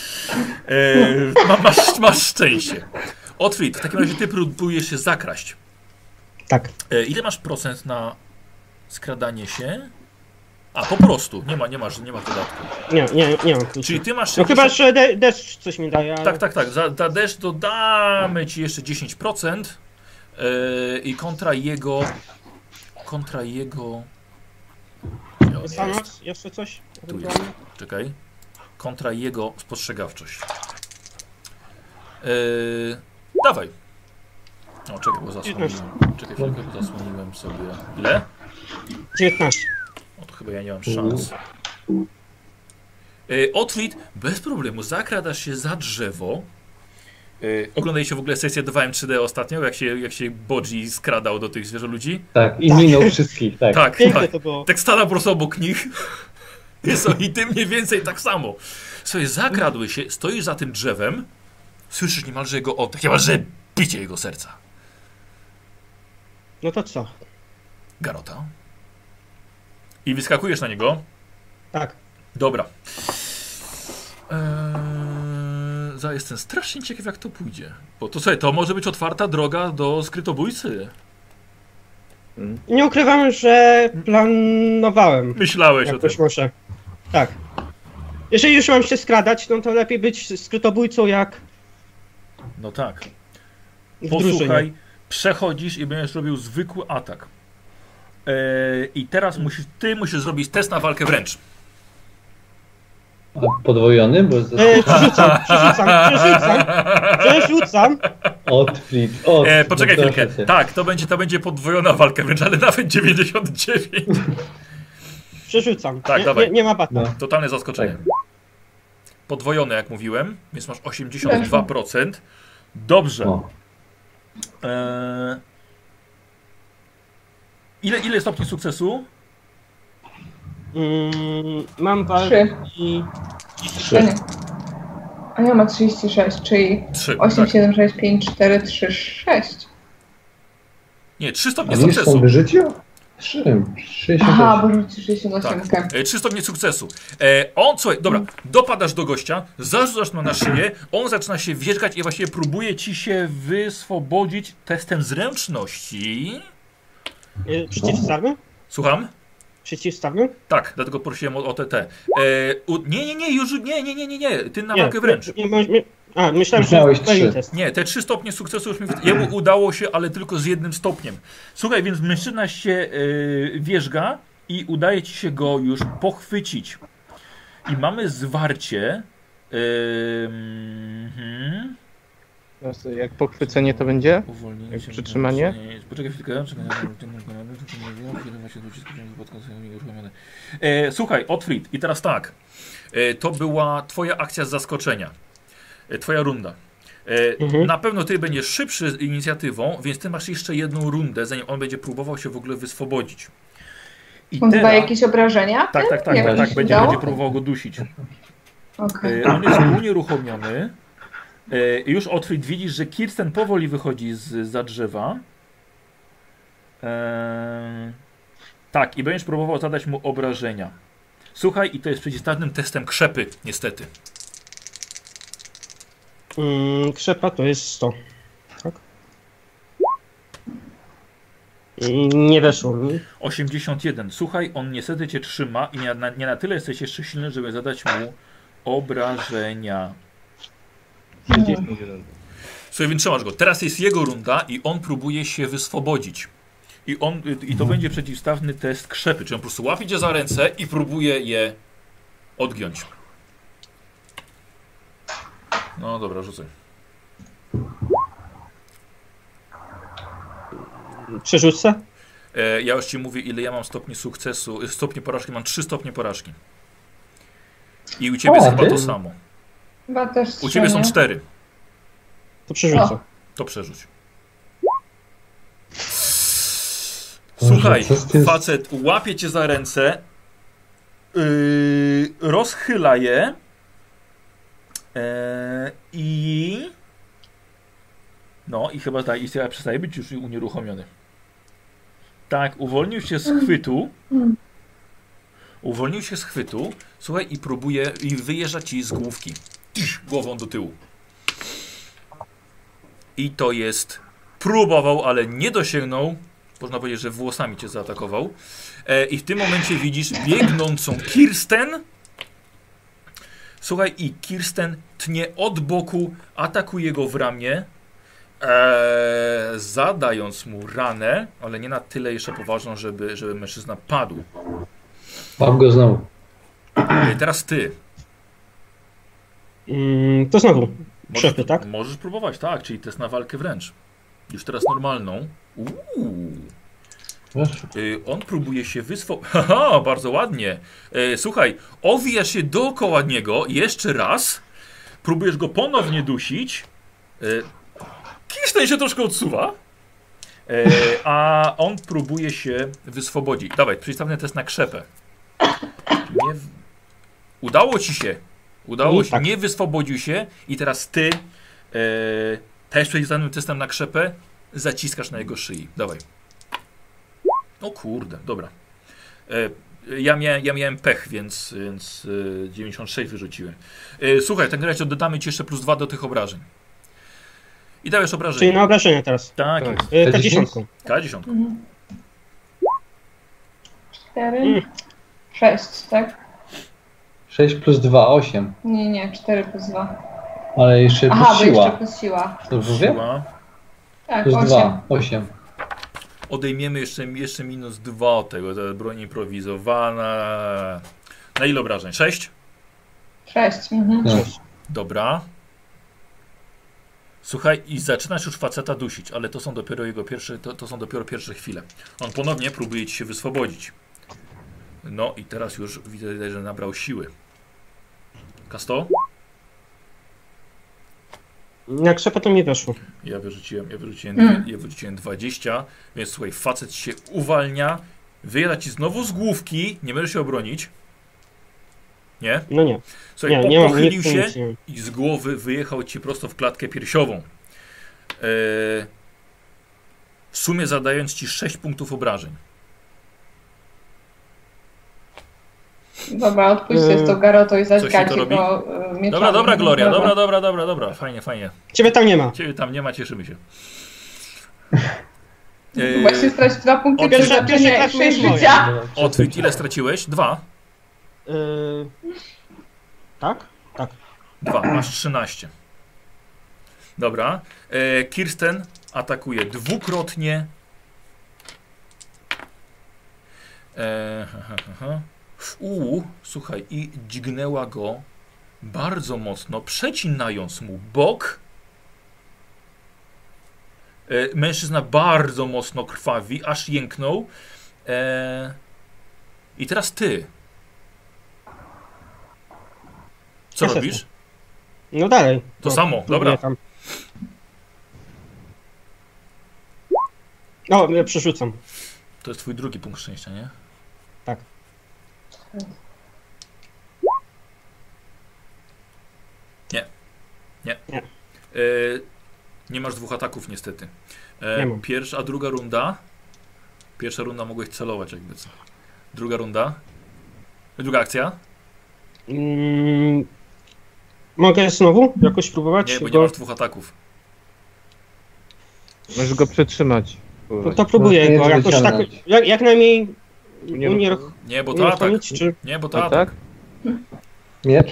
E, ma, masz, masz szczęście. Otfrid, w takim razie ty próbujesz się zakraść. Tak. E, ile masz procent na skradanie się? A, po prostu, nie ma, nie masz, nie ma dodatku. Nie, nie, nie mam klucza. Czyli ty masz... No chyba, że de deszcz coś mi daje, ale... Tak, tak, tak. Za, za deszcz dodamy ci jeszcze dziesięć procent yy, i kontra jego... Kontra jego... Gdzie on Jest tam jest? jeszcze coś? Tu jest. Czekaj. Kontra jego spostrzegawczość. Yy, dawaj. O, czekaj, bo zasłoniłem. Czekaj chwilkę, bo zasłoniłem sobie... Ile? dziewiętnaście. O, to chyba ja nie mam szans. Yy, Otfrid, bez problemu, zakradasz się za drzewo. Yy, oglądaliście w ogóle sesję dwa M trzy D ostatnio, jak się, jak się Bodzi skradał do tych zwierzoludzi? Tak, i minął wszystkich, tak. Tak, Piękne tak. to było. Tak stanął po prostu obok nich. Jest i ty mniej więcej tak samo. Słuchaj, zakradły się, stoisz za tym drzewem, słyszysz niemalże jego oddech, niemalże bicie jego serca. No to co? Garota. I wyskakujesz na niego. Tak. Dobra. Eee, za jestem strasznie ciekaw, jak to pójdzie. Bo to słuchaj, to może być otwarta droga do skrytobójcy. Nie ukrywam, że planowałem. Myślałeś o tym. Jakoś może. Tak. Jeżeli już mam się skradać, no to lepiej być skrytobójcą jak No tak. w Posłuchaj, drużynie. przechodzisz i będziesz robił zwykły atak. Eee, I teraz musisz, ty musisz zrobić test na walkę wręcz. A podwojony, bo... E, przerzucam, przerzucam, przerzucam, przerzucam. Otfrid, od. E, poczekaj no chwilkę. proszę cię. Tak, to będzie, to będzie podwojona walka wręcz, ale nawet dziewięćdziesiąt dziewięć. Przerzucam. Tak, nie, dawaj. nie, nie ma bata. No. Totalne zaskoczenie. Tak. Podwojone, jak mówiłem, więc masz osiemdziesiąt dwa procent. Dobrze. O. Eee... Ile, ile stopni sukcesu? Mm, mam Trzy. walki... A nie. A nie, ma trzydzieści sześć, czyli trzy. osiem, Tak. siedem, sześć, pięć, cztery, trzy, sześć. Nie, trzy A stopnie nie są sukcesu. wyrzucił? Trzy. sześćdziesiąt Aha, osiem. bo rzuci sześćdziesiąt osiem. Tak. okej. E, trzy stopnie sukcesu. E, on, słuchaj, dobra, dopadasz do gościa, zarzucasz mu na szyję, on zaczyna się wierzgać i właściwie próbuje ci się wyswobodzić testem zręczności. E, przeciwstawny? Słucham? Przeciwstawny? Tak, dlatego prosiłem o, o T T. E, u, nie, nie, nie, już nie, nie, nie, nie, nie, ty na Nie, walkę wręcz. Nie, nie, nie, a, myślałem, Miałeś że to trzy. test. Nie, te trzy stopnie sukcesu już mi w... jemu udało się, ale tylko z jednym stopniem. Słuchaj, więc mężczyzna się yy, wierzga i udaje ci się go już pochwycić. I mamy zwarcie. Yy, Teraz jak pochwycenie to będzie? Uwolnienie Jak się- przytrzymanie? Poczekaj chwilkę. E, słuchaj, Otfrid, i teraz tak. E, to była twoja akcja z zaskoczenia. E, twoja runda. E, Mhm. Na pewno ty będziesz szybszy inicjatywą, więc ty masz jeszcze jedną rundę, zanim on będzie próbował się w ogóle wyswobodzić. I On ma jakieś obrażenia? Tak, tak, tak, Jak tak, to tak się będzie, dało? będzie próbował go dusić. Okej. E, on jest unieruchomiony. E, już Otfrid widzisz, że Kirsten powoli wychodzi z za drzewa. E, tak, i będziesz próbował zadać mu obrażenia. Słuchaj, i to jest przeciwstawnym testem krzepy, niestety. Mm, krzepa to jest sto. Tak? Mm, Nie weszło mi. osiemdziesiąt jeden. Słuchaj, on niestety cię trzyma i nie na, nie na tyle jesteś jeszcze silny, żeby zadać mu obrażenia. sześćdziesiąt jeden. Słuchaj, więc trzymasz go. Teraz jest jego runda i on próbuje się wyswobodzić. I, on, I to będzie przeciwstawny test krzepy, czyli on po prostu łapie cię za ręce i próbuje je odgiąć. No dobra, rzucaj. Przerzucę? E, ja już ci mówię, ile ja mam stopni sukcesu, e, stopnie porażki, mam trzy stopnie porażki. I u ciebie O, jest chyba ty? to samo. Chyba też U ciebie są nie? cztery. To przerzucę. To przerzuć. Słuchaj, co z tym- facet łapie cię za ręce, yy, rozchyla je yy, i no i chyba tak, i chyba przestaje być już unieruchomiony. Tak, uwolnił się z chwytu. Uwolnił się z chwytu, słuchaj, i próbuje, i wyjeżdża ci z główki. Głową do tyłu. I to jest, próbował, ale nie dosięgnął. Można powiedzieć, że włosami cię zaatakował. E, I w tym momencie widzisz biegnącą Kirsten. Słuchaj, i Kirsten tnie od boku, atakuje go w ramię, e, zadając mu ranę, ale nie na tyle jeszcze poważną, żeby, żeby mężczyzna padł. Mam go znowu. E, teraz ty. Mm, to znowu. Możesz, Krzepy, tak? możesz próbować, tak, czyli test na walkę wręcz. Już teraz normalną. Uuu. Wiesz? Y, on próbuje się wyswo... Haha, bardzo ładnie. Y, słuchaj, owijasz się dookoła niego jeszcze raz. Próbujesz go ponownie dusić. Y, Kirsten się troszkę odsuwa. Y, a on próbuje się wyswobodzić. Dawaj, przeciwstawny test na krzepę. Nie w... Udało ci się. Udało I się. tak. Nie wyswobodził się. I teraz ty y, też przeciwstawnym testem na krzepę zaciskasz na jego szyi. Dawaj. O kurde, dobra. E, ja, miałem, ja miałem pech, więc, więc e, dziewięćdziesiąt sześć wyrzuciłem. E, słuchaj, tak razie dodamy ci jeszcze plus dwa do tych obrażeń. I dajesz Czyli obrażenia. na obrażenia teraz. Tak, Tak. jest. Y, K K dziesięć. K dziesięć. Mhm. Cztery. Mm. Sześć, tak? sześć plus dwa, osiem. Nie, nie, cztery plus dwa. Ale jeszcze Aha, plus bo jeszcze siła. plus siła. Dobrze wiem? Siła. Tak, Plus osiem. dwa, osiem. Odejmiemy jeszcze, jeszcze minus dwa od tego. To jest broń improwizowana. Na ile obrażeń? sześć? Sześć. Mhm. No. Dobra. Słuchaj, i zaczynasz już faceta dusić, ale to są dopiero jego pierwsze, to, to są dopiero pierwsze chwile. On ponownie próbuje ci się wyswobodzić. No i teraz już widzę, że nabrał siły. Kasto? Na krzepę to mi weszło. Ja wyrzuciłem, ja wyrzuciłem, Mm. ja wyrzuciłem dwadzieścia, więc słuchaj, facet się uwalnia, wyjada ci znowu z główki, nie możesz się obronić. Nie? No nie. Słuchaj, Nie, po, nie mam pochylił nic, się nic, nie. i z głowy wyjechał ci prosto w klatkę piersiową. Eee, w sumie zadając ci sześć punktów obrażeń. Dobra, odpuśćcie Yy, z tą garotą i się to zaćgacie robi? go y, mieczami. Dobra, dobra, Gloria, dobra, dobra, dobra, dobra, fajnie, fajnie. Ciebie tam nie ma. Ciebie tam nie ma, cieszymy się. Eee, Właśnie stracić dwa punkty od- przeznaczenia pierwszy i klas sześć jest moja. życia. Otwit, ile straciłeś? Dwa? Y, tak? Tak. Dwa, masz trzynaście. Dobra. E, Kirsten atakuje dwukrotnie. E, ha, ha, ha. Uuu, słuchaj, i dźgnęła go bardzo mocno, przecinając mu bok. E, mężczyzna bardzo mocno krwawi, aż jęknął. E, I teraz ty. Co Ja robisz? No dalej. To no, samo, dobra. Tam. O, ja przerzucam. To jest twój drugi punkt szczęścia, nie? Tak. Nie. Nie. Nie. E, nie masz dwóch ataków niestety. E, Nie mam. Pierwsza, a druga runda. Pierwsza runda mogłeś celować jakby co. Druga runda. Druga akcja. Mm, mogę znowu jakoś próbować? Nie, bo nie go... masz dwóch ataków. Możesz go przetrzymać. No to próbuję Nie go jakoś tak, wyciągnąć. jak, jak najmniej Nie, unieruch- Nie, bo to atak. unieruchomić, czy... Nie, bo to A atak. tak? Miecz?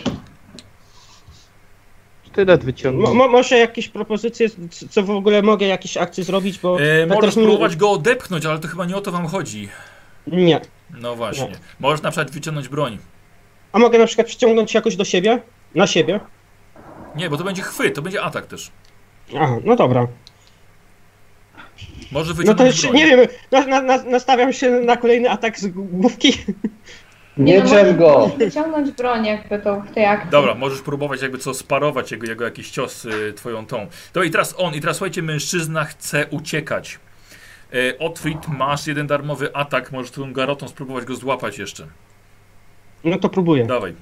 Tyle Mo, wyciągnął. mo, może jakieś propozycje, c- co w ogóle mogę jakieś akcje zrobić, bo... E, tak możesz teraz mi- spróbować go odepchnąć, ale to chyba nie o to wam chodzi. Nie. No właśnie. Nie. Możesz na przykład wyciągnąć broń. A mogę na przykład przyciągnąć jakoś do siebie? Na siebie? Nie, bo to będzie chwyt, to będzie atak też. Aha, no dobra. Możesz No to wyciągnąć jeszcze, broń. nie wiem, na, na, na, nastawiam się na kolejny atak z główki. Nie, no, Mieczem możesz go! wyciągnąć broń jakby to w tej akcji. Dobra, możesz próbować jakby co sparować jego, jego jakiś cios y, twoją tą. Dobra, i teraz on, i teraz słuchajcie, mężczyzna chce uciekać. Y, Otwit, masz jeden darmowy atak, możesz tą garotą spróbować go złapać jeszcze. No to próbuję. Dawaj.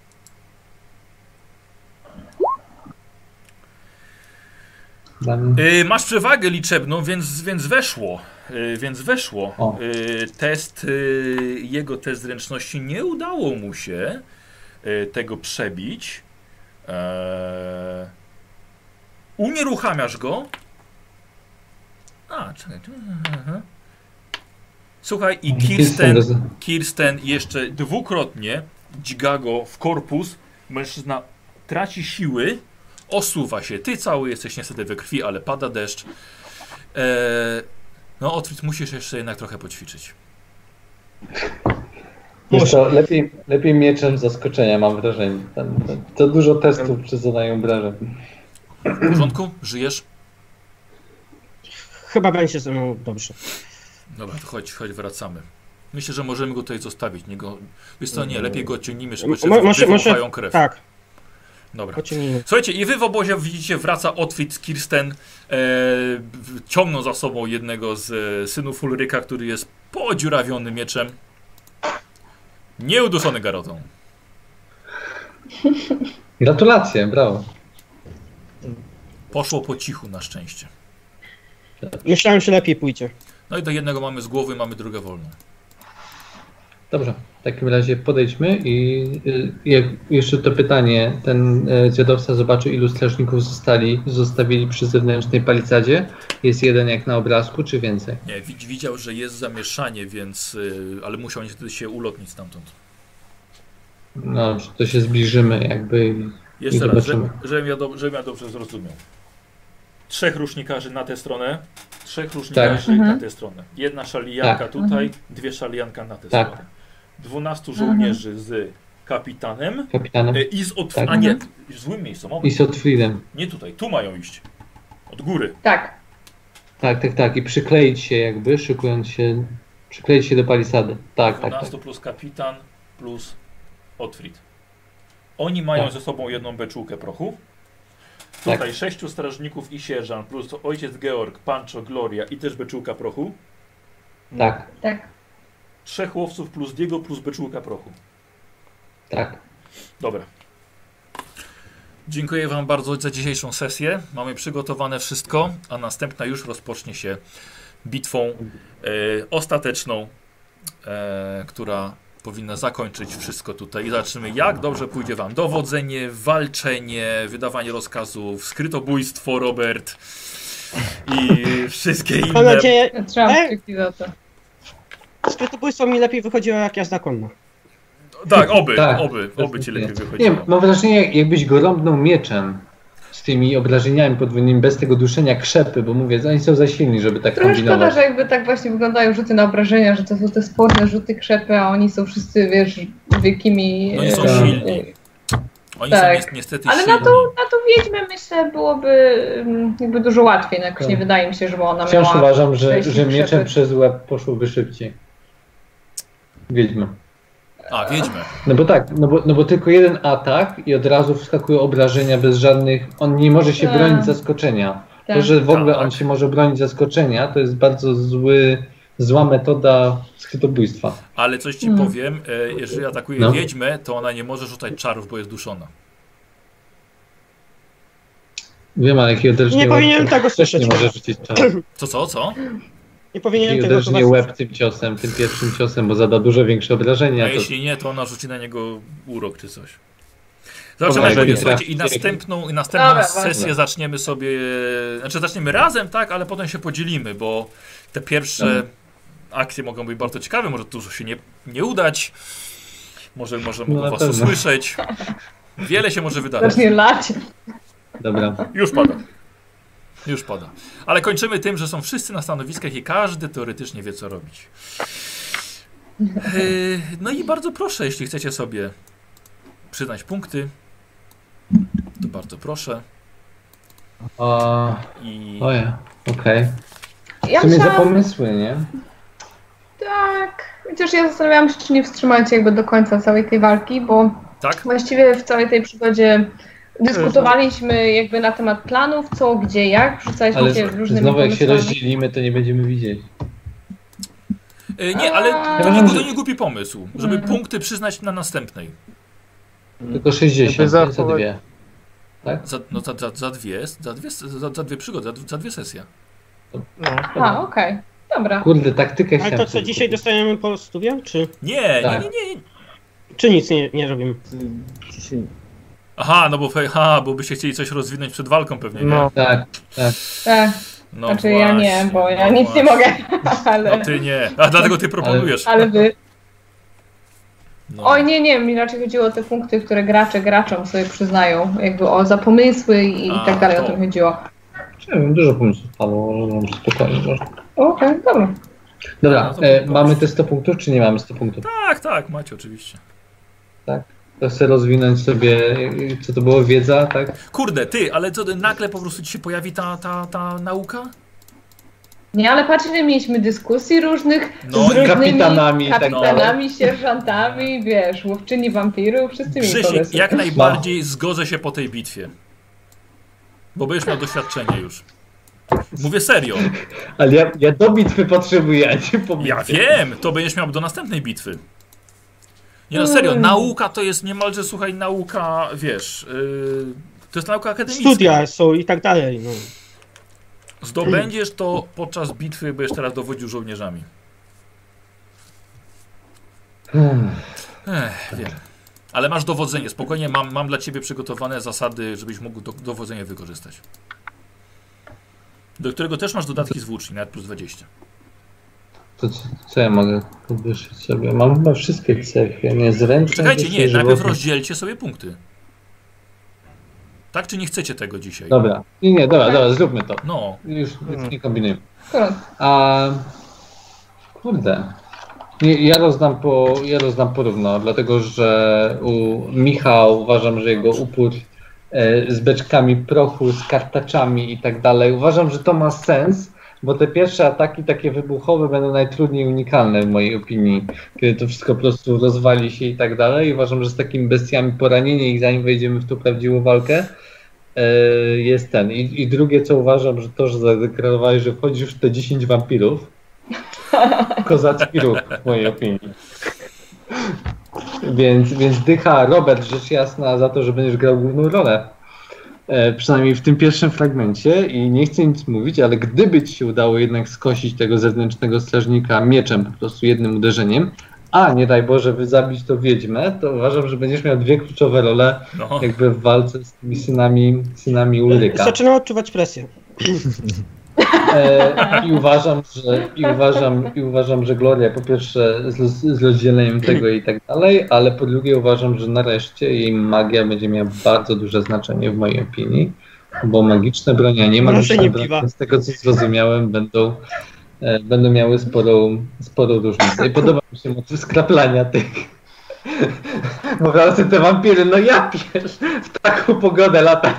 Damy. Y, masz przewagę liczebną, więc, więc weszło. Y, więc weszło. O. Y, test, y, jego test zręczności nie udało mu się y, tego przebić. Eee, unieruchamiasz go. A, czekaj. Aha. Słuchaj, i Kirsten, Kirsten jeszcze dwukrotnie dźga go w korpus. Mężczyzna traci siły, osuwa się. Ty cały jesteś niestety we krwi, ale pada deszcz. Eee, no, Otwit, musisz jeszcze jednak trochę poćwiczyć. Wiesz co, lepiej, lepiej mieczem zaskoczenia, mam wrażenie. Tam, to, to dużo testów przy zadaniu obrażeń. W porządku? Żyjesz? Chyba będzie ze mną dobrze. Dobra, to chodź, chodź, wracamy. Myślę, że możemy go tutaj zostawić. Nie go... Wiesz co, nie, lepiej go odciągnijmy, żeby Mo- się może- może- wywąchają krew. Tak, Dobra. pociągnijmy. Słuchajcie, i wy w obozie widzicie, wraca Otwit z Kirsten, e, w- ciągną za sobą jednego z e, synów Ulryka, który jest podziurawiony mieczem. Nieuduszony garotą. Gratulacje, brawo. Poszło po cichu na szczęście. Myślałem, że lepiej pójdzie. No i do jednego mamy z głowy, mamy drugą wolną. Dobrze, w takim razie podejdźmy i y, jak jeszcze to pytanie, ten y, zwiadowca zobaczył, ilu strażników zostali, zostawili przy zewnętrznej palisadzie. Jest jeden jak na obrazku, czy więcej? Nie, widz- widział, że jest zamieszanie, więc... y, ale musiał niestety się ulotnić stamtąd. No, to się zbliżymy jakby. i- Jeszcze I raz, zobaczymy. żebym, żebym, ja do, żebym ja dobrze zrozumiał. Trzech rusznikarzy na tę stronę, trzech rusznikarzy Tak. na Mhm. tę stronę. Jedna szalijanka Tak. tutaj, dwie szalijanka na tę Tak. stronę. Dwunastu żołnierzy z kapitanem Kapitanem e, i z od... Tak. A nie, w złym miejscu, moment. i z Otfriedem. Nie tutaj, tu mają iść. Od góry. Tak. Tak, tak, tak. I przykleić się jakby, szykując się, przykleić się do palisady. Tak, tak, tak. dwunastu plus kapitan plus Otfrid. Oni mają Tak. ze sobą jedną beczułkę prochu. Tak. Tutaj sześciu strażników i sierżant plus ojciec Georg, Pancho, Gloria i też beczułka prochu. Tak, Tak. Trzech łowców plus Diego plus beczułka prochu. tak. Dobra. Dziękuję wam bardzo za dzisiejszą sesję. Mamy przygotowane wszystko, a następna już rozpocznie się bitwą e, ostateczną, e, która powinna zakończyć wszystko tutaj. I zobaczymy, jak dobrze pójdzie wam dowodzenie, walczenie, wydawanie rozkazów, skrytobójstwo, Robert i wszystkie Mam inne. nadzieję, Trzymam E? kciuki za to. skrytobójstwo mi lepiej wychodziło jak jazda konna. Tak, oby, Tak. oby, oby ci lepiej Nie, wychodziło. mam wrażenie, jakbyś go rąbnął mieczem. z tymi obrażeniami podwójnymi, bez tego duszenia krzepy, bo mówię, oni są za silni, żeby tak Trochę szkoda, kombinować. że jakby tak właśnie wyglądają rzuty na obrażenia, że to są te sporne rzuty krzepy, a oni są wszyscy, wiesz, wielkimi... No oni są e, silni. Oni tak. są ni- niestety Ale silni. na to, na to wiedźmę, myślę, byłoby mm, jakby dużo łatwiej. No jakoś Tak. nie wydaje mi się, żeby ona Wciąż miała... uważam, że, przejść że krzepy. mieczem przez łeb poszłoby szybciej. Wiedźmy. A, wiedźmy. No bo tak, no bo, no bo tylko jeden atak i od razu wskakują obrażenia bez żadnych... On nie może się Tak. bronić zaskoczenia. Tak. To, że w ogóle Tak. on się może bronić zaskoczenia, to jest bardzo zły, zła metoda skrytobójstwa. Ale coś ci Mm. powiem, e, jeżeli atakuje No. wiedźmę, to ona nie może rzucać czarów, bo jest duszona. Wiem, ale jaki uderzenie Nie łeb, powinienem to tego też nie słyszeć. może rzucić czarów. Co, co, co? Nie powinienem Jaki tego uderzenie chyba łeb tym ciosem, tym pierwszym ciosem, bo zada dużo większe A obrażenia. To... jeśli nie, to ona rzuci na niego urok czy coś. Zobaczymy, Dobra, jak będzie. jeżeli Słuchajcie, i trafi- następną, i następną Dobra, sesję ważne. zaczniemy sobie. Znaczy, zaczniemy razem, tak, ale potem się podzielimy, bo te pierwsze Mhm. akcje mogą być bardzo ciekawe. Może dużo się nie, nie udać. Może, może No mogą na was pewno. usłyszeć. Wiele się może wydarzyć. Zacznie lać. Dobra. Już pada. Już pada. Ale kończymy tym, że są wszyscy na stanowiskach i każdy teoretycznie wie, co robić. Yy, no i bardzo proszę, jeśli chcecie sobie przyznać punkty, to bardzo proszę. O, I ojej, okej. Ja W sumie za myślałam, pomysły, nie? tak, chociaż ja zastanawiałam się, czy nie wstrzymać jakby do końca całej tej walki, bo tak? właściwie w całej tej przygodzie dyskutowaliśmy jakby na temat planów, co, gdzie, jak, rzucaliśmy Ale się różnymi znowu jak się pomysłami. rozdzielimy, to nie będziemy widzieć. Yy, nie, ale to Ja nie, mam- to nie głupi pomysł, żeby Mhm. punkty przyznać na następnej. Tylko sześćdziesiąt, Jakby nie za zachować- dwie. Za, no za, za, za dwie, za dwie, za, za dwie przygody, za, za dwie sesje. No. A, okej, dobra. Kurde, taktykę Ale to chciałem co, sobie dzisiaj kupić. dostajemy po stówie, czy, Nie, Tak. nie, nie, nie. czy nic nie, nie robimy? Aha, no bo, fe- aha, bo byście chcieli coś rozwinąć przed walką pewnie, nie? No. Tak, tak. Tak, No znaczy ja nie, właśnie, bo ja no nic nie właśnie. mogę, ale, No ty nie, a dlatego ty proponujesz. ale wy... No. Oj, nie, nie, mi raczej chodziło o te punkty, które gracze graczom sobie przyznają, jakby o za pomysły i, i A, tak dalej, to. o tym chodziło. Nie wiem, dużo pomysłów padło, może nam spokojnie. Może. Okej, dobra. Dobra, No to e, pomysł. mamy te sto punktów, czy nie mamy sto punktów? Tak, tak, macie oczywiście. To chcę rozwinąć sobie, e, co to było, wiedza, tak? Kurde, ty, ale co, nagle po prostu ci się pojawi ta, ta, ta nauka? Nie, ale patrz, ile mieliśmy dyskusji różnych No z i różnymi kapitanami i tak kapitanami, sierżantami, wiesz, łowczyni wampirów, wszyscy mieli Grzesiek, pomysły. jak najbardziej zgodzę się po tej bitwie. Bo będziesz miał doświadczenie już. Mówię serio. Ale ja, ja do bitwy potrzebuję, a nie po bitwie. Ja wiem, to będziesz miał do następnej bitwy. Nie no serio, Mm. nauka to jest niemalże, słuchaj, nauka, wiesz, yy, to jest nauka akademicka. Studia są i tak dalej, no. Zdobędziesz to podczas bitwy, będziesz teraz dowodził żołnierzami. Hmm. Ech, wiem. Ale masz dowodzenie, spokojnie, mam, mam dla ciebie przygotowane zasady, żebyś mógł do, dowodzenie wykorzystać. Do którego też masz dodatki z włóczni, nawet plus dwadzieścia. To co, co ja mogę podwyższyć sobie? Mam chyba wszystkie cechy, nie zręczne. Czekajcie, nie, żywotne. najpierw rozdzielcie sobie punkty. Tak czy nie chcecie tego dzisiaj? Dobra, nie, nie, dobra, dobra, zróbmy to. No, Już, już nie kombinujmy. Kurde. A kurde. Nie, ja rozdam po, ja rozdam porówno, dlatego że u Michał uważam, że jego upór e, z beczkami prochu, z kartaczami i tak dalej, uważam, że to ma sens, bo te pierwsze ataki takie wybuchowe będą najtrudniej unikalne w mojej opinii, kiedy to wszystko po prostu rozwali się i tak dalej. I uważam, że z takimi bestiami poranienie ich, zanim wejdziemy w tą prawdziwą walkę, e, jest ten. I, I drugie, co uważam, że to, że zadeklarowałeś, że wchodzisz już w te dziesięć wampirów, kozacki ruch w mojej opinii. Więc, więc dycha Robert, rzecz jasna, za to, że będziesz grał główną rolę. E, przynajmniej w tym pierwszym fragmencie i nie chcę nic mówić, ale gdyby ci się udało jednak skosić tego zewnętrznego strażnika mieczem, po prostu jednym uderzeniem, a nie daj Boże, wy zabić to wiedźmę, to uważam, że będziesz miał dwie kluczowe role no. jakby w walce z tymi synami, synami Ulryka. Zaczynam odczuwać presję. E, I uważam, że i uważam, i uważam, że Gloria po pierwsze z, z rozdzieleniem tego i tak dalej, ale po drugie uważam, że nareszcie jej magia będzie miała bardzo duże znaczenie w mojej opinii. Bo magiczne broni, a nie Proszę magiczne nie broni, piwa. z tego co zrozumiałem, będą, e, będą miały sporą, sporą różnicę. I podoba mi się motyw skraplania tych. Bo wracam te wampiry, no ja piesz, w taką pogodę latać.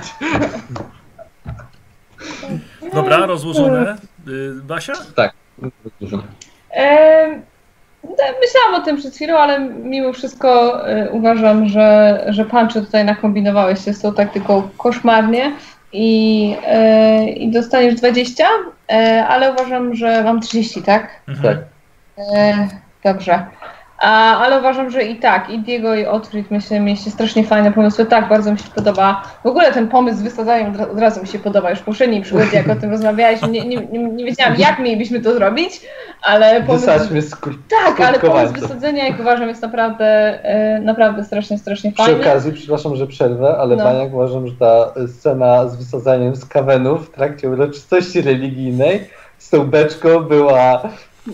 Dobra, rozłożone. Y, Basia? Dużo. Em, no, myślałam o tym przed chwilą, ale mimo wszystko e, uważam, że, że Pancho tutaj nakombinowałeś się z tą taktyką koszmarnie i, e, i dostaniesz dwadzieścia, e, ale uważam, że mam trzydzieści, tak? Mhm. Tak. E, dobrze. A, ale uważam, że i tak, i Diego, i Otfrid, myślę, mieliście strasznie fajne pomysły. Tak, bardzo mi się podoba. W ogóle ten pomysł z wysadzaniem od razu mi się podoba. Już w poprzedniej przygodzie, jak o tym rozmawialiśmy, nie, nie, nie, nie wiedziałam, jak mielibyśmy to zrobić, ale pomysł... Wysadźmy skór. Tak, ale pomysł skórkowańców. wysadzenia, jak uważam, jest naprawdę, e, naprawdę strasznie, strasznie Przy fajny. okazji, przepraszam, że przerwę, ale No. Baniak, uważam, że ta scena z wysadzaniem z kawenów w trakcie uroczystości religijnej z tą beczką była,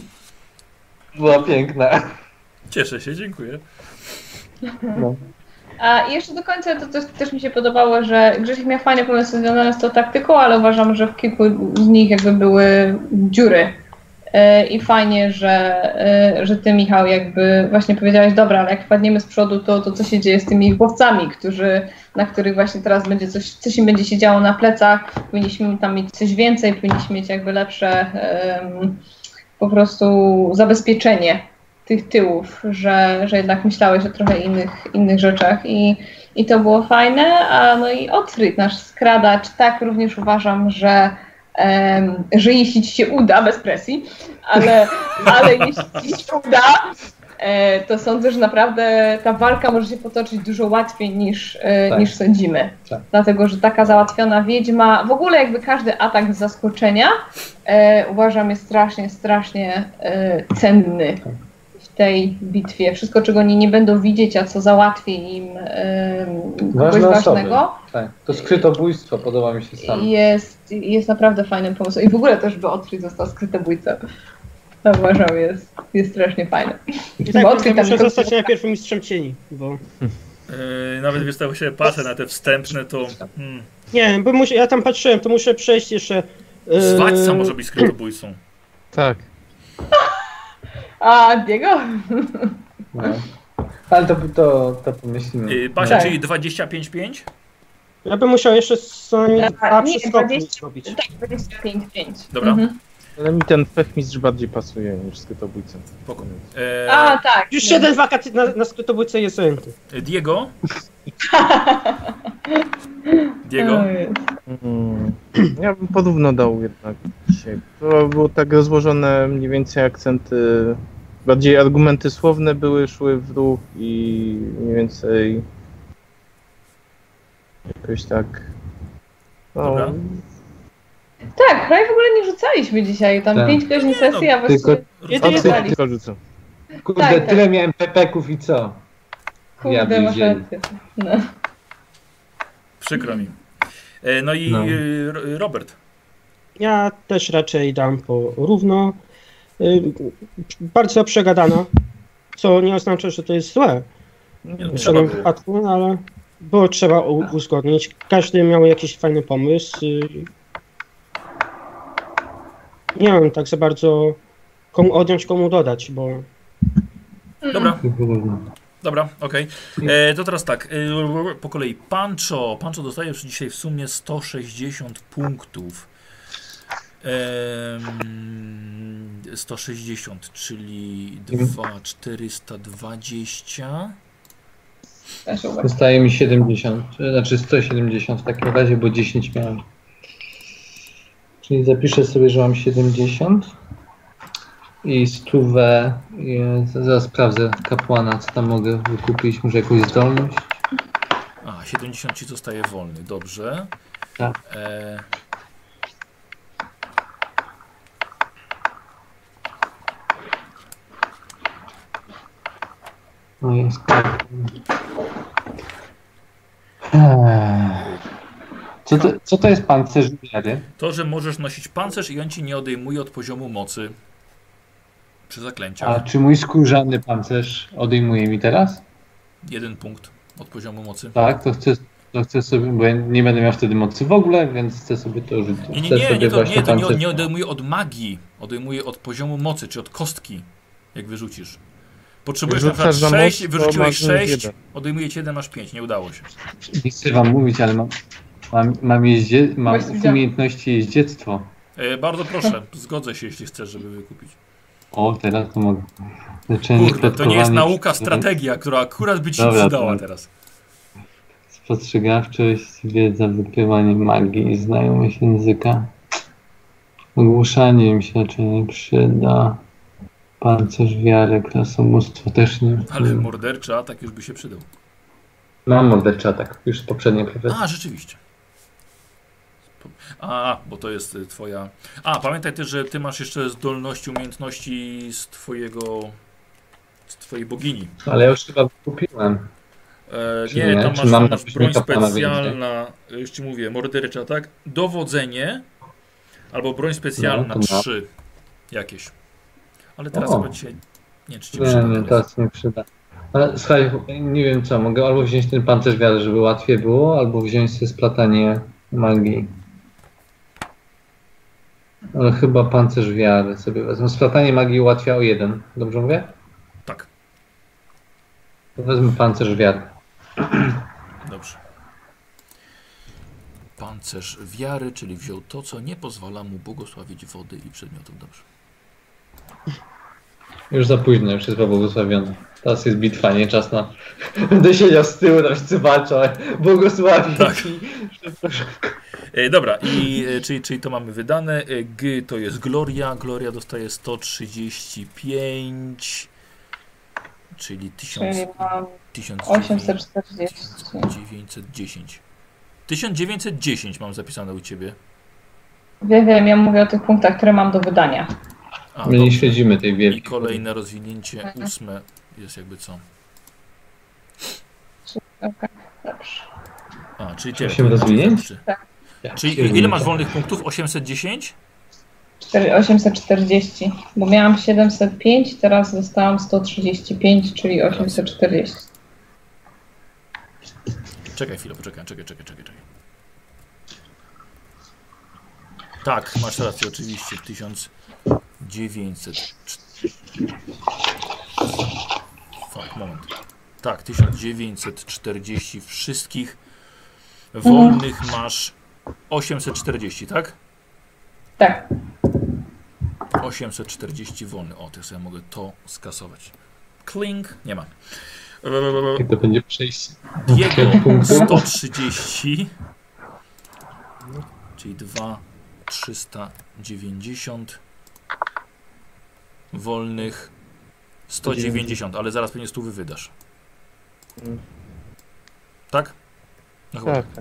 była piękna. Cieszę się, dziękuję. No. A jeszcze do końca to też, też mi się podobało, że Grzesiek miał fajne pomysły związane z tą taktyką, ale uważam, że w kilku z nich jakby były dziury. E, I fajnie, że, e, że ty, Michał, jakby właśnie powiedziałeś, dobra, ale jak wpadniemy z przodu, to, to co się dzieje z tymi chłopcami, którzy, na których właśnie teraz będzie coś, coś im będzie się działo na plecach, powinniśmy tam mieć coś więcej, powinniśmy mieć jakby lepsze em, po prostu zabezpieczenie tych tyłów, że, że jednak myślałeś o trochę innych, innych rzeczach i, i to było fajne, a no i Otfrid, nasz skradacz, tak również uważam, że em, że jeśli ci się uda, bez presji, ale, ale jeśli ci się uda, e, to sądzę, że naprawdę ta walka może się potoczyć dużo łatwiej niż, e, Tak. niż sądzimy. Tak. Dlatego, że taka załatwiona wiedźma, w ogóle jakby każdy atak z zaskoczenia e, uważam jest strasznie, strasznie e, cenny w tej bitwie. Wszystko, czego oni nie będą widzieć, a co załatwi im e, kogoś Ważne osoby. ważnego, Tak. To skrytobójstwo podoba mi się sam. jest, jest naprawdę fajnym pomysłem. I w ogóle też, by Otfrid został skrytobójcą. To uważam jest, jest strasznie fajne. I tak Bo muszę Otfrid tam tylko- zostać najpierw mistrzem cieni, bo... Yy, nawet wiesz, tak się patrzę na te wstępne, to hmm, Nie, bo muszę, ja tam patrzyłem, to muszę przejść jeszcze... yy, Zwadźca może być skrytobójcą. Tak. A, Diego? No. Ale to, to, to pomyślimy. Yy, Basia, Tak. czyli dwadzieścia pięć pięć? Ja bym musiał jeszcze co najmniej A, dwa nie, przeskoki dwadzieścia zrobić. Tak, dwadzieścia pięć pięć. Dobra. Mhm. Ale mi ten pechmistrz bardziej pasuje niż skrytobójca. Spoko. Yy, A, tak. Już nie. jeden wakaty na, na skrytobójce jest zajęty. Diego? Diego? O, jest. Mm. Ja bym porówno dał jednak dzisiaj. To było tak rozłożone mniej więcej akcenty, bardziej argumenty słowne były, szły w ruch i mniej więcej jakoś tak... No, Dobra. Tak, prawie w ogóle nie rzucaliśmy dzisiaj. Tam Tak. pięć godzin sesji, a Tylko- właściwie Jedynie Otfrid tak. tylko rzucę. Kurde, tak, tak. tyle miałem pepeków i co? kurde, diabli masz wzięli. rację. No. Przykro mi. Yy, no i No. yy, Robert. Ja też raczej dam po równo. Yy, Bardzo przegadana, co nie oznacza, że to jest złe Nie, no, w trzeba żadnym było. wypadku, ale było trzeba u- uzgodnić. Każdy miał jakiś fajny pomysł. Yy, Nie wiem tak za bardzo komu odjąć, komu dodać, bo Dobra, dobra, okej. E, To teraz tak, e, po kolei Pancho. Pancho dostaje już dzisiaj w sumie sto sześćdziesiąt punktów. Em, sto sześćdziesiąt, czyli dwa czterysta dwadzieścia. Też uważam. Zostaje mi siedemdziesiąt, znaczy sto siedemdziesiąt w takim razie, bo dziesięć miałem. Czyli zapiszę sobie, że mam siedemdziesiąt i stówę, i zaraz sprawdzę kapłana, co tam mogę wykupić, może jakąś zdolność. A, siedemdziesiąt ci zostaje wolny, dobrze. Tak. E, No jest. Eee. Co to, co to jest pancerz wiary? to, że możesz nosić pancerz i on ci nie odejmuje od poziomu mocy przy zaklęciach. A czy mój skórzany pancerz odejmuje mi teraz? Jeden punkt od poziomu mocy. Tak, to chcę, To chcę sobie, bo ja nie będę miał wtedy mocy w ogóle, więc chcę sobie to rzucić. Nie, nie, Chcę nie, sobie nie, to, właśnie nie, to nie, pancerz- nie odejmuje od magii. Odejmuje od poziomu mocy, czy od kostki, jak wyrzucisz. Potrzebujesz na przykład Rzucasz na sześć, moc, to wyrzuciłeś masz minus sześć, jeden. odejmuje ci jeden, masz pięć, nie udało się. Nie chcę wam mówić, ale mam, mam, mam, jeździe, mam Właśnie umiejętności jeździectwo. E, bardzo proszę, zgodzę się, jeśli chcesz, żeby wykupić. O, teraz to mogę. Leczenie, Kurde, to nie jest klatkowanie, nauka, strategia, która akurat by ci Dobra, przydała to- teraz. Spostrzegawczość, wiedza, wykrywanie magii, znajomość języka. Ogłuszanie mi się raczej nie przyda. Pancerz wiary, krasomóstwo też nie. Ale morderczy atak już by się przydał. Mam morderczy atak, już z poprzedniej profesji. A, rzeczywiście. A, bo to jest y, twoja... A, pamiętaj też, że ty masz jeszcze zdolności, umiejętności z twojego... z twojej bogini. Ale ja już chyba kupiłem. E, Czy nie, nie? tam Czy masz, mam masz napisać broń kapłana specjalna, już ci mówię, morderczy atak, dowodzenie, albo broń specjalna No, to mam. trzy jakieś. Ale teraz O. chyba ci się... Nie, czy ci Nie, przyda nie, teraz. teraz nie przyda. Ale słuchaj, nie wiem co, mogę albo wziąć ten pancerz wiary, żeby łatwiej było, albo wziąć sobie splatanie magii. Ale chyba pancerz wiary sobie wezmę. Splatanie magii ułatwia o jeden, dobrze mówię? Tak, To wezmę pancerz wiary. dobrze. Pancerz wiary, czyli wziął to, co nie pozwala mu błogosławić wody i przedmiotów. Dobrze. Już za późno, już jest pobłogosławiony. Teraz jest bitwa, nie czas na... Będę siedział z tyłu, tam się walczę, błogosławić Tak. i... E, dobra, i, e, czyli, czyli to mamy wydane. E, G to jest Gloria. Gloria dostaje sto trzydzieści pięć, czyli tysiąc, Czyli mam tysiąc osiemset czterdzieści. dziewięćset dziesięć. tysiąc dziewięćset dziesięć mam zapisane u ciebie. Wiem, wiem, ja mówię o tych punktach, które mam do wydania. A, My nie dobrze. śledzimy tej I wielkiej. kolejne rozwinięcie ósme jest jakby co? Okej, dobrze. A, czyli tyle. Osiem rozwinięć? Czy- Ja Czyli pierdolę. ile masz wolnych punktów? osiemset dziesięć? cztery- osiemset czterdzieści, bo miałam siedemset pięć, teraz dostałam sto trzydzieści pięć, czyli osiemset czterdzieści. Czekaj chwilę, poczekaj, czekaj, czekaj, czekaj, czekaj. Tak, masz rację, oczywiście. tysiąc dziewięćset. Fuck, moment. Tak, tysiąc dziewięćset czterdzieści wszystkich. Wolnych masz osiemset czterdzieści, tak? Tak, osiemset czterdzieści wolny. O, to ja sobie mogę to skasować. Kling, nie ma. I to będzie przejście. Diego sto trzydzieści, czyli dwa trzysta dziewięćdziesiąt wolnych sto dziewięćdziesiąt, ale zaraz pewnie stu wydasz. Mm. Tak? No chyba. Tak, tak.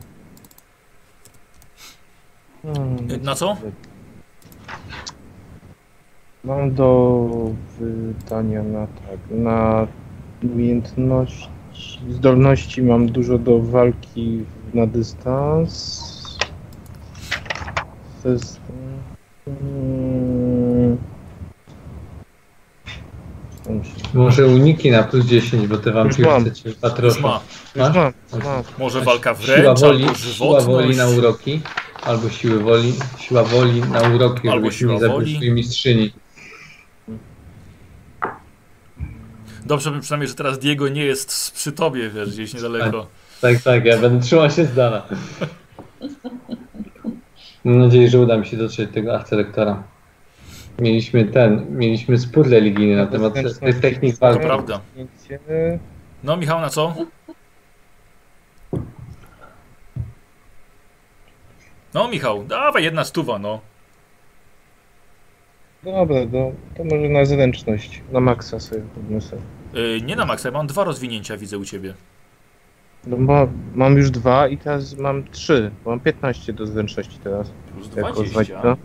Hmm, Na co? Mam do wydania na tak, na umiejętności, zdolności mam dużo do walki na dystans. To jest... Hmm, co mi się- Może uniki na plus dziesięć, bo te Już mam. wampiry cię Już patroszą. ma. Już mam, już mam. Może walka Siła wręcz, woli, albo siła woli na żywotność. uroki, albo siły woli, siła woli na uroki, Albo żebyś siła nie zabił woli. swojej mistrzyni. Dobrze, przynajmniej, że teraz Diego nie jest przy tobie, wiesz, gdzieś niedaleko. Tak, tak, ja będę trzymał się z dala. Mam nadzieję, że uda mi się dotrzeć do tego arcylektora. Mieliśmy ten, mieliśmy spór religijny na temat tych technik To walki. prawda. Zdjęcie. No, Michał, na co? No, Michał, dawaj, jedna stuwa, no. Dobra, to, to może na zręczność, na maksa sobie podniosę. Yy, nie na maksa, ja mam dwa rozwinięcia, widzę u ciebie. No bo mam już dwa i teraz mam trzy, bo mam piętnaście do zręczności teraz. Plus Jako dwadzieścia. dwadzieścia.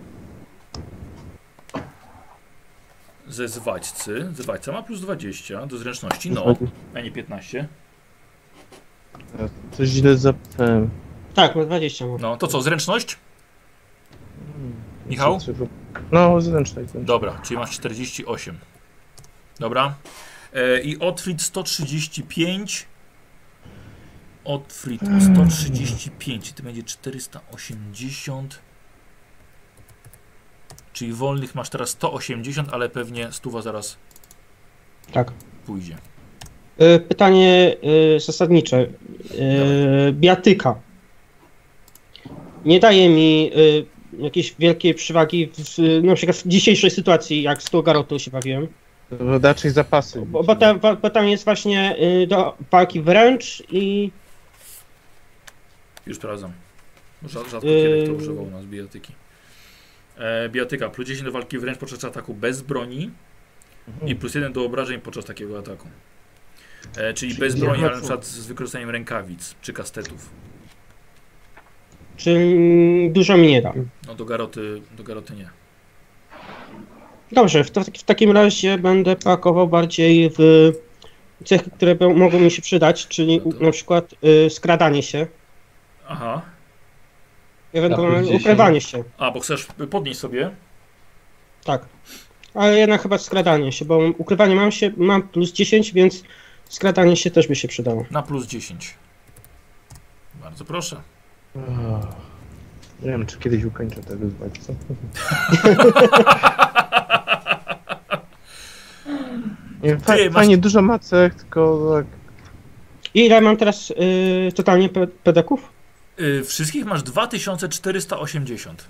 Ze zwadźcy. Zwadźca ma plus dwadzieścia do zręczności, no. A nie piętnaście. Coś źle zapisałem. Tak, ma dwadzieścia. Mam. No, to co, zręczność? Hmm, Michał? No, zręczność. zręczność. Dobra, czyli masz czterdzieści osiem. Dobra. E, I Otfrid sto trzydzieści pięć. Otfrid sto trzydzieści pięć, to będzie czterysta osiemdziesiąt. Czyli wolnych masz teraz sto osiemdziesiąt, ale pewnie stuwa zaraz Tak. pójdzie. Y, Pytanie y, zasadnicze. Y, Biatyka. Nie daje mi y, jakiejś wielkiej przewagi w, w, na przykład w dzisiejszej sytuacji, jak z tą Garotą się bawiłem. To raczej zapasy. Bo, bo, tam, bo tam jest właśnie y, do walki wręcz i Już sprawdzam. Rzadko, rzadko Yy. kiedy kto używał u nas bijatyki. E, bijatyka plus dziesięć do walki wręcz podczas ataku bez broni i plus jeden do obrażeń podczas takiego ataku. E, czyli bez broni, ale na przykład z wykorzystaniem rękawic czy kastetów. czy dużo mi nie da. No do garoty, do garoty nie. Dobrze, w, to, w takim razie będę pakował bardziej w cechy, które be- mogą mi się przydać, czyli No to- u, na przykład y, skradanie się, Aha. ewentualnie dziesięć. ukrywanie się. A, bo chcesz podnieść sobie. Tak. Ale jednak chyba skradanie się, bo ukrywanie mam się, mam plus dziesięć, więc skradanie się też by się przydało. Na plus dziesięć. Bardzo proszę. Nie wiem, czy kiedyś ukończę te wyzwanie, co? Nie, fa- Ty, masz- fajnie dużo ma cech, tylko tak... I ile mam teraz y, totalnie pe- pedeków? Yy, wszystkich masz dwa tysiące czterysta osiemdziesiąt.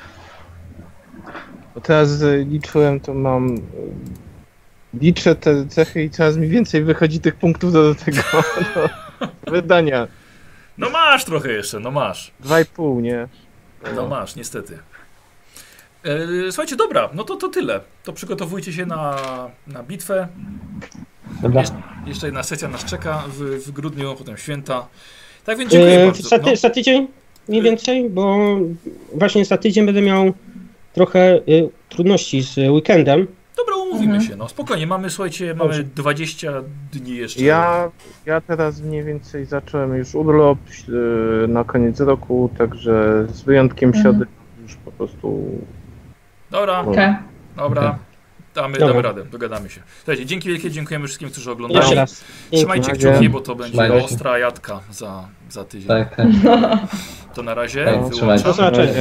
Bo teraz y, liczyłem, to mam... y, Liczę te cechy i coraz mi więcej wychodzi tych punktów do, do tego do wydania. No masz trochę jeszcze, no masz. Dwa i pół, nie? No masz, niestety. Yy, słuchajcie, dobra, no to, to tyle. To przygotowujcie się na, na bitwę. Dobra. Jesz, jeszcze jedna sesja nas czeka w, w grudniu, potem święta. Tak więc dziękuję Y, bardzo. za, ty, No, za tydzień mniej więcej, bo właśnie za tydzień będę miał trochę y, trudności z weekendem. dobra, umówimy Mhm. się. No, spokojnie, mamy, słuchajcie, mamy dwadzieścia dni jeszcze. Ja, ja teraz mniej więcej zacząłem już urlop y, na koniec roku, także z wyjątkiem Mhm. środy już po prostu... Dobra, Okej. dobra. Damy, Dobra. damy radę, dogadamy się. Słuchajcie, dzięki wielkie, dziękujemy wszystkim, którzy oglądali. Jeszcze raz. Trzymajcie Dziękuję. kciuki, bo to będzie Trzymajcie się. ostra jadka za, za tydzień. Tak, tak. To na razie Tak, wyłączam. trzymajcie Do zobaczenia.